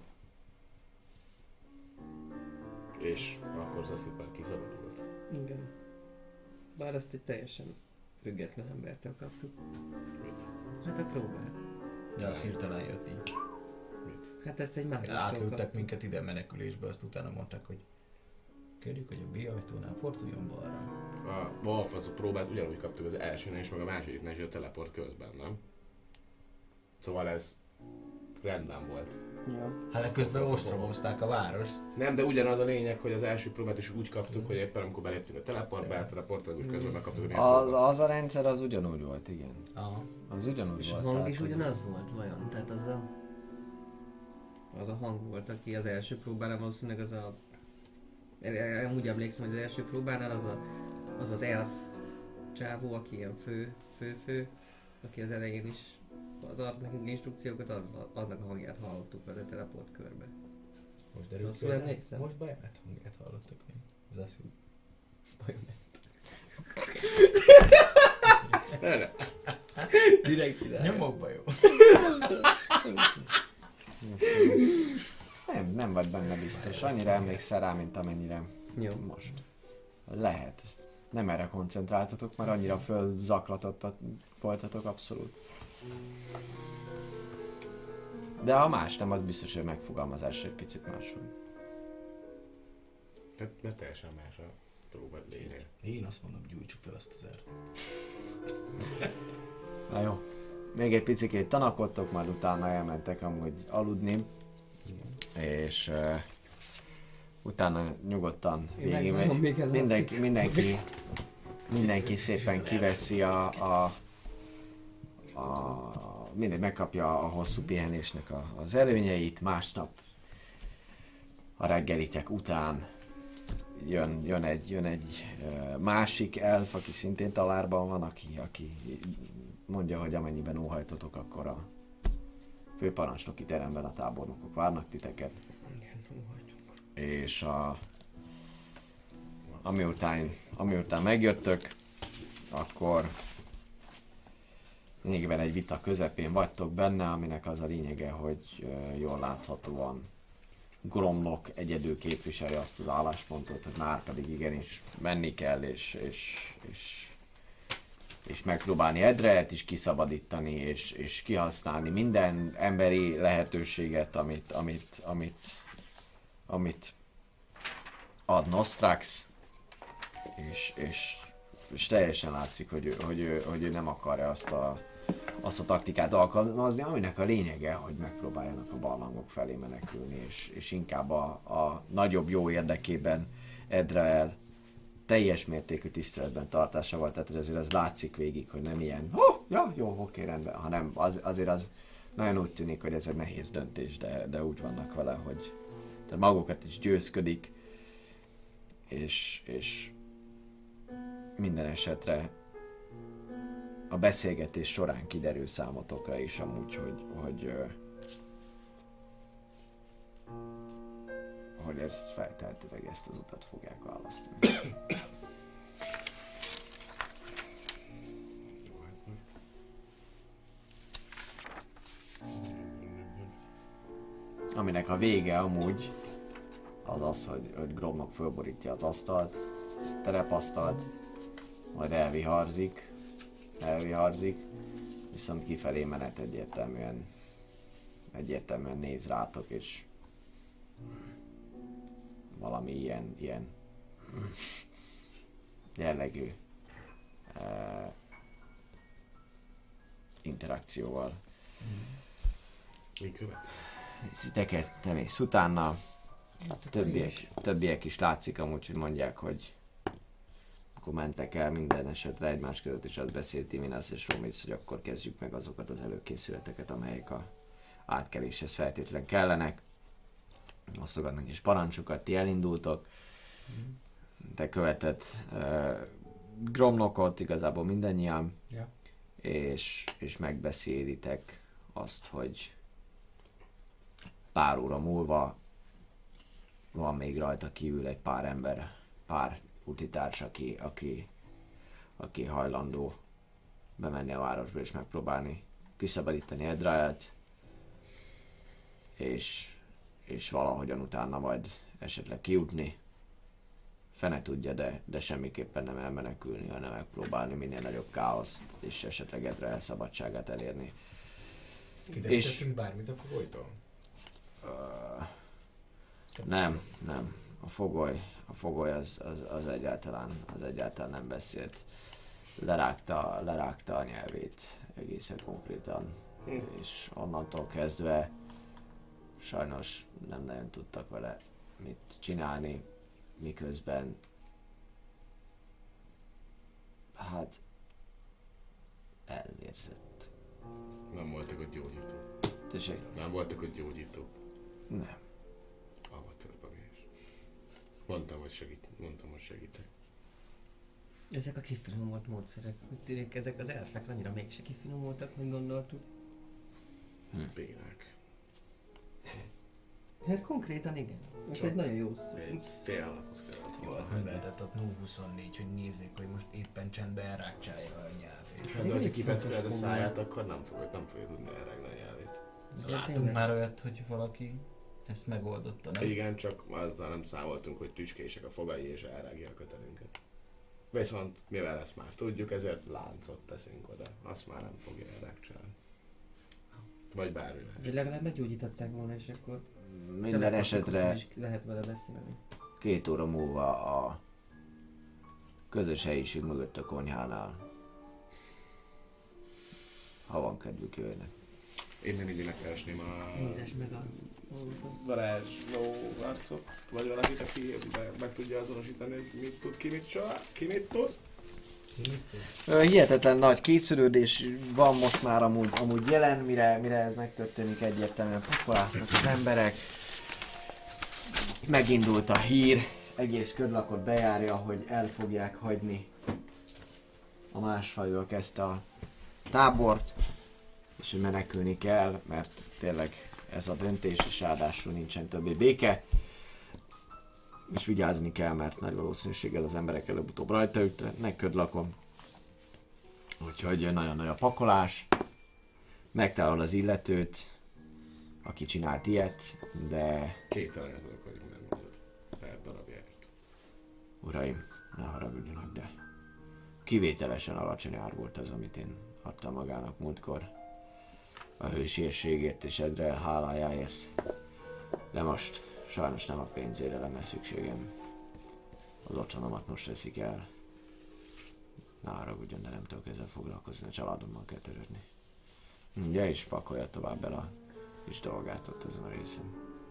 És akkor Zaszit már kiszabadult. igen. Bár azt egy teljesen független embertől kaptuk. Mit? Hát a próbát. De az hirtelen jött így. Mit? Hát ezt egy mágustól Átlőttek kaptuk. minket ide menekülésbe, azt utána mondták, hogy kérjük, hogy a B-ajtónál forduljon balra. A Wolf próbát ugyanúgy kaptuk az elsőnél és meg a másodiknál is a teleport közben, nem? Szóval ez rendben volt. Ja. Hát közben ostromozták a várost. Nem, de ugyanaz a lényeg, hogy az első próbát is úgy kaptuk, hogy éppen amikor beléptünk a teleportba, elteleportálunk és közben megkaptuk a Az, próbát. az a rendszer az ugyanúgy volt, igen. Aha. Az ugyanúgy És a volt. hang tehát, is hogy- ugyanaz volt vajon? Tehát az a... Az a hang volt, aki az első próbánál valószínűleg az a... Úgy emlékszem, hogy az első próbánál az a, az, az elf csávó, aki ilyen fő, fő, fő, aki az elején is az ad nekünk instrukciókat, az, annak a hangját hallottuk az a teleport körbe. Most derül Rosszul ki, hogy emlékszem? Most Bajonet hangját hallottuk még. Az azt hiszem. Bajonet. Erre. Direkt csinálja. Nyomokba jó. Nem, nem vagy benne biztos. Annyira emlékszel rá, mint amennyire Jó. most. Lehet. Ezt nem erre koncentráltatok, mert annyira fölzaklatottat voltatok abszolút. De ha más nem, az biztos, hogy megfogalmazás egy picit máshogy. Tehát mert teljesen más a próba lényeg. Én azt mondom, gyújtsuk fel azt az erdőt. Na jó. Még egy picikét tanakodtok, majd utána elmentek amúgy aludni. És uh, utána nyugodtan Én végig megvárom még el mindenki, mindenki, mindenki szépen kiveszi a, a, a mindegy, megkapja a hosszú pihenésnek a, az előnyeit, másnap a reggelitek után jön, jön egy, jön egy uh, másik elf, aki szintén talárban van, aki, aki mondja, hogy amennyiben óhajtotok, akkor a főparancsnoki teremben a tábornokok várnak titeket. Igen, óhajtunk. És a, amiután, amiután megjöttök, akkor lényegében egy vita közepén vagytok benne, aminek az a lényege, hogy uh, jól láthatóan Gromlok egyedül képviseli azt az álláspontot, hogy már pedig igenis menni kell, és, és, és, és megpróbálni Edret is kiszabadítani, és, és kihasználni minden emberi lehetőséget, amit, amit, amit, amit ad Nostrax, és, és, és teljesen látszik, hogy ő, hogy, ő, hogy ő nem akarja azt a, azt a taktikát alkalmazni, aminek a lényege, hogy megpróbáljanak a barlangok felé menekülni, és, és inkább a, a nagyobb jó érdekében Edrael teljes mértékű tiszteletben tartásával, tehát azért az látszik végig, hogy nem ilyen, oh, ja, jó, oké, rendben, hanem az, azért az nagyon úgy tűnik, hogy ez egy nehéz döntés, de, de úgy vannak vele, hogy tehát magukat is győzködik, és, és minden esetre a beszélgetés során kiderül számotokra is amúgy, hogy, hogy, ö, hogy ezt feltehetőleg ezt az utat fogják választani. Aminek a vége amúgy az az, hogy, hogy Gromnak fölborítja az asztalt, terepasztalt, majd elviharzik, elviharzik, viszont kifelé menet egyértelműen, egyértelműen néz rátok, és valami ilyen, ilyen jellegű uh, interakcióval. Mi követ? Teket, te mész utána, többiek, többiek is látszik amúgy, hogy mondják, hogy akkor mentek el minden esetre egymás között, és azt beszélt Timinas és Romic, hogy akkor kezdjük meg azokat az előkészületeket, amelyek a átkeléshez feltétlen kellenek. Osztogatnak is parancsokat, ti elindultok. Te követed uh, Gromnokot, igazából mindannyian, Ja. és, és megbeszélitek azt, hogy pár óra múlva van még rajta kívül egy pár ember, pár utitárs, aki, aki, aki hajlandó bemenni a városba és megpróbálni kiszabadítani Edraelt, és, és valahogyan utána majd esetleg kijutni. Fene tudja, de, de semmiképpen nem elmenekülni, hanem megpróbálni minél nagyobb káoszt, és esetleg Edrael szabadságát elérni. Kiderítettünk bármit a fogolytól? Uh, nem, nem. A fogoly, a fogoly az, az, az, egyáltalán, az egyáltalán nem beszélt. Lerágta, lerágta a nyelvét egészen konkrétan, hm. és onnantól kezdve sajnos nem nagyon tudtak vele mit csinálni, miközben hát elvérzett. Nem voltak ott gyógyítók. Tessék? Nem voltak ott gyógyítók. Nem. Amatőrbagás. Mondtam, hogy segít, mondtam, hogy segítek. Ezek a kifinomult módszerek, úgy tűnik, ezek az elfek annyira mégse kifinomultak, mint gondoltuk. Bénák. Hát konkrétan igen. Ez Csak egy nagyon jó szó. Egy fél napot kellett Jó, volna hát nem hagyni. lehetett ott nulla huszonnégy, hogy nézzék, hogy most éppen csendben elrákcsálja a nyelvét. Hát, de hogyha kipeckeled a száját, akkor nem fogod, nem fogja tudni elrágni a nyelvét. Láttunk már olyat, hogy valaki ezt megoldotta, nem? Igen, csak azzal nem számoltunk, hogy tüskések a fogai és elrágja a kötelünket. Viszont mivel ezt már tudjuk, ezért láncot teszünk oda. Azt már nem fogja elrágcsálni. Vagy bármi más. De legalább meggyógyították volna, és akkor Minden esetre is lehet vele beszélni. két óra múlva a közös helyiség mögött a konyhánál. Ha van kedvük, jöjjenek. Én még mindig megkeresném a Nézes meg a... varázsló arcot, vagy valakit, aki be- meg tudja azonosítani, hogy mit tud, ki mit, soha, ki mit tud. Ö, Hihetetlen nagy készülődés van most már amúgy, amúgy jelen, mire, mire ez megtörténik, egyértelműen pukolásznak az emberek. Megindult a hír, egész körlakot bejárja, hogy el fogják hagyni a másfajúak ezt a tábort, és hogy menekülni kell, mert tényleg ez a döntés, és ráadásul nincsen többé béke. És vigyázni kell, mert nagy valószínűséggel az emberek előbb-utóbb rajta ütnek körlakon. Úgyhogy nagyon nagy a pakolás. Megtalálod az illetőt, aki csinált ilyet, de... Kételen azok, hogy nem mutat. Per darabjáért. Uraim, ne haragudjanak, de kivételesen alacsony ár volt ez, amit én adtam magának múltkor. A hősiességért és Edrel hálájáért. De most sajnos nem a pénzére lenne szükségem. Az otthonomat most veszik el. Ne haragudjon, de nem tudok ezzel foglalkozni, a családommal kell törődni. Ugye is pakolja tovább el a kis dolgát ott ezen a részen.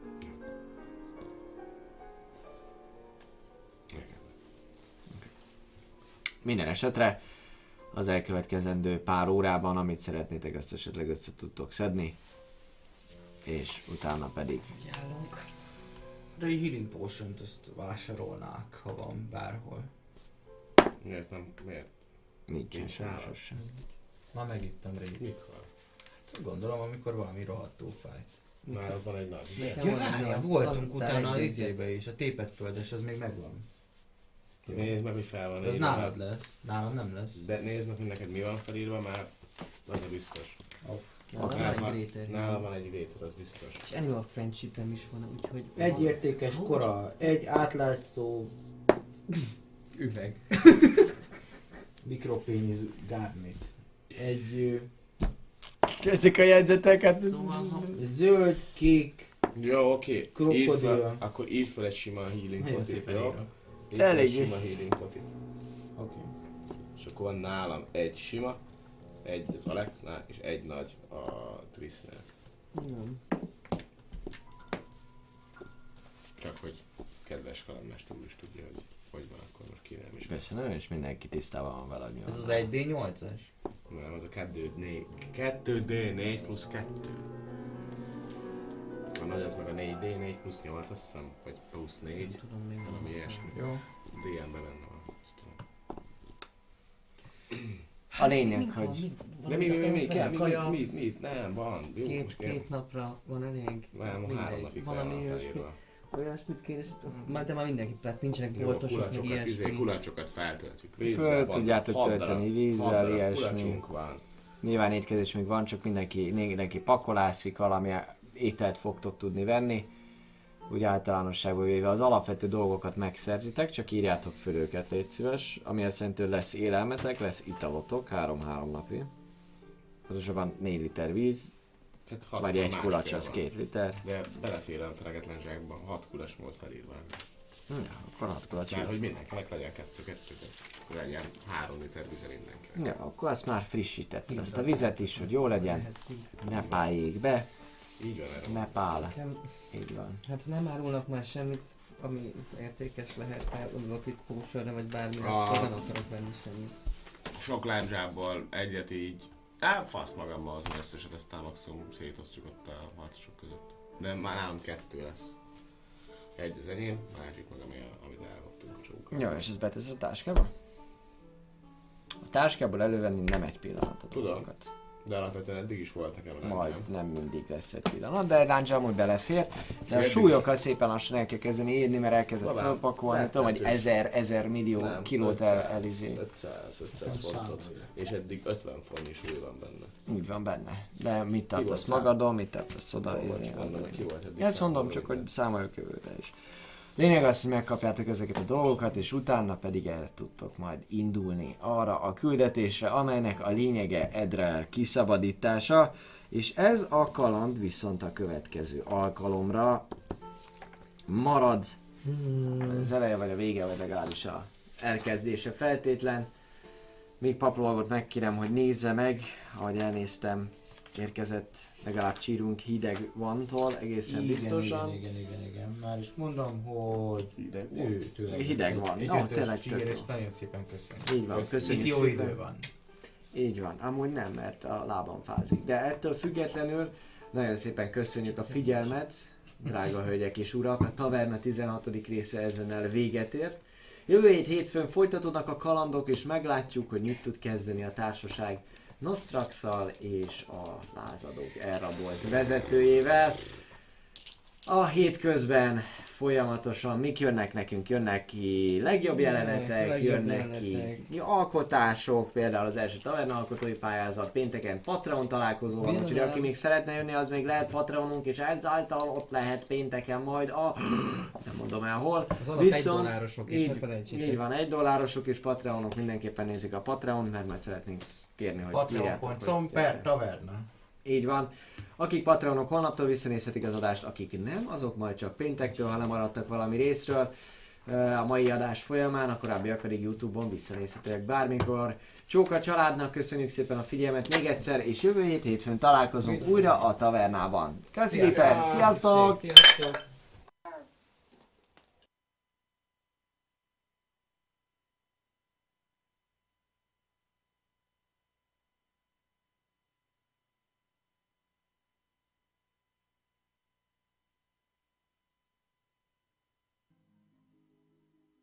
Minden esetre az elkövetkezendő pár órában, amit szeretnétek, ezt esetleg össze tudtok szedni, és utána pedig Járunk. De egy healing potion-t azt vásárolnák, ha van bárhol. Miért nem? Miért? Nincsen Nincs sem, nála. sem. Már megittem rég. Mikor? Gondolom, amikor valami rohadtó fájt. Nálad van egy nagy. Nekem Ja, van egy várjál, olyan- voltunk van utána az egy izébe is, a tépett földes, az még megvan. Nézd meg, hogy fel van De az írva. nálad lesz, nálam nem lesz. De nézd meg, hogy neked mi van felírva, mert az a biztos. Nálam van Nálam egy van- Greater. Nálam van egy Greater, az biztos. És Annual Friendship-em is van, úgyhogy... Egy értékes kora, egy átlátszó Üveg. mikropéniz garnet. Egy Ezek a jegyzeteket. Szóval, ha... ö, zöld, kék, Jó, oké. Írd Krokodil. fel, akkor írd fel egy sima healing nagyon potit, szépen jó? írok. Írd fel egy Elég. sima healing potit. Oké. És akkor van nálam egy sima, egy az Alexnál, és egy nagy a Trisnél. Nem. Csak hogy kedves kalandmester úr is tudja, hogy hogy van, akkor most kérem is. Köszönöm, és mindenki tisztában van vele, hogy mi Ez van. az egy dé nyolcas? Nem, az a kettő dé kettő dé négy plusz kettő. A nagy az meg a négy dé négy plusz nyolc, azt hiszem, vagy plusz négy, Tudom még valami nem ilyesmi. Jó. dé en-ben benne van, azt tudom. A lényeg, hogy De mi, mi, mi, mi, kell, mi, Kaja. mi, mi, mi, nem, van, jó, Két, most én, két napra van elég. nem, három mindegy. napig fel Valami van olyasmi. felírva. Olyasmit kéne, már de már mindenki, tehát nincsenek Jó, boltosok, meg kulacsokat, izé, ilyesmi. kulacsokat feltöltjük. Föl Vízzel van, tudjátok hat tölteni darab- vízzel, hat darab ilyesmi. kulacsunk van. nyilván étkezés még van, csak mindenki, mindenki pakolászik, valami ételt fogtok tudni venni. Úgy általánosságban véve az alapvető dolgokat megszerzitek, csak írjátok föl őket, légy szíves. Ami azt jelenti, hogy lesz élelmetek, lesz italotok, három-három napi. Pontosabban négy liter víz, Tehát hat vagy szor egy másfél kulacs az van. két liter. De belefér a felegetlen zsákban, hat kulacs volt felírva. Ja, akkor hat kulacs Mert hogy víz. mindenkinek legyen kettő-kettő, akkor legyen három liter vize mindenkinek. Ja, akkor azt már frissítetted, azt a vizet is, hogy jó legyen, Lehet így. ne páljék be, Így van erre. ne pál. Nekem, Így van. hát nem árulnak már semmit, ami értékes lehet, ha gondolok itt pósörre vagy bármire, Ah. akkor nem akarok venni semmit. Sok lábzsábbal egyet így, á, fasz magammal az összeset, aztán maximum szétosztjuk ott a harcosok között. De már nálam kettő lesz. Egy az enyém, másik meg ami, amit elrottunk a csókkal. Jó, és ezt betesz a táskába? A táskából elővenni nem egy pillanat a Tudom. dolgokat. De alapvetően eddig is volt nekem Majd lábzsám. nem mindig lesz egy pillanat, de ráncsám amúgy belefér. De a Eddig súlyokat szépen lassan el kell kezdeni írni, mert elkezdett Babám, felpakolni, lehet tudom, hogy kettős. ezer, ezer millió Nem, kilót el, ötszáz, elizé. ötszáz, ötszáz fontot. És eddig ötven fontnyi súly van benne. Úgy van benne. De mit volt tartasz szám? magadon, mit tartasz oda, Jó, izé, vagy mondom, hogy ki volt eddig ezt mondom, számolva csak hogy minden. számoljuk jövőre is. Lényeg az, hogy megkapjátok ezeket a dolgokat, és utána pedig el tudtok majd indulni arra a küldetésre, amelynek a lényege Edrel kiszabadítása, és ez a kaland viszont a következő alkalomra marad. Az eleje vagy a vége, vagy legalábbis a elkezdése feltétlen. Még Paplovot megkérem, hogy nézze meg, ahogy elnéztem, érkezett legalább csírunk hideg vantól, egészen Igen, biztosan. Igen, igen, igen, igen. Már is mondom, hogy Hideg volt. ő tőle. Hideg van. Egy No, ötös tényleg tök csiger, jó. és nagyon szépen köszönjük. Így van, Itt köszönjük jó szépen. idő van. Így van, amúgy nem, mert a lábam fázik. De ettől függetlenül nagyon szépen köszönjük a figyelmet, drága hölgyek és urak. A Taverna tizenhatodik része ezennel véget ért. Jövő hét hétfőn folytatódnak a kalandok, és meglátjuk, hogy mit tud kezdeni a társaság Nostraxal és a lázadók elrabolt vezetőjével. A hétközben folyamatosan mik jönnek nekünk, jönnek ki legjobb jelenetek, legjobb jönnek ki jelenetek. alkotások, például az első Taverna alkotói pályázat, pénteken Patreon találkozó van, úgyhogy Bizony. aki még szeretne jönni, az még lehet Patreonunk, és ezáltal ott lehet pénteken majd a... nem mondom el hol. Az alap egy dollárosok is, ne így, felejtsétek. így van, egy dollárosok és Patreonok mindenképpen nézik a Patreon, mert majd szeretnénk kérni, hogy patreon írjátok, pont hogy- com per taverna. így van. Akik Patreonok holnaptól visszanézhetik az adást, akik nem, azok majd csak péntektől, ha nem maradtak valami részről ö, a mai adás folyamán, a korábbiak pedig YouTube-on visszanézhetőek bármikor. Csóka családnak köszönjük szépen a figyelmet még egyszer, és jövő hét hétfőn találkozunk újra a tavernában. Köszönjük szépen, sziasztok! Sziasztok!